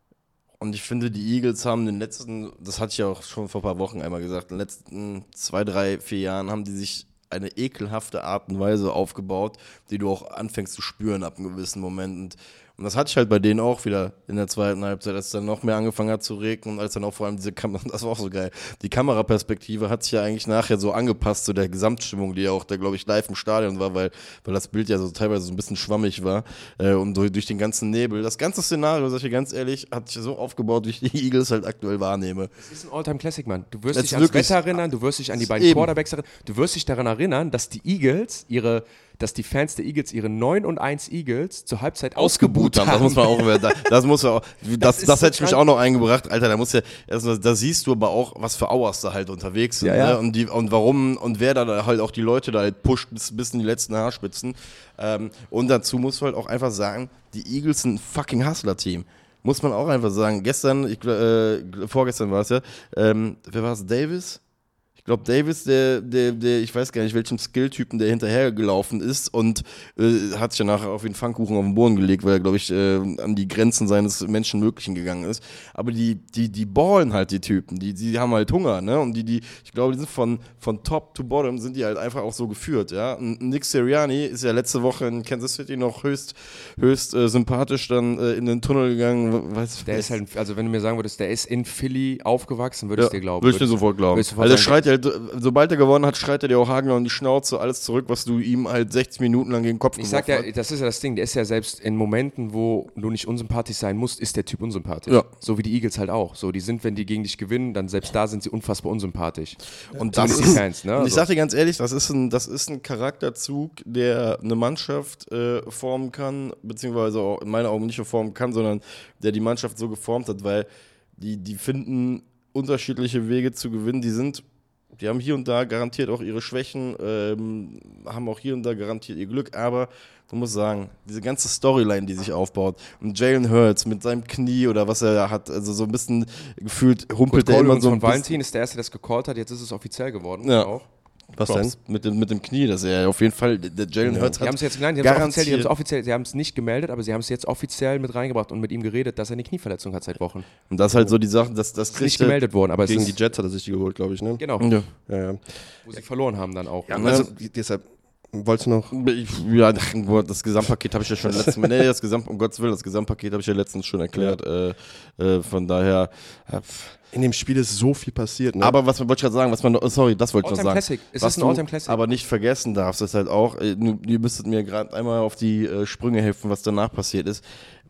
und ich finde, die Eagles haben in den letzten, das hatte ich ja auch schon vor ein paar Wochen einmal gesagt, in den letzten zwei, drei, vier Jahren haben die sich eine ekelhafte Art und Weise aufgebaut, die du auch anfängst zu spüren ab einem gewissen Moment. Und, und das hatte ich halt bei denen auch wieder in der zweiten Halbzeit, als es dann noch mehr angefangen hat zu regnen und als dann auch vor allem diese Kamera, das war auch so geil, die Kameraperspektive hat sich ja eigentlich nachher so angepasst zu der Gesamtstimmung, die ja auch da, glaube ich, live im Stadion war, weil, weil das Bild ja so teilweise so ein bisschen schwammig war äh, und durch, durch den ganzen Nebel. Das ganze Szenario, sag ich dir ganz ehrlich, hat sich so aufgebaut, wie ich die Eagles halt aktuell wahrnehme. Es ist ein All-Time-Classic, Mann. Du wirst das dich ans Wetter erinnern, du wirst dich an die beiden eben. Quarterbacks erinnern, du wirst dich daran erinnern, dass die Eagles ihre dass die Fans der Eagles ihre neun und eins Eagles zur Halbzeit ausgebuht haben. Das muss man auch, das, das muss man auch, das, das, das hätte ich mich auch noch eingebracht, Alter, da muss ja, also, da siehst du aber auch, was für Hours da halt unterwegs sind, ja, ja. Ne? Und, die, und warum, und wer da halt auch die Leute da halt pusht bis, bis in die letzten Haarspitzen. Ähm, und dazu musst du halt auch einfach sagen, die Eagles sind ein fucking Hustler-Team. Muss man auch einfach sagen. Gestern, ich, äh, vorgestern war es ja, ähm, wer war es, Davis? Ich glaube, Davis, der, der, der, ich weiß gar nicht, welchem Skilltypen der hinterhergelaufen ist und äh, hat sich ja nachher auf den Pfannkuchen auf den Boden gelegt, weil er, glaube ich, äh, an die Grenzen seines Menschenmöglichen gegangen ist. Aber die, die, die ballen halt, die Typen, die, die haben halt Hunger, ne? Und die, die, ich glaube, die sind von, von Top to Bottom sind die halt einfach auch so geführt, ja. Und Nick Sirianni ist ja letzte Woche in Kansas City noch höchst, höchst äh, sympathisch dann äh, in den Tunnel gegangen. Weiß, der ist halt, also wenn du mir sagen würdest, der ist in Philly aufgewachsen, würde ja, ich dir glauben. Würde ich dir sofort glauben. Sofort also der sagen, schreit ja, sobald er gewonnen hat, schreit er dir auch Hagler und die Schnauze, alles zurück, was du ihm halt sechzig Minuten lang gegen den Kopf ich geworfen sag ja, hast. das ist ja das Ding, der ist ja selbst in Momenten, wo du nicht unsympathisch sein musst, ist der Typ unsympathisch. Ja. So wie die Eagles halt auch. So, die sind, wenn die gegen dich gewinnen, dann selbst da sind sie unfassbar unsympathisch. Und Ja. das die ist, Fans, ne? und ich So. sag dir ganz ehrlich, das ist ein, das ist ein Charakterzug, der eine Mannschaft äh, formen kann, beziehungsweise auch in meinen Augen nicht nur formen kann, sondern der die Mannschaft so geformt hat, weil die, die finden unterschiedliche Wege zu gewinnen, die sind Die haben hier und da garantiert auch ihre Schwächen, ähm, haben auch hier und da garantiert ihr Glück, aber du musst sagen, diese ganze Storyline, die sich aufbaut und Jalen Hurts mit seinem Knie oder was er da hat, also so ein bisschen gefühlt humpelt Gut, er immer so ein von bisschen. Valentin ist der Erste, der es gecallt hat, jetzt ist es offiziell geworden. Ja. Auch. Was Props. denn? Mit dem, mit dem Knie, dass er auf jeden Fall, der Jalen Ja. Hurts Die haben hat es jetzt, nein, die haben es offiziell, die haben es garantiert- offiziell, sie haben es nicht gemeldet, aber sie haben es jetzt offiziell mit reingebracht und mit ihm geredet, dass er eine Knieverletzung hat seit Wochen. Und das ist halt so die Sache, dass das Ist nicht kriegt er- gemeldet worden, aber es Gegen ist, die Jets hat er sich die geholt, glaube ich, ne? genau, Ja. Ja, ja. wo sie verloren haben dann auch. Ja, Ne? also, deshalb, wolltest du noch? Ich, ja, ach, Gott, das Gesamtpaket habe ich ja schon letztens Mal, nee, das Gesamt, um Gottes Willen, das Gesamtpaket habe ich ja letztens schon erklärt. Äh, äh, von daher. Äh, In dem Spiel ist so viel passiert, ne? aber was wollte ich gerade sagen, was man, noch- sorry, das wollte ich noch Alltime sagen. Classic. Es was ist ein du Alltime Classic. aber nicht vergessen darfst, ist halt auch, äh, nu- ihr müsstet mir gerade einmal auf die äh, Sprünge helfen, was danach passiert ist.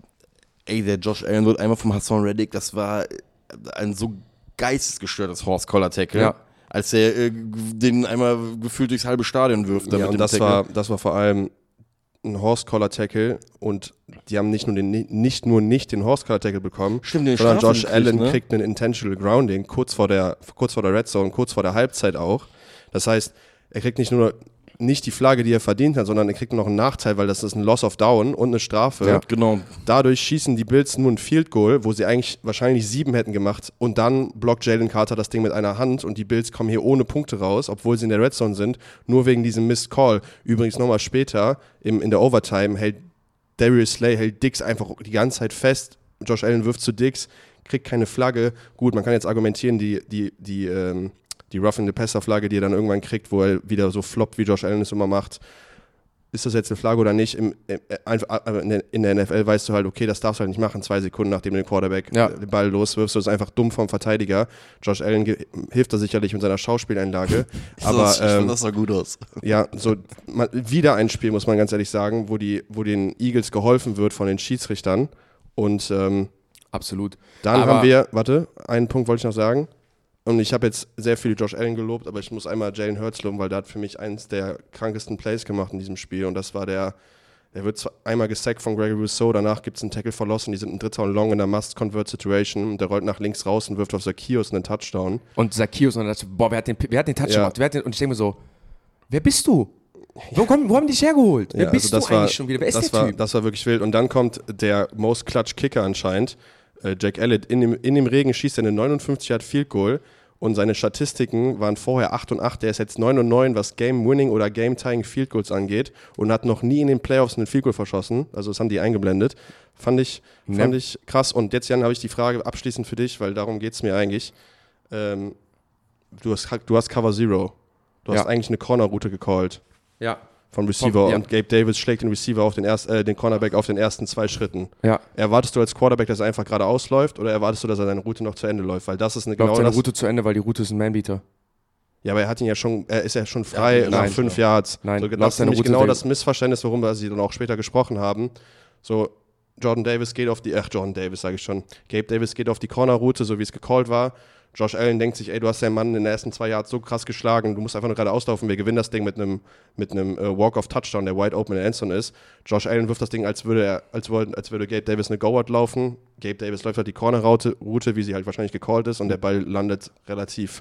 Ey, der Josh Allen wird einmal vom Hassan Reddick, das war ein so geistesgestörtes Horse-Collar-Tackle. Ja. Als er äh, den einmal gefühlt durchs halbe Stadion wirft. ja, damit und dem das Tackle. war, das war vor allem ein Horse-Collar-Tackle und die haben nicht nur, den, nicht nur nicht den Horse-Collar-Tackle bekommen, Stimmt, den sondern Strafen Josh gekriegt, Allen ne? kriegt einen Intentional Grounding kurz vor der, kurz vor der Red Zone, kurz vor der Halbzeit auch. Das heißt, er kriegt nicht nur nicht die Flagge, die er verdient hat, sondern er kriegt noch einen Nachteil, weil das ist ein Loss of Down und eine Strafe. Ja, genau. Dadurch schießen die Bills nur ein Field Goal, wo sie eigentlich wahrscheinlich sieben hätten gemacht und dann blockt Jalen Carter das Ding mit einer Hand und die Bills kommen hier ohne Punkte raus, obwohl sie in der Red Zone sind, nur wegen diesem Missed Call. Übrigens nochmal später im, in der Overtime hält Darius Slay hält Diggs einfach die ganze Zeit fest. Josh Allen wirft zu Diggs, kriegt keine Flagge. Gut, man kann jetzt argumentieren, die, die, die, ähm, die Roughing-the-Passer-Flagge, die er dann irgendwann kriegt, wo er wieder so floppt, wie Josh Allen es immer macht. Ist das jetzt eine Flagge oder nicht? Im, im, einfach, in der N F L weißt du halt, okay, das darfst du halt nicht machen, zwei Sekunden nachdem du den Quarterback Ja. den Ball loswirfst. Du bist einfach dumm vom Verteidiger. Josh Allen ge- hilft da sicherlich mit seiner Schauspieleinlage. aber das, ich ähm, finde, das sah gut aus. ja, so mal, wieder ein Spiel, muss man ganz ehrlich sagen, wo, die, wo den Eagles geholfen wird von den Schiedsrichtern. Und ähm, Absolut. dann Aber- haben wir, warte, einen Punkt wollte ich noch sagen. Und ich habe jetzt sehr viel Josh Allen gelobt, aber ich muss einmal Jalen Hurts loben, weil der hat für mich eins der krankesten Plays gemacht in diesem Spiel. Und das war der, der wird zwar einmal gesackt von Gregory Rousseau, danach gibt es einen Tackle verlossen, die sind ein Dritter und Long in der Must-Convert-Situation. Und der rollt nach links raus und wirft auf Zacchaeus einen Touchdown. Und Zacchaeus und dann dachte ich, boah, wer hat den, wer hat den Touch Ja. gemacht? Wer hat den, und ich denke mir so, wer bist du? Wo, komm, wo haben die dich hergeholt? Wer Ja, bist also das du war, eigentlich schon wieder? Wer ist das der war, Typ? Das war wirklich wild. Und dann kommt der Most Clutch Kicker anscheinend, äh, Jack Elliott. In dem, in dem Regen schießt er eine neunundfünfzig Yard Field Goal und seine Statistiken waren vorher acht und acht. Der ist jetzt neun und neun, was Game-Winning oder Game-Tying Field Goals angeht und hat noch nie in den Playoffs einen Field Goal verschossen. Also das haben die eingeblendet. Fand ich, Ja. fand ich krass. Und jetzt, Jan, habe ich die Frage abschließend für dich, weil darum geht es mir eigentlich. Ähm, du, hast, du hast Cover Zero. Du hast Ja. eigentlich eine Corner-Route gecallt Ja, vom Receiver ja. und Gabe Davis schlägt den Receiver auf den, erst, äh, den Cornerback auf den ersten zwei Schritten. ja. Erwartest du als Quarterback, dass er einfach geradeaus läuft oder erwartest du, dass er seine Route noch zu Ende läuft? Weil das ist eine Ich glaube, genau seine das. Route zu Ende, weil die Route ist ein Manbeater. Ja, aber er hat ihn ja schon, er ist ja schon frei Ja, nach nein, fünf Yards. Nein, so, laut das ist seiner nämlich Route genau will- das Missverständnis, worüber sie dann auch später gesprochen haben. So, Jordan Davis geht auf die, ach, Jordan Davis sage ich schon. Gabe Davis geht auf die Corner-Route, so wie es gecallt war. Josh Allen denkt sich, ey, du hast deinen Mann in den ersten zwei Yards so krass geschlagen, du musst einfach nur gerade auslaufen, wir gewinnen das Ding mit einem mit einem äh, Walk-off-Touchdown, der wide open in der Endzone ist. Josh Allen wirft das Ding, als würde er, als würde, als würde Gabe Davis eine Go-Out laufen. Gabe Davis läuft halt die Corner-Route, Route, wie sie halt wahrscheinlich gecallt ist, und der Ball landet relativ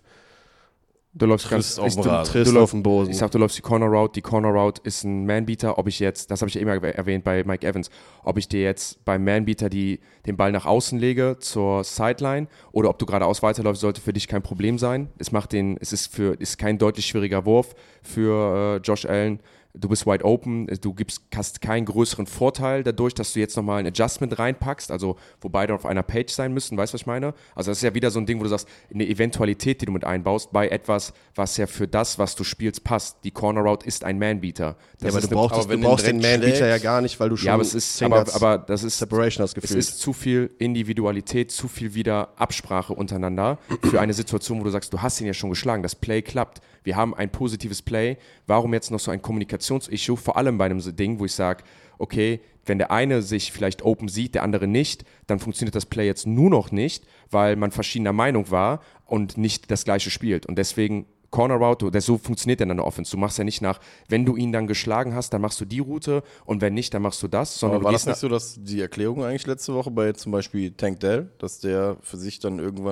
Du läufst Trist ganz auf dem du- Rasen. trist du auf dem Boden. Ich sag, du läufst die Corner Route. Die Corner Route ist ein Manbeater. Ob ich jetzt, das habe ich ja immer erwähnt bei Mike Evans, ob ich dir jetzt beim Manbeater die, den Ball nach außen lege zur Sideline oder ob du geradeaus weiterläufst, sollte für dich kein Problem sein. Es macht den, es ist für, ist kein deutlich schwieriger Wurf für äh, Josh Allen. Du bist wide open, du gibst, hast keinen größeren Vorteil dadurch, dass du jetzt nochmal ein Adjustment reinpackst, also wo beide auf einer Page sein müssen, weißt du, was ich meine? Also das ist ja wieder so ein Ding, wo du sagst, eine Eventualität, die du mit einbaust, bei etwas, was ja für das, was du spielst, passt. Die Corner Route ist ein Man-Beater. Das Ja, aber ist du eine- brauchst, aber wenn du du brauchst ihn den direkt Man-Beater ja schlägst- gar nicht, weil du schon ja, aber es ist, zehn aber, Yards aber das ist, Separation hast es gefühlt. ist zu viel Individualität, zu viel wieder Absprache untereinander für eine Situation, wo du sagst, du hast ihn ja schon geschlagen, das Play klappt. Wir haben ein positives Play. Warum jetzt noch so ein Kommunikationsissue? Vor allem bei einem so Ding, wo ich sage, okay, wenn der eine sich vielleicht open sieht, der andere nicht, dann funktioniert das Play jetzt nur noch nicht, weil man verschiedener Meinung war und nicht das gleiche spielt. Und deswegen Corner Route, das, so funktioniert dann eine Offense. Du machst ja nicht nach, wenn du ihn dann geschlagen hast, dann machst du die Route und wenn nicht, dann machst du das, sondern Aber war du das gehst nicht nach, so, dass die Erklärung eigentlich letzte Woche bei zum Beispiel Tank Dell, dass der für sich dann irgendwann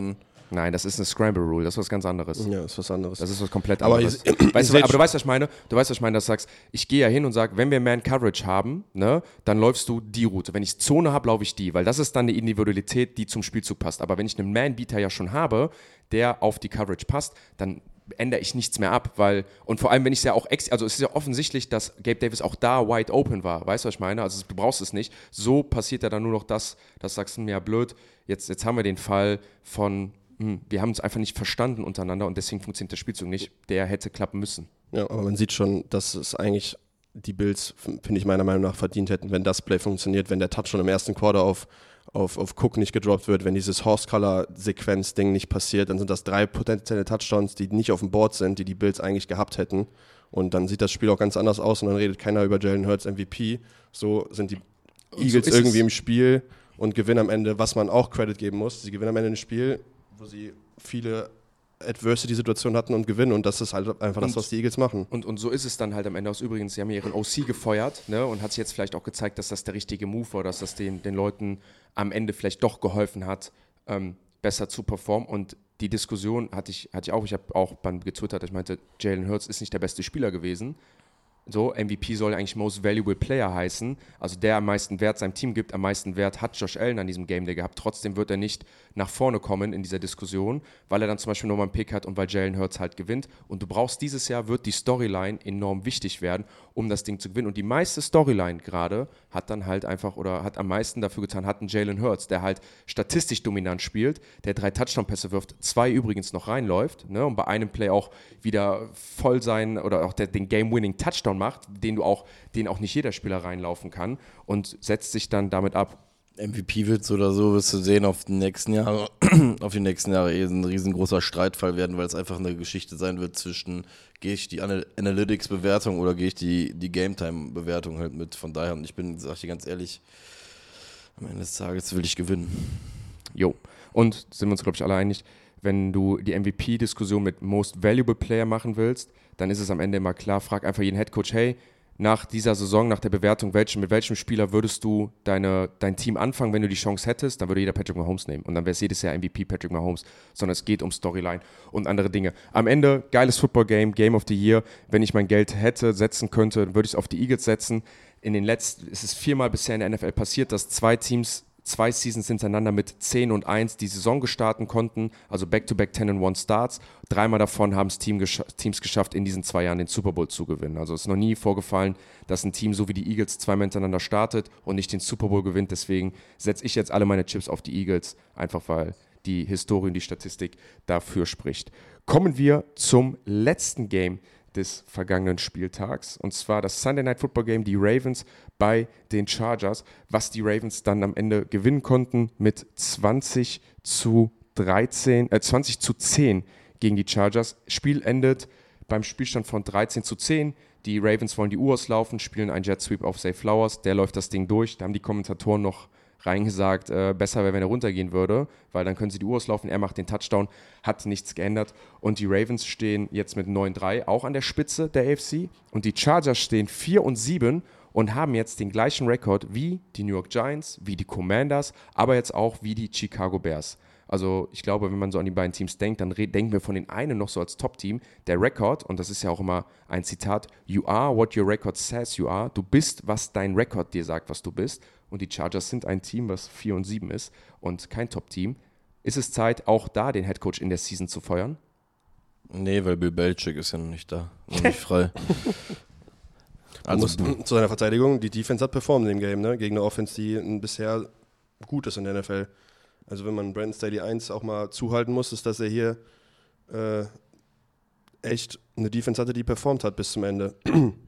Nein, das ist eine Scramble Rule, das ist was ganz anderes. Ja, das ist was anderes. Das ist was komplett aber anderes. Ihr, ihr weißt du, aber du weißt, was ich meine? Du weißt, was ich meine, dass du sagst, ich gehe ja hin und sage, wenn wir Man-Coverage haben, ne, dann läufst du die Route. Wenn ich Zone habe, laufe ich die, weil das ist dann eine Individualität, die zum Spielzug passt. Aber wenn ich einen Man-Beater ja schon habe, der auf die Coverage passt, dann ändere ich nichts mehr ab, weil, und vor allem, wenn ich es ja auch, ex- also es ist ja offensichtlich, dass Gabe Davis auch da wide open war, weißt du, was ich meine? Also du brauchst es nicht. So passiert ja dann nur noch das, dass du sagst, ja blöd, jetzt, jetzt haben wir den Fall von, hm, wir haben uns einfach nicht verstanden untereinander und deswegen funktioniert der Spielzug nicht, der hätte klappen müssen. Ja, aber man sieht schon, dass es eigentlich die Bills, finde ich meiner Meinung nach, verdient hätten, wenn das Play funktioniert, wenn der Touch schon im ersten Quarter auf auf, auf Cook nicht gedroppt wird, wenn dieses Horse-Color-Sequenz-Ding nicht passiert, dann sind das drei potenzielle Touchdowns, die nicht auf dem Board sind, die die Bills eigentlich gehabt hätten. Und dann sieht das Spiel auch ganz anders aus und dann redet keiner über Jalen Hurts M V P. So sind die Eagles so irgendwie es. im Spiel und gewinnen am Ende, was man auch Credit geben muss. Sie gewinnen am Ende ein Spiel, wo sie viele Adversity-Situationen hatten und gewinnen und das ist halt einfach und, das, was die Eagles machen. Und, und so ist es dann halt am Ende aus. Übrigens, sie haben ihren O C gefeuert, ne, und hat sich jetzt vielleicht auch gezeigt, dass das der richtige Move war, dass das den, den Leuten am Ende vielleicht doch geholfen hat, ähm, besser zu performen. Und die Diskussion hatte ich, hatte ich auch, ich habe auch beim getwittert, ich meinte, Jalen Hurts ist nicht der beste Spieler gewesen. So, M V P soll eigentlich Most Valuable Player heißen, also der am meisten Wert seinem Team gibt, am meisten Wert hat Josh Allen an diesem Game Day gehabt. Trotzdem wird er nicht nach vorne kommen in dieser Diskussion, weil er dann zum Beispiel nochmal einen Pick hat und weil Jalen Hurts halt gewinnt. Und du brauchst dieses Jahr, wird die Storyline enorm wichtig werden, um das Ding zu gewinnen. Und die meiste Storyline gerade hat dann halt einfach, oder hat am meisten dafür getan, hat einen Jalen Hurts, der halt statistisch dominant spielt, der drei Touchdown-Pässe wirft, zwei übrigens noch reinläuft, ne, und bei einem Play auch wieder voll sein, oder auch der, den Game-Winning-Touchdown macht, den du auch, den auch nicht jeder Spieler reinlaufen kann und setzt sich dann damit ab. M V P wird so oder so, wirst du sehen, auf die nächsten Jahre, auf die nächsten Jahre eh ein riesengroßer Streitfall werden, weil es einfach eine Geschichte sein wird zwischen, gehe ich die Anal- Analytics-Bewertung oder gehe ich die, die Game-Time-Bewertung halt mit. Von daher, und ich bin, sag ich dir ganz ehrlich, am Ende des Tages will ich gewinnen. Jo, und sind wir uns, glaube ich, alle einig, wenn du die M V P-Diskussion mit Most Valuable Player machen willst, dann ist es am Ende immer klar, frag einfach jeden Headcoach, hey, nach dieser Saison, nach der Bewertung, welchen, mit welchem Spieler würdest du deine, dein Team anfangen, wenn du die Chance hättest, dann würde jeder Patrick Mahomes nehmen. Und dann wäre es jedes Jahr M V P Patrick Mahomes, sondern es geht um Storyline und andere Dinge. Am Ende, geiles Football-Game, Game of the Year. Wenn ich mein Geld hätte, setzen könnte, würde ich es auf die Eagles setzen. In den letzten, es ist viermal bisher in der N F L passiert, dass zwei Teams zwei Seasons hintereinander mit zehn und eins die Saison gestarten konnten, also Back-to-Back zehn und eins Starts. Dreimal davon haben es Team gesch- Teams geschafft, in diesen zwei Jahren den Super Bowl zu gewinnen. Also es ist noch nie vorgefallen, dass ein Team so wie die Eagles zweimal hintereinander startet und nicht den Super Bowl gewinnt. Deswegen setze ich jetzt alle meine Chips auf die Eagles, einfach weil die Historie und die Statistik dafür spricht. Kommen wir zum letzten Game des vergangenen Spieltags, und zwar das Sunday Night Football Game, die Ravens bei den Chargers, was die Ravens dann am Ende gewinnen konnten mit zwanzig zu dreizehn, äh zwanzig zu zehn gegen die Chargers. Spiel endet beim Spielstand von dreizehn zu zehn. Die Ravens wollen die Uhr auslaufen, spielen einen Jet Sweep auf Zay Flowers, der läuft das Ding durch. Da haben die Kommentatoren noch reingesagt, äh, besser wäre, wenn er runtergehen würde, weil dann können sie die Uhr auslaufen, er macht den Touchdown, hat nichts geändert und die Ravens stehen jetzt mit neun drei auch an der Spitze der A F C und die Chargers stehen vier und sieben und haben jetzt den gleichen Rekord wie die New York Giants, wie die Commanders, aber jetzt auch wie die Chicago Bears. Also ich glaube, wenn man so an die beiden Teams denkt, dann re- denken wir von den einen noch so als Top-Team. Der Rekord, und das ist ja auch immer ein Zitat, you are what your record says you are. Du bist, was dein Rekord dir sagt, was du bist. Und die Chargers sind ein Team, was vier und sieben ist und kein Top-Team. Ist es Zeit, auch da den Headcoach in der Season zu feuern? Nee, weil Bill Belichick ist ja noch nicht da, noch nicht frei. Also muss, zu seiner Verteidigung, die Defense hat performt in dem Game, ne? Gegen eine Offense, die bisher gut ist in der N F L. Also wenn man Brandon Staley eins auch mal zuhalten muss, ist, dass er hier äh, echt eine Defense hatte, die performt hat bis zum Ende.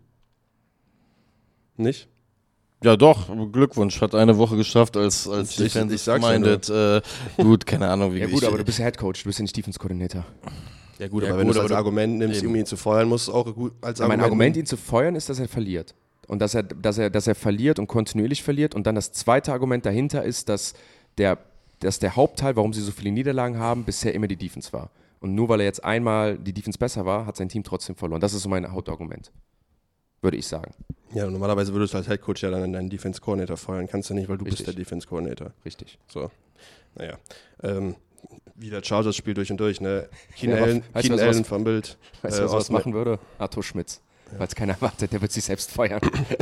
Nicht? Ja doch, Glückwunsch, hat eine Woche geschafft als, als ich, Defensive-Minded. Äh, gut, keine Ahnung. Wie ja gut, ich, aber du bist ja Headcoach, du bist ja nicht Defense-Koordinator. Ja gut, ja, aber gut, wenn du es aber als du, Argument nimmst, eben. um ihn zu feuern, muss es auch gut als ja, Argument mein Argument, nehmen. ihn zu feuern, ist, dass er verliert. Und dass er, dass er, dass er verliert und kontinuierlich verliert. Und dann das zweite Argument dahinter ist, dass der, dass der Hauptteil, warum sie so viele Niederlagen haben, bisher immer die Defense war. Und nur weil er jetzt einmal die Defense besser war, hat sein Team trotzdem verloren. Das ist so mein Hauptargument, würde ich sagen. Ja, normalerweise würdest du als Headcoach ja dann deinen Defense-Coordinator feuern. Kannst du nicht, weil du Richtig. bist der Defense-Coordinator. Richtig. So, naja. Ähm, Wieder Chargers-Spiel durch und durch, ne? Keenan Ja, Allen, weißt du, Keenan was- Allen fumbled. Weißt äh, du, was er Austin- machen würde? Arthur Schmitz. Weil es keiner erwartet, der wird sich selbst feuern.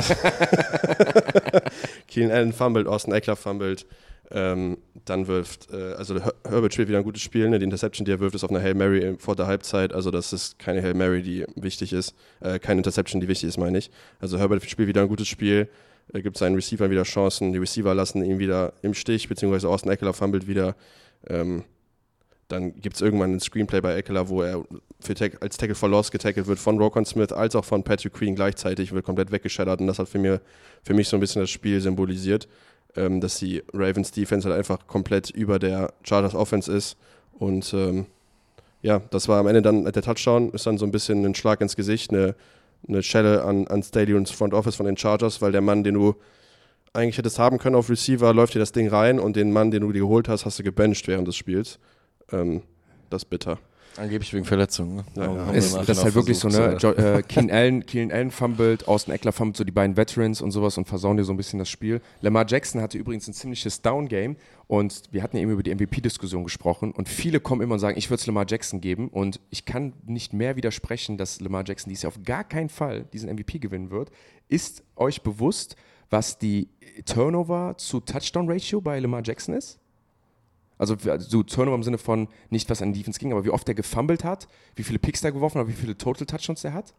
Keenan Allen fumbled, Austin Eckler fumbled. Ähm, dann wirft, äh, also Her- Herbert spielt wieder ein gutes Spiel, ne? Die Interception, die er wirft, ist auf einer Hail Mary vor der Halbzeit. Also das ist keine Hail Mary, die wichtig ist. Äh, keine Interception, die wichtig ist, meine ich. Also Herbert spielt wieder ein gutes Spiel. Er gibt seinen Receivern wieder Chancen. Die Receiver lassen ihn wieder im Stich, beziehungsweise Austin Eckler fumbled wieder. Ähm, dann gibt es irgendwann ein Screenplay bei Eckler, wo er für Tack- als Tackle for Loss getackelt wird von Roquan Smith als auch von Patrick Queen gleichzeitig, wird komplett weggeschattert und das hat für, mir, für mich so ein bisschen das Spiel symbolisiert, ähm, dass die Ravens Defense halt einfach komplett über der Chargers Offense ist und ähm, ja, das war am Ende dann, der Touchdown ist dann so ein bisschen ein Schlag ins Gesicht, eine, eine Schelle an, an Stadiums Front Office von den Chargers, weil der Mann, den du eigentlich hättest haben können auf Receiver, läuft dir das Ding rein und den Mann, den du dir geholt hast, hast du gebencht während des Spiels. Ähm, das ist bitter. Angeblich wegen Verletzungen. Ne? Ja, Darum ja. haben wir Ist, nachher das ist halt noch wirklich so, versucht, ne? äh, Jo, äh, Keenan Allen, Keenan Allen fumbled, Austin Eckler fumbled, so die beiden Veterans und sowas und versauen dir so ein bisschen das Spiel. Lamar Jackson hatte übrigens ein ziemliches Down-Game und wir hatten ja eben über die M V P-Diskussion gesprochen und viele kommen immer und sagen, ich würde es Lamar Jackson geben und ich kann nicht mehr widersprechen, dass Lamar Jackson dies Jahr auf gar keinen Fall diesen M V P gewinnen wird. Ist euch bewusst, was die Turnover zu Touchdown-Ratio bei Lamar Jackson ist? Also so Turnover im Sinne von nicht, was an Defense ging, aber wie oft er gefumbled hat, wie viele Picks er geworfen hat, wie viele Total Touchdowns er hat.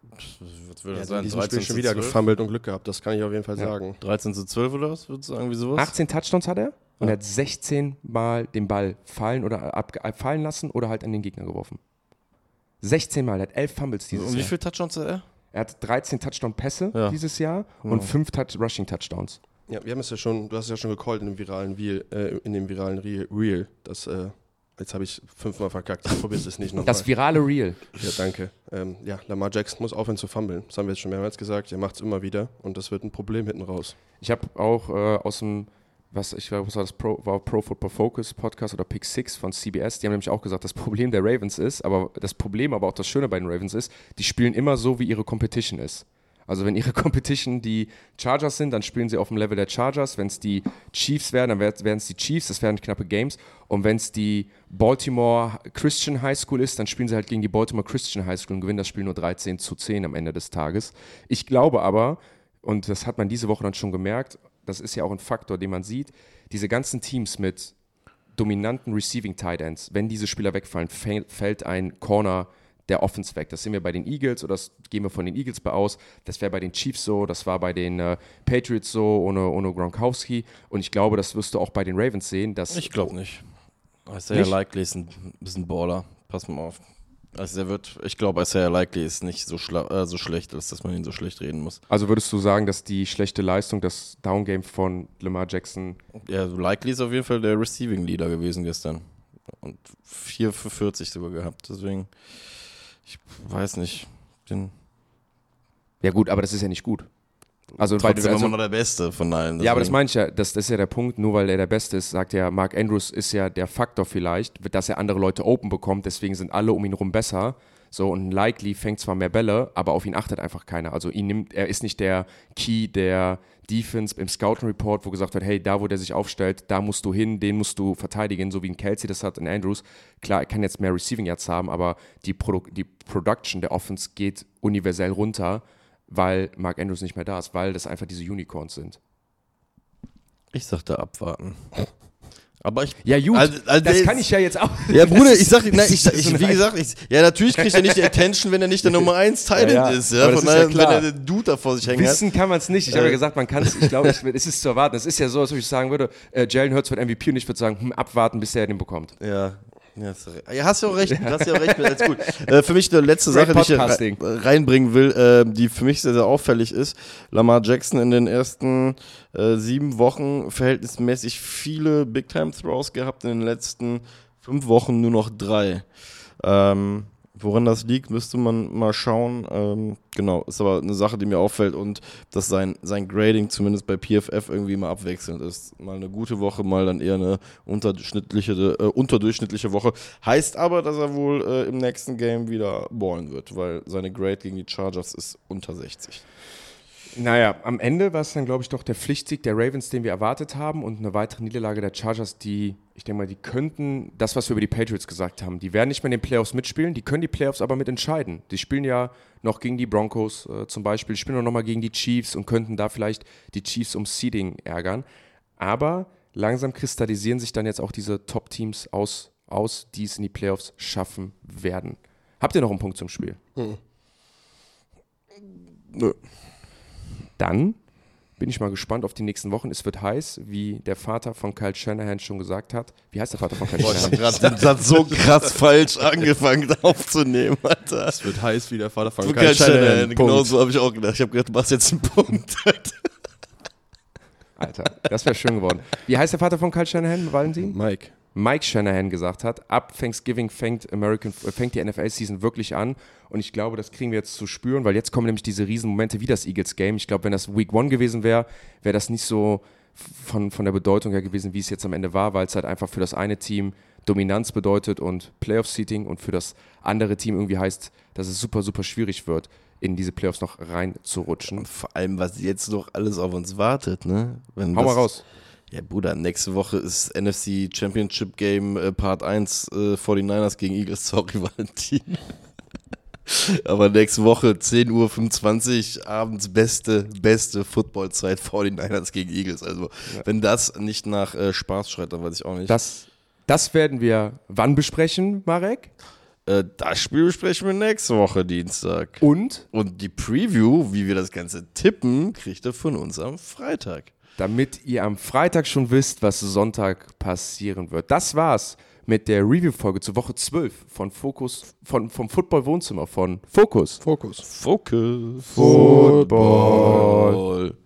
Was würde Er das hat sein? in diesem dreizehn Spiel schon zu wieder zwölf? gefummelt und Glück gehabt, das kann ich auf jeden Fall Ja. sagen. dreizehn zu zwölf oder was? Würdest du sagen, wie sowas? achtzehn Touchdowns hat er und Ja. er hat sechzehn Mal den Ball fallen oder ab, fallen lassen oder halt an den Gegner geworfen. sechzehn Mal, er hat elf Fumbles dieses Und wie Jahr. viele Touchdowns hat er? Er hat dreizehn Touchdown-Pässe Ja. dieses Jahr Ja. und fünf Touch Rushing-Touchdowns. Ja, wir haben es ja schon, du hast es ja schon gecallt in dem viralen Reel, äh, in dem viralen Reel, Reel das, äh, jetzt habe ich fünfmal verkackt, ich probiere es nicht nochmal. Das virale Reel. Ja, danke. Ähm, ja, Lamar Jackson muss aufhören zu fummeln, das haben wir jetzt schon mehrmals gesagt, er macht es immer wieder und das wird ein Problem hinten raus. Ich habe auch äh, aus dem, was ich glaube, was war das Pro, war Pro Football Focus Podcast oder Pick Six von C B S, die haben nämlich auch gesagt, das Problem der Ravens ist, aber das Problem, aber auch das Schöne bei den Ravens ist, die spielen immer so, wie ihre Competition ist. Also wenn ihre Competition die Chargers sind, dann spielen sie auf dem Level der Chargers. Wenn es die Chiefs wären, dann wären es die Chiefs, das wären knappe Games. Und wenn es die Baltimore Christian High School ist, dann spielen sie halt gegen die Baltimore Christian High School und gewinnen das Spiel nur dreizehn zu zehn am Ende des Tages. Ich glaube aber, und das hat man diese Woche dann schon gemerkt, das ist ja auch ein Faktor, den man sieht, diese ganzen Teams mit dominanten Receiving Tight Ends, wenn diese Spieler wegfallen, fällt ein Corner der Offense weg. Das sehen wir bei den Eagles oder das gehen wir von den Eagles bei aus. Das wäre bei den Chiefs so, das war bei den äh, Patriots so, ohne, ohne Gronkowski. Und ich glaube, das wirst du auch bei den Ravens sehen. Dass Ich glaube nicht. Isaiah Nicht? Likely ist ein bisschen Baller. Pass mal auf. Also er wird, ich glaube, Isaiah Likely ist nicht so, schla- äh, so schlecht, als dass man ihn so schlecht reden muss. Also würdest du sagen, dass die schlechte Leistung, das Downgame von Lamar Jackson. Ja, Likely ist auf jeden Fall der Receiving Leader gewesen gestern. Und vier für vierzig sogar gehabt. Deswegen, ich weiß nicht. Den Ja, gut, aber das ist ja nicht gut. Also, weil, trotzdem also immer noch der Beste von allen. ja, aber das deswegen- meine ich ja, das, das ist ja der Punkt, nur weil er der Beste ist, sagt ja, Mark Andrews ist ja der Faktor vielleicht, dass er andere Leute open bekommt, deswegen sind alle um ihn herum besser. So, und ein Likely fängt zwar mehr Bälle, aber auf ihn achtet einfach keiner. Also ihn nimmt, er ist nicht der Key der Defense im Scouting Report, wo gesagt wird, hey, da wo der sich aufstellt, da musst du hin, den musst du verteidigen, so wie ein Kelsey das hat in Andrews. Klar, er kann jetzt mehr Receiving Yards haben, aber die, Produ- die Production der Offense geht universell runter, weil Mark Andrews nicht mehr da ist, weil das einfach diese Unicorns sind. Ich sagte abwarten. Aber ich. Ja, gut, Also- also das jetzt- kann ich ja jetzt auch. Ja, Bruder, ich sag, na, das ich, ist ich, so wie ein- gesagt, ich, ja, natürlich kriegt er nicht die Attention, wenn er nicht der Nummer eins Titan Ja, ja, ist, ja. aber das Von ist ja daher, klar. wenn er den Dude da vor sich hängen hat. Wissen kann man es nicht. Ich habe Äh. ja gesagt, man kann es, ich glaube, es es ist zu erwarten. Es ist ja so, als ob ich sagen würde, äh, Jalen Hurts wird M V P und ich würde sagen, hm, abwarten, bis er den bekommt. Ja. Ja, hast du recht. Ja, hast du auch recht, hast du auch recht, alles gut. Äh, für mich eine letzte Great Sache, die ich hier Podcasting. rei- reinbringen will, äh, die für mich sehr, sehr auffällig ist. Lamar Jackson in den ersten äh, sieben Wochen verhältnismäßig viele Big-Time-Throws gehabt, in den letzten fünf Wochen nur noch drei. Ähm, woran das liegt, müsste man mal schauen. Ähm, genau, ist aber eine Sache, die mir auffällt und dass sein, sein Grading zumindest bei P F F irgendwie immer abwechselnd ist. Mal eine gute Woche, mal dann eher eine unterdurchschnittliche, äh, unterdurchschnittliche Woche. Heißt aber, dass er wohl äh, im nächsten Game wieder ballen wird, weil seine Grade gegen die Chargers ist unter sechzig. Naja, am Ende war es dann, glaube ich, doch der Pflichtsieg der Ravens, den wir erwartet haben und eine weitere Niederlage der Chargers, die, ich denke mal, die könnten, das, was wir über die Patriots gesagt haben, die werden nicht mehr in den Playoffs mitspielen, die können die Playoffs aber mitentscheiden. Die spielen ja noch gegen die Broncos äh, zum Beispiel, die spielen auch noch mal gegen die Chiefs und könnten da vielleicht die Chiefs um Seeding ärgern. Aber langsam kristallisieren sich dann jetzt auch diese Top-Teams aus, aus, die es in die Playoffs schaffen werden. Habt ihr noch einen Punkt zum Spiel? Hm. Nö. Dann bin ich mal gespannt auf die nächsten Wochen. Es wird heiß, wie der Vater von Kyle Shanahan schon gesagt hat. Wie heißt der Vater von Kyle Boah, ich Shanahan? hab grad den Satz so krass falsch angefangen aufzunehmen, Alter. Es wird heiß wie der Vater von Von Kyle Kyle Shanahan. Shanahan, Punkt. genau so habe ich auch gedacht. Ich habe gedacht, du machst jetzt einen Punkt. Alter. Alter, das wäre schön geworden. Wie heißt der Vater von Kyle Shanahan, Valentin? Mike. Mike Shanahan gesagt hat, ab Thanksgiving fängt, American, äh, fängt die N F L-Season wirklich an und ich glaube, das kriegen wir jetzt zu spüren, weil jetzt kommen nämlich diese Riesenmomente wie das Eagles-Game. Ich glaube, wenn das Week One gewesen wäre, wäre das nicht so von, von der Bedeutung her gewesen, wie es jetzt am Ende war, weil es halt einfach für das eine Team Dominanz bedeutet und Playoff-Seating und für das andere Team irgendwie heißt, dass es super, super schwierig wird, in diese Playoffs noch reinzurutschen. Und vor allem, was jetzt noch alles auf uns wartet, ne? Wenn Hau das, mal raus. Ja, Bruder, nächste Woche ist N F C Championship Game äh, Part eins äh, forty-niners gegen Eagles. Sorry, Valentin. Aber nächste Woche zehn Uhr fünfundzwanzig abends beste, beste Footballzeit forty-niners gegen Eagles. Also, Ja. wenn das nicht nach äh, Spaß schreit, dann weiß ich auch nicht. Das, das werden wir wann besprechen, Marek? äh, das Spiel besprechen wir nächste Woche Dienstag. Und Und die Preview, wie wir das Ganze tippen, kriegt ihr von uns am Freitag. damit ihr am Freitag schon wisst, was Sonntag passieren wird. Das war's mit der Review-Folge zur Woche zwölf von Fokus, von, vom Football-Wohnzimmer von Fokus. Fokus. Focus. Football.